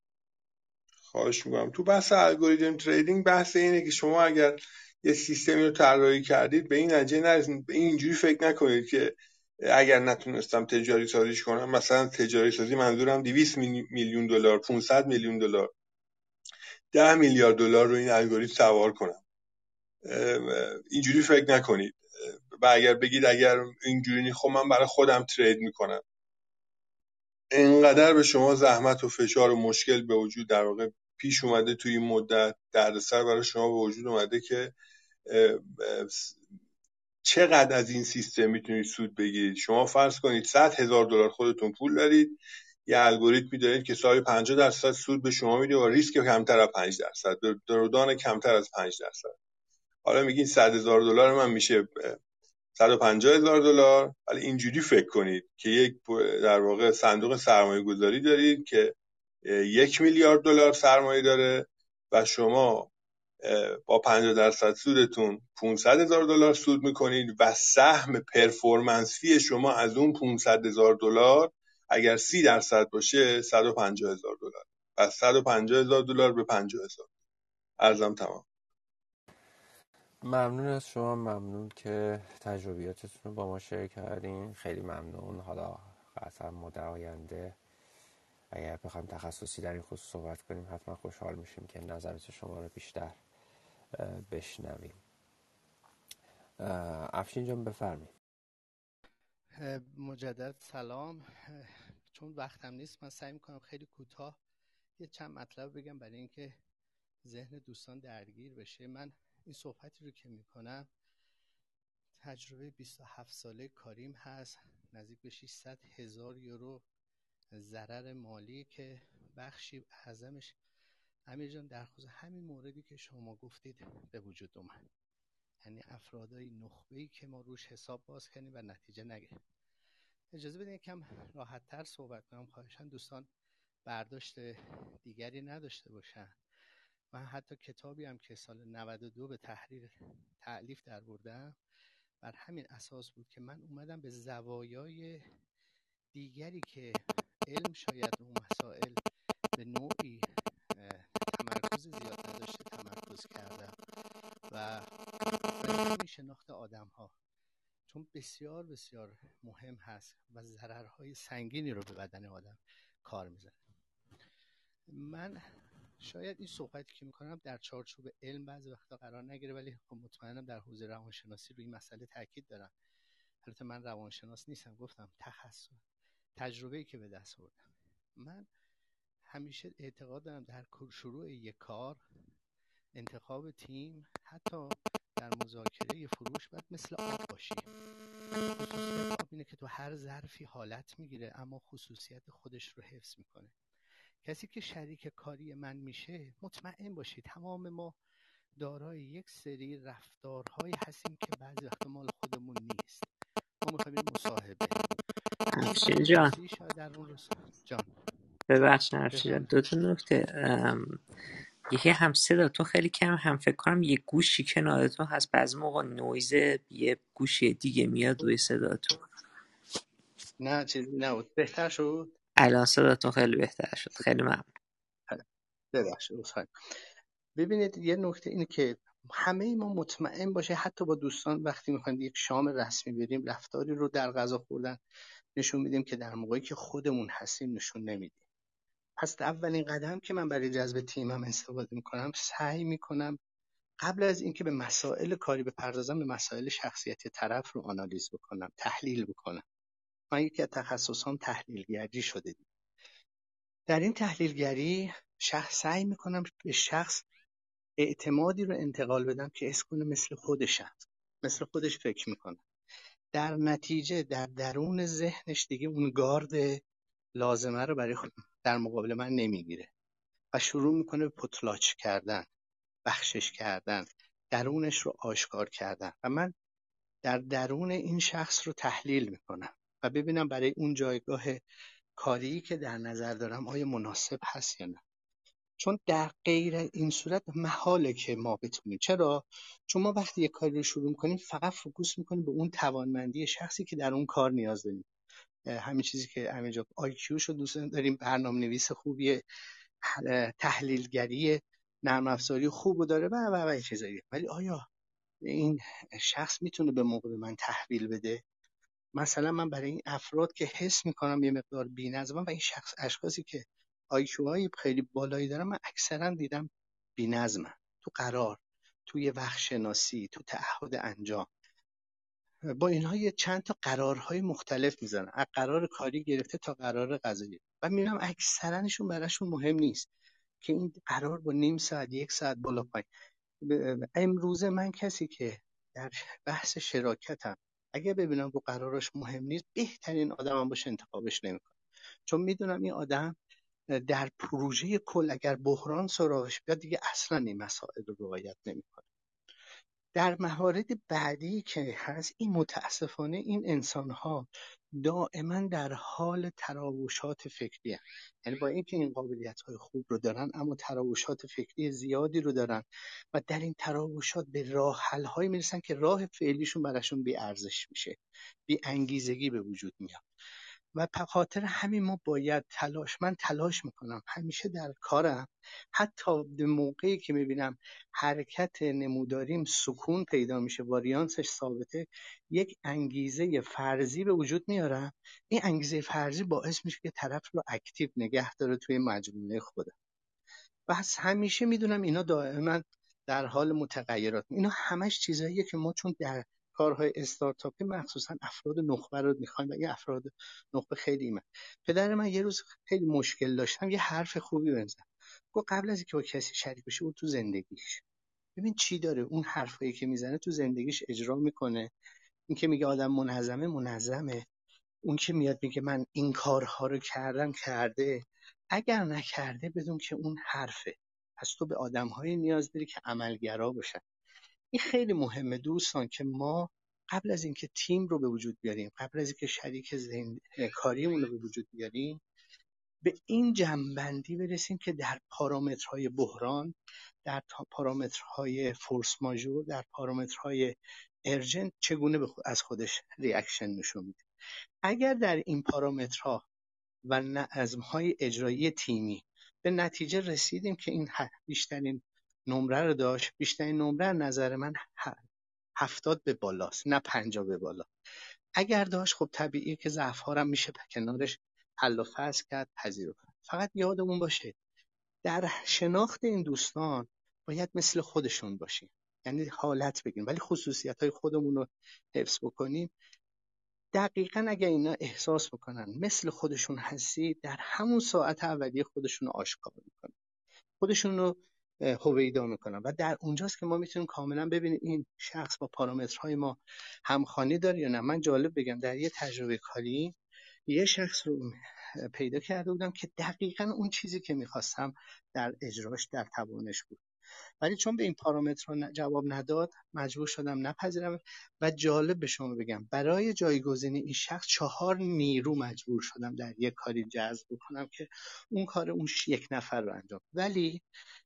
خواهش میکنم. تو بحث الگوریتم تریدینگ بحث اینه که شما اگر یه سیستمی رو طراحی کردید، به این نتیجه نرسید، به اینجوری فکر نکنید که اگر نتونستم تجاری سازیش کنم، مثلا تجاری سازی منظورم دویست میلیون دلار، پانصد میلیون دلار، ده میلیارد دلار رو این الگوریتم سوار کنم. اینجوری فکر نکنید و اگر بگید اگر اینجوری نی، خب من برای خودم ترید میکنم، اینقدر به شما زحمت و فشار و مشکل به وجود در واقع پیش اومده توی این مدت، دردسر برای شما به وجود اومده که چقدر از این سیستم میتونید سود بگیرید. شما فرض کنید صد هزار دلار خودتون پول دارید، یه الگوریتمی دارید که سال پنجاه درصد سود به شما میده و ریسک کمتر از پنج درصد، دوران کمتر از پنج درصد. حالا میگین صد هزار دلار من میشه صد و پنجاه هزار دلار. ولی اینجوری فکر کنید که یک در واقع صندوق سرمایه گذاری دارید که یک میلیارد دلار سرمایه داره و شما با پنجاه درصد سودتون پانصد هزار دلار سود میکنید و سهم پرفورمنس فی شما از اون پانصد هزار دلار اگر سی درصد باشه صد و پنجاه هزار دلار. پس صد و پنجاه هزار دلار به پنجاه هزار. ارزم تمام. ممنون از شما، ممنون که تجربیاتتون رو با ما شیر کردین. خیلی ممنون. حالا قطعا ما در آینده اگر بخوایم تخصصی در این خصوص صحبت کنیم حتما خوشحال میشیم که نظرات شما رو بیشتر بشنویم. افشین جان بفرمایید. مجدد سلام. چون وقتم نیست من سعی میکنم خیلی کوتاه یه چند مطلب بگم برای اینکه ذهن دوستان درگیر بشه. من این صحبتی رو که میکنم تجربه بیست و هفت ساله کاریم هست، نزدیک به ششصد هزار یورو ضرر مالی که بخشی اعظمش امیر جان در خصوص همین موردی که شما گفتید به وجود اومد، یعنی افرادای نخبه‌ای که ما روش حساب باز کردیم و نتیجه نگرفتیم. اجازه بدین یکم راحت‌تر صحبت کنم، خواهشاً دوستان برداشت دیگری نداشته باشن. من حتی کتابی هم که سال نود و دو به تحریر تألیف در بردم بر همین اساس بود که من اومدم به زوایای دیگری که علم شاید اون مسائل به نوعی تمرکز زیاد نداشته تمرکز کردم و همین شناخت آدم ها، چون بسیار بسیار مهم هست و ضررهای سنگینی رو به بدن آدم کار میزنه. من شاید این صحبتی که میکنم در چارچوب علم بعضی وقتا قرار نگیره، ولی خب مطمئنم در حوزه روانشناسی روی این مسئله تاکید دارم. البته من روانشناس نیستم، گفتم تخصص تجربه‌ای که به دست آوردم. من همیشه اعتقاد دارم در شروع یک کار، انتخاب تیم، حتی در مذاکره فروش باید مثل آب باشی. خصوصیت آب اینه که تو هر ظرفی حالت میگیره اما خصوصیت خودش رو حفظ میکنه. کسی که شریک کاری من میشه مطمئن باشید تمام ما دارای یک سری رفتارهایی هستیم که بعضی وقتا مال خودمون نیست. ما میخوایم مصاحبه این افشین جان، خودشناسی شاید در اون رسا جان ببخشید افشین جان، بفهم. دو تا نکته. ام، یکی هم صدا تو خیلی کم، هم فکر کنم یه گوشی کنار تو هست، بعضی موقع نویز یه گوشی دیگه میاد روی صدا تو. نه چیزی نبود، بهتر شد. الان صدا تو خیلی بهتر شد، خیلی ممنون. ببخشید عذرخواهی. ببینید یه نکته اینه که همه ما مطمئن باشه، حتی با دوستان وقتی میخوایم یک شام رسمی بریم، رفتاری رو در غذا خوردن نشون میدیم که در موقعی که خودمون هستیم نشون نمیدیم. پس اولین قدم که من برای جذب تیمم استفاده میکنم، سعی میکنم قبل از اینکه به مسائل کاری بپردازم، به مسائل شخصیتی طرف رو آنالیز بکنم، تحلیل بکنم. من یکی از تخصصام تحلیلگری شده. در این تحلیلگری شخص سعی میکنم به شخص اعتمادی رو انتقال بدم که حس کنه مثل خودشم، مثل خودش فکر میکنه. در نتیجه در درون ذهنش دیگه اون گارد لازمه رو برای خود در مقابل من نمیگیره و شروع میکنه به پتلاچ کردن، بخشش کردن، درونش رو آشکار کردن و من در درون این شخص رو تحلیل میکنم و ببینم برای اون جایگاه کاری که در نظر دارم آیا مناسب هست یا نه. چون در غیر این صورت محاله که ما بتونیم. چرا؟ چون ما وقتی یک کاری رو شروع میکنیم فقط فوکوس میکنیم به اون توانمندی شخصی که در اون کار نیاز داریم. همین چیزی که همینجا آی کیو شو دوست داریم، برنامه‌نویس خوبیه، تحلیلگری نرم افزاری خوب داره و و و چیزایی. ولی آیا این شخص میتونه به موقع به من تحویل بده؟ مثلا من برای این افراد که حس میکنم یه مقدار بی‌نظمم و این شخص اشخاصی که آیکیوهای خیلی بالایی دارن، من اکثرا دیدم بی‌نظمن تو قرار، توی وقت شناسی، تو تعهد انجام. با اینها یه چند تا قرارهای مختلف میزنن، از قرار کاری گرفته تا قرار غذایی و میبینم اکثرانشون براشون مهم نیست که این قرار با نیم ساعت یک ساعت بالا پایین. امروزه من کسی که در بحث شراکتم اگه ببینم رو قراراش مهم نیست، بهترین آدمم باشه انتخابش نمیکنم. چون میدونم این آدم در پروژه کل اگر بحران سراغش بیاد دیگه اصلا این مسائل رو رعایت نمیکنه. در موارد بعدی که هست، این متاسفانه این انسان‌ها دائما در حال تراوشات فکری هست. یعنی با اینکه این قابلیت‌های خوب رو دارن اما تراوشات فکری زیادی رو دارن و در این تراوشات به راه حل‌هایی میرسن که راه فعلیشون براشون بی ارزش میشه، بی انگیزگی به وجود میاد. و به خاطر همین ما باید تلاش من تلاش میکنم همیشه در کارم، حتی به موقعی که میبینم حرکت نموداریم سکون پیدا میشه، واریانسش ثابته، یک انگیزه فرضی به وجود میارم. این انگیزه فرضی باعث میشه که طرف رو اکتیو نگه داره توی مجموعه خودم. و از همیشه میدونم اینا دائما در حال متغیرات. اینا همش چیزاییه که ما چون در کارهای استارتاپی مخصوصا افراد نخبه رو میخوایم و این افراد نخبه خیلی ایمن. پدر من یه روز خیلی مشکل داشتم، یه حرف خوبی بزنم. گفت قبل از اینکه با کسی شریک بشه اون تو زندگیش ببین چی داره، اون حرفایی که میزنه تو زندگیش اجرا میکنه. این که میگه آدم منظمه منظمه، اون که میاد میگه من این کارها رو کردم کرده، اگر نکرده بدون که اون حرفه. پس تو به آدم‌هایی نیاز داری که عملگرا باشن. این خیلی مهمه دوستان که ما قبل از اینکه تیم رو به وجود بیاریم، قبل از اینکه شریک زند... کاریمون رو به وجود بیاریم، به این جمع‌بندی برسیم که در پارامترهای بحران، در پارامترهای فورس ماژور، در پارامترهای ارجنت چگونه به خود- از خودش ریاکشن نشون میده. اگر در این پارامترها و نظم‌های اجرایی تیمی به نتیجه رسیدیم که این بیشترین نمره رو داشت، بیشترین نمره نظر من هفتاد به بالاست نه پنجاه به بالا. اگر داشت خب طبیعیه که ضعف‌ها رو میشه کنارش حل و فصل کرد، پذیرفت. فقط یادمون باشه در شناخت این دوستان باید مثل خودشون باشیم، یعنی حالت بگیم ولی خصوصیت‌های خودمون رو حفظ بکنیم. دقیقاً اگه اینا احساس بکنن مثل خودشون هستی، در همون ساعت اولیه خودشون رو آشکار میکنن، خودشون رو هویدا میکنن و در اونجاست که ما میتونیم کاملا ببینیم این شخص با پارامترهای ما همخوانی داره یا نه. من جالب بگم در یه تجربه کاری یه شخص رو پیدا کرده بودم که دقیقاً اون چیزی که میخواستم در اجراش در توانش بود. ولی چون به این پارامترها جواب نداد مجبور شدم نپذیرم. و جالب به شما بگم برای جایگزینی این شخص چهار نیرو مجبور شدم در یک کاری جذب بکنم که اون کار اون یک نفر رو انجام. ولی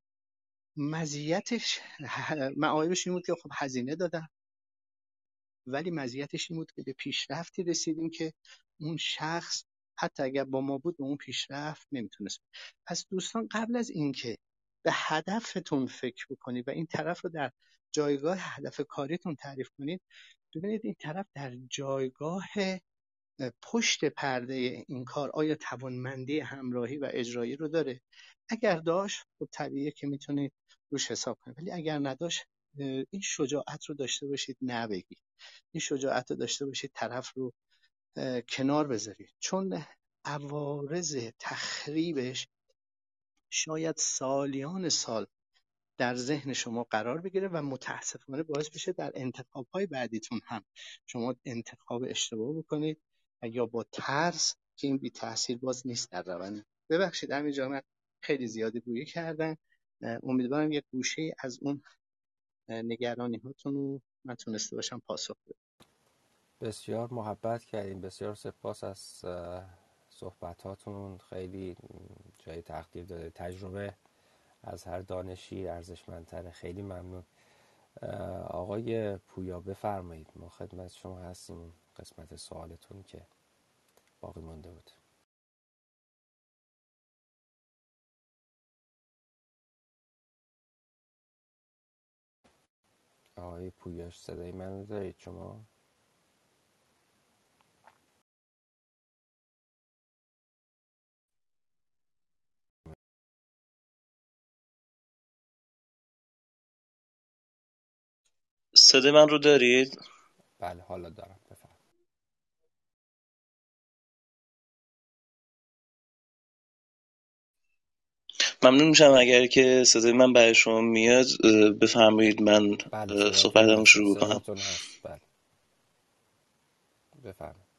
مزیتش معایبش این بود که خب هزینه دادم، ولی مزیتش این بود که به پیشرفتی رسیدیم که اون شخص حتی اگر با ما بود به اون پیشرفت نمیتونست. پس دوستان قبل از اینکه به هدفتون فکر بکنید و این طرف رو در جایگاه هدف کاریتون تعریف کنید، ببینید این طرف در جایگاه پشت پرده این کار آیا توانمندی همراهی و اجرایی رو داره. اگر داشت خب طبیعیه که میتونید روش حساب کنید، ولی اگر نداشت این شجاعت رو داشته باشید نبگید، این شجاعت رو داشته باشید طرف رو کنار بذارید، چون عوارض تخریبش شاید سالیان سال در ذهن شما قرار بگیره و متاسفانه باعث بشه در انتخاب‌های بعدیتون هم شما انتخاب اشتباه بکنید و یا با ترس که این بی تاثیر باز نیست در روند. ببخشید همینجا من خیلی زیاده گویی کردم، امیدوارم یک گوشه از اون نگرانی هاتون رو من تونسته باشم پاسخ بدم. بسیار محبت کردیم، بسیار سپاس از صحبتاتون، خیلی جای تقدیر داره. تجربه از هر دانشی ارزشمندتره. خیلی ممنون. آقای پویا بفرمایید، ما خدمت شما هستیم. قسمت سوالتون که باقی مونده بود. آقای پویاش صدای من دارید شما؟ صدای من رو دارید؟ بله حالا دارم، بفرمایید. ممنون میشم اگر که صدای من برای شما میاد بفرمایید من بله صداتون صحبتمو هست، شروع کنم. صداتون هست، بله بفرمایید.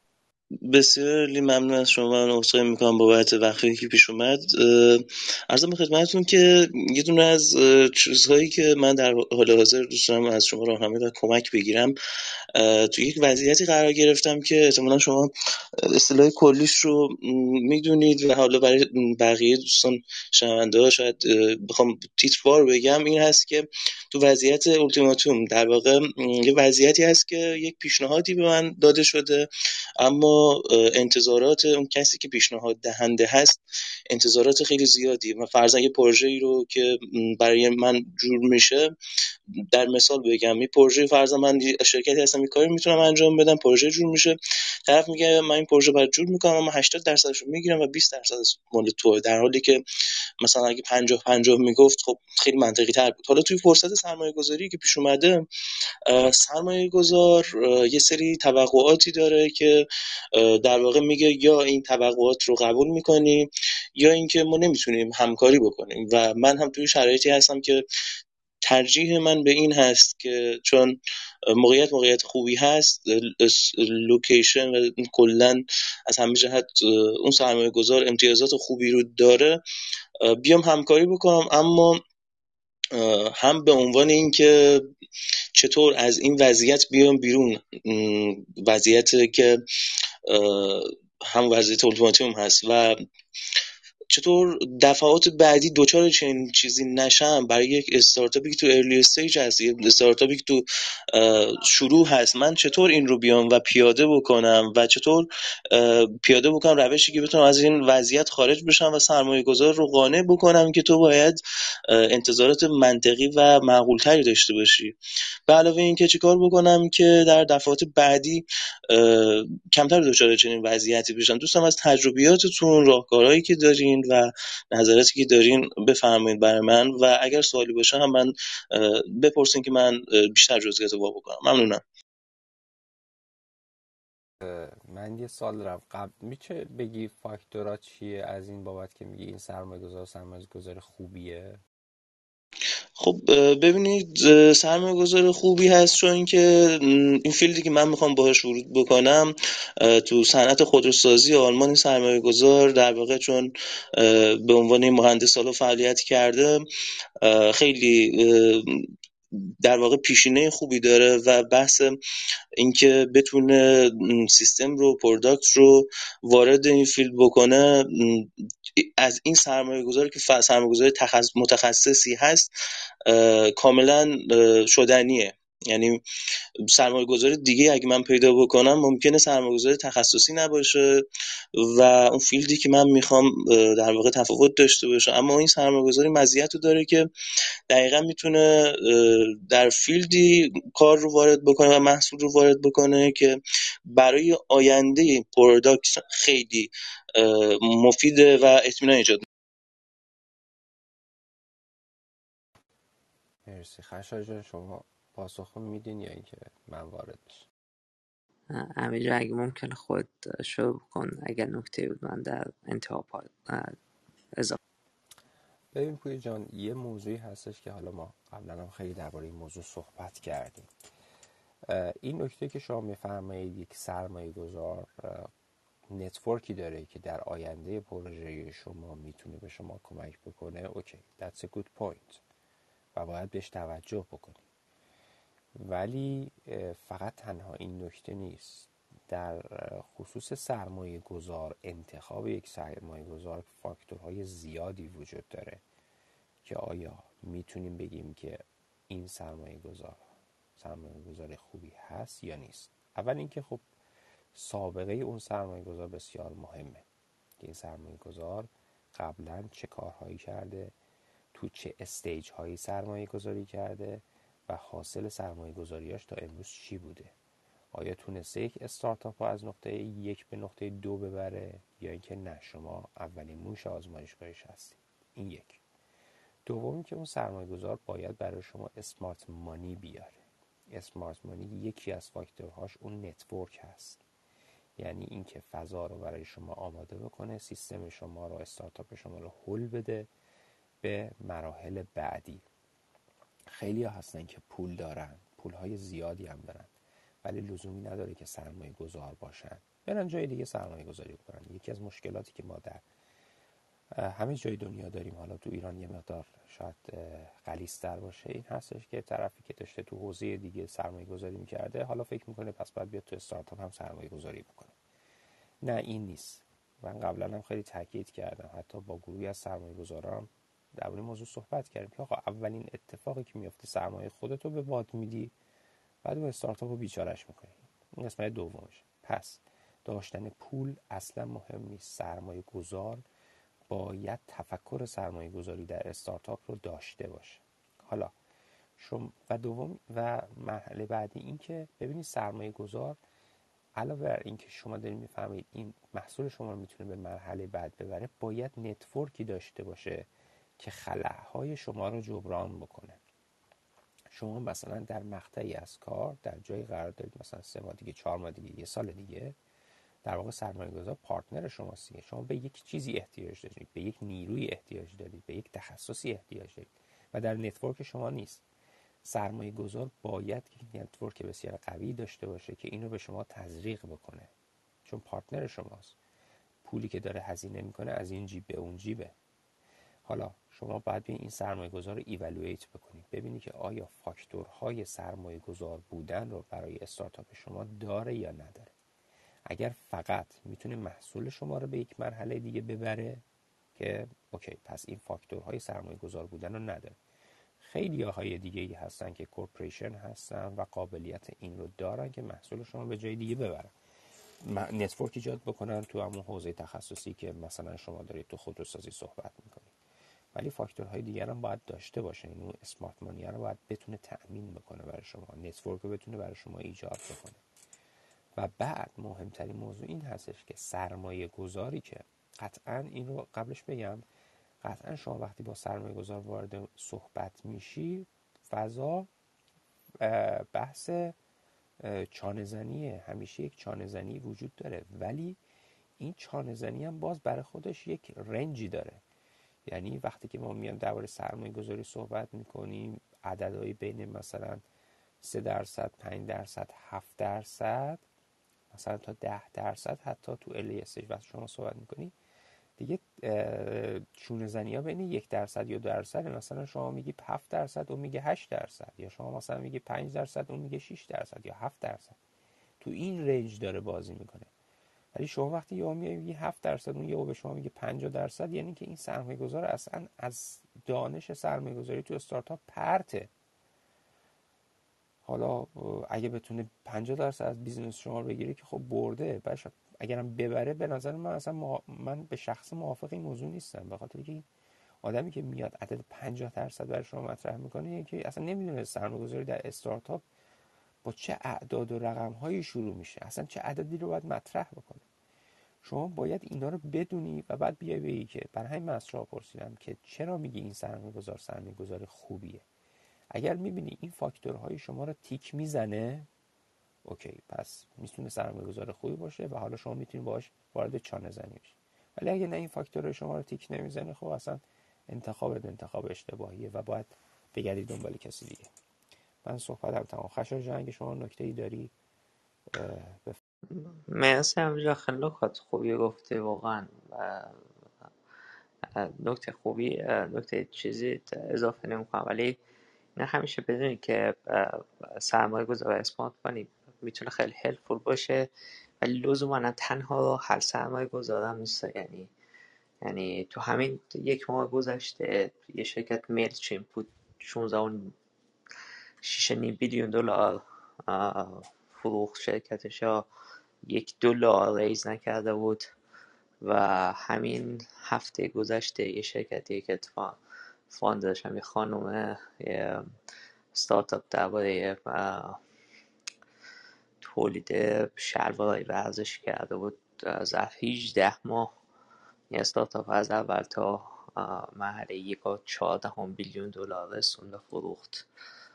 بسیار ممنون از شما. من عذرخواهی میکنم بابت وقتی که پیش اومد. عرضم به خدمتتون که یه دونه از چیزهایی که من در حال حاضر دوست دارم از شما راهنمایی و کمک بگیرم، تو یک وضعیتی قرار گرفتم که احتمالاً شما اصطلاح کلیش رو میدونید و حالا برای بقیه دوستان شنونده ها شاید بخوام تیتروار بگم این هست که تو وضعیت اولتیماتوم در واقع یه وضعیتی هست که یک پیشنهادی به من داده شده، اما انتظارات اون کسی که پیشنهاد دهنده هست انتظارات خیلی زیادی و فرضاً یه پروژه‌ای رو که برای من جور میشه، در مثال بگم این پروژه فرضاً من شرکتی هستم این کاری میتونم انجام بدم، پروژه جور میشه، طرف میگه من این پروژه برات جور میکنم اما هشتاد درصدش رو میگیرم و بیست درصد مال توه، در حالی که مثلا اگه پنجاه پنجاه میگفت خب خیلی منطقی تر بود. حالا توی فرصت سرمایه گذاری که پیش اومده، سرمایه گذار یه سری توقعاتی داره که در واقع میگه یا این توقعات رو قبول میکنیم یا اینکه ما نمیتونیم همکاری بکنیم و من هم توی شرایطی هستم که ترجیح من به این هست که چون موقعیت موقعیت خوبی هست، لوکیشن و کلا از همه جهت اون سرمایه گذار امتیازات خوبی رو داره، بیام همکاری بکنم، اما هم به عنوان این که چطور از این وضعیت بیام بیرون، وضعیت که هم وضعیت اولتیماتوم هست و چطور دفعات بعدی دوچار چنین چیزی نشم برای یک استارتاپی که تو ارلی استیج هست، یک استارتاپی که تو شروع هست، من چطور این رو بیام و پیاده بکنم و چطور پیاده بکنم روشی که بتونم از این وضعیت خارج بشم و سرمایه گذار رو قانع بکنم که تو باید انتظارات منطقی و معقولتری داشته باشی. به علاوه این که چیکار بکنم که در دفعات بعدی کمتر دچار چنین وضعیتی بشم. دوستان از تجربیاتتون، راهکارهایی که دارین و نظراتی که دارین بفرمایید برای من و اگر سوالی باشه هم من بپرسین که من بیشتر جزئیات رو وا بکنم. ممنونم. من یه سال دارم. قبل میشه بگی فاکتورات چیه از این بابت که میگی این سرمایه گذار سرمایه گذار خوبیه؟ خب ببینید سرمایه گذار خوبی هست، چون اینکه این فیلدی که من میخوام باهاش ورود بکنم تو صنعت خودروسازی آلمان، سرمایه گذار در واقع چون به عنوان مهندس سالها فعالیت کرده خیلی در واقع پیشینه خوبی داره و بحث اینکه بتونه سیستم رو پروداکت رو وارد این فیلد بکنه از این سرمایه گذاری که سرمایه گذاری متخصصی هست کاملا شدنیه. یعنی سرمایه گذاری دیگه اگه من پیدا بکنم ممکنه سرمایه گذاری تخصصی نباشه و اون فیلدی که من میخوام در واقع تفاوت داشته باشه، اما این سرمایه گذاری مزیت رو داره که دقیقا میتونه در فیلدی کار رو وارد بکنه و محصول رو وارد بکنه که برای آینده پروداکت خیلی مفیده و اطمینان ایجاد. مرسی. خشایار جان شما پاسخ میدین یا اینکه من وارد بشم؟ امیر اگه ممکنه خود شروع کن، اگر نکته بود من در انتها پا اضافه. ببین پویا جان، یه موضوعی هستش که حالا ما قبلا هم خیلی درباره این موضوع صحبت کردیم. این نکته که شما میفرمایید یک سرمایه گذار نتورکی داره که در آینده پروژه شما میتونه به شما کمک بکنه، اوکی، that's a good point و باید بهش توجه بکنید. ولی فقط تنها این نکته نیست. در خصوص سرمایه گذار، انتخاب یک سرمایه گذار فاکتورهای زیادی وجود داره که آیا میتونیم بگیم که این سرمایه گذار سرمایه گذار خوبی هست یا نیست. اول اینکه خب سابقه اون سرمایه گذار بسیار مهمه که این سرمایه گذار قبلا چه کارهایی کرده، تو چه استیج هایی سرمایه گذاری کرده و حاصل سرمایه گذاریاش تا امروز چی بوده. آیا تونسته یک استارتاپ رو از نقطه یک به نقطه دو ببره یا اینکه نه، شما اولین موش آزمایشگاهش هستی. این یک. دومی که اون سرمایه گذار باید برای شما اسمارت مانی بیاره. اسمارت مانی یکی از فاکتورهاش اون نتورک هست، یعنی اینکه فضا رو برای شما آماده بکنه، سیستم شما رو، استارتاپ شما رو هول بده به مراحل بعدی. خیلی ها هستن که پول دارن، پولهای زیادی هم دارن، ولی لزومی نداره که سرمایه گذار باشن، برن جای دیگه سرمایه گذاری بکنن. یکی از مشکلاتی که ما در همه جای دنیا داریم، حالا تو ایران یه مقدار شاید غلیظ‌تر باشه، این هستش که طرفی که داشته تو حوزه دیگه سرمایه گذاری میکرده حالا فکر میکنه پس باید بیاد تو استارتاپ هم سرمایه گذاری بکنه. نه، این نیست. من قبلا هم خیلی تاکید کردم، حتی با گروهی از سرمایه گذاران در این موضوع صحبت کردیم که آقا اولین اتفاقی که میفته سرمایه خودتو به باد میدی، بعد اون استارتاپ رو بیچارهش میکنی. این قسمت دومش. پس داشتن پول اصلا مهم نیست. سرمایه گذار باید تفکر سرمایه گذاری در استارتاپ رو داشته باشه. حالا شما و دوم و مرحله بعدی این که ببینید سرمایه گذار علاوه بر این که شما دارید میفهمید این محصول شما رو میتونه به مرحله بعد ببره، باید نتورکی داشته باشه که خلاهای شما رو جبران بکنه. شما مثلا در مقطعی از کار در جایی قرار دارید، مثلا سه ماه دیگه، چهار ماه دیگه، یه سال دیگه، در واقع سرمایه گذار پارتنر شماست. شما به یک چیزی احتیاج دارید، به یک نیروی احتیاج دارید، به یک تخصصی احتیاج دارید و در نتورک شما نیست. سرمایه گذار باید یک نتورک بسیار قوی داشته باشه که اینو به شما تزریق بکنه، چون پارتنر شماست. پولی که داره هزینه میکنه از این جیب به اون جیبه. حالا شما باید این سرمایه گذار رو ایوالویت بکنید، ببینید که آیا فاکتورهای سرمایه گذار بودن رو برای استارتاپ شما داره یا نداره. اگر فقط میتونه محصول شما رو به یک مرحله دیگه ببره که اوکی، پس این فاکتورهای سرمایه گذار بودن رو نداره. خیلی های دیگه ای هستن که کورپوریشن هستن و قابلیت این رو دارن که محصول شما به جای دیگه ببرن، نتورک ایجاد بکنن تو همون حوزه تخصصی که مثلا شما دارید تو خودروسازی صحبت میکنید. ولی فاکتورهای دیگر هم باید داشته باشه. این اسمارت مانی رو باید بتونه تأمین بکنه برای شما، نتورک رو بتونه برای شما ایجاد بکنه. و بعد مهمترین موضوع این هستش که سرمایه گذاری که قطعا این رو قبلش بگم، قطعا شما وقتی با سرمایه گذار وارد صحبت میشی، فضا بحث چانه زنیه، همیشه یک چانه زنی وجود داره، ولی این چانه زنی هم باز برای خودش یک رنجی داره. یعنی وقتی که ما میایم درباره سرمایه گذاری صحبت میکنیم عددهایی بین مثلا سه درصد، پنج درصد، هفت درصد، مثلا تا ده درصد حتی تو الی استیج وقتی شما صحبت میکنی دیگه چونه زنی ها بین یک درصد یا دو درصد. مثلا شما میگی هفت درصد اون میگه هشت درصد، یا شما مثلا میگی پنج درصد اون میگه شش درصد یا هفت درصد. تو این رنج داره بازی میکنه. ولی شما وقتی یهو میگی هفت درصد اون یهو به شما میگه پنجاه درصد، یعنی که این سرمایه گذار اصلا از دانش سرمایه گذاری تو استارتاپ پرته. حالا اگه بتونه پنجاه درصد از بیزنس شما رو بگیره که خب برده. باشه اگرم ببره به نظر من اصلا ما... من به شخص موافق این موضوع نیستم، به خاطر که آدمی که میاد عدد پنجاه درصد برای شما مطرح میکنه یعنی که اصلا نمیدونه سرمایه‌گذاری در استارتاپ با چه اعداد و رقم‌هایی شروع میشه، اصلا چه عددی رو باید مطرح بکنه. شما باید اینا رو بدونی و بعد بیای بگی که برای همین من از شما پرسیدم که چرا میگی این سرمایه‌گذار سرمایه‌گذار خوبیه. اگر میبینی این فاکتورهای شما رو تیک میزنه، اوکی، پس میتونه سرمایه‌گذار خوبی باشه و حالا شما میتونید باهاش وارد چانه زنی بشید. ولی اگه نه این فاکتورهای شما رو تیک نمیزنه، خب اصلا انتخاب انتخاب اشتباهیه و باید بگردید دنبال کسی دیگه. من صحبتم تمام. خشایار جان اگه شما نکته‌ای داری بف... مرسی همینجا، خیلی نکات خوبی گفته واقعا. و نکته خوبی نکته چیزی اضافه نمی‌کنم، ولی نه همیشه بدونید که سرمایه گذاری اسمارت مانی میتونه خیلی هلپفول باشه، ولی لزوما تنها راه حل سرمایه گذاری هم نیست. یعنی یعنی تو همین یک ماه گذشته یه شرکت میل چین بود شانزده و شش و نیم بیلیون دلار فروخت شرکتش، یا یک دلار ریز نکرده بود. و همین هفته گذشته یه شرکتی که اتفاقا فاندرش هم یه خانومه، یه ستارتاپ درباره تولید شلوارهای ورزشی کرده بود، ظرف هجده ماه یه استارتاپ از اول تا مرحله یک و چهاردهم بیلیون دلار رسوند و فروخت.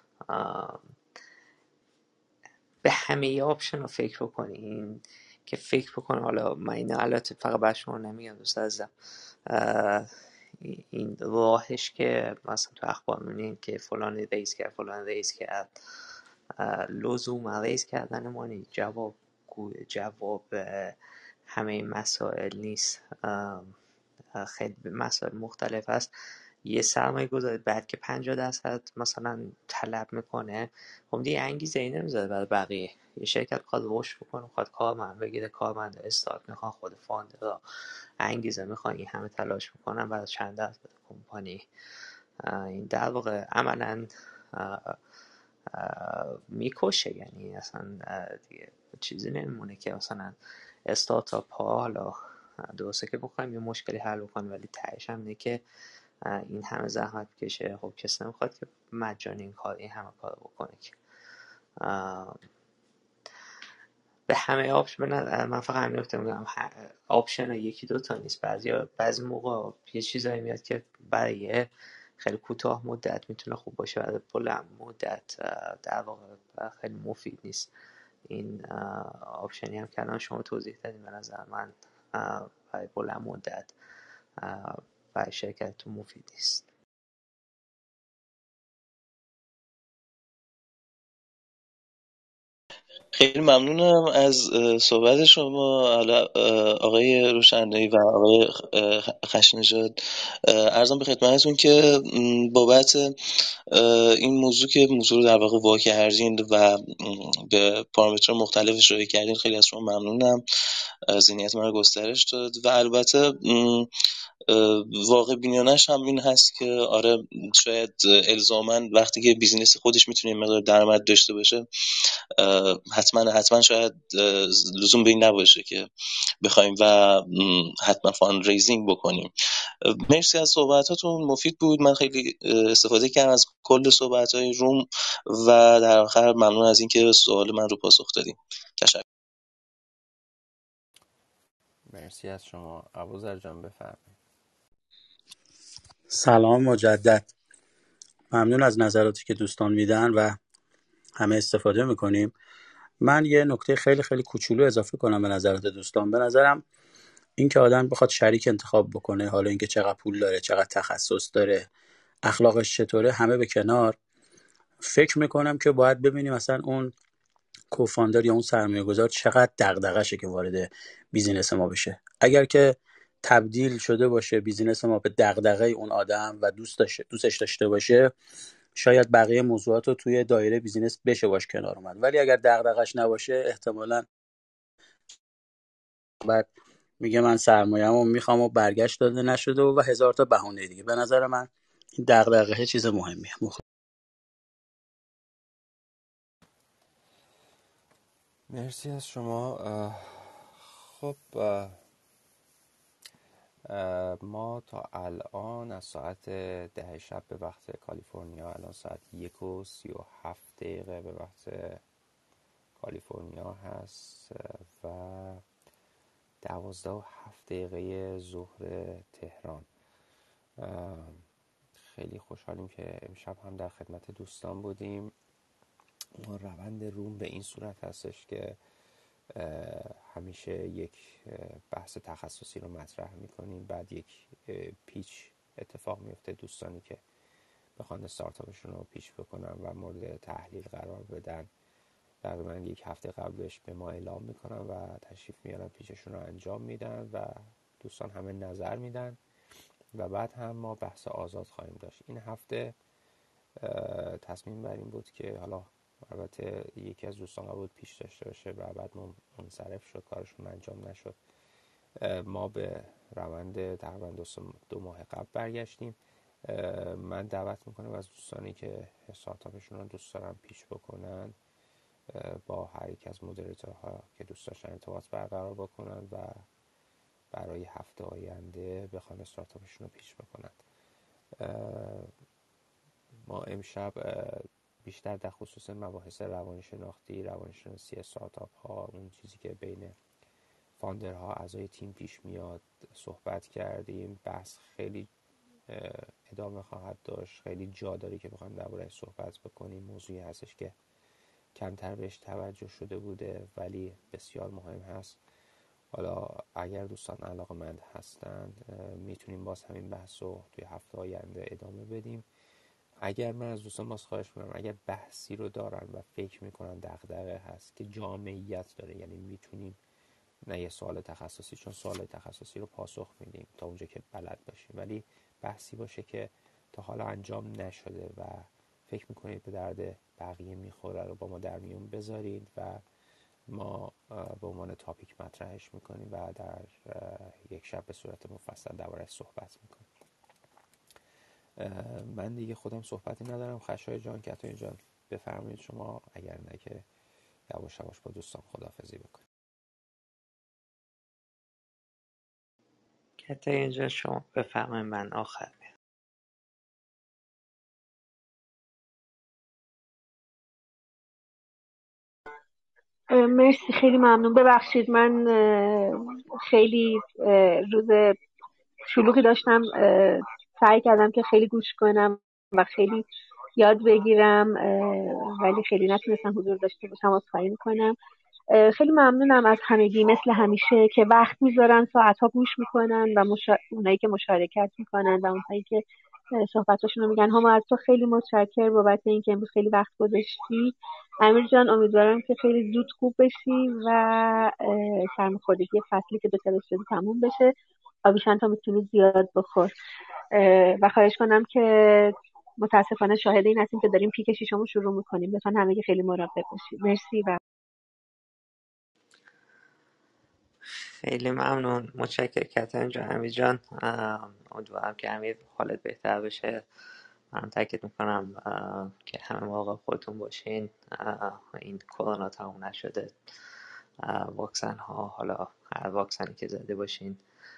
به همه آپشن رو فکر بکنین که فکر بکن. حالا من این البته فقط بر شما نمیگم دوست عزیزم، این راهش که مثلا تو اخبار می‌بینین که فلان ریز کرد فلان ریز کرد، لزوم ریز کردن ما نیست، جواب جواب همه این مسائل نیست. خیلی مسائل مختلف هست. یه سرمایه گذاری بعد که پنجاه درصد مثلا طلب میکنه، خب دیگه انگیزه ای نمیذاره برای بقیه. یه شرکت خواهد روش بکنه، خواهد کارمند بگیره، کارمند استارت میخوان، خود فاندر را انگیزه میخوان، این همه تلاش میکنن برای چند درصد کمپانی. این در واقع عملا میکشه. یعنی اصلا دیگه چیزی نمیمونه که مثلا استارتاپ ها، حالا درسته که بخوایم یه مشکلی حل بکنیم، ولی تهش هم اینه که این همه زحمت بکشه. خب کسی نمیخواد که مجانی این کار این همه کار بکنه که به همه آپشن. من فقط همین نکته میگم، آپشن یکی دو تا نیست. بعضی بعضی موقع یه چیزایی میاد که برای خیلی کوتاه مدت میتونه خوب باشه، برای بلند مدت در واقع خیلی مفید نیست. این آپشنی هم که الان شما توضیح دادیم به نظر من برای بلند مدت برای شرکتتون مفید نیست. خیلی ممنونم از صحبت شما حالا آقای روشنایی و آقای خشنژاد. عرضم به خدمتتون که بابت این موضوع که موضوع رو در واقع واقع کردین و به پارامتر مختلف اشاره کردین، خیلی از شما ممنونم. ذهنیت من رو گسترش داد و البته واقع بینانش هم این هست که آره شاید الزاماً وقتی که بیزینس خودش میتونه مقدار درآمد داشته باشه، حتما حتما شاید لزوم به این نباشه که بخوایم و حتما فاند ریزینگ بکنیم. مرسی از صحبتاتون، مفید بود. من خیلی استفاده کردم از کل صحبت‌های روم و در آخر ممنون از اینکه سوال من رو پاسخ دادیم. تشکر. مرسی از شما. ابوذر جان بفرمایید. سلام مجدد. ممنون از نظراتی که دوستان میدن و همه استفاده میکنیم. من یه نکته خیلی خیلی کوچولو اضافه کنم به نظرات دوستان. به نظرم این که آدم بخواد شریک انتخاب بکنه، حالا اینکه چقدر پول داره، چقدر تخصص داره، اخلاقش چطوره، همه به کنار، فکر میکنم که باید ببینیم مثلا اون کوفاندر یا اون سرمایه گذار چقدر دغدغشه که وارد بیزینس ما بشه. اگر که تبدیل شده باشه بیزینس ما به دغدغه اون آدم و دوست داشته دوستش داشته باشه، شاید بقیه موضوعات رو توی دایره بیزینس بشه باش کنار اومد. ولی اگر دغدغش نباشه، احتمالاً بعد میگه من سرمایه‌مو میخوام و برگشت داده نشده و هزار تا بهونه دیگه. به نظر من این دغدغه چیز مهمیه. مخ... مرسی از شما. اه، خب اه، اه، ما تا الان از ساعت ده شب به وقت کالیفرنیا، الان ساعت یک و سی و هفت دقیقه به وقت کالیفرنیا هست اه، و دوازده و هفت دقیقه ظهر تهران. اه، خیلی خوشحالیم که امشب هم در خدمت دوستان بودیم. ما روند روم به این صورت هستش که همیشه یک بحث تخصصی رو مطرح میکنیم، بعد یک پیچ اتفاق میفته، دوستانی که بخوان استارتاپشون رو پیچ بکنن و مورد تحلیل قرار بدن تقریبا یک هفته قبلش به ما اعلام میکنن و تشریف میارن پیچشون رو انجام میدن و دوستان همه نظر میدن و بعد هم ما بحث آزاد خواهیم داشت. این هفته تصمیم بر این بود که حالا البته یکی از دوستان بود پیش داشته باشه و بعد منصرف شد، کارشون انجام نشد، ما به روند تقریبا دو, دو ماه قبل برگشتیم. من دعوت میکنم از دوستانی که استارتاپشون رو دوست دارن پیش بکنن با هر یک از مدیریتورها که دوست داشتن ارتباط برقرار بکنن و برای هفته آینده بخوان استارتاپشون رو پیش بکنن. ما امشب بیشتر در خصوص مباحث روانشناختی، روانشناسی استارتاپ ها، اون چیزی که بین فاندرها اعضای تیم پیش میاد صحبت کردیم. بحث خیلی ادامه خواهد داشت، خیلی جا داری که بخوایم درباره صحبت بکنیم. موضوعی هستش که کمتر بهش توجه شده بوده ولی بسیار مهم هست. حالا اگر دوستان علاقه‌مند هستند میتونیم باز همین بحث رو توی هفته آینده ادامه بدیم. اگر من از دوستان باز خواهش کنم اگر بحثی رو دارن و فکر میکنن دغدغه هست که جامعیت داره، یعنی میتونیم نه یه سوال تخصصی، چون سوال تخصصی رو پاسخ میدیم تا اونجا که بلد باشیم، ولی بحثی باشه که تا حالا انجام نشده و فکر میکنید به درد بقیه میخوره رو با ما در میون بذارید و ما به عنوان تاپیک مطرحش میکنیم و در یک شب به صورت مفصل درباره‌اش صحبت میکنیم. من دیگه خودم صحبتی ندارم. خشایار جان، کتای جان بفرمایید شما، اگر نه که یواش یواش با دوستان خداحافظی بکنیم. کتا اینجا شما بفهمه من آخر مرسی، خیلی ممنون. ببخشید من خیلی روز شلوغی داشتم، سعی کردم که خیلی گوش کنم و خیلی یاد بگیرم ولی خیلی نتونستم حضور داشته باشم. عذرخواهی میکنم. خیلی ممنونم از همگی مثل همیشه که وقت میذارن، ساعتها گوش میکنن و مشا... اونایی که مشارکت میکنن و اونایی که صحبتاشون رو میگن. هم از تو خیلی متشکر بابت اینکه امروز خیلی وقت گذاشتی. امیر جان امیدوارم که خیلی زود خوب بشی و سرماخوردگی فصلی که به تلش شدی تموم بشه. آبی چند تا میتونی زیاد بخور و خواهش کنم که متاسفانه شاهد این هستیم که داریم پیک شیشمون شروع میکنیم. لطفا همگی خیلی مراقب باشید. مرسی و خیلی ممنون. متشکر کتن جان. امیر جان امیدوارم که امیر حالت بهتر بشه. من تاکید میکنم که همه موقع خودتون باشین. این کرونا تموم نشده، واکسن ها، حالا هر واکسنی که زده باشین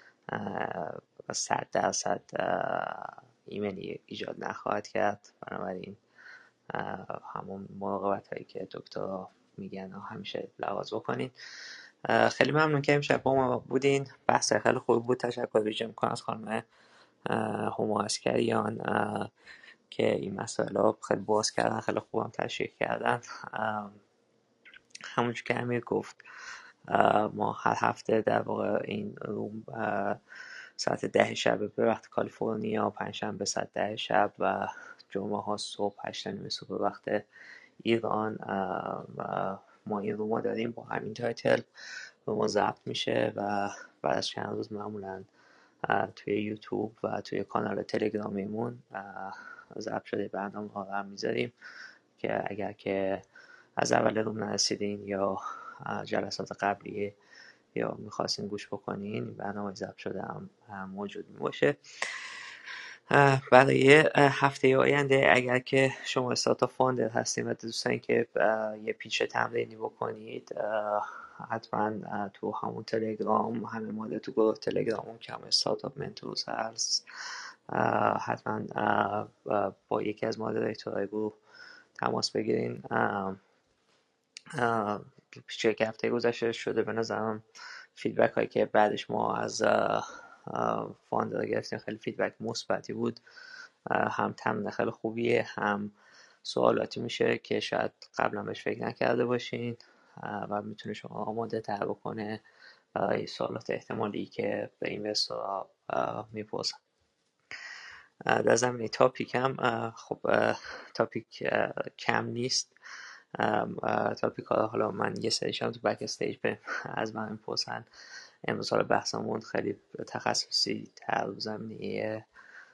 صد درصد ایمنی ایجاد نخواهد کرد. بنابراین همون مراقبت هایی که دکتر میگن همیشه لحاظ بکنین. خیلی ممنون که امشب با ما بودین. بحث خیلی خوب بود. تشکر ویژه میکنم از خانم هما عسکریان که این مسائل رو خیلی باز کردن، خیلی خوبم تشریح کردن. همونجور که امیر گفت ما هر هفته در واقع این روم ساعت ده شب به وقت کالیفرنیا، پنجشنبه ساعت ده شب و جمعه ها صبح هشت و نیم صبح به وقت ایران و ما این روم داریم با همین تایتل به ما ضبط میشه و بعد از چند روز معمولا توی یوتیوب و توی کانال تلگرامیمون ضبط شده برنامه ها رو هم میذاریم که اگر که از اول روم نرسیدین یا جلسات قبلی یا میخواستین گوش بکنین برنامه ضبط شده هم موجود میباشه. برای هفته آینده اگر که شما استارتاپ فاندر هستین و دوستان که یه پیچ تمرینی بکنید، حتما تو همون تلگرام، همه ماده تو گروه تلگرام که هم استارتاپ منتورز هست، حتما با یکی از مادریتورهای گروه تماس بگیرین. پیچه که هفته گذشته شده به نظرم فیدبک هایی که بعدش ما از فاندر گرفتیم خیلی فیدبک مثبتی بود، هم تمرین خیلی خوبیه، هم سوالاتی میشه که شاید قبلا بهش فکر نکرده باشین و میتونه شما آماده تر بکنه برای سوالات احتمالی که به اینوستورها میپرسن. در زمینه تاپیک هم خب تاپیک کم نیست. تاپیک ها حالا من یه سریشم تو بک استیج به از من میپرسن. امروز حالا بحثمون خیلی تخصصی تر زمینه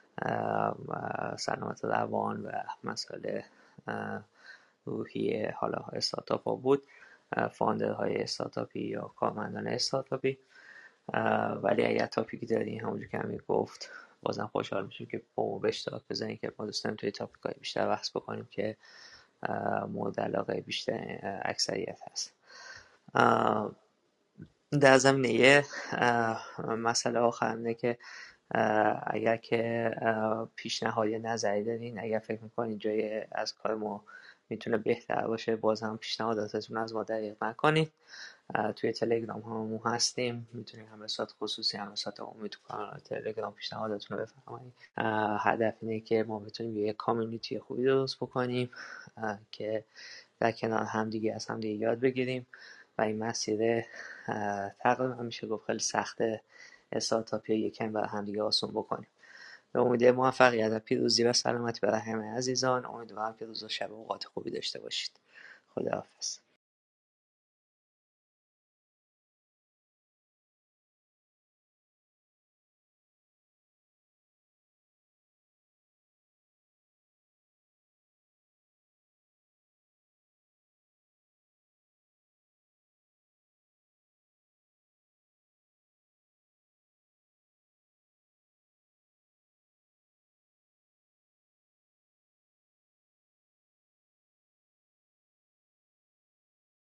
سلامت روان و مسائل روحی حالا استارتاپ ها بود، فاندرهای استارتاپی یا کارمندان استارتاپی. ولی اگر تاپیکی دارین همونجور که همین گفت بازم خوشحال میشیم که با ما به اشتراک بزنین که ما دوست داریم توی تاپیک های بیشتر بحث بکنیم که مورد علاقه بیشتر اکثریت هست. در زمینه مسئله آخر اینه که اگر که پیشنهاد نظری دارین، اگر فکر میکنین جای از کار ما میتونه بهتر باشه، باز هم پیشنهاداتتون از ما دریغ نکنید. توی تلگرام همون هستیم، میتونید هم به صورت خصوصی هم به صورت عمومی تو کانال تلگرام پیشنهاداتون رو بفرمایید. هدف اینه که ما بتونیم یه کامیونیتی خوبی درست بکنیم که در کنار همدیگه از همدیگه یاد بگیریم و این مسیر تقریبا میشه گفت خیلی سخته استارتاپی یکم برای همدیگه آسون بکنیم. به امید موفقیت، پیروزی و سلامتی برای همه عزیزان. امیدوارم که روز و شب و اوقات خوبی داشته باشید. خداحافظ.